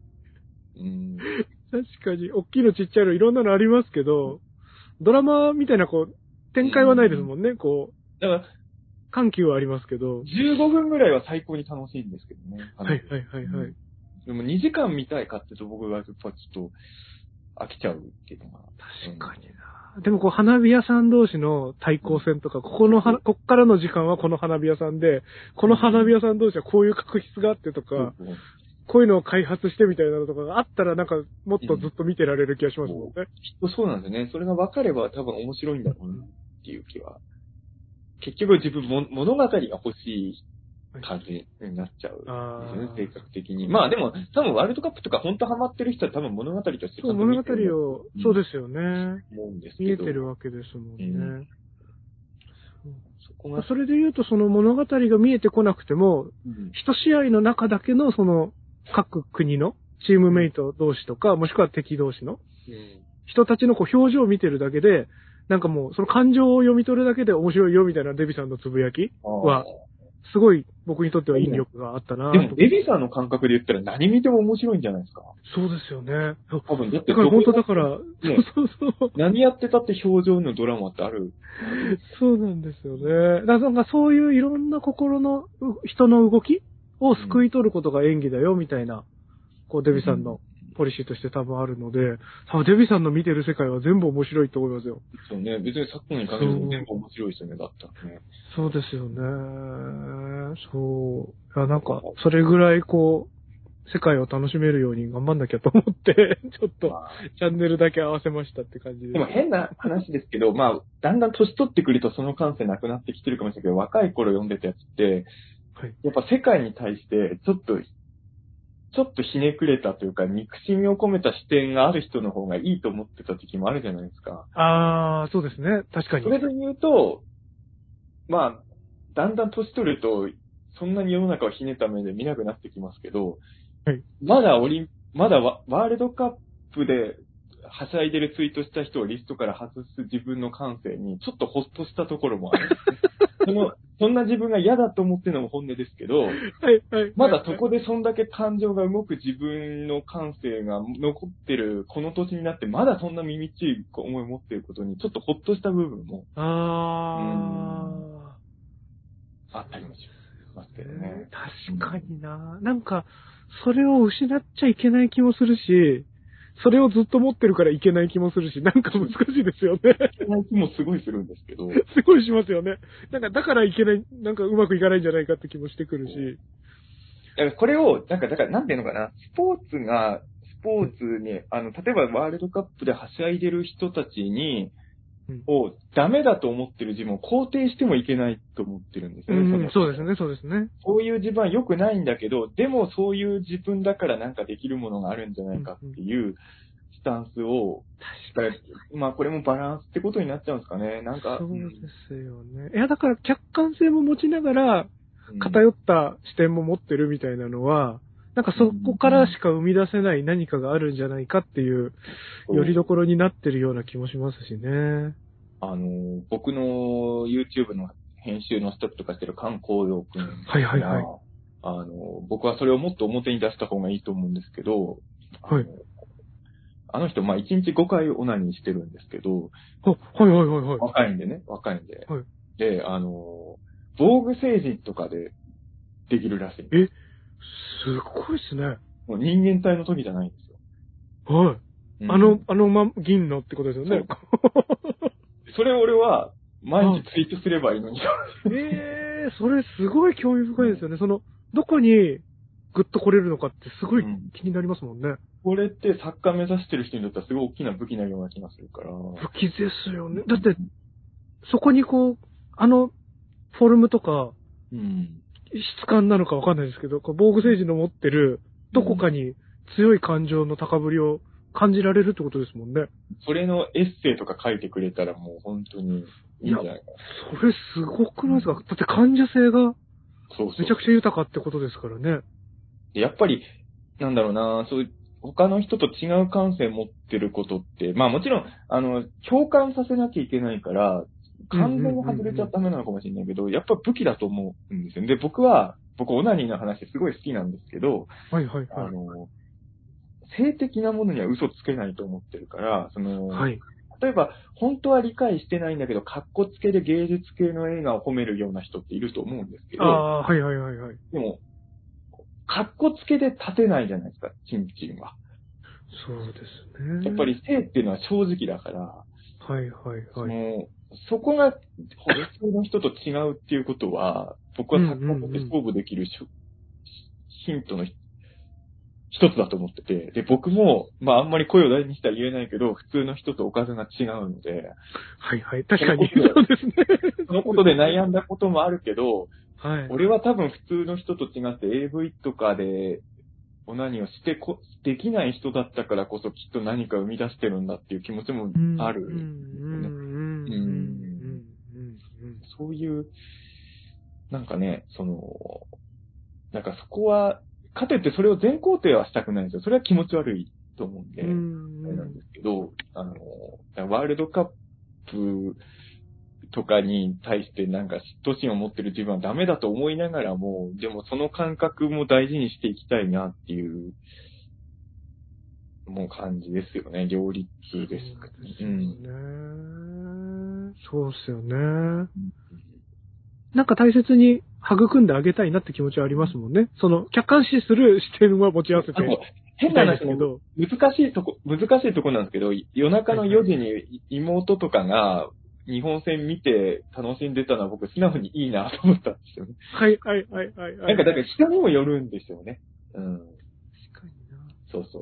確かに、大きいのちっちゃいのいろんなのありますけど、ドラマみたいなこう、展開はないですもんね、こう。 だから、 緩急はありますけど。 15分ぐらいは最高に楽しいんですけどね。 はい。 でも2時間見たいかって言うと僕はやっぱちょっと飽きちゃうっていうのが。 確かにな。でもこう花火屋さん同士の対抗戦とか、こっからの時間はこの花火屋さんで、この花火屋さん同士はこういう確執があってとか、こういうのを開発してみたいなのとかがあったらなんかもっとずっと見てられる気がしますもんね。 きっとそうなんですよね。それが分かれば多分面白いんだろうなっていう気は。結局自分物語が欲しい感じになっちゃうんですよね、性格的に。まあでも、多分ワールドカップとか本当ハマってる人は多分物語としてそう、物語を、そうですよね。 思うんですけど。見えてるわけですもんね。 そこがそれで言うと、その物語が見えてこなくても、一試合の中だけのその各国のチームメイト同士とか、もしくは敵同士の人たちのこう表情を見てるだけで、なんかもうその感情を読み取るだけで面白いよみたいなデビさんのつぶやきは、すごい僕にとっては引力があったな。 でも、デビさんの感覚で言ったら何見ても面白いんじゃないですか。 そうですよね。 多分、だって、 本当だから、そう。 何やってたって表情のドラマってある。 そうなんですよね。だからそういういろんな心の人の動きを救い取ることが演技だよみたいな、こうデビさんのポリシーとして多分あるので、多分デビさんの見てる世界は全部面白いと思いますよ。 そうね。別に昨今に限らず全部面白いですよね、だったらね。 そうですよね。そう。いや、なんか、それぐらいこう、世界を楽しめるように頑張んなきゃと思って、ちょっと、チャンネルだけ合わせましたって感じです。 でも変な話ですけど、まあ、だんだん年取ってくるとその感性なくなってきてるかもしれないけど、若い頃読んでたやつって、はい、やっぱ世界に対して、ちょっとひねくれたというか、憎しみを込めた視点がある人の方がいいと思ってた時もあるじゃないですか。 ああ、そうですね。確かに。 それで言うと、まあ、だんだん年取ると、そんなに世の中をひねった目で見なくなってきますけど、はい、まだワールドカップではしゃいでるツイートした人をリストから外す自分の感性に、ちょっとほっとしたところもあるんですね。そんな自分が嫌だと思ってるのも本音ですけど、まだそこでそんだけ感情が動く自分の感性が残ってるこの年になって、まだそんな耳っちい思いを持っていることに、ちょっとほっとした部分も、あったりもしますけどね。 確かにな。なんか、それを失っちゃいけない気もするし、それをずっと持ってるからいけない気もするし、なんか難しいですよね。 いけない気もすごいするんですけど。 すごいしますよね。なんか、だからいけない、なんかうまくいかないんじゃないかって気もしてくるし。 だからこれを、だから、なんていうのかな、スポーツに、例えばワールドカップではしゃいでる人たちに、ダメだと思ってる自分を肯定してもいけないと思ってるんですよね。 そうですね。 そういう自分は良くないんだけど、でもそういう自分だからなんかできるものがあるんじゃないかっていうスタンスを、まあこれもバランスってことになっちゃうんですかね。なんか。 そうですよね。いや、だから客観性も持ちながら、偏った視点も持ってるみたいなのは、なんかそこからしか生み出せない何かがあるんじゃないかっていう、よりどころになってるような気もしますしね。 僕の YouTube の編集のストップとかしてる菅光陽君。僕はそれをもっと表に出した方がいいと思うんですけど、あの人、まあ、1日5回オナニーしてるんですけど、若いんで。で、防具星人とかでできるらしい。 すごいっすね。 もう人間体の時じゃないんですよ。 はい。銀のってことですよね。 それ俺は、毎日ツイートすればいいのに。 それすごい興味深いですよね。どこにグッと来れるのかってすごい気になりますもんね。 これって作家目指してる人にとってはすごい大きな武器なような気がするから。武器ですよね。だって、そこにこう、フォルムとか、質感なのかわかんないですけど、防具星人の持ってる、どこかに強い感情の高ぶりを感じられるってことですもんね。 それのエッセイとか書いてくれたらもう本当にいいんじゃないかな。 それすごくないですか？だって患者性がめちゃくちゃ豊かってことですからね。 やっぱり、なんだろうな、そういう、他の人と違う感性持ってることって、まあもちろん、共感させなきゃいけないから、完全に外れちゃダメなのかもしれないけど、やっぱ武器だと思うんですよ。で、僕、オナニーの話すごい好きなんですけど、 はいはいはい。 性的なものには嘘つけないと思ってるから、 はい。 例えば、本当は理解してないんだけど、格好つけで芸術系の映画を褒めるような人っていると思うんですけど、 はいはいはいはい。 でも、格好つけで立てないじゃないですか、チンチンは。 そうですね。 やっぱり性っていうのは正直だから、 はいはいはい。 そこが普通の人と違うっていうことは、僕は作家として勝負できるヒントの一つだと思ってて、で、僕も、まああんまり声を大にしては言えないけど、普通の人とおかずが違うので、 はいはい、確かに。そうですね。 そのことで悩んだこともあるけど、 はい。 俺は多分普通の人と違って AV とかでオナニーをできない人だったからこそきっと何か生み出してるんだっていう気持ちもあるんですよね。そういう、なんかね、なんかそこは、かといってそれを全肯定はしたくないんですよ。それは気持ち悪いと思うんで、なんですけど、ワールドカップとかに対してなんか嫉妬心を持ってる自分はダメだと思いながらも、でもその感覚も大事にしていきたいなっていう、もう感じですよね。両立です。 そうですよね。そうですよね。なんか大切に育んであげたいなって気持ちはありますもんね。客観視する視点は持ち合わせて。 変な話も難しいとこなんですけど、夜中の4時に妹とかが日本戦見て楽しんでたのは僕素直にいいなと思ったんですよね。 はいはいはいはい、はい。 なんかだから人にもよるんですよね。 確かにな。 そうそう。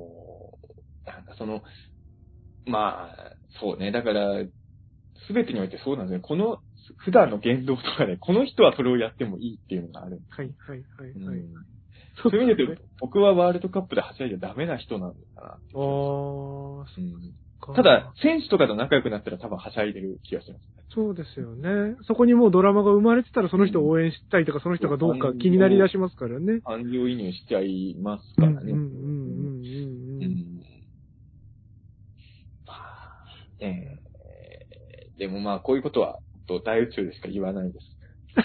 まあ、そうね。だから、すべてにおいてそうなんですね。普段の言動とかで、この人はそれをやってもいいっていうのがあるんです。 はいはいはいはい。 そういう意味で言うと、僕はワールドカップではしゃいじゃダメな人なのかなって。ただ、選手とかと仲良くなったら多分はしゃいでる気がします、ね。 そうですよね。そこにもうドラマが生まれてたらその人を応援したいとか、その人がどうか気になりだしますからね。 感情移入しちゃいますからね。でもまあ、こういうことは、大宇宙でしか言わないです。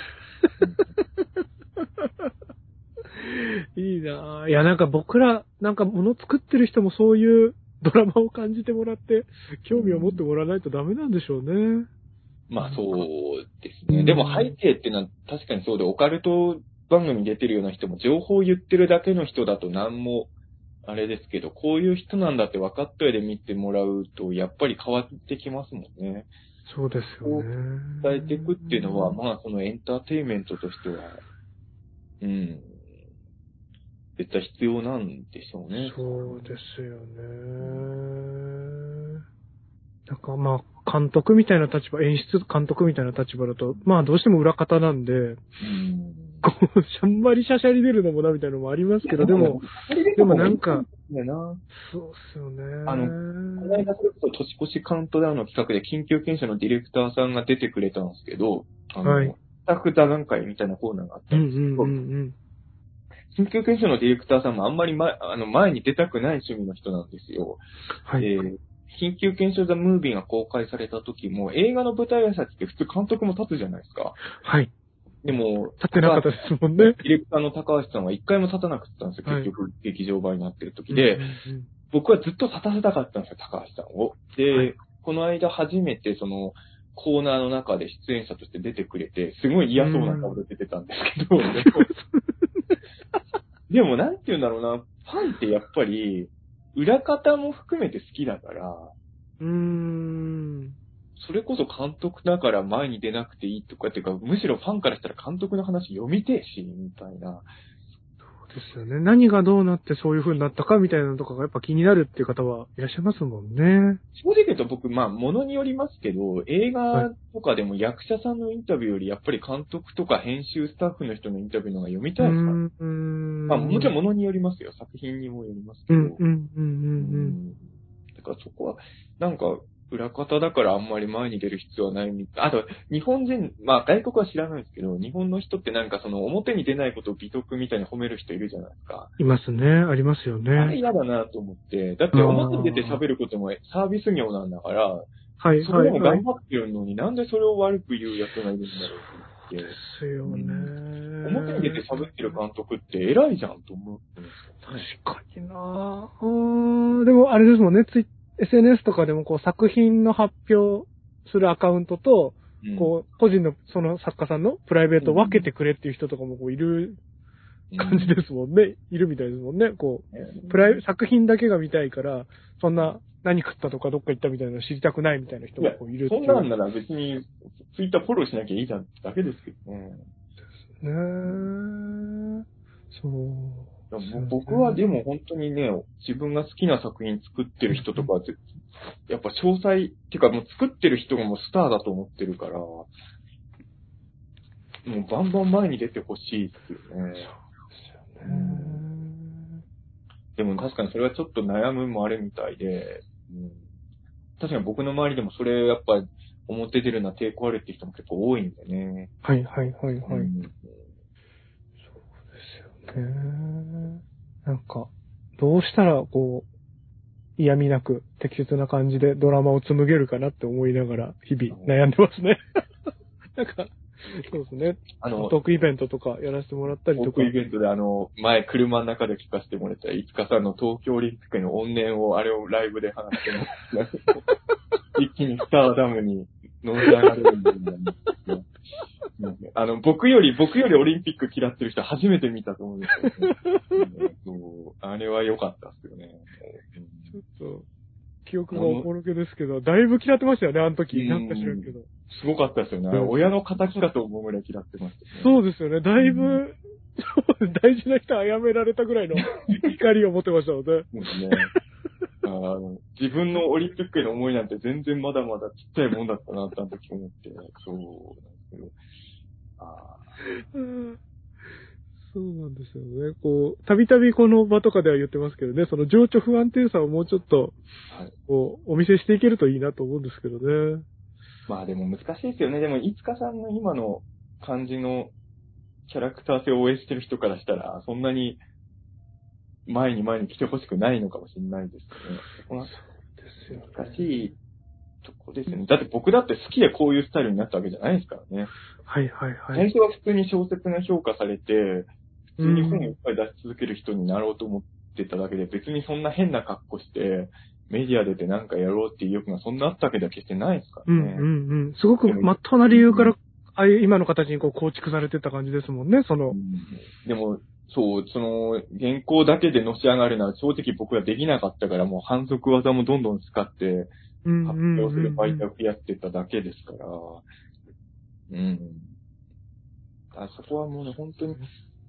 いいなぁ。いや、なんか僕ら、なんか物作ってる人もそういうドラマを感じてもらって、興味を持ってもらわないとダメなんでしょうね。 まあそうですね。でも背景っていうのは確かにそうで、オカルト番組に出てるような人も情報を言ってるだけの人だと何も、あれですけど、こういう人なんだって分かった上で見てもらうと、やっぱり変わってきますもんね。 そうですよね。 伝えていくっていうのは、まあそのエンターテインメントとしては、絶対必要なんでしょうね。 そうですよね。なんかまあ、監督みたいな立場、演出監督みたいな立場だと、まあどうしても裏方なんで、こう、あんまりシャシャリ出るのもなみたいなのもありますけど、でもなんか、そうっすよね。 この間それこそ年越しカウントダウンの企画で緊急検証のディレクターさんが出てくれたんですけど、スタッフ座談会みたいなコーナーがあったんですけど、緊急検証のディレクターさんもあんまり前に出たくない趣味の人なんですよ。はい。緊急検証ザ・ムービーが公開された時も、映画の舞台挨拶って普通監督も立つじゃないですか。 はい。 でも、 立ってなかったですもんね。 ディレクターの高橋さんは一回も立たなくったんですよ。結局、劇場版になってる時で、僕はずっと立たせたかったんですよ、高橋さんを。で、この間初めてコーナーの中で出演者として出てくれて、すごい嫌そうな顔で出てたんですけど、でもなんて言うんだろうな、ファンってやっぱり、裏方も含めて好きだから、それこそ監督だから前に出なくていいとかっていうか、むしろファンからしたら監督の話読みてえし、みたいな。 ですよね。何がどうなってそういう風になったかみたいなのとかがやっぱ気になるっていう方はいらっしゃいますもんね。 正直言うと僕、まあ、ものによりますけど、映はい。 画とかでも役者さんのインタビューより、やっぱり監督とか編集スタッフの人のインタビューの方が読みうーたいですから。 ん。 まあ、もちろんものによりますよ。作品にもよりますけど。 うん、うん、うん、うん。 だからそこは、なんか、裏方だからあんまり前に出る必要はないみたい。あと、日本人、まあ外国は知らないですけど、日本の人ってなんかその表に出ないことを美徳みたいに褒める人いるじゃないですか。 いますね。ありますよあれね。 嫌だなと思って。だっあて表に出てあ。 喋ることもサービス業なんだから、 はい、 それはい、はい。 でも頑張ってるのになんでそれを悪く言う奴がいるんだろうってで思って。 すよ表に出てね。 喋ってる監督って偉いじゃんと思うんですよね。 確かになでもあれですもんね、SNS とかでもこう作品の発表するアカウントと、 うん。 こう、個人のその作家さんのプライベートを分けうんてくれっていう人とかもこういるうん。 感じですもんね。いるみたいですもんね。こう、作品だけが見たいから、そんな何食ったとかどっか行ったみたいなの知りたくないみたいな人いや、 もこういるってそんいう。 なんなら別に、ツイッターフォローしなきゃいいじゃんってだけですけどね。 ねえ。そうですよね。 僕はでも本当にね、自分が好きな作品作ってる人とかって、やっぱ詳細、っていうかもう作ってる人がもうスターだと思ってるから、もうバンバン前に出てほしいですよね。 そうですよね。 でも確かにそれはちょっと悩むもあるみたいで、確かに僕の周りでもそれやっぱ表出るのは抵抗あるって人も結構多いんでね。 はいはいはいはい。 うん、 ですよね。なんか、どうしたらこう、嫌味なく適切な感じでドラマを紡げるかなって思いながら日々悩んでますね。なんか、そうですね。トークイベントとかやらせてもらったりとか。 トークイベントで前車の中で聞かせてもらったいつかさんの東京オリンピックの怨念をあれをライブで話してもらって、一気にスターダムに乗り上がれるんだよね。僕よりオリンピック嫌ってる人初めて見たと思うんですよね。そうあれは良かったっすよね。 ちょっと、記憶がおぼろげですけど、だいぶ嫌ってましたよね、あの時。なんか知らんけど。 すごかったですよね。親の敵だと思うぐらい嫌ってましたね。 そうですよね。だいぶ、大事な人は殺められたぐらいの怒りを持ってましたので。 そうですね。自分のオリンピックへの思いなんて全然まだまだちっちゃいもんだったなってあの時思って、そうなんですけど。 そうなんですよね。こう、たびたびこの場とかでは言ってますけどね、その情緒不安定さをもうちょっと、こう、お見せしていけるといいなと思うんですけどね。 まあでも難しいですよね。でも、いつかさんの今の感じのキャラクター性を応援してる人からしたら、そんなに前に来てほしくないのかもしれないですよね。 そうですよね。 難しいとこですよね。だって僕だって好きでこういうスタイルになったわけじゃないですからね。 はいはいはい。 最初は普通に小説が評価されて、普通に本をいっぱい出し続ける人になろうと思ってただけで、別にそんな変な格好して、メディア出てなんかやろうっていう欲がそんなあったわけでは決してないですからね。 すごくまっとうな理由から、ああいう今の形にこう構築されてた感じですもんね、 でも、そう、原稿だけでのし上がるのは正直僕はできなかったから、もう反則技もどんどん使って、発表する媒体を増やしてただけですから、そこはもうね、本当に、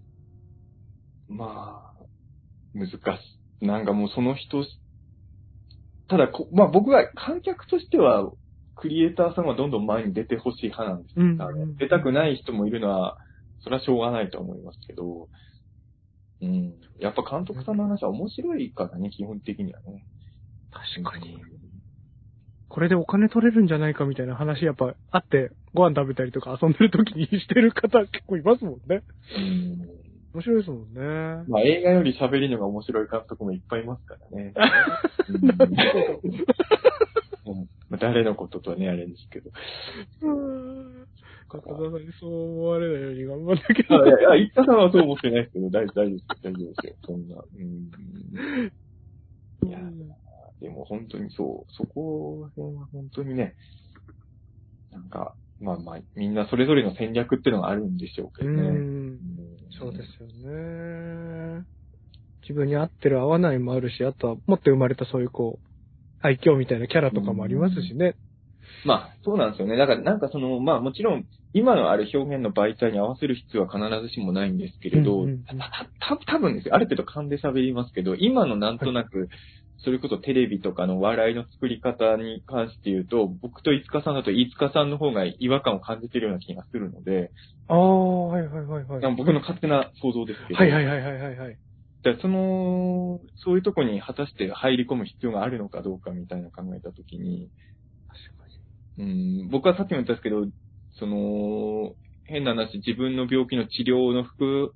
まあ、難しい。なんかもうその人、ただまあ僕は観客としては、クリエイターさんはどんどん前に出てほしい派なんです。出たくない人もいるのは、それはしょうがないと思いますけど、やっぱ監督さんの話は面白いからね、基本的にはね。 確かに。これでお金取れるんじゃないかみたいな話やっぱあって、ご飯食べたりとか遊んでる時にしてる方結構いますもんね。面白いですもんね。 まあ映画より喋りのが面白い監督もいっぱいいますからね。誰のこととはね、あれですけど。 高田さんにそう思われないように頑張んなきゃ。 いや、一田さんはそう思ってないですけど、大丈夫ですよ、そんな。いや、でも本当にそう、そこら辺は本当にね、なんか、まあ、みんなそれぞれの戦略っていうのがあるんでしょうけどね。 そうですよね。自分に合ってる合わないもあるし、あとは持って生まれたそういうこう、愛嬌みたいなキャラとかもありますしね。 まあ、そうなんですよね。だからなんかまあもちろん、今のある表現の媒体に合わせる必要は必ずしもないんですけれど、多分ですよ。ある程度勘で喋りますけど、今のなんとなく、それこそテレビとかの笑いの作り方に関して言うと、僕と飯塚さんだと飯塚さんの方が違和感を感じているような気がするので、 ああ、はいはいはいはい。 僕の勝手な想像ですけど、 はいはいはいはいはいはい。 じゃあそういうとこに果たして入り込む必要があるのかどうかみたいな考えたときに、僕はさっきも言ったんですけど、変な話、自分の病気の治療の副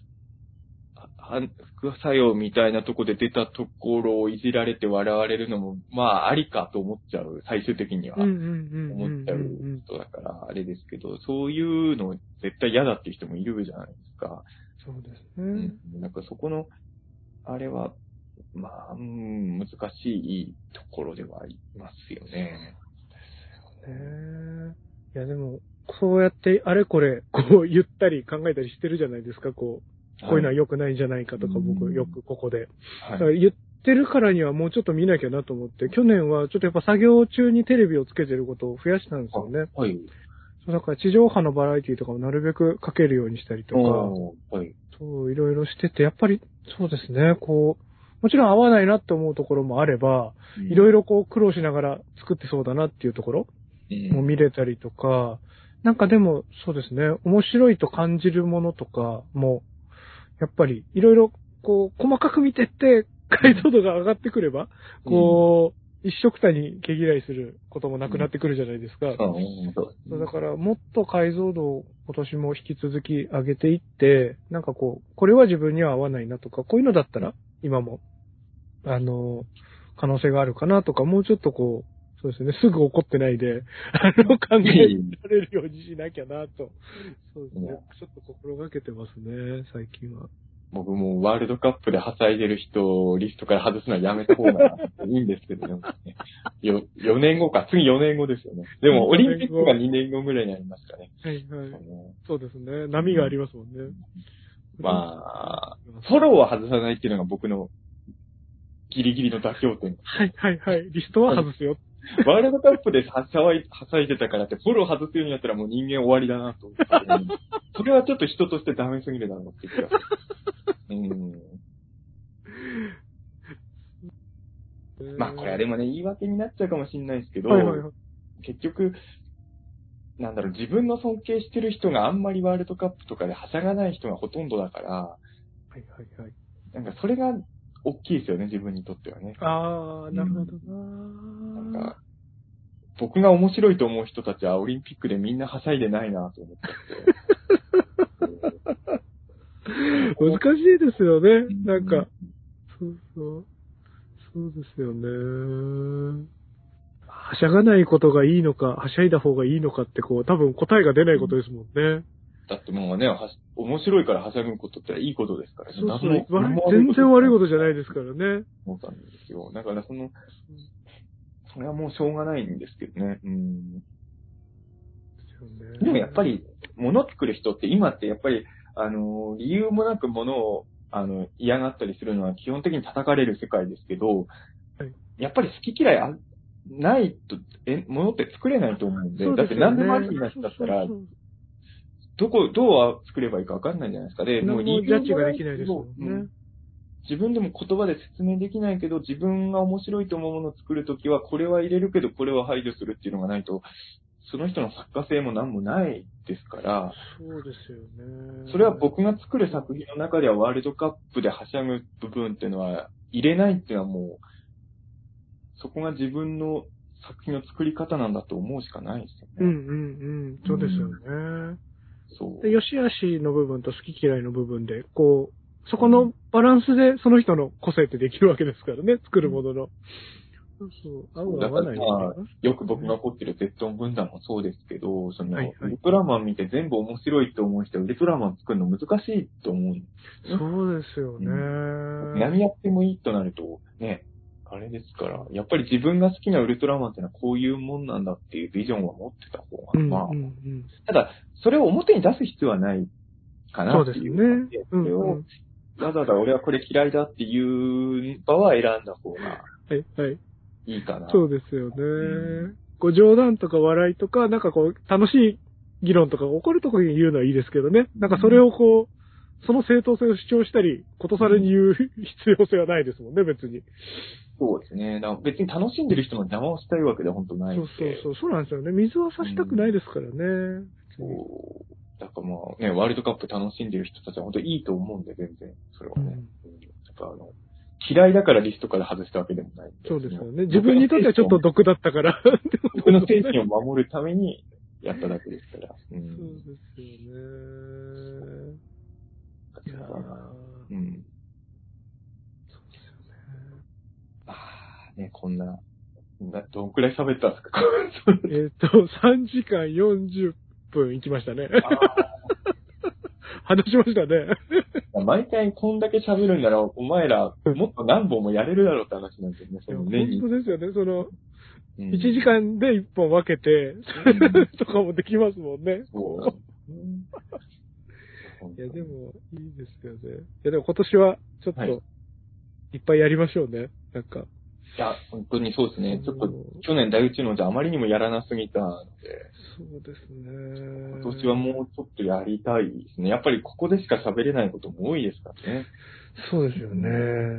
作用みたいなとこで出たところをいじられて笑われるのも、まあ、ありかと思っちゃう、最終的には。思っちゃう人だから、あれですけど、そういうの絶対嫌だっていう人もいるじゃないですか。 そうですね。 なんかそこの、あれは、まあ、難しいところではありますよね。 ですよね。いやでも、そうやってあれこれ、こう言ったり考えたりしてるじゃないですか、こういうのは良くないんじゃないかとか、僕よくここで。だから言ってるからにはもうちょっと見なきゃなと思って、去年はちょっとやっぱ作業中にテレビをつけてることを増やしたんですよね。 はい。 そうだから地上波のバラエティとかをなるべくかけるようにしたりとか、 はい。 そう、いろいろしてて、やっぱりそうですね、こう、もちろん合わないなって思うところもあれば、いろいろこう苦労しながら作ってそうだなっていうところも見れたりとか、なんかでもそうですね、面白いと感じるものとかも、やっぱりいろいろこう細かく見てって解像度が上がってくれば、こう、一色たに毛嫌いすることもなくなってくるじゃないですか。だからもっと解像度を今年も引き続き上げていって、なんかこう、これは自分には合わないなとか、こういうのだったら今も、可能性があるかなとか、もうちょっとこう、そうですね、すぐ怒ってないで、考えられるようにしなきゃなと、そうですね、ちょっと心がけてますね、最近は。 僕もワールドカップではしゃいでる人をリストから外すのはやめた方がいいんですけどね。4年後か、次4年後ですよね。でもオリンピックが2年後ぐらいにありますかね。 はいはい。そうですね。波がありますもんね。 まあ、フォローは外さないっていうのが僕のギリギリの妥協点。 はいはいはい。リストは外すよ。 ワールドカップではしゃいでたからってフォロー外すようになったらもう人間終わりだなと思って。それはちょっと人としてダメすぎるだろうって気がする。まあこれはでもね、言い訳になっちゃうかもしれないですけど、結局、なんだろう、自分の尊敬してる人があんまりワールドカップとかではしゃがない人がほとんどだから、なんかそれが大きいですよね、自分にとってはね。 ああ、なるほどな。 なんか、僕が面白いと思う人たちはオリンピックでみんなはしゃいでないなと思って。 難しいですよね。なんか、そうですよね。はしゃがないことがいいのか、はしゃいだ方がいいのかってこう、多分答えが出ないことですもんね。 だってもうね、面白いからはしゃぐことっていいことですからね。 そう全然悪いことじゃないですからね。 そうなんですよ。だからそれはもうしょうがないんですけどね。でもやっぱり、物作る人って今ってやっぱり、理由もなく物を、嫌がったりするのは基本的に叩かれる世界ですけど、やっぱり好き嫌いないと、物って作れないと思うんで、だって何でもありになっちゃったら、どう作ればいいか分かんないじゃないですか。で、もう理由ジャッジができないですもんね。 自分でも言葉で説明できないけど、自分が面白いと思うものを作るときは、これは入れるけど、これは排除するっていうのがないと、その人の作家性も何もないですから、 そうですよね。 それは僕が作る作品の中ではワールドカップではしゃぐ部分っていうのは入れないっていうのはもう、そこが自分の作品の作り方なんだと思うしかないですよね。 そうですよね。そう。で、良し悪しの部分と好き嫌いの部分で、こう、そこのバランスでその人の個性ってできるわけですからね、作るものの。 だからよく僕が怒ってるゼットン軍団もそうですけど、ウルトラマン見て全部面白いと思う人はウルトラマン作るの難しいと思うんですよね。 そうですよね。 何やってもいいとなると、ね、あれですから、やっぱり自分が好きなウルトラマンってのはこういうもんなんだっていうビジョンは持ってた方が、まあ、ただ、それを表に出す必要はないかなっていう。 そうですね。 それを、わざわざ俺はこれ嫌いだっていう場は選んだ方がいいかな。 そうですよね。 こう冗談とか笑いとか、なんかこう、楽しい議論とかが起こるところに言うのはいいですけどね。なんかそれをこう、その正当性を主張したり、ことされに言う必要性はないですもんね、別に。 そうですね。別に楽しんでる人の邪魔をしたいわけでは本当ないんで。 そうなんですよね。水は差したくないですからね。 そう。だからまあね、ワールドカップ楽しんでる人たちは本当いいと思うんで、全然。それはね。やっぱ嫌いだからリストから外したわけでもないんで。 そうですよね。自分にとってはちょっと毒だったから。 僕の精神を守るためにやっただけですから。 そうですよね。いやそうですよね。 まあね、こんな、どんくらい喋ったんですか 3時間40分行きましたね。話しましたね。 毎回こんだけ喋るんなら、お前らもっと何本もやれるだろうって話なんですよね。その本当ですよね。1時間で1本分けて、とかもできますもんね。いや、でも、いいですよね。いや、でも今年は、ちょっと、いっぱいやりましょうね。なんか。 いや、本当にそうですね。ちょっと、去年大宇宙のじゃあまりにもやらなすぎたので。 そうですね。 今年はもうちょっとやりたいですね。やっぱりここでしか喋れないことも多いですからね。 そうですよね。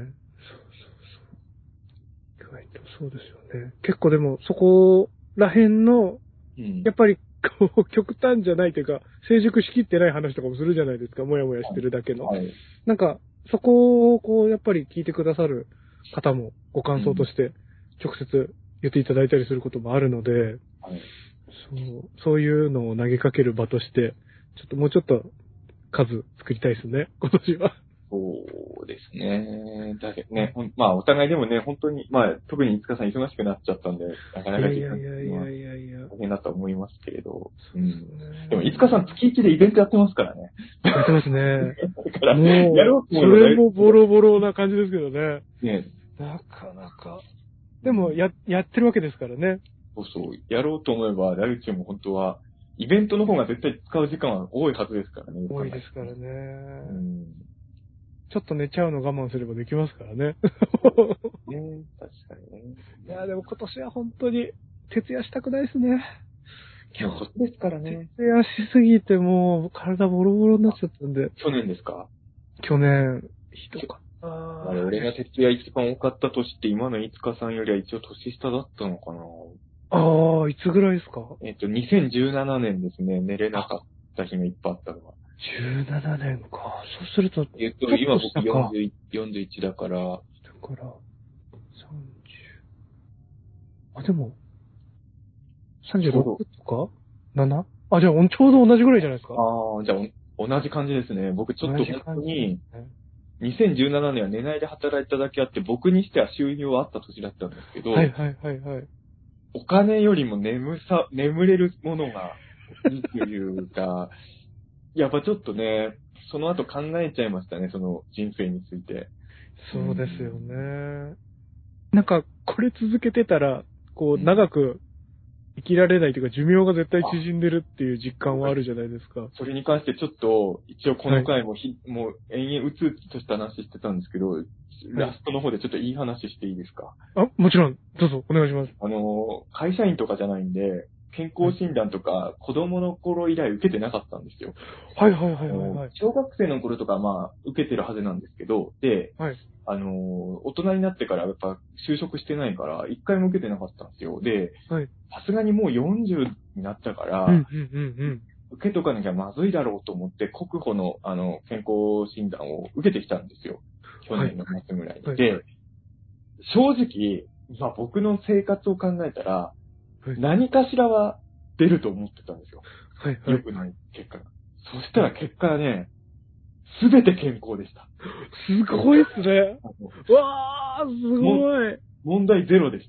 そうですよね。結構でも、そこら辺の、やっぱり、こう、極端じゃないというか、成熟しきってない話とかもするじゃないですか。もやもやしてるだけの。なんか、そこを、こう、やっぱり聞いてくださる方も、ご感想として、直接言っていただいたりすることもあるので、そういうのを投げかける場として、もうちょっと数作りたいですね、今年は。そうですね。だけどね、まあお互いでもね、本当に、まあ特にいつかさん忙しくなっちゃったんで、なかなか時間が大変だと思いますけれど。でもいつかさん月1でイベントやってますからね。 やってますね。 だから、やろうと思それもボロボロな感じですけどね。なかなか。でも、やってるわけですからね。 そう。やろうと思えば、大宇宙も本当は、イベントの方が絶対使う時間は多いはずですからね。 多いですからね。ちょっと寝ちゃうの我慢すればできますからね。 確かにね。 いや、でも今年は本当に、徹夜したくないですね。 今日ですからね。 徹夜しすぎてもう体ボロボロになっちゃったんで。 去年ですか？ 去年、ひどかった。 俺が徹夜一番多かった年って今のいつかさんよりは一応年下だったのかな。 いつぐらいですか ？2017年ですね。寝れなかった日がいっぱいあったのが。 17年か。そうすると、 今僕41だから。30。 でも、36とか 7？ じゃあ、ちょうど同じぐらいじゃないですか。 じゃあ、同じ感じですね。僕ちょっと本当に、2017年は寝ないで働いただけあって、僕にしては収入はあった年だったんですけど、お金よりも眠れるものがいいというか、やっぱちょっとね、その後考えちゃいましたね、その人生について。 そうですよね。なんか、これ続けてたら、こう、長く生きられないというか、寿命が絶対縮んでるっていう実感はあるじゃないですか。 それに関してちょっと、一応この回ももう延々うつうつとした話してたんですけど、ラストの方でちょっといい話していいですか？ もちろん、どうぞ、お願いします。 会社員とかじゃないんで、健康診断とか、子供の頃以来受けてなかったんですよ。小学生の頃とかまあ、受けてるはずなんですけど、で、大人になってからやっぱ就職してないから、一回も受けてなかったんですよ。で、さすがにもう40になったから、受けとかなきゃまずいだろうと思って、国保の健康診断を受けてきたんですよ。去年の夏ぐらいに。で、正直、まあ僕の生活を考えたら、何かしらは出ると思ってたんですよ。良くない結果が。そしたら結果はね、すべて健康でした。 すごいっすね。うわー、すごい。 問題ゼロでした。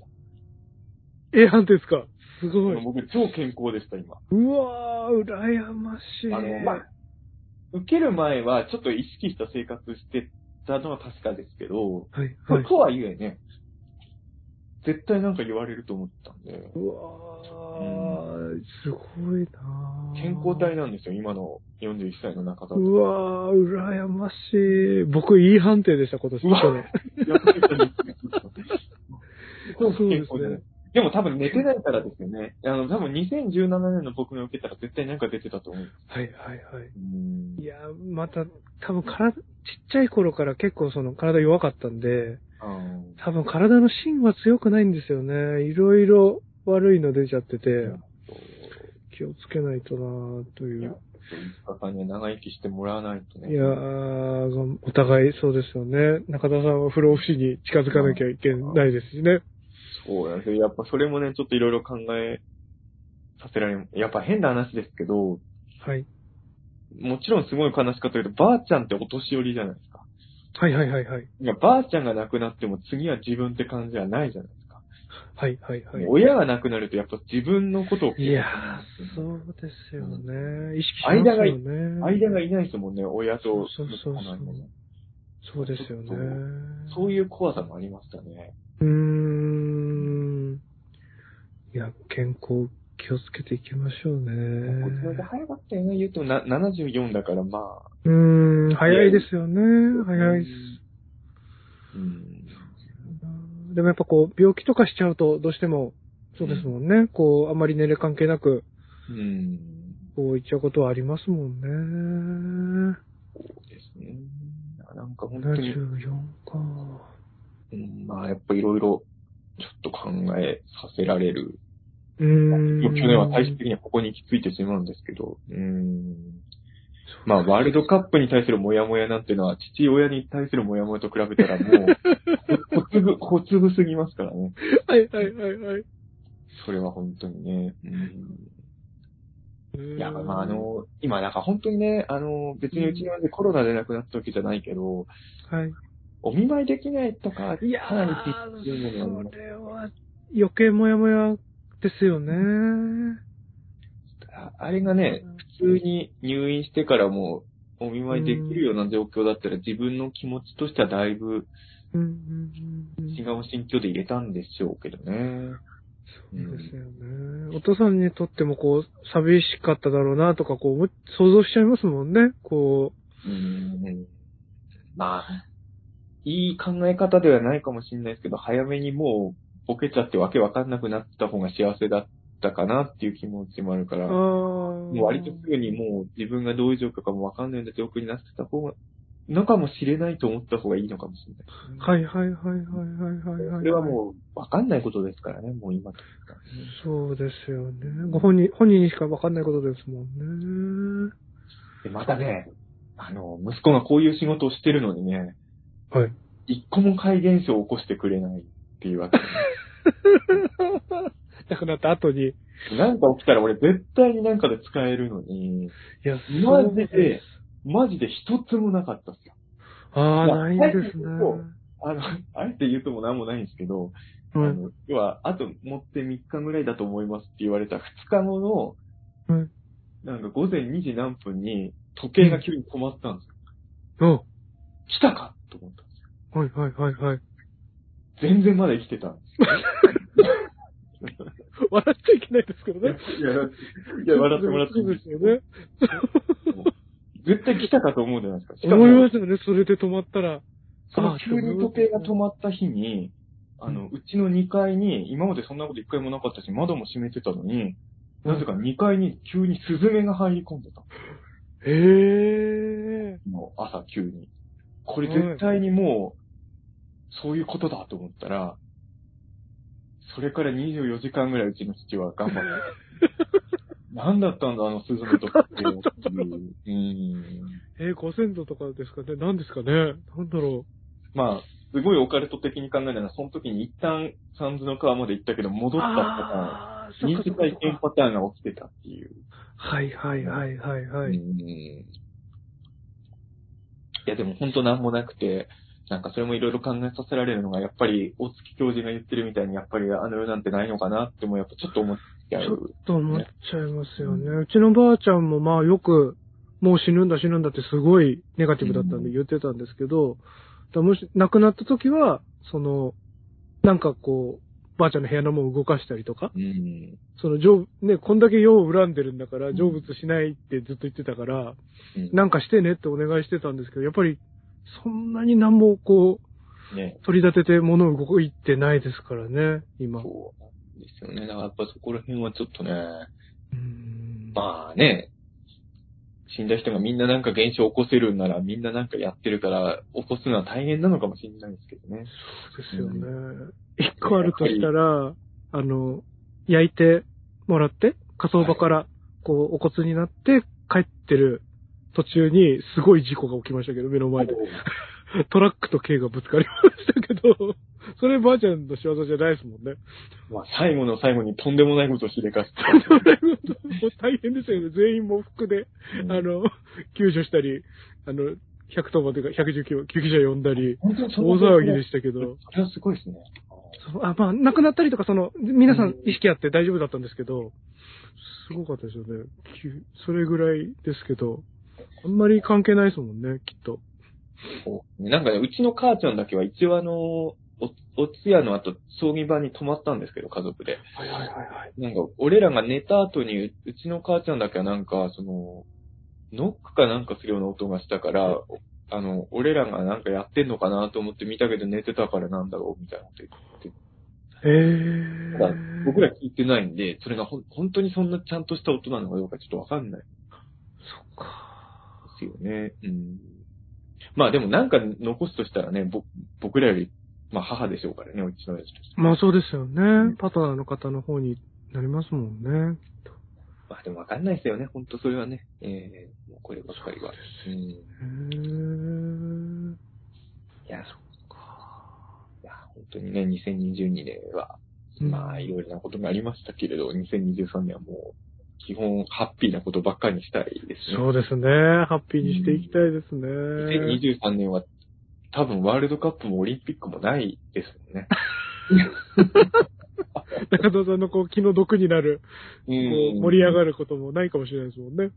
A 判定ですか？すごい。 僕超健康でした、今。 うわー、羨ましい。 まあ、受ける前はちょっと意識した生活してたのは確かですけど、とはいえね、絶対なんか言われると思ったんで。 うわー、すごいなー。健康体なんですよ、今の41歳の中だと。 うわー、羨ましい。僕、いい判定でした、今年。 うわやっぱりそうですね。 でも多分寝てないからですよね。多分2017年の僕の受けたら絶対なんか出てたと思う。 はいはいはい。いや、また、多分ちっちゃい頃から結構体弱かったんで、多分体の芯は強くないんですよね。いろいろ悪いの出ちゃってて、気をつけないとなぁという。 5日間には長生きしてもらわないとね。 いやー、お互いそうですよね。中田さんは不老不死に近づかなきゃいけないですしね。 そうなんですよ。やっぱそれもね、ちょっといろいろ考えさせられる。やっぱ変な話ですけど、 はい。 もちろんすごい悲しかったけど、ばあちゃんってお年寄りじゃないですか。 はいはいはいはい。 いや、ばあちゃんが亡くなっても次は自分って感じじゃないじゃないですか。 はいはいはい。 親が亡くなるとやっぱ自分のことをいやー、そうですよね。意識しますよね。 間がいないですもんね、親とそうそうそう。そうですよね。 そういう怖さもありましたね。 いや、健康気をつけていきましょうね。 早かったよね、言うと74だからまあ。 早いですよね。早いです。でもやっぱ病気とかしちゃうとどうしても、そうですもんね。あまり年齢関係なく、言っちゃうことはありますもんね。 そうですね。なんか本当に。 74か。 まあやっぱいろいろちょっと考えさせられる。去年は最終的にはここに行き着いてしまうんですけど、まあ、ワールドカップに対するモヤモヤなんていうのは、父親に対するモヤモヤと比べたらもう、小粒すぎますからね。 はいはいはいはい。 それは本当にね。いや、まあ今なんか本当にね、別にうちの親父コロナで亡くなった時じゃないけど、 はい。 お見舞いできないとか、 いやー、それは余計モヤモヤですよね。 あれがね、普通に入院してからもお見舞いできるような状況だったら自分の気持ちとしてはだいぶ違う心境で入れたんでしょうけどね。 そうですよね。お父さんにとっても寂しかっただろうなとか想像しちゃいますもんね。 まあ、いい考え方ではないかもしれないですけど、早めにもうボケちゃってわけわかんなくなった方が幸せだったかなっていう気持ちもあるから、もう割とすぐにもう自分がどういう状況かもわかんないような状況になってた方が、のかもしれないと思った方がいいのかもしれない、 はいはいはいはいはいはい。 それはもうわかんないことですからね、もう今とか、 そうですよね。本人にしかわかんないことですもんね。 で、またね、息子がこういう仕事をしてるのにね、 はい。 一個も怪現象を起こしてくれないっていうわけ、ね。 亡くなった後に。 なんか起きたら俺絶対になんかで使えるのに、 いや、 マジで一つもなかったっすよ。 ないんですね。 あえて言うともなんもないんですけど、要は、あと持って3日ぐらいだと思いますって言われた2日後の、なんか午前2時何分に時計が急に止まったんですよ。来たかと思ったんですよ。 はいはいはいはい。 全然まだ生きてたんですよ。 笑っちゃいけないですけどね。 いや、笑ってもらっていいんですよね。絶対来たかと思うじゃないですか。 思いますよね、それで止まったら。 その急に時計が止まった日に、うちの2階に、今までそんなこと一回もなかったし、窓も閉めてたのに、なぜか2階に急にスズメが入り込んでた。もう朝急に。これ絶対にもう、そういうことだと思ったら、それから24時間ぐらいうちの父は頑張って。何だったんだ、スズメとかって。 ご先祖とかですかね。何ですかね。なんだろう。まあ、すごいオカルト的に考えたのは、その時に一旦三途の川まで行ったけど、戻ったパターン、二次体験パターンが起きてたっていう。 はいはいはいはいはい。 いや、でも本当なんもなくて、なんかそれもいろいろ考えさせられるのが、やっぱり、大月教授が言ってるみたいに、やっぱり世なんてないのかなっても、やっぱちょっと思っちゃう、 ちょっと思っちゃいますよね。うちのばあちゃんもまあよく、もう死ぬんだってすごいネガティブだったんで言ってたんですけど、もし亡くなった時は、なんかばあちゃんの部屋のものを動かしたりとか、こんだけ世を恨んでるんだから、成仏しないってずっと言ってたから、なんかしてねってお願いしてたんですけど、やっぱり、そんなに何も取り立てて物を動いてないですからね、今。 ですよね。だからやっぱそこら辺はちょっとね、 うんまあね、死んだ人がみんななんか現象を起こせるんならみんななんかやってるから起こすのは大変なのかもしれないですけどね。 そうですよね。一個あるとしたら、焼いてもらって、火葬場から、こう、お骨になって帰ってる途中に、すごい事故が起きましたけど、目の前で。トラックと軽がぶつかりましたけど、そればあちゃんの仕業じゃないですもんね。 まあ最後の最後にとんでもないことをしでかして。 もう大変ですよね。全員喪服で、救助したり、110番というか119救急車呼んだり、大騒ぎでしたけど。 それはすごいですね。 まあ、亡くなったりとか、皆さん意識あって大丈夫だったんですけど、すごかったですよね。それぐらいですけど、あんまり関係ないですもんね、きっと。 なんかね、うちの母ちゃんだけは一応お通夜の後、葬儀場に泊まったんですけど、家族で。 はいはいはいはい。 なんか、俺らが寝た後に、うちの母ちゃんだけはなんか、ノックかなんかするような音がしたから、俺らがなんかやってんのかなと思って見たけど寝てたからなんだろうみたいなこと言って。ただ僕ら聞いてないんで、それが本当にそんなちゃんとした音なのかどうかちょっとわかんない。 そっか。 ですよね。うん。まあでもなんか残すとしたらね、僕らより、まあ母でしょうからね、うちの親父として。 まあそうですよね。パターの方の方になりますもんね。 まあでもわかんないですよね、本当それはね。もうこればっかりは。いや、そっか。いや、本当にね、2022年は、まあいろいろなことがありましたけれど、2023年はもう、基本ハッピーなことばっかりにしたいですね。 そうですね。ハッピーにしていきたいですね。 2023年は多分ワールドカップもオリンピックもないですもんね。 中田さんの気の毒になる、盛り上がることもないかもしれないですもんね。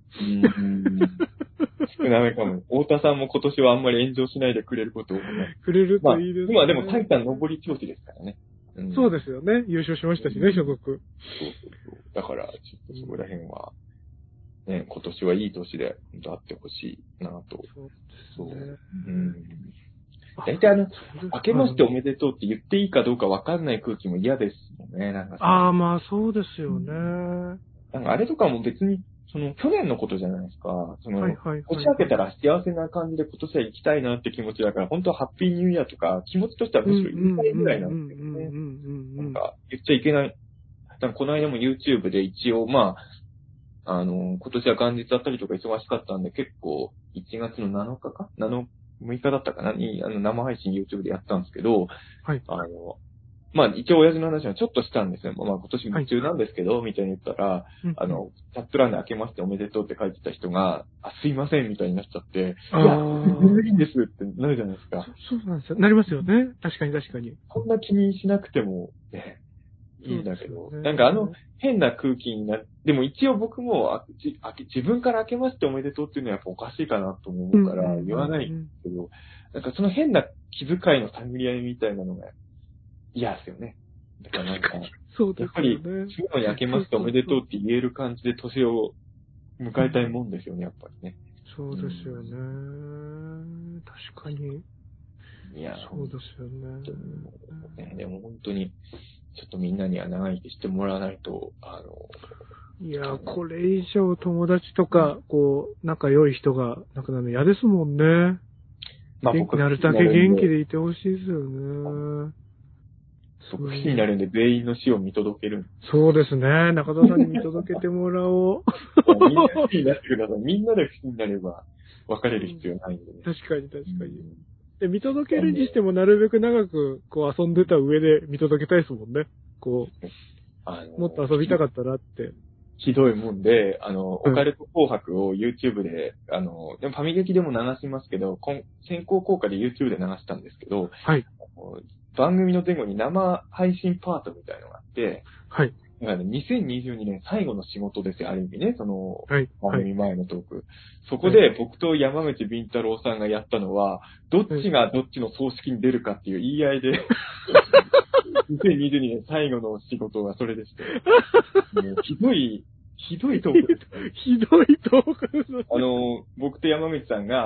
少なめかも。太田さんも今年はあんまり炎上しないでくれることをね。 くれるといいですね。 まあ、今でもタイタン上り調子ですからね。 そうですよね。優勝しましたしね、所属。 そう。だから、ちょっとそこら辺は、ね、今年はいい年で、あってほしいなと。 そうですね。 大体明けましておめでとうって言っていいかどうかわかんない空気も嫌ですもんね、なんか。 まあそうですよね。 なんかあれとかも別に、去年のことじゃないですか。年明けたら幸せな感じで今年は行きたいなって気持ちだから、本当はハッピーニューイヤーとか、気持ちとしてはむしろ言いたいぐらいなんですよね。なんか、言っちゃいけない。なんかこの間も YouTube で一応、まあ、今年は元日だったりとか忙しかったんで、結構、1月の7日か ?6 日だったかなに、生配信 YouTube でやったんですけど、 はい。 まあ、一応親父の話はちょっとしたんですよ。まあ、今年夢中なんですけど、みたいに言ったら、チャット欄で明けましておめでとうって書いてた人が、すいません、みたいになっちゃって、いや、いいんですってなるじゃないですか。 そうなんですよ。なりますよね。確かに確かに。 こんな気にしなくても、ね、いいんだけど、なんか変な空気になって、でも一応僕も自分から明けましておめでとうっていうのはやっぱおかしいかなと思うから言わないけど、なんかその変な気遣いの探り合いみたいなのが嫌ですよね。だからなんか、 そうですよね。 やっぱり、次のに明けましておめでとうって言える感じで年を迎えたいもんですよね、やっぱりね。 そうですよね。確かに。 いや、 そうですよね。 でも本当に、ちょっとみんなには長生きしてもらわないと、 いや、これ以上友達とか、仲良い人が亡くなるの嫌ですもんね。まあ、なるだけ元気でいてほしいですよね。 僕不死になるんで全員の死を見届ける。 そうですね。中田さんに見届けてもらおう。 みんな不死になってください。みんなで不死になれば別れる必要ないんでね。 確かに確かに。で、見届けるにしてもなるべく長く遊んでた上で見届けたいですもんね。もっと遊びたかったなって。 ひどいもんで、オカルト紅白を YouTube で、でもファミ劇でも流しますけど、先行効果で YouTube で流したんですけど、 はい。 番組の前後に生配信パートみたいのがあって、 はい。 だから2022年最後の仕事ですよ、ある意味ね、 はい。 番組前のトーク。はい、そこで僕と山口敏太郎さんがやったのは、どっちがどっちの葬式に出るかっていう言い合いで、2022年最後の仕事はそれでした。ひどいトークです、ね。 ひどいトークです。 僕と山口さんが、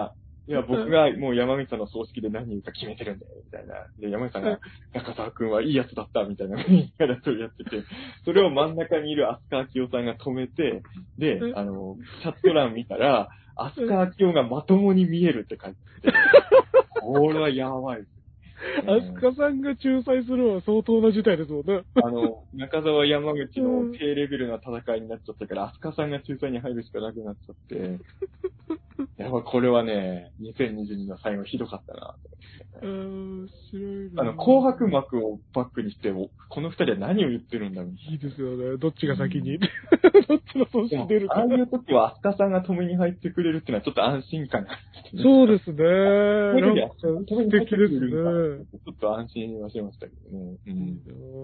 いや、僕がもう山口さんの葬式で何人か決めてるんだよ、みたいな。で、山口さんが、中澤くんはいいやつだった、みたいな言い方をやってて、それを真ん中にいる飛鳥明夫さんが止めて、で、チャット欄見たら、飛鳥明夫がまともに見えるって書いてあって、これはやばいです。 飛鳥さんが仲裁するのは相当な事態ですもんね。 中澤山口の低レベルな戦いになっちゃったから、飛鳥さんが仲裁に入るしかなくなっちゃって、やばい、これはね、2022の最後ひどかったなと思って。 面白いな。 紅白幕をバックにして、この二人は何を言ってるんだろう。 いいですよね。どっちが先に。どっちの葬式出るか。 ああいう時は飛鳥さんが止めに入ってくれるっていうのはちょっと安心感が。 そうですね。 なんか素敵ですね。 ちょっと安心はしましたけどね。そうなん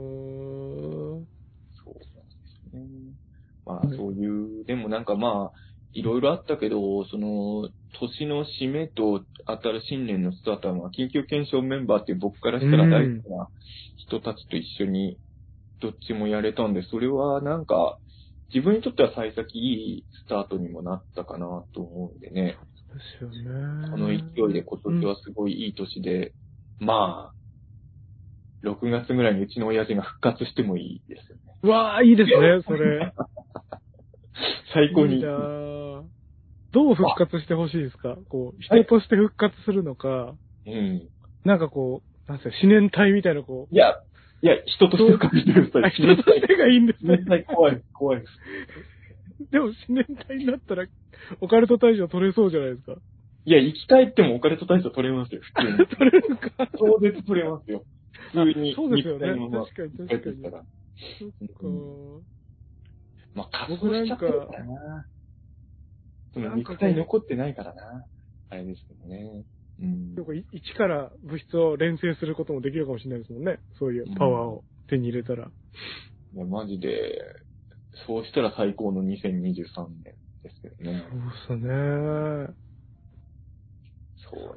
ですね。まあ、そういう、でもなんかまあ、いろいろあったけど、その、年の締めと新年のスタートは、緊急検証メンバーっていう僕からしたら大事な人たちと一緒にどっちもやれたんで、それはなんか、自分にとっては幸先いいスタートにもなったかなと思うんでね。 そうですよね。 この勢いで今年はすごいいい年で、まあ、6月ぐらいにうちの親父が復活してもいいですよね。 うわー、いいですね、それ。 最高に。 いいなぁ。どう復活してほしいですか？こう、人として復活するのか、なんかこう、なんすか、思念体みたいなこう。 いや、人として復活してください。 人としてがいいんですね。思念体怖いです。 でも思念体になったら、オカルト大賞取れそうじゃないですか。 いや、生きたいってもオカルト大賞取れますよ、普通に。 取れるか。 超絶取れますよ。普通に。 そうですよね。確かに。そっか。まあ、仮装しちゃってるからな。その肉体残ってないからな。あれですけどね。 一から物質を錬成することもできるかもしれないですもんね。そういうパワーを手に入れたら。 いや、マジで、そうしたら最高の2023年ですけどね。 そうですね。 そうだよ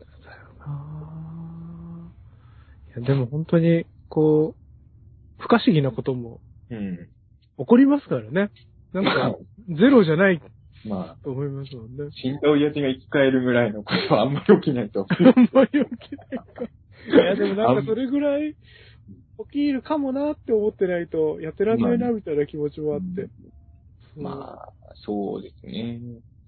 な。いや、でも本当に、こう、不可思議なことも、起こりますからね。なんか、ゼロじゃないと思いますもんね。 死んだ親父が生き返るぐらいのことはあんまり起きないと思う。 あんまり起きないか。いや、でもなんかそれぐらい起きるかもなって思ってないと、やってらんないなみたいな気持ちもあって。 まあ、そうですね。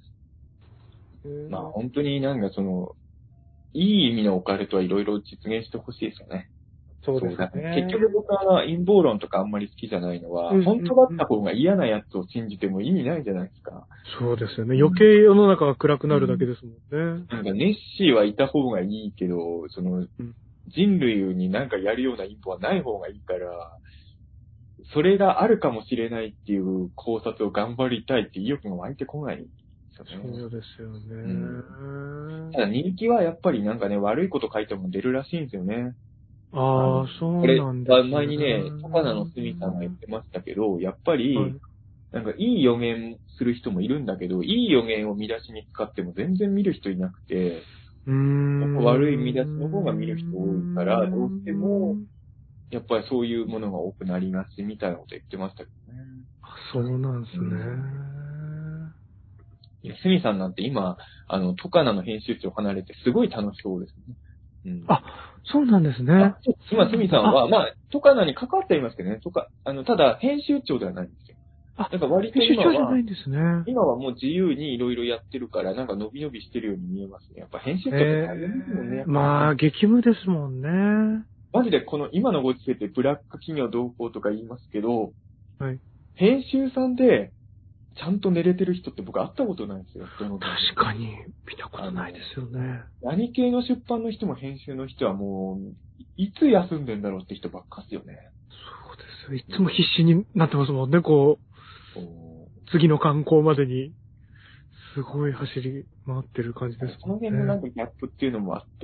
まあ本当になんかその、いい意味のオカルトはいろいろ実現してほしいですよね。 そうですね。 結局僕は陰謀論とかあんまり好きじゃないのは、本当だった方が嫌なやつを信じても意味ないじゃないですか。 そうですよね。余計世の中が暗くなるだけですもんね。 なんかネッシーはいた方がいいけど、その、人類になんかやるような陰謀はない方がいいから、それがあるかもしれないっていう考察を頑張りたいっていう意欲が湧いてこないんですよね。 そうですよね。 ただ人気はやっぱりなんかね、悪いこと書いても出るらしいんですよね。 ああ、そうなんですね。 これ、前にね、高菜のすみさんが言ってましたけど、やっぱり、なんかいい予言する人もいるんだけど、いい予言を見出しに使っても全然見る人いなくて、悪い見出しの方が見る人多いから、どうしても、やっぱりそういうものが多くなりがちみたいなこと言ってましたけどね。 そうなんですね。 いや、すみさんなんて今、トカナの編集長離れてすごい楽しそうですね。 あ、そうなんですね。 今、すみさんは、まあ、トカナに関わっていますけどね、ただ、編集長ではないんですよ。なんか割と今は、 編集長じゃないんですね。 今はもう自由にいろいろやってるから、なんか伸び伸びしてるように見えますね。やっぱ編集長って大変ですもんね。 まあ、激務ですもんね。 マジでこの今のご時世ってブラック企業同行とか言いますけど、編集さんで、ちゃんと寝れてる人って僕会ったことないんですよ。 確かに、見たことないですよね。 何系の出版の人も編集の人はもう、いつ休んでんだろうって人ばっかっすよね。 そうですよ。いつも必死になってますもんね、こう。次の観光までに、すごい走り回ってる感じですね。 その辺のなんかギャップっていうのもあって、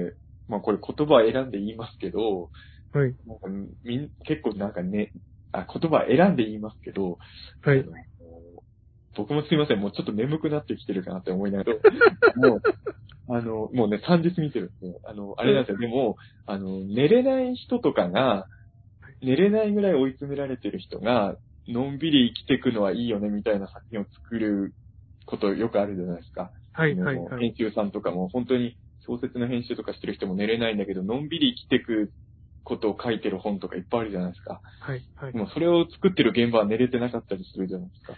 まあこれ言葉を選んで言いますけど、なんか結構なんかね、言葉選んで言いますけど、僕もすいません、もうちょっと眠くなってきてるかなって思いながら、もうね、3時過ぎてるんで、あれなんですよ、でも、寝れない人とかが、寝れないぐらい追い詰められてる人が、のんびり生きていくのはいいよね、みたいな作品を作ることよくあるじゃないですか。 はいはいはい。 編集さんとかも本当に小説の編集とかしてる人も寝れないんだけど、のんびり生きてくことを書いてる本とかいっぱいあるじゃないですか。 はいはい。 でもそれを作ってる現場は寝れてなかったりするじゃないですか。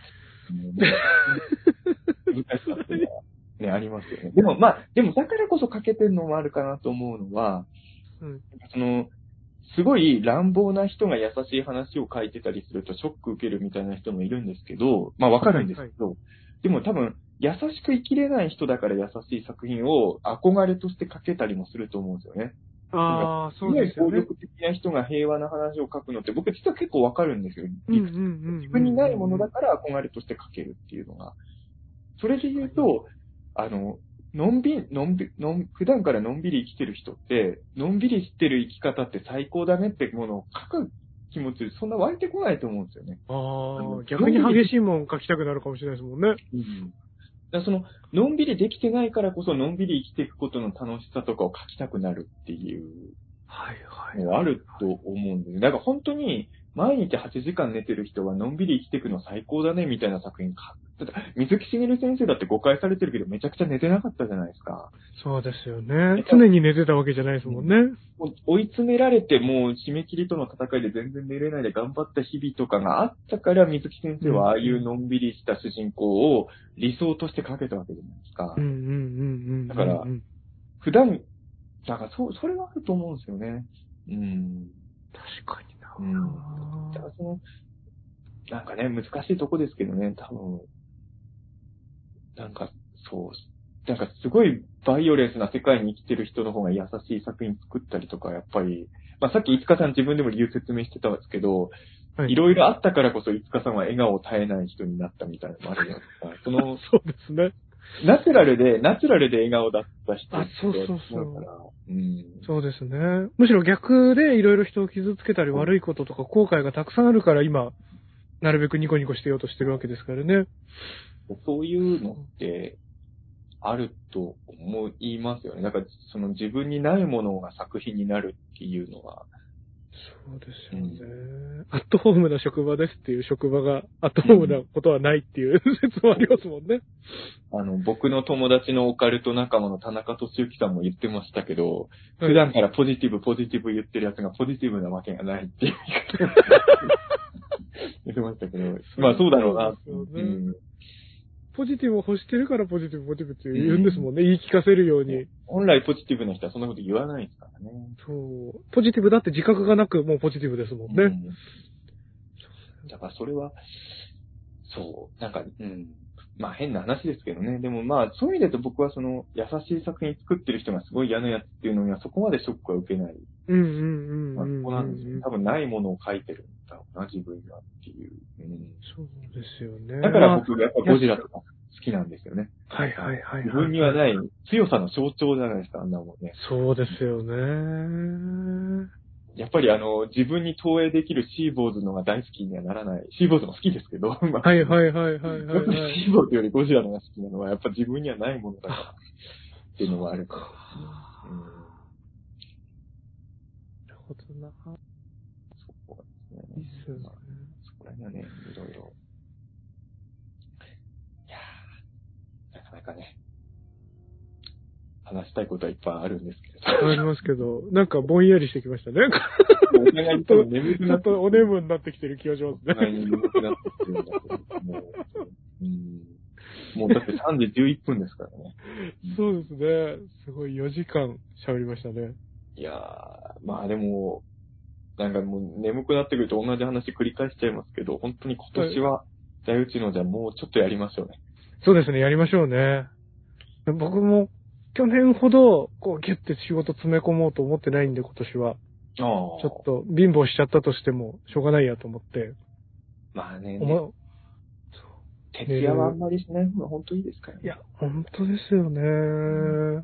難しさっていうのはね、ありますよね。でもだからこそ書けてるのもあるかなと思うのは、 うん、 すごい乱暴な人が優しい話を書いてたりするとショック受けるみたいな人もいるんですけど、まあわかるんですけど、でも多分優しく生きれない人だから優しい作品を憧れとして書けたりもすると思うんですよね。 ああ、そうですよね。 すごい暴力的な人が平和な話を書くのって僕実は結構わかるんですよ。 うんうんうんうん。 自分にないものだから憧れとして書けるっていうのが。それで言うと、普段からのんびり生きてる人って、のんびりしてる生き方って最高だねってものを書く気持ちそんな湧いてこないと思うんですよね。 ああ、逆に激しいもん書きたくなるかもしれないですもんね。 うん。だからのんびりできてないからこそ、のんびり生きていくことの楽しさとかを書きたくなるっていうはいはい。 のがあると思うんです。だから本当に、毎日8時間寝てる人はのんびり生きていくの最高だね、みたいな作品書く。水木しげる先生だって誤解されてるけど、めちゃくちゃ寝てなかったじゃないですか。 そうですよね。常に寝てたわけじゃないですもんね。 追い詰められて、もう締め切りとの戦いで全然寝れないで頑張った日々とかがあったから、水木先生はああいうのんびりした主人公を理想として書けたわけじゃないですか。 うんうんうんうん。 だから、普段、だからそれはあると思うんですよね。うん。 確かにな。 うん。だからなんかね、難しいとこですけどね、多分、なんか、そう、なんかすごいバイオレンスな世界に生きてる人の方が優しい作品作ったりとか、やっぱり、まあさっきいつかさん自分でも理由説明してたんですけど、いろいろあったからこそいつかさんは笑顔を絶えない人になったみたいなのもあるじゃないですか。 そうですね。 ナチュラルで笑顔だった人あ、そうそうそう。 うん、 そうですね。むしろ逆でいろいろ人を傷つけたり悪いこととか後悔がたくさんあるから今、なるべくニコニコしてようとしてるわけですからね。 そういうのって、あると思いますよね。だから、自分にないものが作品になるっていうのは。 そうですよね。アットホームな職場ですっていう職場がアットホームなことはないっていう説もありますもんね。 僕の友達のオカルト仲間の田中俊之さんも言ってましたけど、普段からポジティブ言ってるやつがポジティブなわけがないっていう言ってましたけど、まあそうだろうな。 ポジティブを欲してるからポジティブって言うんですもんね。言い聞かせるように。 本来ポジティブな人はそんなこと言わないですからね。 そう。ポジティブだって自覚がなくもうポジティブですもんね。 だからそれは、そう、なんか、まあ変な話ですけどね。でもまあそういう意味で言うと僕は優しい作品作ってる人がすごい嫌なやつっていうのにはそこまでショックは受けない。まあそこなんですよ。多分ないものを書いてるんだろうな、自分にはっていう。 そうですよね。 だから僕やっぱゴジラとか好きなんですよね。 はいはいはい。 自分にはない強さの象徴じゃないですか、あんなもんね。 そうですよね。 やっぱり自分に投影できるシーボーズのが大好きにはならない。シーボーズも好きですけど。 はいはいはいはい。やっぱりシーボーズよりゴジラのが好きなのは、やっぱ自分にはないものだからっていうのがあるから。 なるほどな。 そうですね。そこら辺はね、いろいろ。いやー、なかなかね、話したいことはいっぱいあるんですけど。 ありますけど、なんかぼんやりしてきましたね。ちょっとお眠になってきてる気がしますね。 眠くなってきてるんだけど、もうだって3時11分ですからね。 そうですね。すごい4時間喋りましたね。 いやー、まあでも、なんかもう眠くなってくると同じ話繰り返しちゃいますけど、本当に今年は大打ちのじゃもうちょっとやりましょうね。 そうですね、やりましょうね。僕も去年ほどこうギュッて仕事詰め込もうと思ってないんで今年は。ちょっと貧乏しちゃったとしてもしょうがないやと思って。 まあね。徹夜はあんまりしない方が本当いいですからね。 いや、本当ですよね。そう。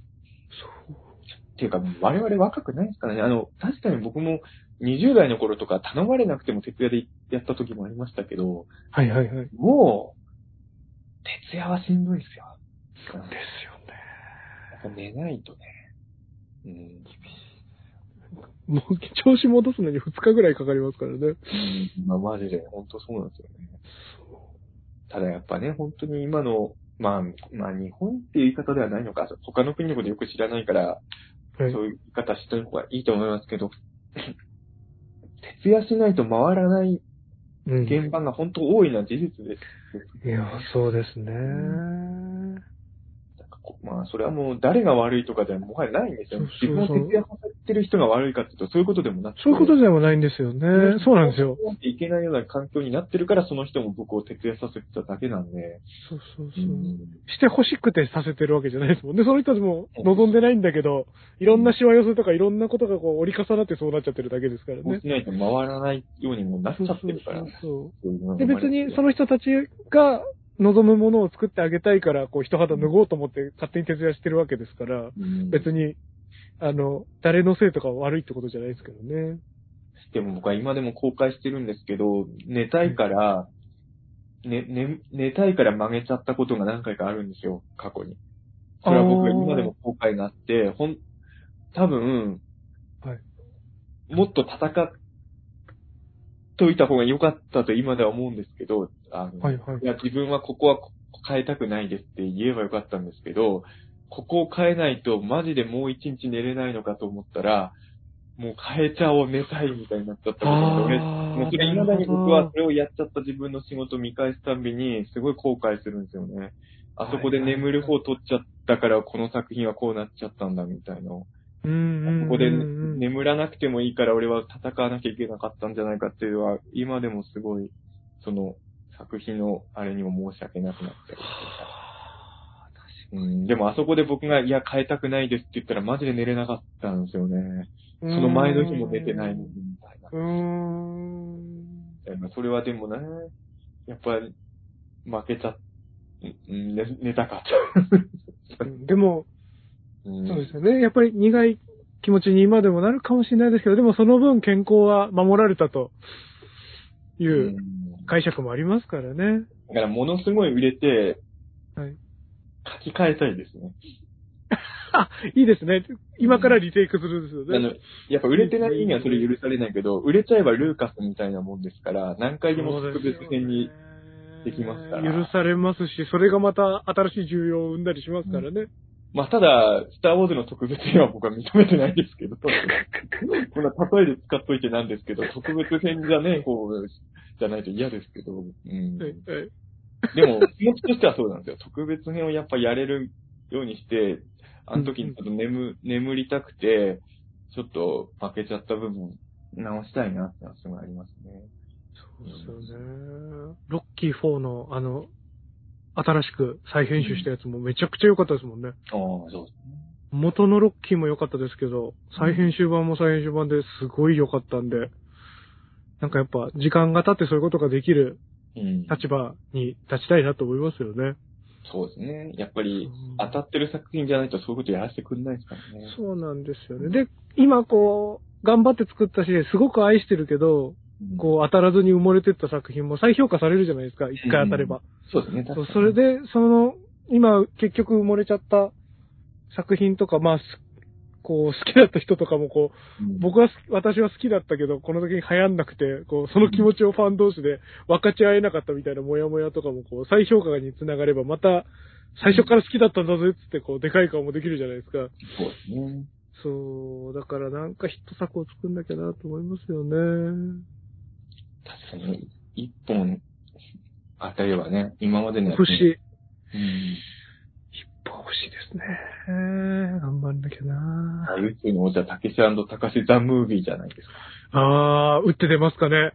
っていうか、我々若くないですからね。確かに僕も20代の頃とか頼まれなくても徹夜でやった時もありましたけど、 はいはいはい。 もう、徹夜はしんどいですよ。 そうですよね。 やっぱ寝ないとね。厳しい。 もう調子戻すのに2日ぐらいかかりますからね。 まあマジで、本当そうなんですよね。ただやっぱね、本当に今のまあ日本っていう言い方ではないのか、他の国のことよく知らないから、 はい。 そういう言い方した方がいいと思いますけど、徹夜しないと回らない現場が本当多いのは事実です。 いや、そうですね。 まあ、それはもう誰が悪いとかではもはやないんですよ。 そう自分を徹夜させてる人が悪いかっていうと、そういうことでもなくて。 そういうことでもないんですよね。そうなんですよ。 いけないような環境になってるから、その人も僕を徹夜させてただけなんで。 そう。して欲しくてさせてるわけじゃないですもんね。その人たちも望んでないんだけど、いろんなしわ寄せとかいろんなことがこう折り重なってそうなっちゃってるだけですからね。 そうしないと回らないようにもなっちゃってるから。 で、別にその人たちが望むものを作ってあげたいから、こう一肌脱ごうと思って勝手に徹夜してるわけですから、別に、誰のせいとか悪いってことじゃないですけどね。 でも僕は今でも後悔してるんですけど、寝たいから、寝たいから曲げちゃったことが何回かあるんですよ、過去に。それは僕が今でも後悔があって、多分、 はい、 もっと戦っといた方が良かったと今では思うんですけど、いや、自分はここは変えたくないですって言えばよかったんですけど、ここを変えないとマジでもう一日寝れないのかと思ったら、もう変えちゃおう、寝たいみたいになっちゃったことが俺、もうそれ未だに僕はそれをやっちゃった自分の仕事を見返すたびに、すごい後悔するんですよね。あそこで眠る方取っちゃったから、この作品はこうなっちゃったんだみたいな。ここで眠らなくてもいいから俺は戦わなきゃいけなかったんじゃないかっていうのは、今でもすごい、その作品のあれにも申し訳なくなっちゃう。でもあそこで僕が、いや、変えたくないですって言ったらマジで寝れなかったんですよね。その前の日も寝てないのに、みたいな。それはでもね、やっぱり負けちゃっ、寝たかった。 でも、そうですよね。やっぱり苦い気持ちに今でもなるかもしれないですけど、でもその分健康は守られたという解釈もありますからね。 だからものすごい売れて、 はい、 書き換えたいですね。 あ、いいですね。今からリテイクするんですよね。 やっぱ売れてない意味はそれ許されないけど、売れちゃえばルーカスみたいなもんですから、何回でも特別編にできますから。 許されますし、それがまた新しい需要を生んだりしますからね。 まあ、ただ、スターウォーズの特別編は僕は認めてないですけど、こんな例えで使っといてなんですけど、特別編じゃねえ方じゃないと嫌ですけど、でも、気持ちとしてはそうなんですよ。特別編をやっぱやれるようにして、あの時にちょっと眠りたくて、ちょっと負けちゃった部分直したいなってのはすごいありますね。 そうですよね。ロッキー4の新しく再編集したやつもめちゃくちゃ良かったですもんね。 そうですね。 元のロッキーも良かったですけど、再編集版も再編集版ですごい良かったんで、なんかやっぱ時間が経ってそういうことができる立場に立ちたいなと思いますよね。 そうですね。やっぱり当たってる作品じゃないとそういうことやらせてくれないですからね。 そうなんですよね。で、今こう、頑張って作ったし、すごく愛してるけど、こう当たらずに埋もれてった作品も再評価されるじゃないですか、一回当たれば。 そうですね。 それで、今結局埋もれちゃった作品とか、まあ、こう、好きだった人とかもこう、私は好きだったけど、この時に流行んなくて、こう、その気持ちをファン同士で分かち合えなかったみたいなモヤモヤとかも、こう、再評価につながれば、また、最初から好きだったんだぜっつって、こう、でかい顔もできるじゃないですか。 そうですね。 そう、だからなんかヒット作を作んなきゃなと思いますよね。 確かに、一本当たればね、今までのやつ、 欲しい。一本欲しいですね。頑張んなきゃな。 宇宙の王者、たけしたかしザ・ムービーじゃないですか。 打って出ますかね。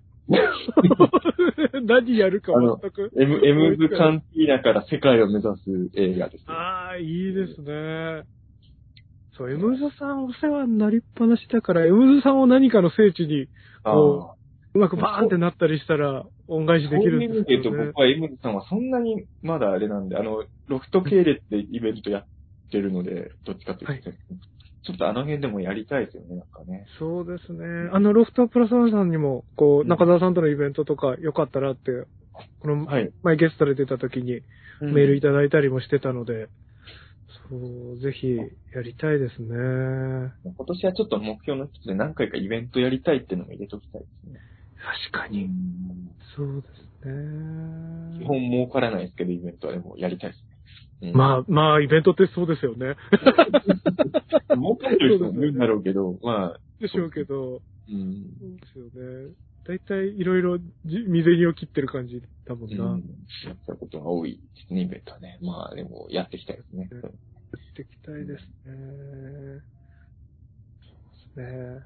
何やるか全く。 エムズ・カンティーナから世界を目指す映画です、 ね。いいですね。そう、エムズさんお世話になりっぱなしだから、エムズさんを何かの聖地に、こう、うまくバーンってなったりしたら、恩返しできるんですけど、ね。 そういう意味で言うと、僕はエムズさんはそんなにまだあれなんで、ロフト系列でイベントやってるので、どっちかというと、ちょっとあの辺でもやりたいですよね、なんかね。 そうですね。ロフトプラスワンさんにも、こう、中澤さんとのイベントとかよかったらって、この前ゲストで出た時にメールいただいたりもしてたので、そう、ぜひやりたいですね。 今年はちょっと目標の一つで何回かイベントやりたいっていうのも入れときたいですね。 確かに。そうですね。 基本儲からないですけど、イベントはでもやりたいですね。 まあ、イベントってそうですよね。 もっとる人もいるんだろうけど、まあ。 でしょうけど、 うん。 そうですよね。だいたいいろいろ未然を切ってる感じだもんな。そういうことが多いですね、イベントはね。まあ、でも、やっていきたいですね。 やっていきたいですね。そうですね。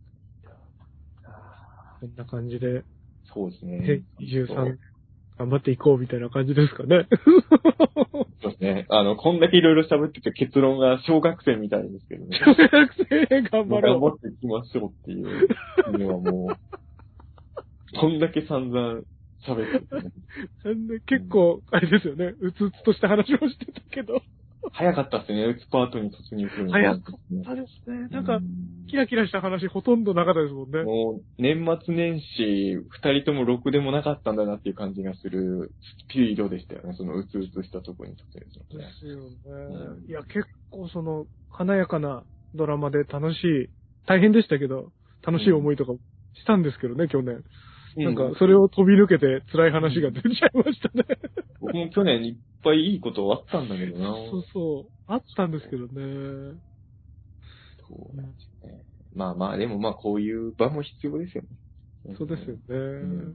こんな感じで。 そうですね。 23頑張っていこうみたいな感じですかね。 そうですね。こんだけいろいろ喋ってて結論が小学生みたいですけどね。 小学生頑張ろう。 頑張っていきましょうっていうのはもう、こんだけ散々喋ってて、ね。 結構、あれですよね。うつうつとした話をしてたけど。 早かったですね。うつパートに突入するの。 早かったですね。なんか、キラキラした話ほとんどなかったですもんね。 もう、年末年始、二人ともろくでもなかったんだなっていう感じがするスピードでしたよね。そのうつうつしたところに突入するのね。 ですよね。いや、結構華やかなドラマで楽しい、大変でしたけど、楽しい思いとかしたんですけどね、去年。なんか、それを飛び抜けて辛い話が出ちゃいましたね。 僕も去年いっぱいいいことあったんだけどな。 そう。あったんですけどね。 そうなんですね。まあ、でもまあ、こういう場も必要ですよね。 そうですよね。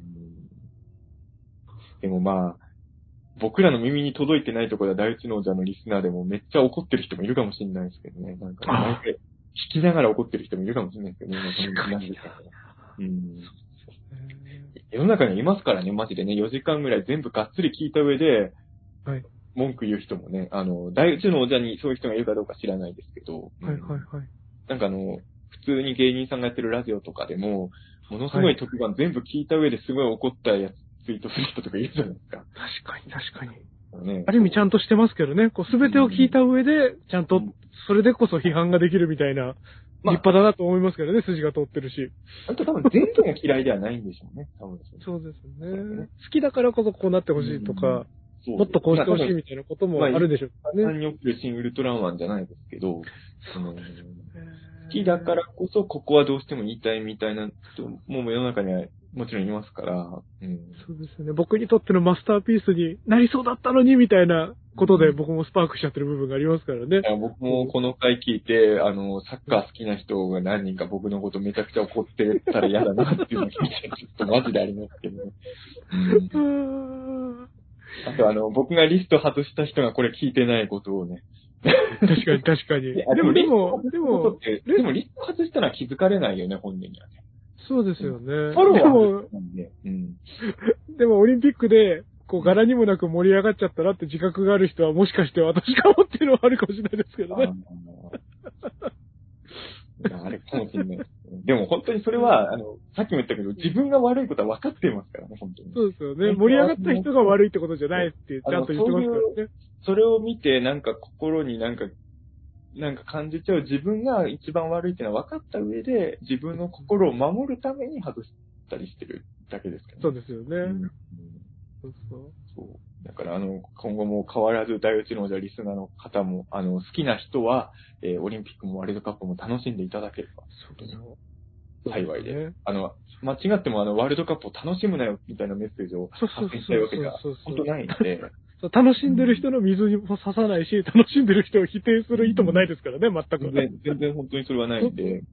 でもまあ、僕らの耳に届いてないところでは大地の者のリスナーでもめっちゃ怒ってる人もいるかもしれないですけどね。なんか、毎回聞きながら怒ってる人もいるかもしれないですけどね。世の中にいますからね、マジでね、4時間ぐらい全部がっつり聞いた上で、 はい。 文句言う人もね、大地の者にそういう人がいるかどうか知らないですけど、 はい。 なんか普通に芸人さんがやってるラジオとかでも、ものすごい特番全部聞いた上ですごい怒ったやつツイートする人とかいるじゃないですか。 確かに。 ね、 ある意味ちゃんとしてますけどね、すべてを聞いた上で、ちゃんと、それでこそ批判ができるみたいな、立派だなと思いますけどね、筋が通ってるし。 あと多分全部が嫌いではないんでしょうね、多分そうですね。好きだからこそこうなってほしいとか、もっとこうしてほしいみたいなこともあるでしょうね。 簡単に起きるシン・ウルトラマンじゃないですけど、好きだからこそここはどうしても言いたいみたいな人も世の中にはもちろんいますから、 そうですね。僕にとってのマスターピースになりそうだったのにみたいなことで僕もスパークしちゃってる部分がありますからね。 僕もこの回聞いて、サッカー好きな人が何人か僕のことめちゃくちゃ怒ってたら嫌だなっていうのを聞いて、ちょっとマジでありますけどね。あと僕がリスト外した人がこれ聞いてないことをね。 確かに。でも、 リスト外したら気づかれないよね、本人にはね。 そうですよね。でもオリンピックで、柄にもなく盛り上がっちゃったらって自覚がある人はもしかして私かもっていうのはあるかもしれないですけどね。 あれかもしれない。でも本当にそれは、さっきも言ったけど、自分が悪いことは分かっていますからね、本当に。 そうですよね。盛り上がった人が悪いってことじゃないってちゃんと言ってますからね。 それを見て、心に感じちゃう自分が一番悪いっていうのは分かった上で、自分の心を守るために外したりしてるだけですからね。 そうですよね。 そう。だから今後も変わらず大宇宙のリスナーの方も、好きな人は、オリンピックもワールドカップも楽しんでいただければ、幸いで。間違ってもワールドカップを楽しむなよ、みたいなメッセージを発信したいわけじゃ、本当ないんで。 楽しんでる人の水にも刺さないし、楽しんでる人を否定する意図もないですからね、全く。 全然本当にそれはないんで、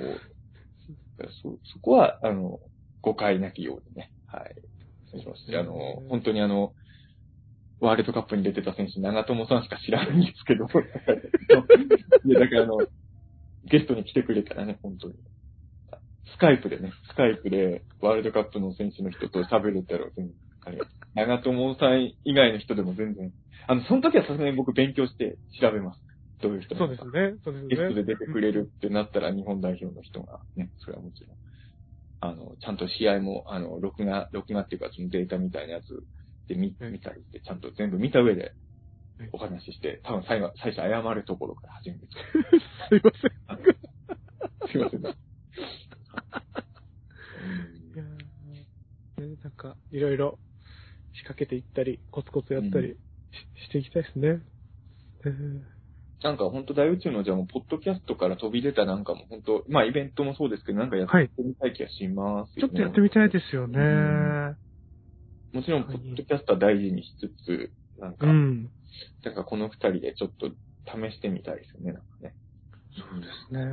そこは、誤解なきようにね、はい。本当にワールドカップに出てた選手、長友さんしか知らないんですけど、だからゲストに来てくれたらね、本当に。スカイプでワールドカップの選手の人と喋れたら全然、長友さん以外の人でも全然、その時はさすがに僕勉強して調べます。どういう人なのか。 そうですね。 ゲストで出てくれるってなったら日本代表の人がね、それはもちろん。ちゃんと試合も、録画っていうかそのデータみたいなやつで見たりして、ちゃんと全部見た上でお話しして、多分最初謝るところから始めて。 すいません。 すいません。 なんか、いろいろ仕掛けていったり、コツコツやったりしていきたいですね。 なんか本当大宇宙のじゃあもうポッドキャストから飛び出たなんかも本当、まあイベントもそうですけど、なんかやってみたい気がしますよね。ちょっとやってみたいですよね。 もちろんポッドキャストは大事にしつつ、 なんか、だからこの二人でちょっと試してみたいですよね、なんかね。 そうですね。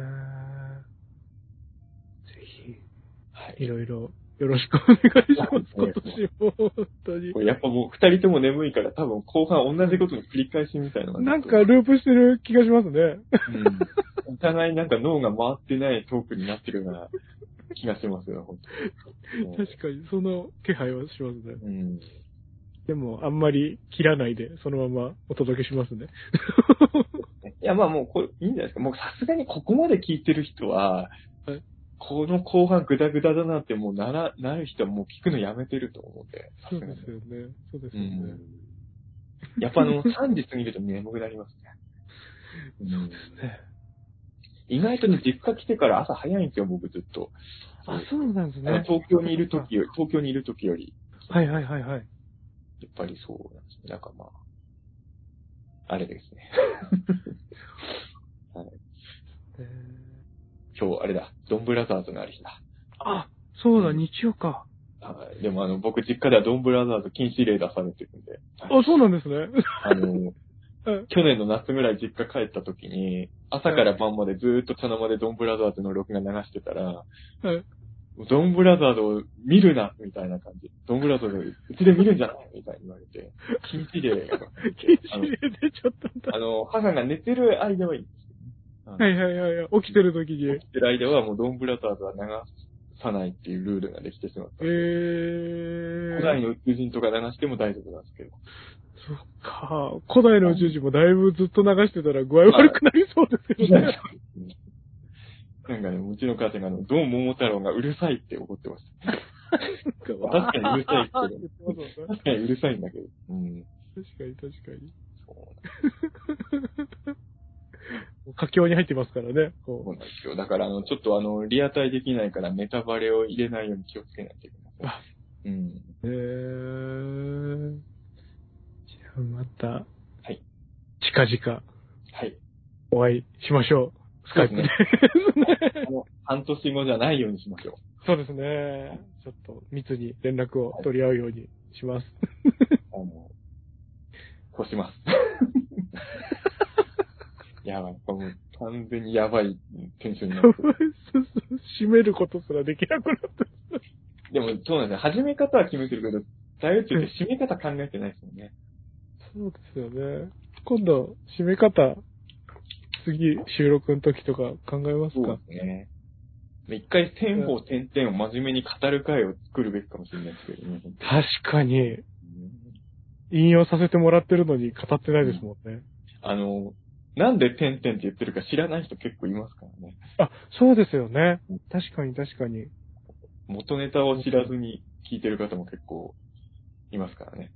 ぜひ、 はい。 いろいろよろしくお願いします、今年も、本当に。 これやっぱもう二人とも眠いから多分後半同じことの繰り返しみたいなのがなんかループしてる気がしますね。 お互いなんか脳が回ってないトークになってるような気がしますよ、本当に。確かに、その気配はしますね。 うん。 でも、あんまり切らないで、そのままお届けしますね。 いや、まあもうこれいいんじゃないですか。もうさすがにここまで聞いてる人は、この後半グダグダだなってもうなる人はもう聞くのやめてると思うんで。 そうですよね。そうですよね。 やっぱ3時過ぎると眠くなりますね。 そうですね。 意外とね、実家来てから朝早いんですよ、僕ずっと。 あ、そうなんですね。 東京にいる時より。 はいはいはいはい。 やっぱりそうなんですね。なんかまあ、あれですね。はい、今日、あれだ、ドンブラザーズのある日だ。 あ、そうだ、日曜か。 はい。でも僕実家ではドンブラザーズ禁止令出されてるんで。 あ、そうなんですね。 去年の夏ぐらい実家帰った時に、朝から晩までずーっと茶の間でドンブラザーズの録画流してたら、ドンブラザーズを見るなみたいな感じ。ドンブラザーズうちで見るんじゃないみたいに言われて、禁止令が。 禁止令出ちゃったんだ。 母が寝てる間はいいんですけどね。 はいはいはい。起きてる時に。 起きてる間はもうドンブラザーズは流さないっていうルールができてしまった。古代の宇宙人とか流しても大丈夫なんですけど。 そっか。古代の宇宙人もだいぶずっと流してたら具合悪くなりそうですけどね。 なんかね、うちの母ちゃんがドン桃太郎がうるさいって怒ってました。確かにうるさいけど。確かにうるさいんだけど。 確かに確かに。佳境に入ってますからね。 そうなんですよ。だからちょっとリアタイできないからネタバレを入れないように気をつけないといけない。 じゃあまた、 はい。 近々、 はい。 お会いしましょう。スカイプで。 半年後じゃないようにしましょう。 そうですね。ちょっと密に連絡を取り合うようにします。 そうします。やばい。もう完全にやばいテンションになってる。 締めることすらできなくなった。 でも、そうなんですね。始め方は決めてるけど、ダイエットって締め方考えてないですもんね。 そうですよね。今度、締め方、次、収録の時とか考えますか？ そうですね。一回、天方天々を真面目に語る会を作るべきかもしれないですけどね。 確かに。引用させてもらってるのに語ってないですもんね。 なんで点々って言ってるか知らない人結構いますからね。 あ、そうですよね。確かに確かに。 元ネタを知らずに聞いてる方も結構いますからね。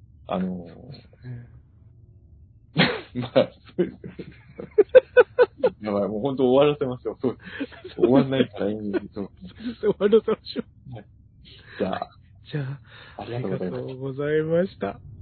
まあ、そうです。やばい、もう本当終わらせましょう。そう終わんないからいいんです。そう終わらせましょう。 じゃあ、 ありがとうございました。 ました。